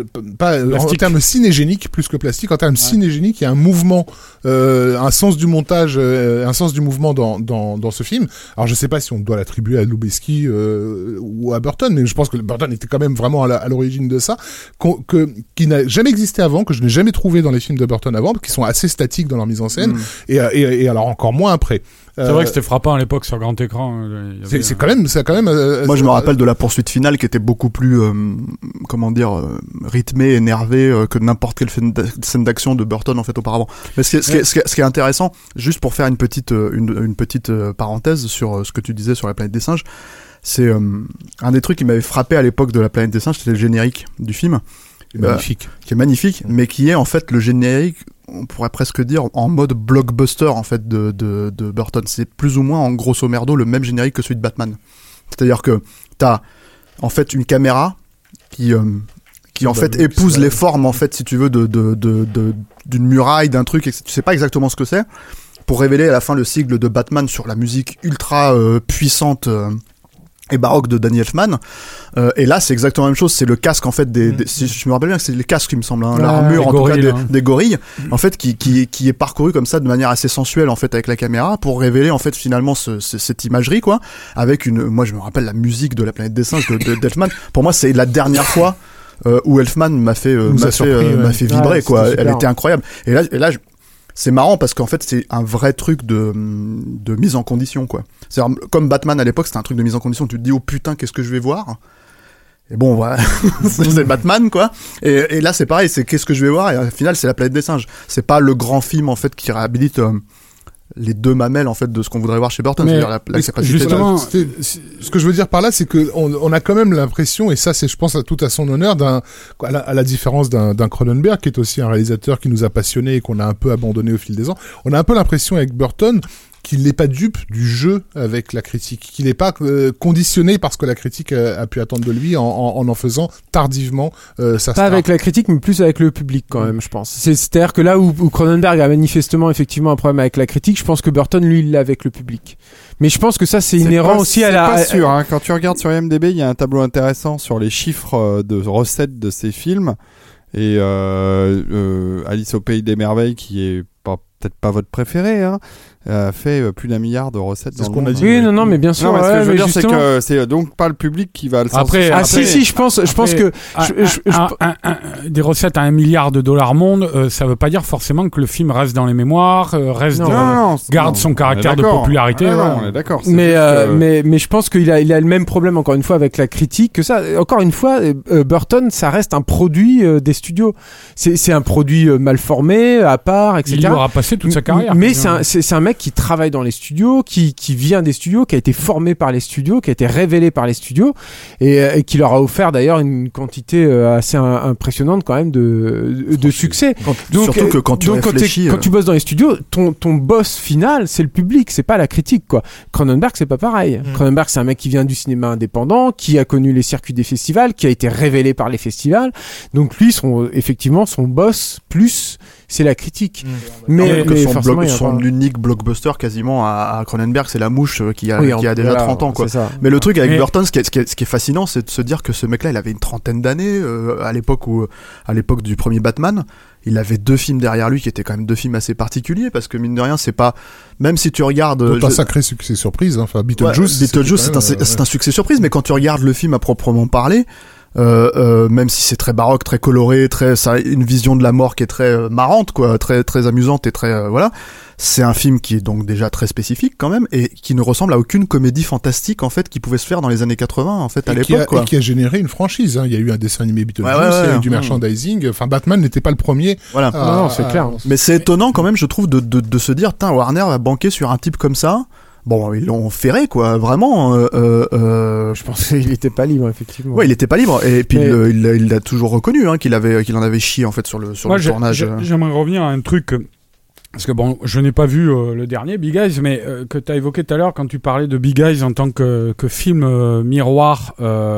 pas en termes cinégéniques plus que plastique, en termes ouais. cinégéniques, il y a un mouvement, euh, un sens du montage, euh, un sens du mouvement dans dans dans ce film. Alors je sais pas si on doit l'attribuer à Lubeski euh, ou à Burton, mais je pense que Burton était quand même vraiment à, la, à l'origine de ça, que qui n'a jamais existé avant, que je n'ai jamais trouvé dans les films de Burton avant, qui sont assez statiques dans leur mise en scène, mmh. et, et et alors encore moins après. C'est euh, vrai que c'était frappant à l'époque sur grand écran. Il y avait, c'est, c'est quand même, c'est quand même. Euh, Moi, je me rappelle de la poursuite finale qui était beaucoup plus, euh, comment dire, euh, rythmée, énervée euh, que n'importe quelle scène d'action de Burton en fait auparavant. Mais ce qui est, ce qui est, ce qui est, ce qui est intéressant, juste pour faire une petite, une, une petite parenthèse sur ce que tu disais sur La Planète des Singes, c'est euh, un des trucs qui m'avait frappé à l'époque de La Planète des Singes, c'était le générique du film. Qui est magnifique. Euh, qui est magnifique, mais qui est en fait le générique, on pourrait presque dire, en mode blockbuster en fait de, de, de Burton. C'est plus ou moins en grosso merdo le même générique que celui de Batman. C'est-à-dire que t'as en fait une caméra qui euh, qui en fait épouse les formes en fait si tu veux de de de, de d'une muraille, d'un truc, et tu sais pas exactement ce que c'est, pour révéler à la fin le sigle de Batman sur la musique ultra euh, puissante. Euh, et baroque de Danny Elfman, euh, et là c'est exactement la même chose, c'est le casque en fait des, des si je me rappelle bien que c'est les casques qui me semblent, hein, ouais, l'armure en gorilles, tout cas des, hein. des gorilles, en fait qui qui qui est parcouru comme ça de manière assez sensuelle en fait avec la caméra pour révéler en fait finalement ce, ce, cette imagerie quoi, avec une, moi je me rappelle la musique de La Planète des Singes de, de d'Elfman. Pour moi c'est la dernière fois euh, où Elfman m'a fait euh, m'a fait surpris, euh, ouais. m'a fait vibrer ouais, quoi, elle était incroyable. Et là et là je, c'est marrant parce qu'en fait c'est un vrai truc de de mise en condition quoi. C'est comme Batman à l'époque, c'était un truc de mise en condition. Tu te dis oh putain qu'est-ce que je vais voir. Et bon voilà, c'est Batman quoi. Et, et là c'est pareil, c'est qu'est-ce que je vais voir. Et au final c'est La Planète des Singes. C'est pas le grand film en fait qui réhabilite euh, les deux mamelles en fait de ce qu'on voudrait voir chez Burton, mais, c'est-à-dire la, la capacité justement, de... ce que je veux dire par là, c'est que on, on a quand même l'impression, et ça c'est je pense à tout à son honneur, d'un à la, à la différence d'un, d'un Cronenberg qui est aussi un réalisateur qui nous a passionnés et qu'on a un peu abandonné au fil des ans, on a un peu l'impression avec Burton qu'il n'est pas dupe du jeu avec la critique, qu'il n'est pas euh, conditionné par ce que la critique a, a pu attendre de lui en en, en, en faisant tardivement euh, sa Pas star. avec la critique, mais plus avec le public quand même, je pense. C'est, c'est-à-dire que là où, où Cronenberg a manifestement effectivement un problème avec la critique, je pense que Burton, lui, il l'a avec le public. Mais je pense que ça, c'est, c'est inhérent pas, aussi à la... C'est pas sûr, hein. Quand tu regardes sur I M D B, il y a un tableau intéressant sur les chiffres de recettes de ces films. Et euh, euh, Alice au Pays des Merveilles, qui est pas, peut-être pas votre préféré, hein, a fait plus d'un milliard de recettes. C'est dans ce le qu'on monde. a dit. Oui, non, non, mais bien sûr. Non, mais ce ouais, que je veux mais dire, justement... c'est que c'est donc pas le public qui va le Après, Ah après, si, si, je pense, je pense que... Un, je, je, je, un, un, un, un, des recettes à un milliard de dollars monde, euh, ça veut pas dire forcément que le film reste dans les mémoires, euh, reste Non, dans, non, non, garde non, son caractère de d'accord. popularité. Ah, voilà. non, on est d'accord. c'est mais, juste euh, que- mais mais je pense qu'il a il a le même problème encore une fois avec la critique que ça. Encore une fois, euh, Burton, ça reste un produit euh, des studios. C'est c'est un produit euh, mal formé, à part, et cetera. Il y aura passé toute sa carrière. Mais c'est un, c'est, c'est un mec qui travaille dans les studios, qui, qui vient des studios, qui a été formé par les studios, qui a été révélé par les studios, et, et qui leur a offert d'ailleurs une quantité euh, assez un, impressionnante quand même de, de succès. Quand- Donc, surtout que quand tu donc quand, réfléchis, t'es- euh, quand tu bosses dans les studios, ton, ton boss final, c'est le public, c'est pas la critique, quoi. Cronenberg, c'est pas pareil. Mm. Cronenberg, c'est un mec qui vient du cinéma indépendant, qui a connu les circuits des festivals, qui a été révélé par les festivals. Donc lui, son, effectivement, son boss, plus, c'est la critique. Mais, Alors que mais son, forcément, bloc- il y a son pas- unique blockbuster quasiment à, à Cronenberg, c'est La Mouche euh, qui a, Oui, qui a en- déjà voilà, trente ans, quoi. c'est ça. Mais le truc avec Mais- Burton, ce qui, est, ce, qui est, ce qui est fascinant, c'est de se dire que ce mec-là, il avait une trentaine d'années euh, à l'époque où, à l'époque du premier Batman. Il avait deux films derrière lui qui étaient quand même deux films assez particuliers parce que mine de rien, c'est pas, même si tu regardes, Donc, un je- sacré succès surprise, hein. Enfin, Ouais, Beetlejuice. Beetlejuice, c'est un, c'est, c'est un succès surprise, mais quand tu regardes le film à proprement parler, euh, euh, même si c'est très baroque, très coloré, très, ça a une vision de la mort qui est très euh, marrante, quoi, très très amusante et très euh, voilà. C'est un film qui est donc déjà très spécifique quand même et qui ne ressemble à aucune comédie fantastique en fait qui pouvait se faire dans les années quatre-vingts en fait à Et qui, l'époque, a, quoi. et qui a généré une franchise. Hein. Il y a eu un dessin animé Beetlejuice, Ouais, ouais, ouais, il y a eu du ouais. merchandising. Enfin, Batman n'était pas le premier. Voilà. à- Non, non, c'est à- clair. Mais c'est étonnant quand même, je trouve, de de, de se dire, tiens, Warner va banquer sur un type comme ça. Bon, ils l'ont ferré, quoi, vraiment. Euh, euh, euh, Je pense qu'il était pas libre, effectivement. Ouais, il était pas libre et puis Mais- il, le- il, l'a- il l'a toujours reconnu, hein, qu'il avait, qu'il en avait chié en fait sur le sur Moi, le j'ai- tournage. j'ai- j'aimerais revenir à un truc. euh, Parce que bon, je n'ai pas vu euh, le dernier Big Eyes, mais euh, que tu as évoqué tout à l'heure quand tu parlais de Big Eyes en tant que, que film euh, miroir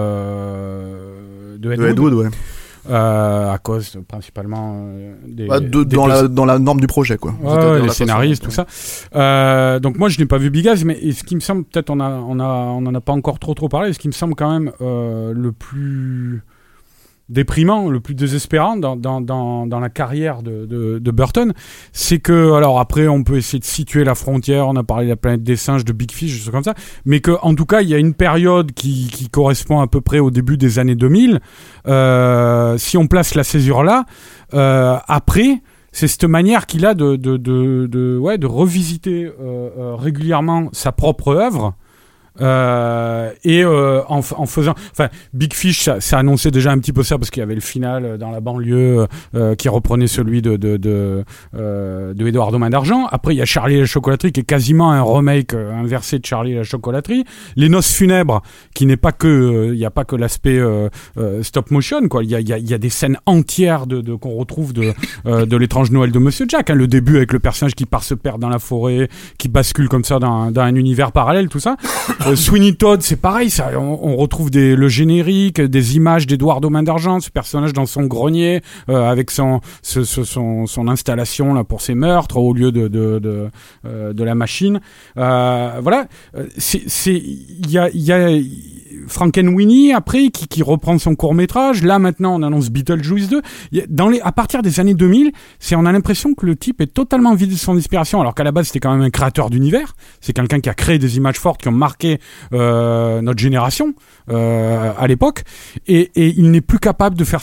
euh, de Ed De Wood, Ed Wood, ouais. euh, à cause euh, principalement euh, des, Bah, de- des dans pers- la dans la norme du projet, quoi. Ouais, C'est-à-dire les la façon scénaristes, dont- tout ça. Euh, donc moi, je n'ai pas vu Big Eyes, mais et ce qui me semble, peut-être on a, on a, on en a pas encore trop trop parlé. Ce qui me semble quand même euh, le plus déprimant, le plus désespérant dans, dans, dans, dans la carrière de, de, de Burton, c'est que, alors après, on peut essayer de situer la frontière, on a parlé de la planète des singes, de Big Fish, des choses comme ça, mais que, en tout cas, il y a une période qui, qui correspond à peu près au début des années deux mille, euh, si on place la césure là, euh, après, c'est cette manière qu'il a de, de, de, de, ouais, de revisiter euh, euh, régulièrement sa propre œuvre. Euh, et euh, en, en faisant, enfin, Big Fish, ça, ça annonçait déjà un petit peu ça parce qu'il y avait le final dans la banlieue euh, qui reprenait celui de de de, euh, de Eduardo Main d'Argent. Après, il y a Charlie et la chocolaterie qui est quasiment un remake euh, inversé de Charlie et la chocolaterie. Les Noces funèbres, qui n'est pas que, il euh, y a pas que l'aspect euh, euh, stop motion, quoi. Il y a il y a il y a des scènes entières de, de qu'on retrouve de euh, de l'étrange Noël de Monsieur Jack. Hein, le début avec le personnage qui part se perdre dans la forêt, qui bascule comme ça dans, dans un univers parallèle, tout ça. Euh, Sweeney Todd, c'est pareil, ça, on, on retrouve des, le générique, des images d'Eduardo Main d'Argent, ce personnage dans son grenier, euh, avec son, ce, ce, son, son installation là pour ses meurtres au lieu de de de, euh, de la machine. Euh, voilà, c'est c'est il y a il y a Frankenweenie après qui qui reprend son court métrage. Là maintenant, on annonce Beetlejuice deux. Y a, dans les à partir des années deux mille, c'est on a l'impression que le type est totalement vide de son inspiration, alors qu'à la base c'était quand même un créateur d'univers. C'est quelqu'un qui a créé des images fortes qui ont marqué euh, notre génération euh, à l'époque, et, et il n'est plus capable de faire ça.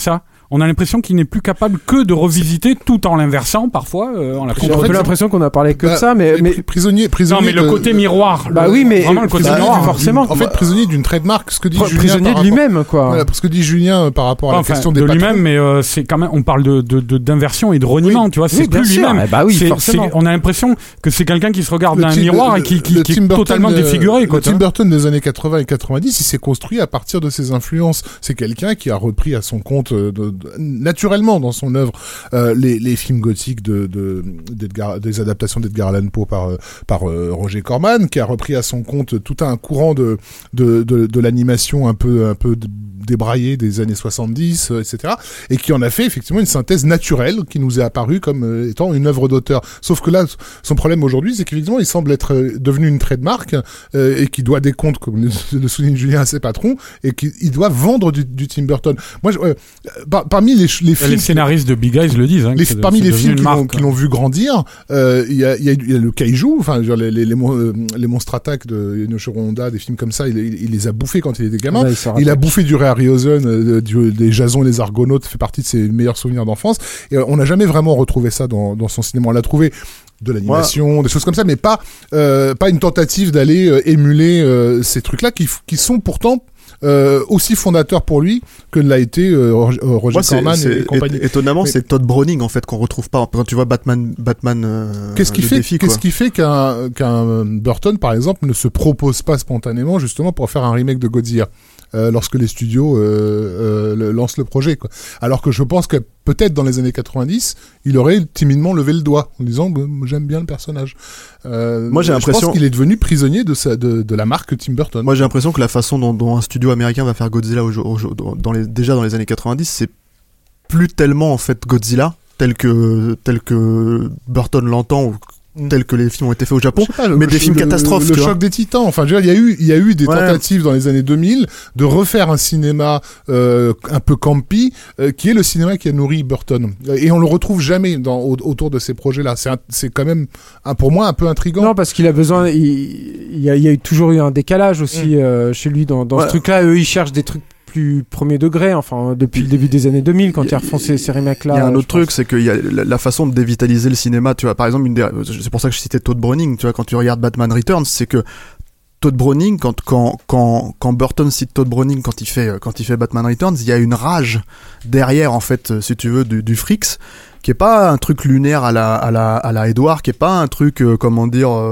on a l'impression qu'il n'est plus capable que de revisiter tout en l'inversant parfois. Euh, on a J'ai un peu l'impression qu'on a parlé que bah, de ça, mais, mais... prisonnier, prisonnier. Non, mais de... le côté miroir. Bah le... oui, mais vraiment le côté bah, miroir. Forcément. En fait, prisonnier d'une trademark. Ce que dit Pr- Julien. Prisonnier de lui-même, quoi. Voilà, parce que dit Julien par rapport à la enfin, question des de patrons. lui-même, mais euh, c'est quand même, on parle de, de, de d'inversion et de reniement, oui. tu vois. Oui, C'est bien plus sûr. lui-même. Eh bah oui, c'est, forcément. c'est, on a l'impression que c'est quelqu'un qui se regarde Le dans un Tim- miroir le- et qui, qui, le qui Tim est Burton totalement de- défiguré, quoi. Le Tim Burton des années quatre-vingts et quatre-vingt-dix, il s'est construit à partir de ses influences. C'est quelqu'un qui a repris à son compte de, de, naturellement dans son œuvre euh, les, les films gothiques de, de d'Edgar, des adaptations d'Edgar Allan Poe par euh, par euh, Roger Corman, qui a repris à son compte tout un courant de de de, de l'animation un peu un peu débraillé des années soixante-dix, euh, et cetera, et qui en a fait effectivement une synthèse naturelle qui nous est apparue comme euh, étant une œuvre d'auteur. Sauf que là, son problème aujourd'hui, c'est qu'effectivement, il semble être euh, devenu une trademark euh, et qui doit des comptes, comme le, le souligne Julien, à ses patrons, et qui il doit vendre du, du Tim Burton. Moi, je, euh, par, parmi les, les films, les scénaristes de Big Eyes le disent. Hein, les, c'est, parmi c'est les devenu films une qui marque, l'ont, qui l'ont vu grandir, il euh, y, a, y, a, y a le kaiju, enfin les, les, les, mon, les monstres attaques de Yoshiro Honda, des films comme ça, il, il, il les a bouffés quand il était gamin. Ouais, il, il a bouffé du Ray Harryhausen, euh, du, des Jason et les Argonautes, fait partie de ses meilleurs souvenirs d'enfance. Et euh, on n'a jamais vraiment retrouvé ça dans, dans son cinéma. On l'a trouvé de l'animation, ouais. des choses comme ça, mais pas euh, pas une tentative d'aller euh, émuler euh, ces trucs-là qui, qui sont pourtant Euh, aussi fondateur pour lui que l'a été euh, Roger Moi, Corman c'est, et, et compagnie. Étonnamment, mais, c'est Todd Browning en fait qu'on retrouve pas quand tu vois Batman. Batman. Euh, qu'est-ce qui fait défi, Qu'est-ce qui fait qu'un qu'un Burton, par exemple, ne se propose pas spontanément justement pour faire un remake de Godzilla euh, lorsque les studios euh, euh, lancent le projet, quoi. Alors que je pense que peut-être dans les années quatre-vingt-dix, il aurait timidement levé le doigt en disant bah, j'aime bien le personnage. Euh, Moi, j'ai l'impression je pense qu'il est devenu prisonnier de sa de, de la marque Tim Burton. Moi, j'ai l'impression que la façon dont, dont un studio américain va faire Godzilla au, au, dans les, déjà dans les années quatre-vingt-dix, c'est plus tellement en fait Godzilla tel que tel que Burton l'entend ou tels que les films ont été faits au Japon, pas, le, mais le, des films le, catastrophes. Le, le choc vois. des titans. Enfin, je veux dire, il y a eu, il y a eu des ouais. tentatives dans les années deux mille de refaire un cinéma euh, un peu campy, euh, qui est le cinéma qui a nourri Burton. Et on le retrouve jamais dans, autour de ces projets-là. C'est, un, c'est quand même, un, pour moi, un peu intriguant. Non, parce qu'il a besoin. Il, il, y, a, il y a toujours eu un décalage aussi mmh. euh, chez lui dans, dans ouais. ce truc-là. Eux, ils cherchent des trucs plus premier degré, enfin depuis le début des années deux mille quand ils refont ces, ces remakes-là. Il y a un autre truc, c'est qu'il y a la, la façon de dévitaliser le cinéma. Tu vois, par exemple, une des, c'est pour ça que je citais Todd Browning. Tu vois, quand tu regardes Batman Returns, c'est que Todd Browning, quand quand quand quand Burton cite Todd Browning quand il fait quand il fait Batman Returns, il y a une rage derrière en fait, si tu veux, du, du frics, qui est pas un truc lunaire à la à la à la Edward, qui est pas un truc euh, comment dire. Euh,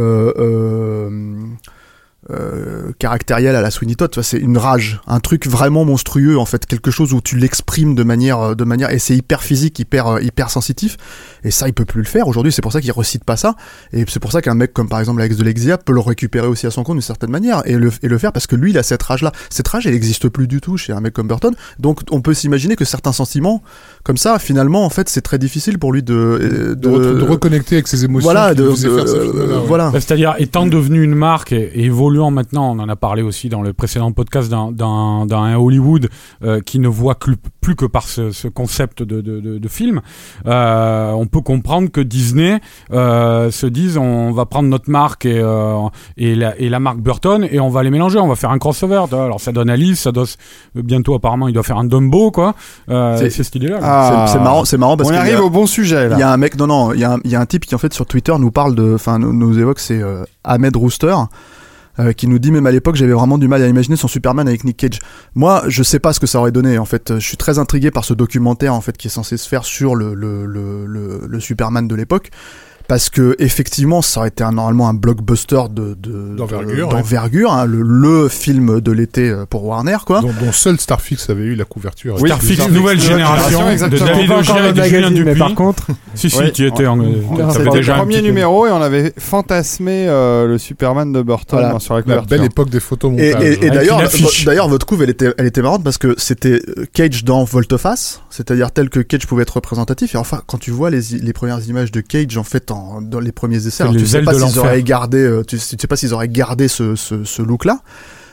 euh, Euh, caractériel à la Sweeney Todd, tu vois, c'est une rage, un truc vraiment monstrueux en fait, quelque chose où tu l'exprimes de manière, de manière, et c'est hyper physique, hyper, hyper sensitif, et ça il peut plus le faire aujourd'hui. C'est pour ça qu'il recite pas ça, et c'est pour ça qu'un mec comme par exemple Alex de Lexia peut le récupérer aussi à son compte d'une certaine manière et le, et le faire parce que lui il a cette rage là. Cette rage elle existe plus du tout chez un mec comme Burton, donc on peut s'imaginer que certains sentiments comme ça finalement en fait c'est très difficile pour lui de de, de, re- de reconnecter avec ses émotions. Voilà, de, de, faire euh, ouais. voilà. Bah, c'est-à-dire étant devenu une marque et, et évoluant maintenant, on en a parlé aussi dans le précédent podcast d'un, d'un, d'un Hollywood euh, qui ne voit que, plus que par ce, ce concept de, de, de, de film, euh, on peut comprendre que Disney euh, se dise on va prendre notre marque et, euh, et, la, et la marque Burton et on va les mélanger, on va faire un crossover. Alors ça donne Alice, ça doit bientôt apparemment il doit faire un Dumbo quoi. Euh, c'est, c'est cette idée-là. Ah, c'est, c'est marrant, c'est marrant parce on arrive a, au bon sujet là. Il y a un mec, non non, il y a un, il y a un type qui en fait sur Twitter nous parle de, enfin nous, nous évoque c'est euh, Ahmed Rooster. Euh, qui nous dit même à l'époque j'avais vraiment du mal à imaginer son Superman avec Nick Cage. Moi je sais pas ce que ça aurait donné en fait. Je suis très intrigué par ce documentaire en fait qui est censé se faire sur le le le le, le Superman de l'époque. Parce que effectivement, ça aurait été un, normalement un blockbuster de, de d'envergure, de, d'envergure, ouais. hein, le, le film de l'été pour Warner, quoi. Dont, dont seul Starfix avait eu la couverture. Oui, Starfix, Starfix nouvelle génération, génération de David Ogier et de Julien Dupuis. Mais par contre, si si, oui. tu étais, en, on, c'était déjà le premier numéro et on avait fantasmé euh, le Superman de Burton voilà. sur la couverture. La belle époque des photomontages. Et, et, et d'ailleurs, d'ailleurs, votre couve, elle était, elle était marrante parce que c'était Cage dans Volte-Face, c'est-à-dire tel que Cage pouvait être représentatif. Et enfin, quand tu vois les, les premières images de Cage en fait en dans les premiers essais, alors tu sais pas s'ils auraient gardé, euh, tu, tu sais pas s'ils auraient gardé ce, ce, ce look-là,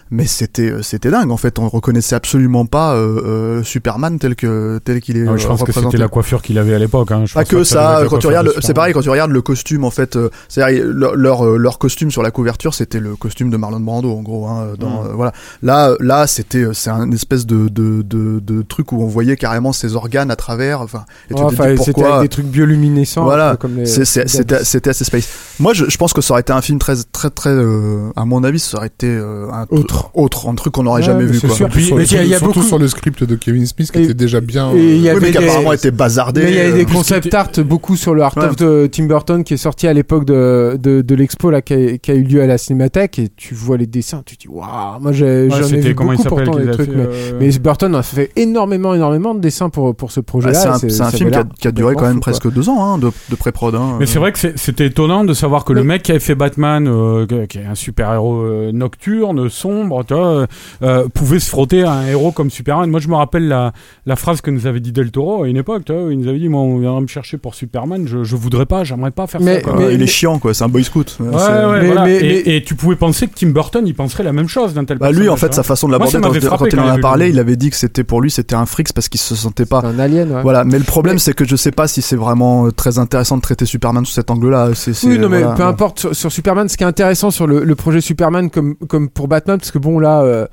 mais c'était c'était dingue en fait, on reconnaissait absolument pas euh, euh, Superman tel que tel qu'il est ah, je pense représenté. que c'était la coiffure qu'il avait à l'époque hein. Je pas que ça, ça quand tu regardes le, c'est pareil quand tu regardes le costume en fait, euh, c'est-à-dire leur, leur leur costume sur la couverture c'était le costume de Marlon Brando en gros hein, dans mmh. euh, voilà. Là là c'était c'est un espèce de de de de truc où on voyait carrément ses organes à travers, enfin et oh, tu te dis pourquoi c'était avec des trucs bioluminescents voilà, comme les, c'est, c'est, c'était c'était assez space. Moi je je pense que ça aurait été un film très très très euh, à mon avis ça aurait été euh, un autre autre un truc qu'on n'aurait ouais, jamais vu quoi. Puis, il y a, il y a surtout beaucoup... sur le script de Kevin Smith qui et, était déjà bien et il y euh... avait oui, mais qui des... apparemment était bazardé. Mais il y avait euh, des concept art beaucoup sur le Art ouais. of de Tim Burton qui est sorti à l'époque de de, de l'expo là qui a, qui a eu lieu à la Cinémathèque et tu vois les dessins tu te dis waouh moi j'ai, ouais, j'en ai vu beaucoup pourtant des trucs mais, euh... mais Burton a fait énormément énormément de dessins pour pour ce projet là. Ah, c'est un, c'est un film qui a, qui a duré quand même fou, presque quoi. deux ans hein, de, de pré-prod. Hein, mais euh... c'est vrai que c'est, c'était étonnant de savoir que mais... le mec qui avait fait Batman, euh, qui est un super-héros euh, nocturne, sombre, tu vois, euh, pouvait se frotter à un héros comme Superman. Moi, je me rappelle la, la phrase que nous avait dit Del Toro à une époque, tu vois, il nous avait dit, moi, on viendra me chercher pour Superman, je, je voudrais pas, j'aimerais pas faire mais, ça. Quoi. Mais, il mais... est chiant, quoi, c'est un boy scout. Ouais, ouais, ouais, voilà. mais, et, mais... et tu pouvais penser que Tim Burton, il penserait la même chose d'un tel bah, lui, en fait, sa façon de l'aborder, moi, quand, quand il en a parlé, il avait dit que c'était pour lui, c'était un fric parce qu'il se sentait pas. C'est un alien, ouais. Voilà, mais le problème, c'est que je sais pas si c'est vraiment très intéressant de traiter Superman sous cet angle-là. C'est, c'est, oui, non, mais voilà, peu ouais. importe, sur, sur Superman, ce qui est intéressant sur le, le projet Superman, comme, comme pour Batman, parce que bon, là, euh,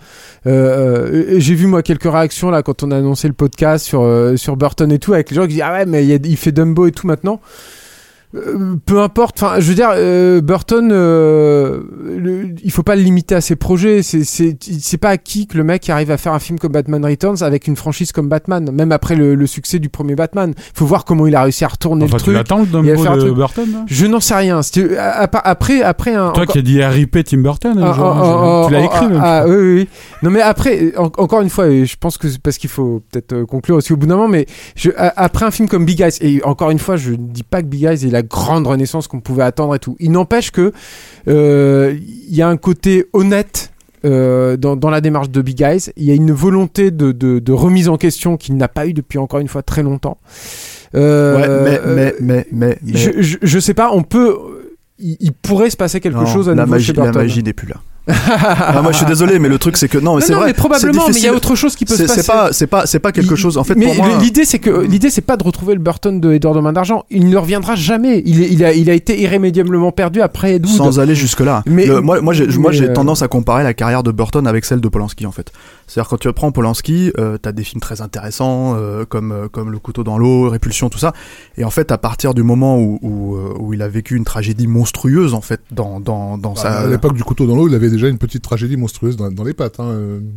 euh, j'ai vu, moi, quelques réactions, là, quand on a annoncé le podcast sur, euh, sur Burton et tout, avec les gens qui disent, ah ouais, mais il, y a, il fait Dumbo et tout maintenant. Euh, peu importe, enfin, je veux dire, euh, Burton, euh, le, il faut pas le limiter à ses projets. C'est, c'est, c'est pas acquis que le mec arrive à faire un film comme Batman Returns avec une franchise comme Batman, même après le, le succès du premier Batman. Il faut voir comment il a réussi à retourner enfin, le tu truc. L'attends, le Dumbo de Burton là Je n'en sais rien. C'était, après, après un. Toi encore... qui as dit R I P Tim Burton, ah, genre, ah, ah, tu l'as ah, écrit. Ah, ah, oui, oui, oui. Non, mais après, en, encore une fois, je pense que c'est parce qu'il faut peut-être conclure aussi au bout d'un moment, mais je, après un film comme Big Eyes, et encore une fois, je ne dis pas que Big Eyes est la grande renaissance qu'on pouvait attendre et tout. Il n'empêche que il euh, y a un côté honnête euh, dans, dans la démarche de Big Eyes. Il y a une volonté de, de, de remise en question qu'il n'a pas eu depuis encore une fois très longtemps. Euh, ouais, mais, mais, mais, mais, mais... Je, je, je sais pas, on peut... Il, il pourrait se passer quelque non, chose à la nouveau magie, chez Burton. La magie n'est plus là. ah, moi je suis désolé mais le truc c'est que non mais non, c'est non, vrai mais probablement mais il y a autre chose qui peut c'est, se passer. c'est pas c'est pas c'est pas quelque il, chose en fait mais pour moi l'idée c'est que l'idée c'est pas de retrouver le Burton de Edward aux mains d'argent, il ne reviendra jamais, il, est, il a il a été irrémédiablement perdu après Ed Wood. Sans aller jusque là mais le, moi moi j'ai mais moi j'ai euh... tendance à comparer la carrière de Burton avec celle de Polanski en fait. C'est-à-dire quand tu prends Polanski euh, t'as des films très intéressants euh, comme euh, comme Le couteau dans l'eau, Répulsion, tout ça, et en fait à partir du moment où où, euh, où il a vécu une tragédie monstrueuse en fait dans dans dans bah, sa à l'époque du couteau dans l'eau il avait déjà une petite tragédie monstrueuse dans, dans les pattes hein.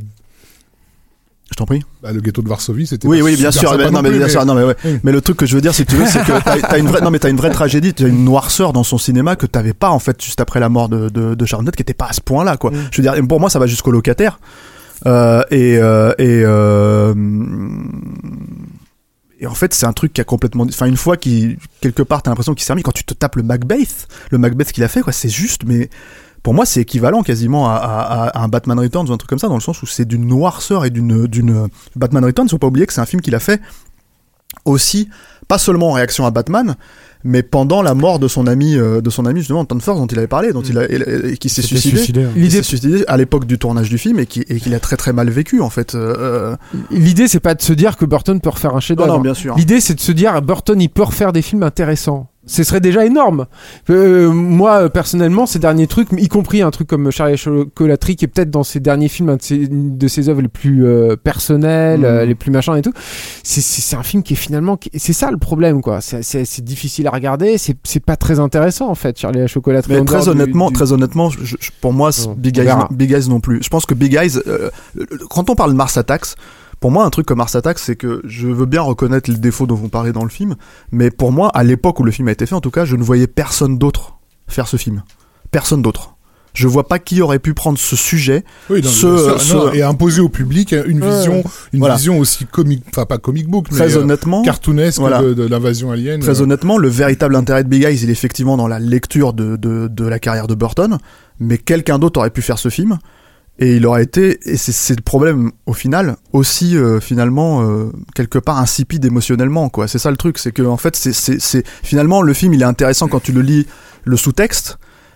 Je t'en prie. Bah, le ghetto de Varsovie, c'était. Oui, oui, bien sûr. Mais, non, mais, mais bien sûr. Non, mais ouais. Oui. Mais le truc que je veux dire, si tu veux, c'est que t'as, t'as une vraie, non, mais t'as une vraie tragédie, t'as une noirceur dans son cinéma que t'avais pas en fait juste après la mort de de, de Sharon Tate, qui était pas à ce point-là, quoi. Mm. Je veux dire, pour moi, ça va jusqu'au locataire. Euh, et euh, et euh, et en fait, c'est un truc qui a complètement, enfin, une fois qui quelque part, t'as l'impression qu'il s'est remis. Quand tu te tapes le Macbeth, le Macbeth qu'il a fait, quoi, c'est juste, mais. Pour moi, c'est équivalent quasiment à, à, à un Batman Returns ou un truc comme ça, dans le sens où c'est d'une noirceur et d'une, d'une... Batman Returns, faut pas oublier que c'est un film qu'il a fait aussi, pas seulement en réaction à Batman, mais pendant la mort de son ami, euh, de son ami justement, Tom Ford, dont il avait parlé, dont mmh. il a, et, et qui s'est C'était suicidé, suicidé, hein. il s'est suicidé à l'époque du tournage du film et, qui, et qu'il a très très mal vécu en fait. Euh... L'idée, c'est pas de se dire que Burton peut refaire un chef-d'œuvre. Non, non, bien sûr. L'idée, c'est de se dire, Burton, il peut refaire des films intéressants. Ce serait déjà énorme. Euh, moi, personnellement, ces derniers trucs, y compris un truc comme Charlie et la chocolaterie, qui est peut-être dans ses derniers films, un de ses, de ses œuvres les plus euh, personnelles, mmh. euh, les plus machins et tout, c'est, c'est, c'est un film qui est finalement... C'est ça le problème, quoi. C'est, c'est, c'est difficile à regarder, c'est, c'est pas très intéressant, en fait, Charlie et la chocolaterie. Mais très honnêtement, du, du... très honnêtement, je, je, pour moi, oh, Big, Eyes, Big Eyes non plus. Je pense que Big Eyes, euh, quand on parle de Mars Attacks, pour moi, un truc comme Mars Attacks, c'est que je veux bien reconnaître les défauts dont vous parlez dans le film, mais pour moi, à l'époque où le film a été fait, en tout cas, je ne voyais personne d'autre faire ce film. Personne d'autre. Je vois pas qui aurait pu prendre ce sujet, oui, non, ce, ce... Non, et imposer au public une vision, ouais. une voilà. vision aussi comique, enfin pas comic book, mais très honnêtement, euh, cartoonesque voilà. de, de l'invasion alien. Très euh... honnêtement, le véritable intérêt de Big Eyes, il est effectivement dans la lecture de, de, de la carrière de Burton, mais quelqu'un d'autre aurait pu faire ce film. Et il aurait été, et c'est, c'est le problème au final, aussi euh, finalement euh, quelque part insipide émotionnellement, quoi. C'est ça le truc, c'est que en fait, c'est, c'est, c'est finalement le film, il est intéressant quand tu le lis le sous-texte,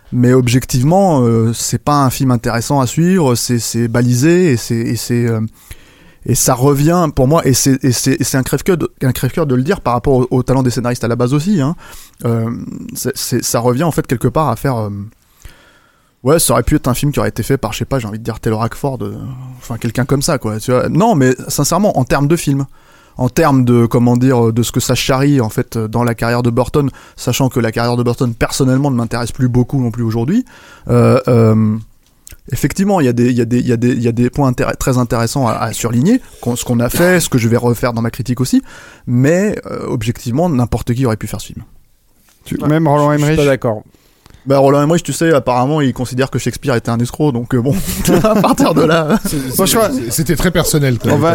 Mais objectivement, euh, c'est pas un film intéressant à suivre. C'est, c'est balisé et c'est, et c'est, euh, et ça revient pour moi. Et c'est, et c'est, et c'est un crève-cœur, de, un crève-cœur de le dire par rapport au, au talent des scénaristes à la base aussi. Hein. Euh, c'est, c'est, ça revient en fait quelque part à faire. Euh, ouais, ça aurait pu être un film qui aurait été fait par, je sais pas, j'ai envie de dire Taylor Hackford, euh, enfin quelqu'un comme ça, quoi. Tu vois. Non, mais sincèrement, en termes de film. En termes de, comment dire, de ce que ça charrie en fait dans la carrière de Burton, sachant que la carrière de Burton personnellement ne m'intéresse plus beaucoup non plus aujourd'hui. Euh, euh, effectivement, il y a des, il y a des, il y a des, il y a des points intér- très intéressants à, à surligner, qu'on, ce qu'on a fait, ce que je vais refaire dans ma critique aussi. Mais euh, objectivement, n'importe qui aurait pu faire ce film. Tu, même Roland Emmerich. Je suis pas d'accord. Bah Roland Emmerich, tu sais, apparemment, il considère que Shakespeare était un escroc, donc euh, bon, à partir de là, c'est, c'est, c'était très personnel. Quoi. On va,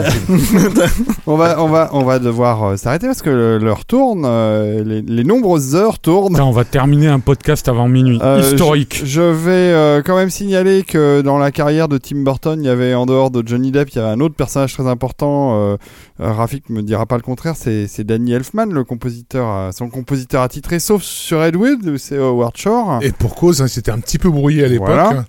on va, on va, on va devoir euh, s'arrêter parce que l'heure tourne, euh, les, les nombreuses heures tournent. Là, on va terminer un podcast avant minuit, euh, historique. Je, je vais euh, quand même signaler que dans la carrière de Tim Burton, il y avait en dehors de Johnny Depp, il y avait un autre personnage très important. Euh, euh, Rafik me dira pas le contraire, c'est, c'est Danny Elfman, le compositeur, euh, son compositeur attitré, sauf sur Ed Wood, c'est Howard Shore. Et pour cause, hein, c'était un petit peu brouillé à l'époque. Voilà.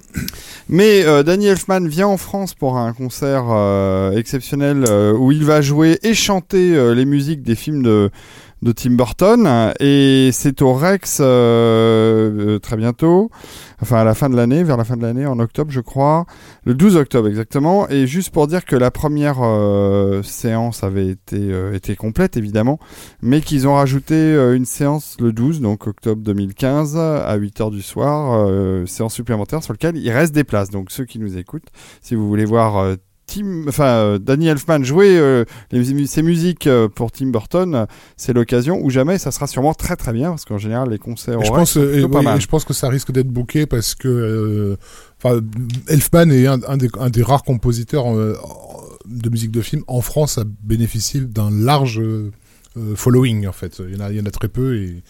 Mais euh, Danny Elfman vient en France pour un concert euh, exceptionnel euh, où il va jouer et chanter euh, les musiques des films de, de Tim Burton. Et c'est au Rex euh, euh, très bientôt, enfin à la fin de l'année, vers la fin de l'année, en octobre je crois, le douze octobre exactement. Et juste pour dire que la première euh, séance avait été, euh, été complète évidemment, mais qu'ils ont rajouté euh, une séance le douze, donc octobre deux mille quinze, à huit heures du soir, euh, séance supplémentaire sur laquelle il reste des places. Donc ceux qui nous écoutent, si vous voulez voir euh, Tim, enfin euh, Danny Elfman jouer euh, les, ses musiques euh, pour Tim Burton, euh, c'est l'occasion ou jamais. Ça sera sûrement très très bien parce qu'en général les concerts je pense, euh, et, oui, et je pense que ça risque d'être booké parce que enfin euh, Elfman est un, un, des, un des rares compositeurs euh, de musique de film en France à bénéficier d'un large euh, following en fait. Il y en a, il y en a très peu et,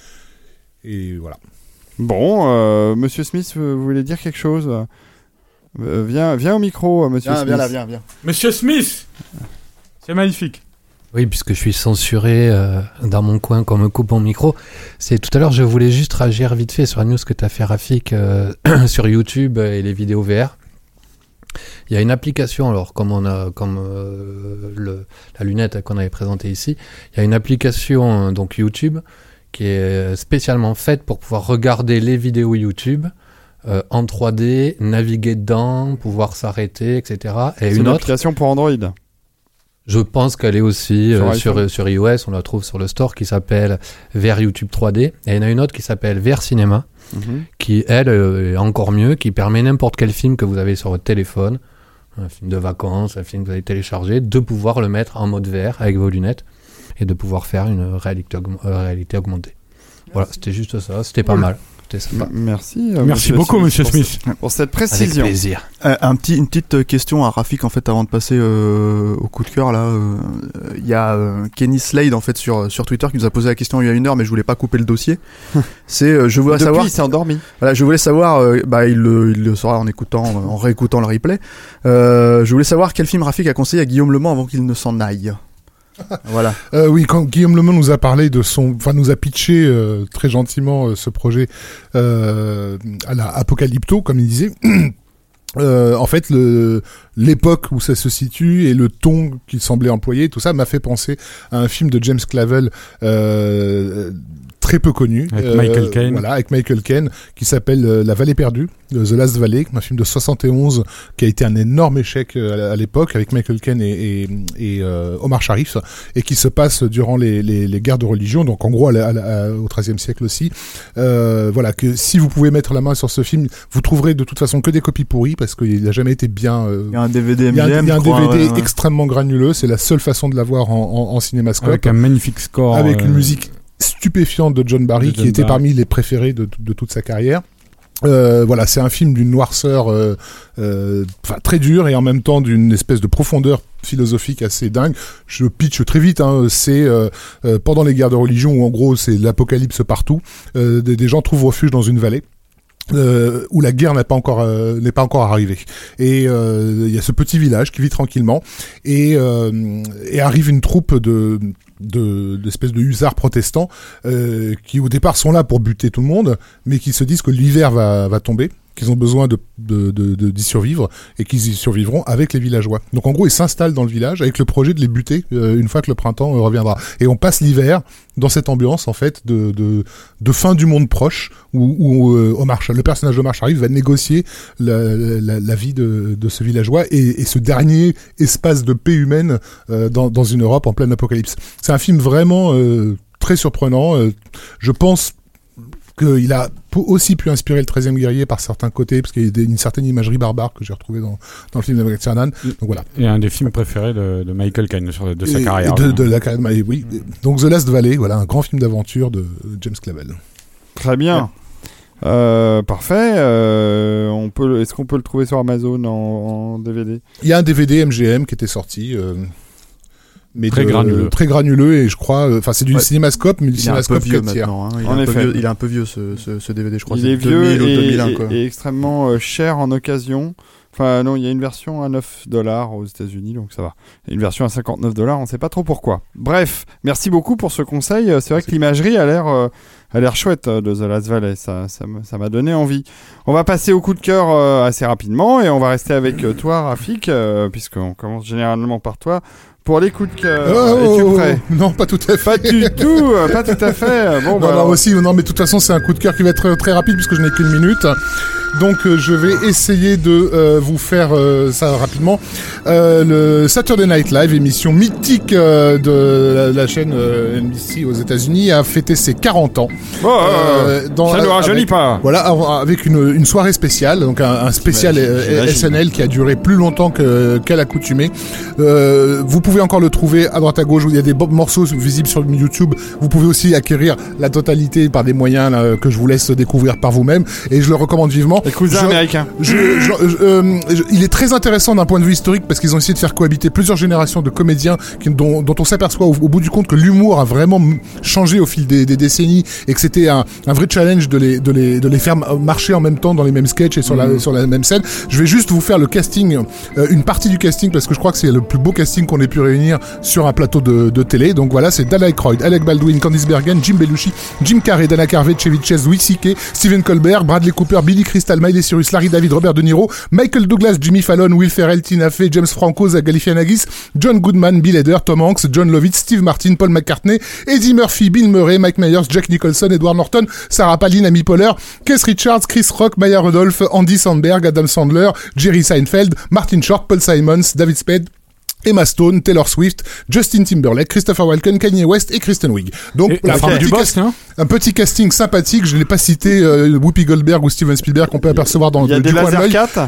et voilà. Bon, euh, Monsieur Smith, vous voulez dire quelque chose? Euh, viens, viens au micro, Monsieur viens, Smith. Viens là, viens, viens. Monsieur Smith, c'est magnifique. Oui, puisque je suis censuré euh, dans mon coin, qu'on me coupe mon micro. C'est tout à l'heure, je voulais juste réagir vite fait sur la news que tu as fait, Rafik, euh, sur YouTube et les vidéos V R. Il y a une application, alors comme on a, comme euh, le, la lunette qu'on avait présentée ici, il y a une application donc YouTube qui est spécialement faite pour pouvoir regarder les vidéos YouTube. Euh, en trois D, naviguer dedans, pouvoir s'arrêter, et cetera. Et c'est une, une autre application pour Android. Je pense qu'elle est aussi sur, euh, sur, sur iOS, on la trouve sur le store, qui s'appelle V R YouTube trois D. Et il y en a une autre qui s'appelle V R Cinéma, mm-hmm. qui, elle, euh, est encore mieux, qui permet n'importe quel film que vous avez sur votre téléphone, un film de vacances, un film que vous avez téléchargé, de pouvoir le mettre en mode V R avec vos lunettes et de pouvoir faire une réalité, aug- euh, réalité augmentée. Voilà, c'était juste ça, c'était pas mal. M- merci. Euh, merci beaucoup, Monsieur Smith, pour, pour cette précision. Avec plaisir. Euh, un petit, une petite question à Rafik en fait avant de passer euh, au coup de cœur là. Il euh, y a euh, Kenny Slade en fait sur sur Twitter qui nous a posé la question il y a une heure, mais je voulais pas couper le dossier. C'est, euh, je voulais Depuis, savoir. il s'est endormi. Voilà, je voulais savoir. Euh, bah, il le, il le saura en écoutant, en réécoutant le replay. Euh, je voulais savoir quel film Rafik a conseillé à Guillaume Le Mans avant qu'il ne s'en aille. Voilà. Euh, oui, quand Guillaume Le Mans nous a parlé de son, enfin nous a pitché euh, très gentiment euh, ce projet euh, à la Apocalypto, comme il disait. Euh, en fait, le, l'époque où ça se situe et le ton qu'il semblait employer, tout ça m'a fait penser à un film de James Clavell euh, très peu connu, avec euh, Michael Caine. Voilà, avec Michael Caine, qui s'appelle euh, La Vallée perdue, The Last Valley, un film de soixante et onze qui a été un énorme échec euh, à l'époque avec Michael Caine et, et, et euh, Omar Sharif, et qui se passe durant les, les, les guerres de religion, donc en gros à la, à la, au treizième siècle aussi. Euh, voilà, que si vous pouvez mettre la main sur ce film, vous trouverez de toute façon que des copies pourries parce qu'il n'a jamais été bien. Euh, il y a un D V D M D M, il y a un, il y a un crois, D V D ouais, ouais. extrêmement granuleux. C'est la seule façon de l'avoir en, en, en cinémascope. Avec un magnifique score. Avec euh... une musique stupéfiante de John Barry, de John qui était Barry. parmi les préférés de, de toute sa carrière. Euh, voilà, c'est un film d'une noirceur euh, euh, très dure et en même temps d'une espèce de profondeur philosophique assez dingue. Je pitch très vite, hein, c'est euh, euh, pendant les guerres de religion où en gros c'est l'apocalypse partout, euh, des, des gens trouvent refuge dans une vallée. Euh, où la guerre n'est pas encore euh, n'est pas encore arrivée, et il euh, y a ce petit village qui vit tranquillement, et, euh, et arrive une troupe de de d'espèces de hussards protestants euh, qui au départ sont là pour buter tout le monde, mais qui se disent que l'hiver va va tomber, qu'ils ont besoin de, de, de, de d'y survivre et qu'ils y survivront avec les villageois. Donc en gros, ils s'installent dans le village avec le projet de les buter euh, une fois que le printemps euh, reviendra. Et on passe l'hiver dans cette ambiance en fait de de, de fin du monde proche où, où euh, Omar, le personnage d'Omar Sharif va négocier la, la, la vie de, de ce villageois et, et ce dernier espace de paix humaine euh, dans, dans une Europe en pleine apocalypse. C'est un film vraiment euh, très surprenant. Euh, je pense qu'il a aussi pu inspirer le treizième guerrier par certains côtés, parce qu'il y a des, une certaine imagerie barbare que j'ai retrouvée dans, dans le film de McTiernan. Donc voilà. Et un des films préférés de, de Michael Caine sur, de sa et, carrière. Et de, de la carrière, oui. Donc The Last Valley, voilà, un grand film d'aventure de James Clavell. Très bien. Ouais. Euh, parfait. Euh, on peut, est-ce qu'on peut le trouver sur Amazon en, en D V D ? Il y a un D V D M G M qui était sorti. Euh, mais très de, granuleux. Très granuleux et je crois, enfin c'est du ouais. cinémascope, mais du cinémascope vieux quatre tiers. Hein. Il, en est effet. vieux, il est un peu vieux ce, ce, ce D V D, je crois. Il c'est est vieux deux mille et, ou deux mille un, quoi. et, et extrêmement euh, cher en occasion. Enfin non, il y a une version à neuf dollars aux États-Unis, donc ça va. Et une version à cinquante-neuf dollars, on ne sait pas trop pourquoi. Bref, merci beaucoup pour ce conseil. C'est vrai que l'imagerie a l'air, euh, a l'air chouette euh, de The Last Valley. Ça, ça, me, ça m'a donné envie. On va passer au coup de cœur euh, assez rapidement et on va rester avec euh, toi, Rafik, euh, puisqu'on commence généralement par toi. Pour les coups de cœur, oh, es-tu prêt ? Non, pas tout à fait. Pas du tout, pas tout à fait. Bon, non, bah, non, alors... aussi, non, mais de toute façon, c'est un coup de cœur qui va être très, très rapide puisque je n'ai qu'une minute. Donc, euh, je vais essayer de euh, vous faire euh, ça rapidement. Euh, le Saturday Night Live, émission mythique euh, de la, la chaîne euh, N B C aux États-Unis, a fêté ses quarante ans. Oh, euh, dans, ça ne rajeunit avec, pas. Voilà, avec une, une soirée spéciale, donc un, un spécial euh, S N L qui a duré plus longtemps que, qu'à l'accoutumée. Euh, vous pouvez encore le trouver à droite à gauche, il y a des morceaux visibles sur YouTube. Vous pouvez aussi acquérir la totalité par des moyens là, que je vous laisse découvrir par vous-même et je le recommande vivement. Les cousins je, américains. Je, je, je, euh, je, il est très intéressant d'un point de vue historique parce qu'ils ont essayé de faire cohabiter plusieurs générations de comédiens qui, dont, dont on s'aperçoit au, au bout du compte que l'humour a vraiment changé au fil des, des décennies et que c'était un, un vrai challenge de les, de, les, de les faire marcher en même temps dans les mêmes sketchs et sur, mmh. la, sur la même scène. Je vais juste vous faire le casting, euh, une partie du casting parce que je crois que c'est le plus beau casting qu'on ait pu réunir sur un plateau de, de télé. Donc voilà, c'est Dan Aykroyd, Alec Baldwin, Candice Bergen, Jim Belushi, Jim Carrey, Dana Carvey, Chevy Chase, Louis C K, Stephen Colbert, Bradley Cooper, Billy Crystal, Miley Cyrus, Larry David, Robert De Niro, Michael Douglas, Jimmy Fallon, Will Ferrell, Tina Fey, James Franco, Zach Galifianakis, John Goodman, Bill Hader, Tom Hanks, John Lovitz, Steve Martin, Paul McCartney, Eddie Murphy, Bill Murray, Mike Myers, Jack Nicholson, Edward Norton, Sarah Palin, Amy Poehler, Keith Richards, Chris Rock, Maya Rudolph, Andy Samberg, Adam Sandler, Jerry Seinfeld, Martin Short, Paul Simons, David Spade, Emma Stone, Taylor Swift, Justin Timberlake, Christopher Walken, Kanye West et Kristen Wiig. Donc et la un, du petit boss, cast- hein un petit casting sympathique. Je ne l'ai pas cité euh, Whoopi Goldberg ou Steven Spielberg qu'on peut apercevoir dans il y a le des du coin de l'œil. Lasercats.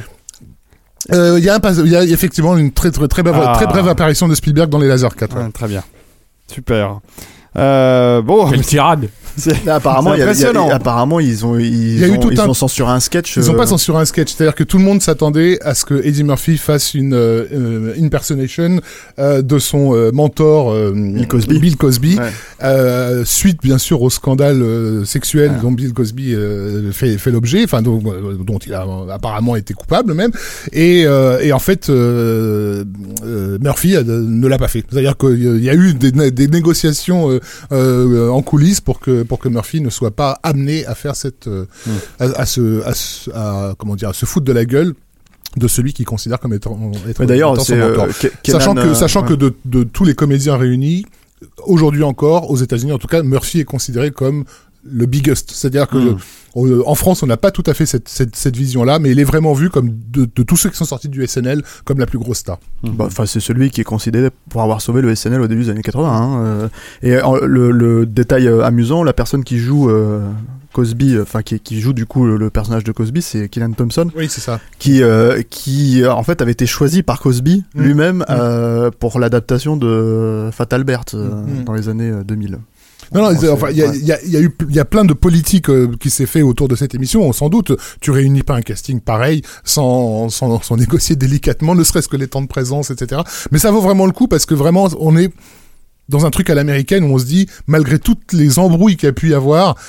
Euh, il y a un pas- il y a effectivement une très très très brève, Ah. très brève apparition de Spielberg dans les Lasercats. Ouais. Ouais, très bien. Super. Euh, bon, quelle tirade. c'est, Là, apparemment, c'est il y a- il y a- impressionnant. apparemment, ils ont, ils, Il y a eu ont, tout ils un- ont censuré un sketch. Ils n'ont euh, pas censuré un sketch, c'est-à-dire que tout le monde s'attendait à ce que Eddie Murphy fasse une euh, euh, impersonation euh, de son euh, mentor euh, Bill Cosby. Bill Cosby, Ouais. euh, suite bien sûr au scandale euh, sexuel Ouais. dont Bill Cosby euh, fait, fait l'objet, enfin dont, euh, dont il a euh, apparemment été coupable même, et, euh, et en fait euh, euh, Murphy euh, ne l'a pas fait. C'est-à-dire qu'il y a eu des, des négociations euh, euh, en coulisses pour que pour que Murphy ne soit pas amené à faire cette euh, Mm. à, à se à, se- à- comment dire à se foutre de la gueule de celui qu'il considère comme étant, être, Mais d'ailleurs, étant son c'est euh, mentor. Ke- Sachant Kenan, que sachant euh, que de, de tous les comédiens réunis aujourd'hui encore aux États-Unis en tout cas, Murphy est considéré comme le biggest, c'est-à-dire que Mm. euh, en France on n'a pas tout à fait cette, cette, cette vision-là, mais il est vraiment vu comme de, de tous ceux qui sont sortis du S N L comme la plus grosse star. Bah, enfin, c'est celui qui est considéré pour avoir sauvé le S N L au début des années quatre-vingts. Hein, euh, et en- le, le détail euh, amusant, la personne qui joue euh, Cosby, enfin qui, qui joue du coup le, le personnage de Cosby, c'est Kenan Thompson, Oui, c'est ça. qui euh, qui euh, en fait avait été choisi par Cosby Mm. lui-même Mm. euh, pour l'adaptation de Fat Albert euh, Mm. dans les années euh, deux mille. Non, non, Bon, c'est- enfin, il y a, ouais. il y, a, il y a eu, il y a plein de politique euh, qui s'est fait autour de cette émission. Sans doute, tu réunis pas un casting pareil sans, sans, sans négocier délicatement, ne serait-ce que les temps de présence, et cetera. Mais ça vaut vraiment le coup parce que vraiment, on est dans un truc à l'américaine où on se dit, malgré toutes les embrouilles qu'il y a pu y avoir,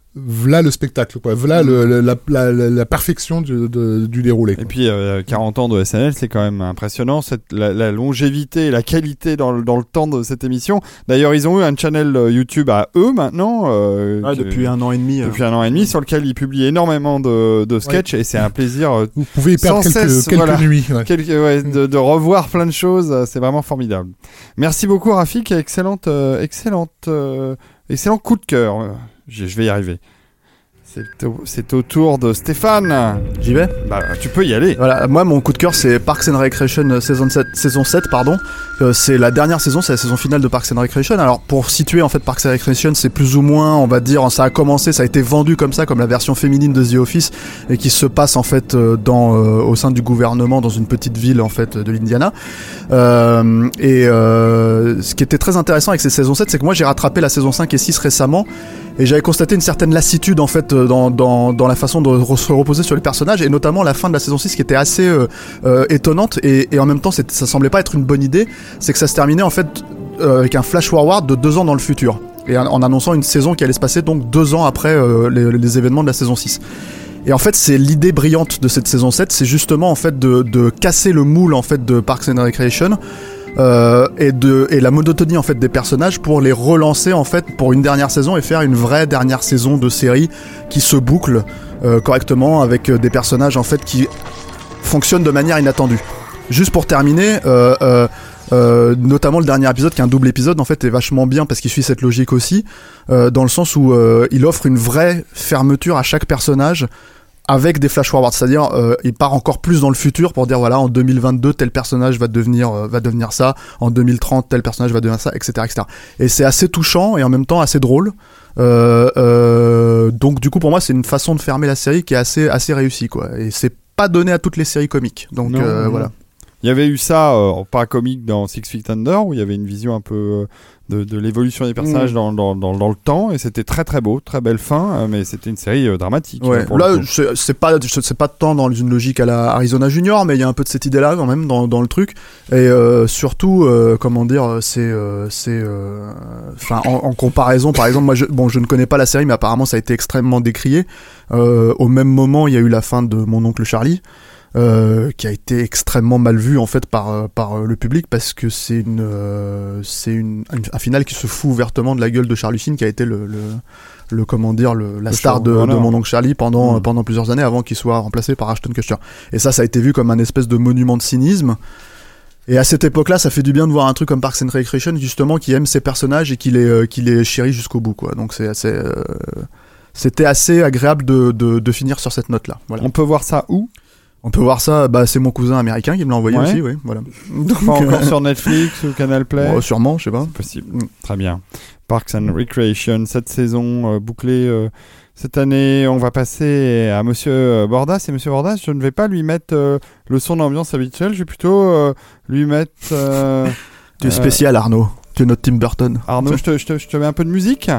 V'là le spectacle, quoi. V'là le, le, la, la, la perfection du, de, du déroulé. Et puis euh, quarante ans de S N L, c'est quand même impressionnant, cette, la, la longévité et la qualité dans le, dans le temps de cette émission. D'ailleurs, ils ont eu un channel YouTube à eux maintenant. Euh, ouais, que, depuis un an et demi. Depuis euh. un an et demi, sur lequel ils publient énormément de, de sketchs, ouais. Et c'est un plaisir. Euh, Vous pouvez y perdre quelques, cesse, quelques voilà, nuits. Ouais. Quelques, ouais, de, de revoir plein de choses, c'est vraiment formidable. Merci beaucoup Rafik, excellente, euh, excellente, euh, excellent coup de cœur. Je, je vais y arriver. C'est au, c'est au tour de Stéphane. J'y vais. Bah, tu peux y aller. Voilà, moi mon coup de cœur c'est Parks and Recreation saison sept, saison sept pardon. Euh, c'est la dernière saison, c'est la saison finale de Parks and Recreation. Alors pour situer en fait Parks and Recreation, c'est plus ou moins, on va dire, ça a commencé, ça a été vendu comme ça, comme la version féminine de The Office, et qui se passe en fait dans euh, au sein du gouvernement dans une petite ville en fait de l'Indiana. Euh, et euh, ce qui était très intéressant avec ces saisons sept, c'est que moi j'ai rattrapé la saison cinq et six récemment. Et j'avais constaté une certaine lassitude en fait dans, dans, dans la façon de se reposer sur les personnages, et notamment la fin de la saison six qui était assez euh, euh, étonnante, et, et en même temps ça semblait pas être une bonne idée. C'est que ça se terminait en fait euh, avec un flash forward de deux ans dans le futur, et en, en annonçant une saison qui allait se passer donc deux ans après euh, les, les événements de la saison six. Et en fait c'est l'idée brillante de cette saison sept, c'est justement en fait de, de casser le moule en fait de Parks and Recreation. Euh, et de et la monotonie en fait des personnages pour les relancer en fait pour une dernière saison et faire une vraie dernière saison de série qui se boucle euh, correctement avec euh, des personnages en fait qui fonctionnent de manière inattendue. Juste pour terminer, euh, euh, euh, notamment le dernier épisode qui est un double épisode en fait est vachement bien parce qu'il suit cette logique aussi euh, dans le sens où euh, il offre une vraie fermeture à chaque personnage. Avec des flash forwards, c'est-à-dire euh, il part encore plus dans le futur pour dire voilà en deux mille vingt-deux tel personnage va devenir euh, va devenir ça, en deux mille trente tel personnage va devenir ça, et cetera, et cetera. Et c'est assez touchant et en même temps assez drôle. Euh, euh, donc du coup pour moi c'est une façon de fermer la série qui est assez assez réussie quoi. Et c'est pas donné à toutes les séries comiques. Donc non, euh, non. Voilà. Il y avait eu ça, euh, pas comique dans Six Feet Under, où il y avait une vision un peu euh, de, de l'évolution des personnages mmh. dans, dans, dans, dans le temps, et c'était très très beau, très belle fin, euh, mais c'était une série euh, dramatique. Ouais. Pour là, c'est, c'est pas c'est pas tant dans une logique à la Arizona Junior, mais il y a un peu de cette idée-là quand même dans, dans le truc, et euh, surtout, euh, comment dire, c'est, euh, c'est, enfin, euh, en, en comparaison, par exemple, moi, je, bon, je ne connais pas la série, mais apparemment, ça a été extrêmement décrié. Euh, au même moment, il y a eu la fin de Mon oncle Charlie. Euh, qui a été extrêmement mal vu en fait par par le public parce que c'est une euh, c'est une, une un final qui se fout ouvertement de la gueule de Charlie Sheen qui a été le le, le comment dire le la le star de, de Mon oncle Charlie pendant mmh. pendant plusieurs années avant qu'il soit remplacé par Ashton Kutcher. Et ça ça a été vu comme un espèce de monument de cynisme. Et à cette époque-là, ça fait du bien de voir un truc comme Parks and Recreation justement qui aime ses personnages et qui les euh, qui les chérit jusqu'au bout quoi. Donc c'est assez euh, c'était assez agréable de, de de finir sur cette note-là. Voilà. On peut voir ça où ? On peut voir ça, bah c'est mon cousin américain qui me l'a envoyé ouais. aussi, oui, voilà. Donc, pas encore euh... sur Netflix ou Canal Play. Oh, sûrement, je sais pas. C'est possible. Mm. Très bien. Parks and Recreation, cette saison euh, bouclée euh, cette année. On va passer à Monsieur Bordas. Et Monsieur Bordas, je ne vais pas lui mettre euh, le son d'ambiance habituel. Je vais plutôt euh, lui mettre. Euh, tu es spécial, Arnaud. Tu es notre Tim Burton. Arnaud, je te, je, te, je te mets un peu de musique.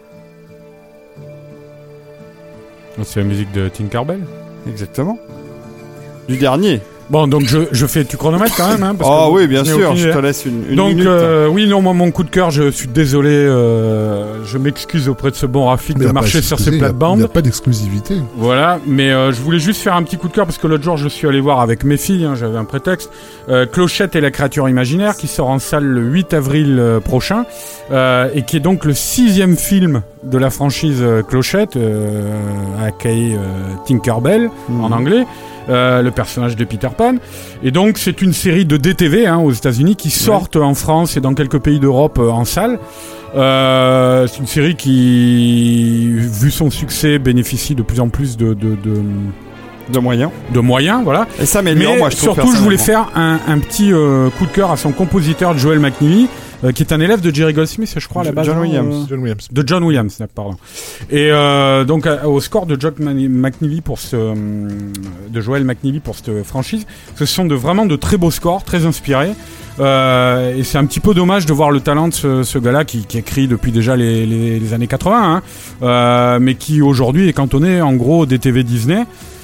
C'est la musique de Tinkerbell. Exactement. Du dernier. Bon, donc je, je fais tu chronomètres quand même. Hein, parce oh que oui, bien sûr, je te laisse une, une donc, minute. Donc, euh, oui, non, moi, mon coup de cœur, je suis désolé, euh, je m'excuse auprès de ce bon Rafik de marcher sur ces plates-bandes. Il n'y a pas d'exclusivité. Voilà, mais euh, je voulais juste faire un petit coup de cœur parce que l'autre jour, je suis allé voir avec mes filles, hein, j'avais un prétexte, euh, Clochette et la créature imaginaire, qui sort en salle le huit avril euh, prochain, euh, et qui est donc le sixième film de la franchise euh, Clochette, euh, aka euh, Tinkerbell, mmh. en anglais. Euh, le personnage de Peter Pan. Et donc c'est une série de D T V hein, aux États-Unis qui sortent ouais. en France et dans quelques pays d'Europe euh, en salle. Euh, c'est une série qui, vu son succès, bénéficie de plus en plus de de, de, de moyens. De moyens, voilà. Et ça m'améliore, moi je trouve. Surtout, je voulais faire un, un petit euh, coup de cœur à son compositeur Joel McNeely. Euh, qui est un élève de Jerry Goldsmith, je crois, à la base. John Williams. Euh, John Williams. De John Williams, pardon. Et euh, donc, à, au score de John McNeely pour ce, de Joel McNeely pour cette franchise, ce sont de vraiment de très beaux scores, très inspirés. Euh, et c'est un petit peu dommage de voir le talent de ce, ce gars-là qui, qui écrit depuis déjà les, les, les années quatre-vingts, hein, euh, mais qui aujourd'hui est cantonné en gros au D T V Disney.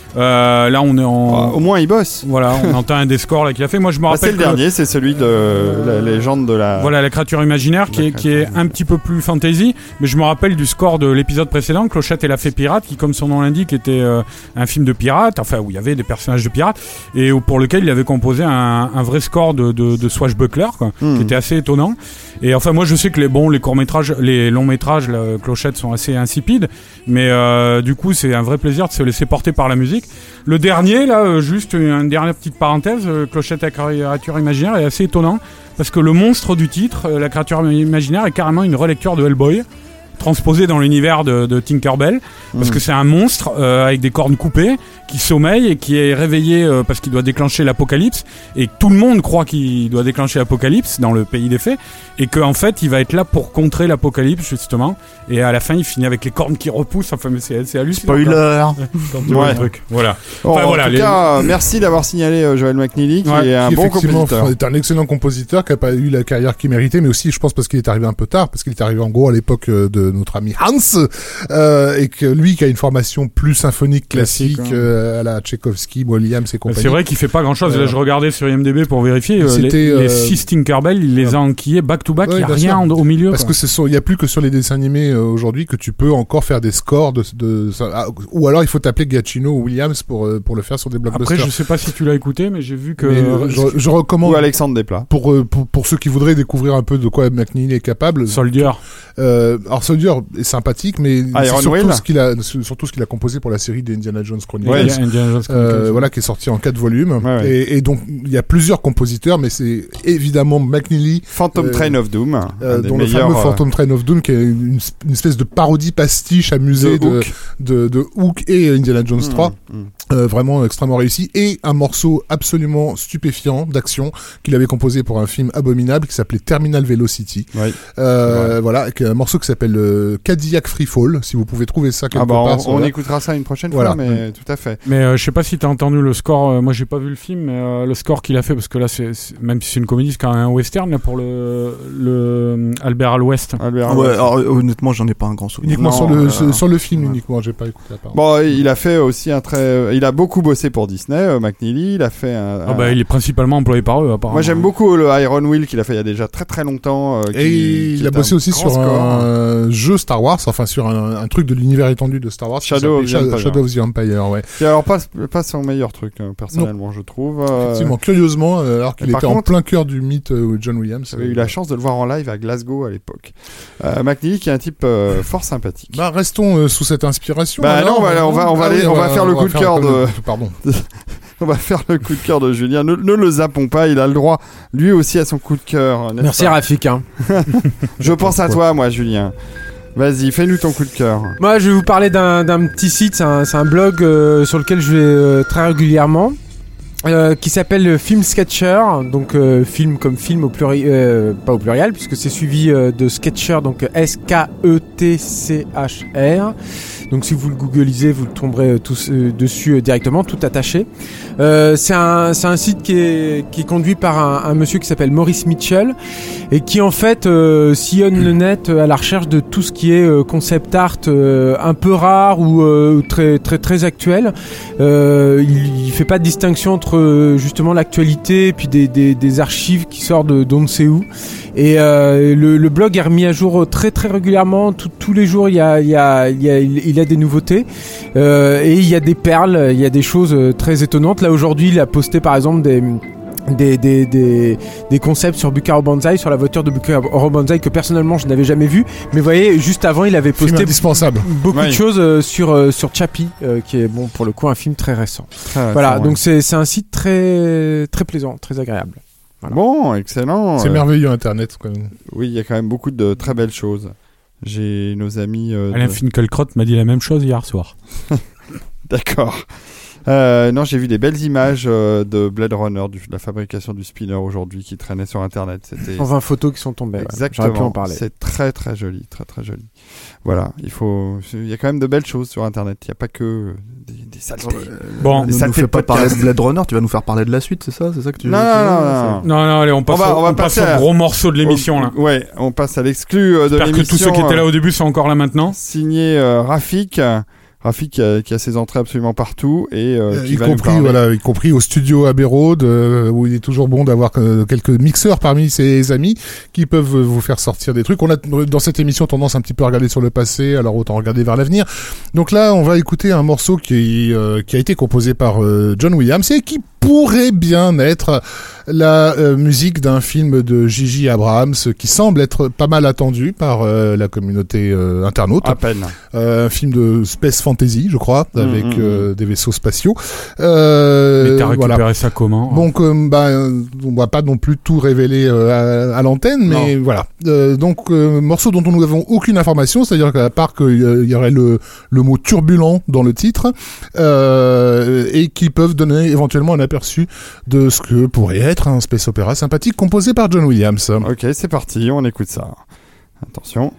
Euh, là, on est en. Ah, au moins, il bosse. Voilà, on entend un des scores là qu'il a fait. Moi, je me rappelle. Ah, c'est le que... dernier, c'est celui de la légende de la. Voilà, la créature imaginaire qui est, qui est un petit peu plus fantasy. Mais je me rappelle du score de l'épisode précédent, Clochette et la Fée Pirate, qui, comme son nom l'indique, était euh, un film de pirates, enfin où il y avait des personnages de pirates, et où, pour lequel il avait composé un, un vrai score de, de, de swashbuckler, quoi, mmh. qui était assez étonnant. Et enfin, moi, je sais que les bons, les courts métrages, les longs métrages, la Clochette sont assez insipides, mais euh, du coup, c'est un vrai plaisir de se laisser porter par la musique. Le dernier, là, euh, juste une dernière petite parenthèse, euh, Clochette et la créature imaginaire est assez étonnant, parce que le monstre du titre, euh, la créature imaginaire, est carrément une relecture de Hellboy, transposé dans l'univers de, de Tinkerbell, parce mmh. que c'est un monstre euh, avec des cornes coupées qui sommeille et qui est réveillé euh, parce qu'il doit déclencher l'apocalypse, et tout le monde croit qu'il doit déclencher l'apocalypse dans le pays des fées, et qu'en fait il va être là pour contrer l'apocalypse justement, et à la fin il finit avec les cornes qui repoussent. Enfin, mais c'est, c'est hallucinant. Spoiler. Quand tu vois le truc. Voilà. Bon, enfin, en voilà, tout les... cas, merci d'avoir signalé euh, Joel McNeely, qui ouais, est un qui bon compositeur. est un excellent compositeur qui a pas eu la carrière qu'il méritait, mais aussi je pense parce qu'il est arrivé un peu tard, parce qu'il est arrivé en gros à l'époque de notre ami Hans, euh, et que lui qui a une formation plus symphonique classique, classique hein. euh, à la Tchaïkovski, Williams et compagnie. C'est vrai qu'il fait pas grand chose. Euh, Là, je regardais sur I M D B pour vérifier. Euh, les, euh, les six Tinkerbell, il les a enquillés back to back. Il ouais, y a rien en, au milieu. Parce quoi. que ce sont, il y a plus que sur les dessins animés euh, aujourd'hui que tu peux encore faire des scores de, de, de ah, ou alors il faut t'appeler Giacchino ou Williams pour euh, pour le faire sur des blockbusters. Après, je sais pas si tu l'as écouté, mais j'ai vu que mais, euh, je, je recommande. Ou Alexandre Desplat. Pour, euh, pour pour ceux qui voudraient découvrir un peu de quoi McNeely est capable. Soldier. Euh, alors Soldier est sympathique, mais Iron c'est surtout Will. ce qu'il a, surtout ce qu'il a composé pour la série des Indiana Jones Chronicles. Ouais, Indiana Jones Chronicles. Euh, voilà, qui est sorti en quatre volumes. Ouais, ouais. Et, et donc il y a plusieurs compositeurs, mais c'est évidemment McNeely. Phantom euh, Train of Doom, euh, dont le fameux euh... Phantom Train of Doom, qui est une, une espèce de parodie pastiche amusée de, de, de, de Hook et Indiana Jones mmh, trois. Mmh. Euh, vraiment extrêmement réussi, et un morceau absolument stupéfiant d'action qu'il avait composé pour un film abominable qui s'appelait Terminal Velocity. Oui. Euh, ouais. Voilà, un morceau qui s'appelle euh, Cadillac Freefall, si vous pouvez trouver ça quelque ah bah part. On, on écoutera ça une prochaine voilà. fois, mais mmh. tout à fait. Mais euh, je sais pas si t'as entendu le score, euh, moi j'ai pas vu le film, mais euh, le score qu'il a fait, parce que là, c'est, c'est, même si c'est une comédie, c'est quand même un western là, pour le, le Albert à l'Ouest. Albert à l'Ouest. Ouais, alors, honnêtement, j'en ai pas un grand souvenir. Uniquement non, sur, le, euh, sur le film, ouais. uniquement, j'ai pas écouté la parole. Bon, il a fait aussi un très... Il a beaucoup bossé pour Disney, euh, McNeely, il a fait un... Ah bah, il est principalement employé par eux, apparemment. Moi, j'aime beaucoup le Iron Will qu'il a fait il y a déjà très très longtemps. Euh, qui, et qui il a bossé aussi sur score. un jeu Star Wars, enfin sur un, un truc de l'univers étendu de Star Wars. Shadow of the Empire. Shadow of the Empire, ouais. Qui alors pas, pas son meilleur truc, hein, personnellement, non. je trouve. Euh... Effectivement, curieusement, euh, alors qu'il était contre, en plein cœur du mythe euh, John Williams. J'avais euh, eu la chance de le voir en live à Glasgow à l'époque. Euh, McNeely qui est un type euh, fort sympathique. Bah restons euh, sous cette inspiration. Bah alors, non, on va, on va, on va, ah, aller, oui, on va, va faire le coup de cœur de... Pardon. On va faire le coup de cœur de Julien. Ne, ne le zappons pas, il a le droit lui aussi à son coup de cœur. Merci pas Rafik. Hein. Je pense à toi, moi, Julien. Vas-y, fais-nous ton coup de cœur. Moi, je vais vous parler d'un, d'un petit site, c'est un, c'est un blog euh, sur lequel je vais euh, très régulièrement. Euh, qui s'appelle Film Sketcher, donc euh, film comme film au pluriel, euh, pas au pluriel puisque c'est suivi euh, de Sketcher, donc S K E T C H R. Donc si vous le googlisez, vous le tomberez tous euh, dessus euh, directement, tout attaché. Euh, c'est un c'est un site qui est qui est conduit par un, un monsieur qui s'appelle Maurice Mitchell et qui en fait euh, sillonne le net à la recherche de tout ce qui est euh, concept art euh, un peu rare ou euh, très très très actuel. Euh, il, il fait pas de distinction entre justement l'actualité et puis des, des, des archives qui sortent de d'on ne sait où, et euh, le, le blog est remis à jour très très régulièrement. Tout, tous les jours il y a, il y a, il y a, il a des nouveautés euh, et il y a des perles, il y a des choses très étonnantes. Là aujourd'hui il a posté par exemple des Des, des, des, des concepts sur Bucaro Banzai, sur la voiture de Bucaro Banzai que personnellement je n'avais jamais vu, mais vous voyez, juste avant il avait posté indispensable. beaucoup ouais. de choses euh, sur, euh, sur Chappie, euh, qui est bon pour le coup un film très récent. Très voilà, récent, donc ouais. c'est, c'est un site très, très plaisant, très agréable. Voilà. Bon, excellent. C'est euh... merveilleux Internet quand même. Oui, il y a quand même beaucoup de très belles choses. J'ai nos amis. Euh, Alain de... Finkielkraut m'a dit la même chose hier soir. D'accord. Euh, non, j'ai vu des belles images euh, de Blade Runner, du, de la fabrication du spinner aujourd'hui qui traînait sur Internet. C'était cent vingt photos qui sont tombées. Exactement. Ouais. J'aurais pu en parler. C'est très très joli, très très joli. Voilà, il faut. Il y a quand même de belles choses sur Internet. Il n'y a pas que des, des saletés. Euh, bon, ne nous fais pas parler de Blade Runner. Tu vas nous faire parler de la suite, c'est ça, c'est ça que tu. Non, tu non, veux, non, non, non, non. Allez, on passe. On va, au, on va on passer à... au gros morceau de l'émission au... là. Ouais, on passe à l'exclu euh, de J'espère l'émission. J'espère que tous ceux qui étaient là au début sont encore là maintenant. Signé euh, Rafik. Rafik qui a, qui a ses entrées absolument partout et euh, qui y va compris, nous parler. voilà, y compris au studio Abbey Road, euh, où il est toujours bon d'avoir euh, quelques mixeurs parmi ses amis qui peuvent vous faire sortir des trucs. On a dans cette émission tendance un petit peu à regarder sur le passé, alors autant regarder vers l'avenir. Donc là, on va écouter un morceau qui, euh, qui a été composé par euh, John Williams et qui pourrait bien être la euh, musique d'un film de J J Abrams qui semble être pas mal attendu par euh, la communauté euh, internaute. À peine. Euh, un film de space fantasy, je crois, Mmh, avec mmh. euh, des vaisseaux spatiaux. Euh, Mais t'as récupéré voilà. ça comment? Donc, euh, bah, euh, on va pas non plus tout révéler euh, à, à l'antenne, mais Non. voilà. Euh, donc, euh, morceau dont nous n'avons aucune information, c'est-à-dire qu'à part qu'il euh, y aurait le, le mot turbulent dans le titre, euh, et qui peuvent donner éventuellement un aperçu de ce que pourrait être un space opéra sympathique composé par John Williams. Ok, c'est parti, on écoute ça. Attention.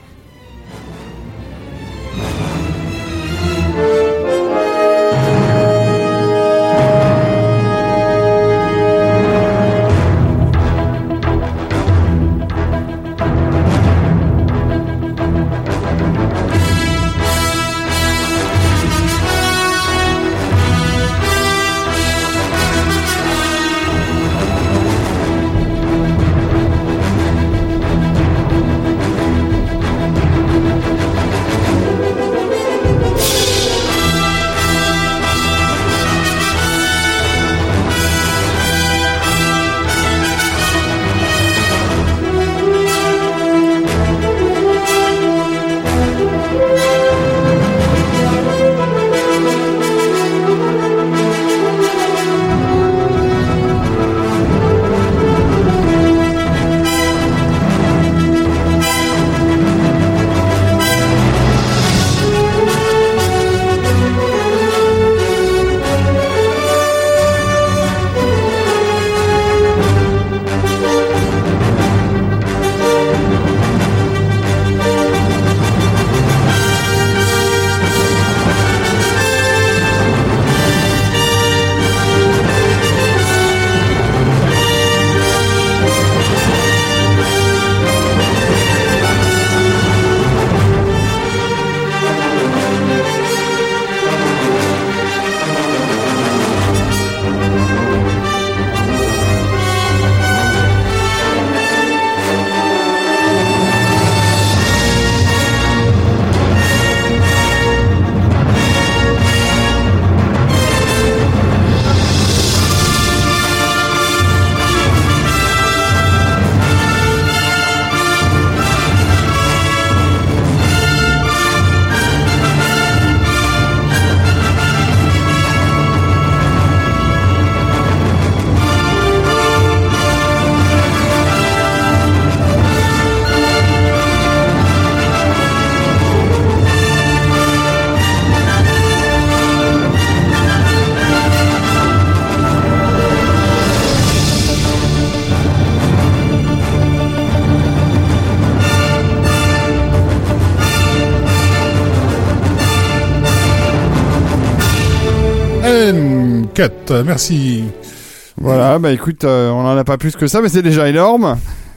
Cut, merci. Voilà, bah écoute, euh, on en a pas plus que ça, mais c'est déjà énorme.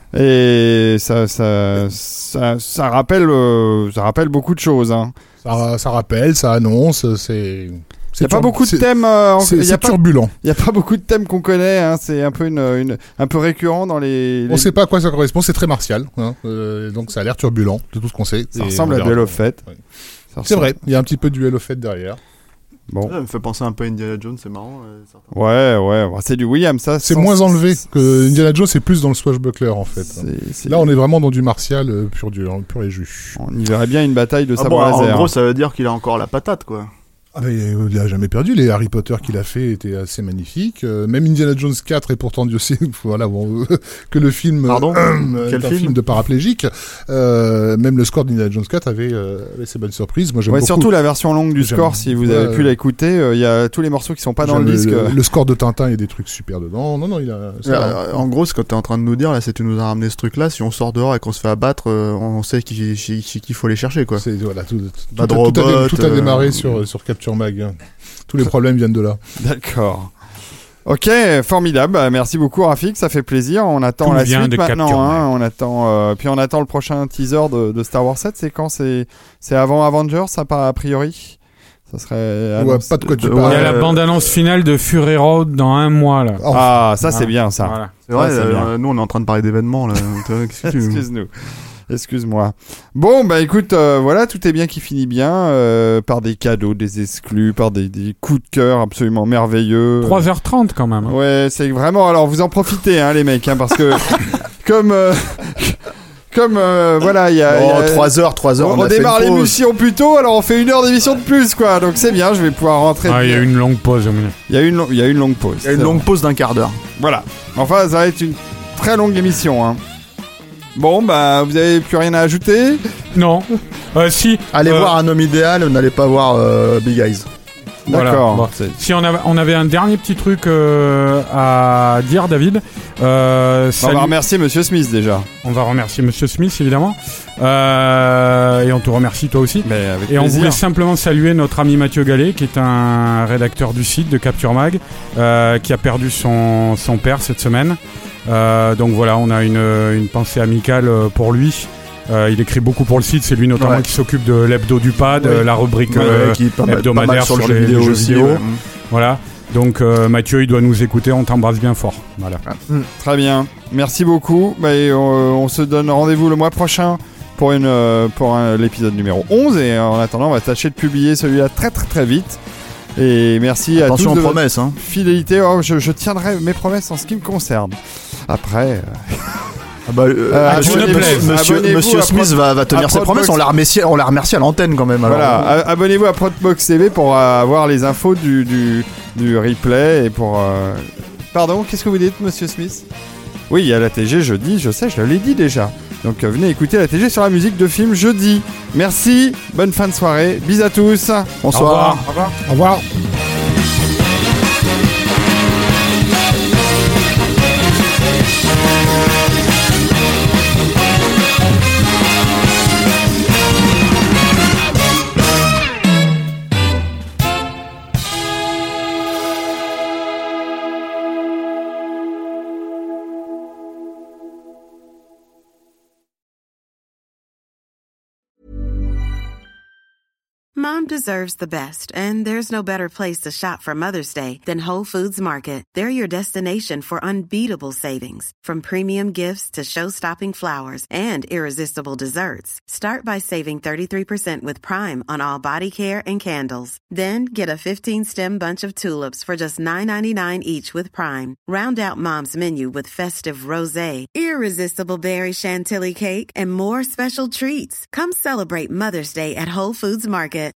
Et ça, ça, ça, ça rappelle, euh, ça rappelle beaucoup de choses. Hein. Ça, ça rappelle, ça annonce, c'est. Il n'y a pas beaucoup de thèmes. Euh, c'est y a pas, turbulent. Il n'y a pas beaucoup de thèmes qu'on connaît. Hein, c'est un peu une, une, un peu récurrent dans les. les... On ne sait pas à quoi ça correspond. C'est très martial. Hein, euh, donc ça a l'air turbulent. C'est tout ce qu'on sait. Ça ressemble à Duel of Fate. Ouais. C'est vrai. Il y a un petit peu de Duel of Fate derrière. Bon. Ça me fait penser un peu à Indiana Jones, c'est marrant. Euh, ouais, ouais, ouais, c'est du Williams, ça. C'est moins enlevé que Indiana Jones, c'est plus dans le swashbuckler en fait. C'est, c'est... Là, on est vraiment dans du martial euh, pur, dur, pur et jus. On y verrait bien une bataille de ah sabre bon, laser. En gros, ça veut dire qu'il a encore la patate, quoi. Ah mais il a jamais perdu. Les Harry Potter qu'il a fait étaient assez magnifiques. Euh, même Indiana Jones quatre et pourtant Dieu sait voilà bon, que le film Pardon euh, Quel est un film, film de paraplégique. Euh, même le score d'Indiana Jones quatre avait, euh, avait ses bonnes surprises. Moi j'aime ouais, beaucoup. Surtout la version longue du J'aime... score. Si vous avez ouais, pu l'écouter, il euh, y a tous les morceaux qui sont pas dans le disque. Le, le score de Tintin, il y a des trucs super dedans. Non non il a. Ouais, euh, en gros, ce que t'es en train de nous dire là, c'est que tu nous as ramené ce truc-là. Si on sort dehors et qu'on se fait abattre, euh, on sait qu'il, qu'il faut les chercher, quoi. C'est voilà tout. Tout, Pas tout, de a, robot, tout, a, tout a euh... démarré sur sur Capture Mag. Tous les problèmes viennent de là. D'accord. Ok, formidable. Bah, merci beaucoup Rafik, ça fait plaisir. On attend Tout la vient suite de maintenant. Hein. On attend, euh, puis on attend le prochain teaser de, de Star Wars sept. C'est quand c'est, c'est avant Avengers, ça a priori. Ça serait. Ouais, pas de quoi tu de- parles. Il y a la euh, bande-annonce finale de Fury Road dans un mois là. Oh, Ah, ça c'est Voilà. bien ça. Voilà. C'est vrai, Ouais, c'est euh, bien. nous on est en train de parler d'événements là. Qu'est-ce que tu- Excuse-nous. Excuse-moi. Bon, bah écoute, euh, voilà, tout est bien qui finit bien, euh, par des cadeaux, des exclus, par des, des coups de cœur absolument merveilleux. trois heures trente quand même. hein. Ouais, c'est vraiment. Alors, vous en profitez, hein, les mecs, hein, parce que comme euh, comme euh, voilà, il y a, il y Oh, a- trois heures, trois heures. on, On, on a fait démarre une pause. l'émission plus tôt, alors on fait une heure d'émission de plus, quoi. Donc c'est bien, je vais pouvoir rentrer. Ah, il y a eu une longue pause au milieu. Il y a une, lo- il y a une longue pause. Il y a une c'est longue vrai. pause d'un quart d'heure. Voilà. Enfin, ça va être une très longue émission, hein. Bon, bah, vous avez plus rien à ajouter. Non. Euh, si. Allez euh, voir Un homme idéal, n'allez pas voir euh, Big Eyes. Voilà. D'accord. Bon. C'est- Si on avait, on avait un dernier petit truc euh, à dire, David. Euh, On salut- va remercier Monsieur Smith déjà. on va remercier Monsieur Smith évidemment. Euh, et on te remercie toi aussi. Mais avec Et on plaisir. voulait simplement saluer notre ami Mathieu Gallet, qui est un rédacteur du site de Capture Mag, euh, qui a perdu son, son père cette semaine. Euh, donc voilà, on a une, une pensée amicale euh, pour lui. Euh, il écrit beaucoup pour le site, c'est lui notamment Ouais. qui s'occupe de l'hebdo du pad, Oui. euh, la rubrique Ouais, euh, qui est pas mal, pas hebdomadaire mal sur le sur jeu les- vidéo les jeux aussi. vidéo. ouais. voilà. Donc euh, Mathieu, il doit nous écouter, on t'embrasse bien fort. Voilà. Très bien. Merci beaucoup. Bah, et on, on se donne rendez-vous le mois prochain pour, une, euh, pour un- l'épisode numéro onze. Et en attendant, on va tâcher de publier celui-là très très très vite. Et merci Attention à tous aux de votre promesses. Hein. fidélité. Oh, je, je tiendrai mes promesses en ce qui me concerne. Après, euh, Ah bah, euh, Euh, ah, tu abonnez-vous- ne plaises. Monsieur, abonnez-vous Monsieur à Smith Prod- va, va tenir à ses promesses. Prodbox. On l'a remercié, on l'a remercié à l'antenne quand même. Alors. voilà. A- Abonnez-vous à Protbox T V pour euh, avoir les infos du, du, du replay et pour. euh, Pardon, qu'est-ce que vous dites, Monsieur Smith? Oui, il y a la T G jeudi, je sais, je l'ai dit déjà. Donc euh, venez écouter la T G sur la musique de film jeudi. Merci, bonne fin de soirée, bisous à tous. Bonsoir. Au revoir. Au revoir. Mom deserves the best, and there's no better place to shop for Mother's Day than Whole Foods Market. They're your destination for unbeatable savings, from premium gifts to show-stopping flowers and irresistible desserts. Start by saving thirty-three percent with Prime on all body care and candles. Then get a fifteen-stem bunch of tulips for just nine ninety-nine each with Prime. Round out Mom's menu with festive rosé, irresistible berry chantilly cake, and more special treats. Come celebrate Mother's Day at Whole Foods Market.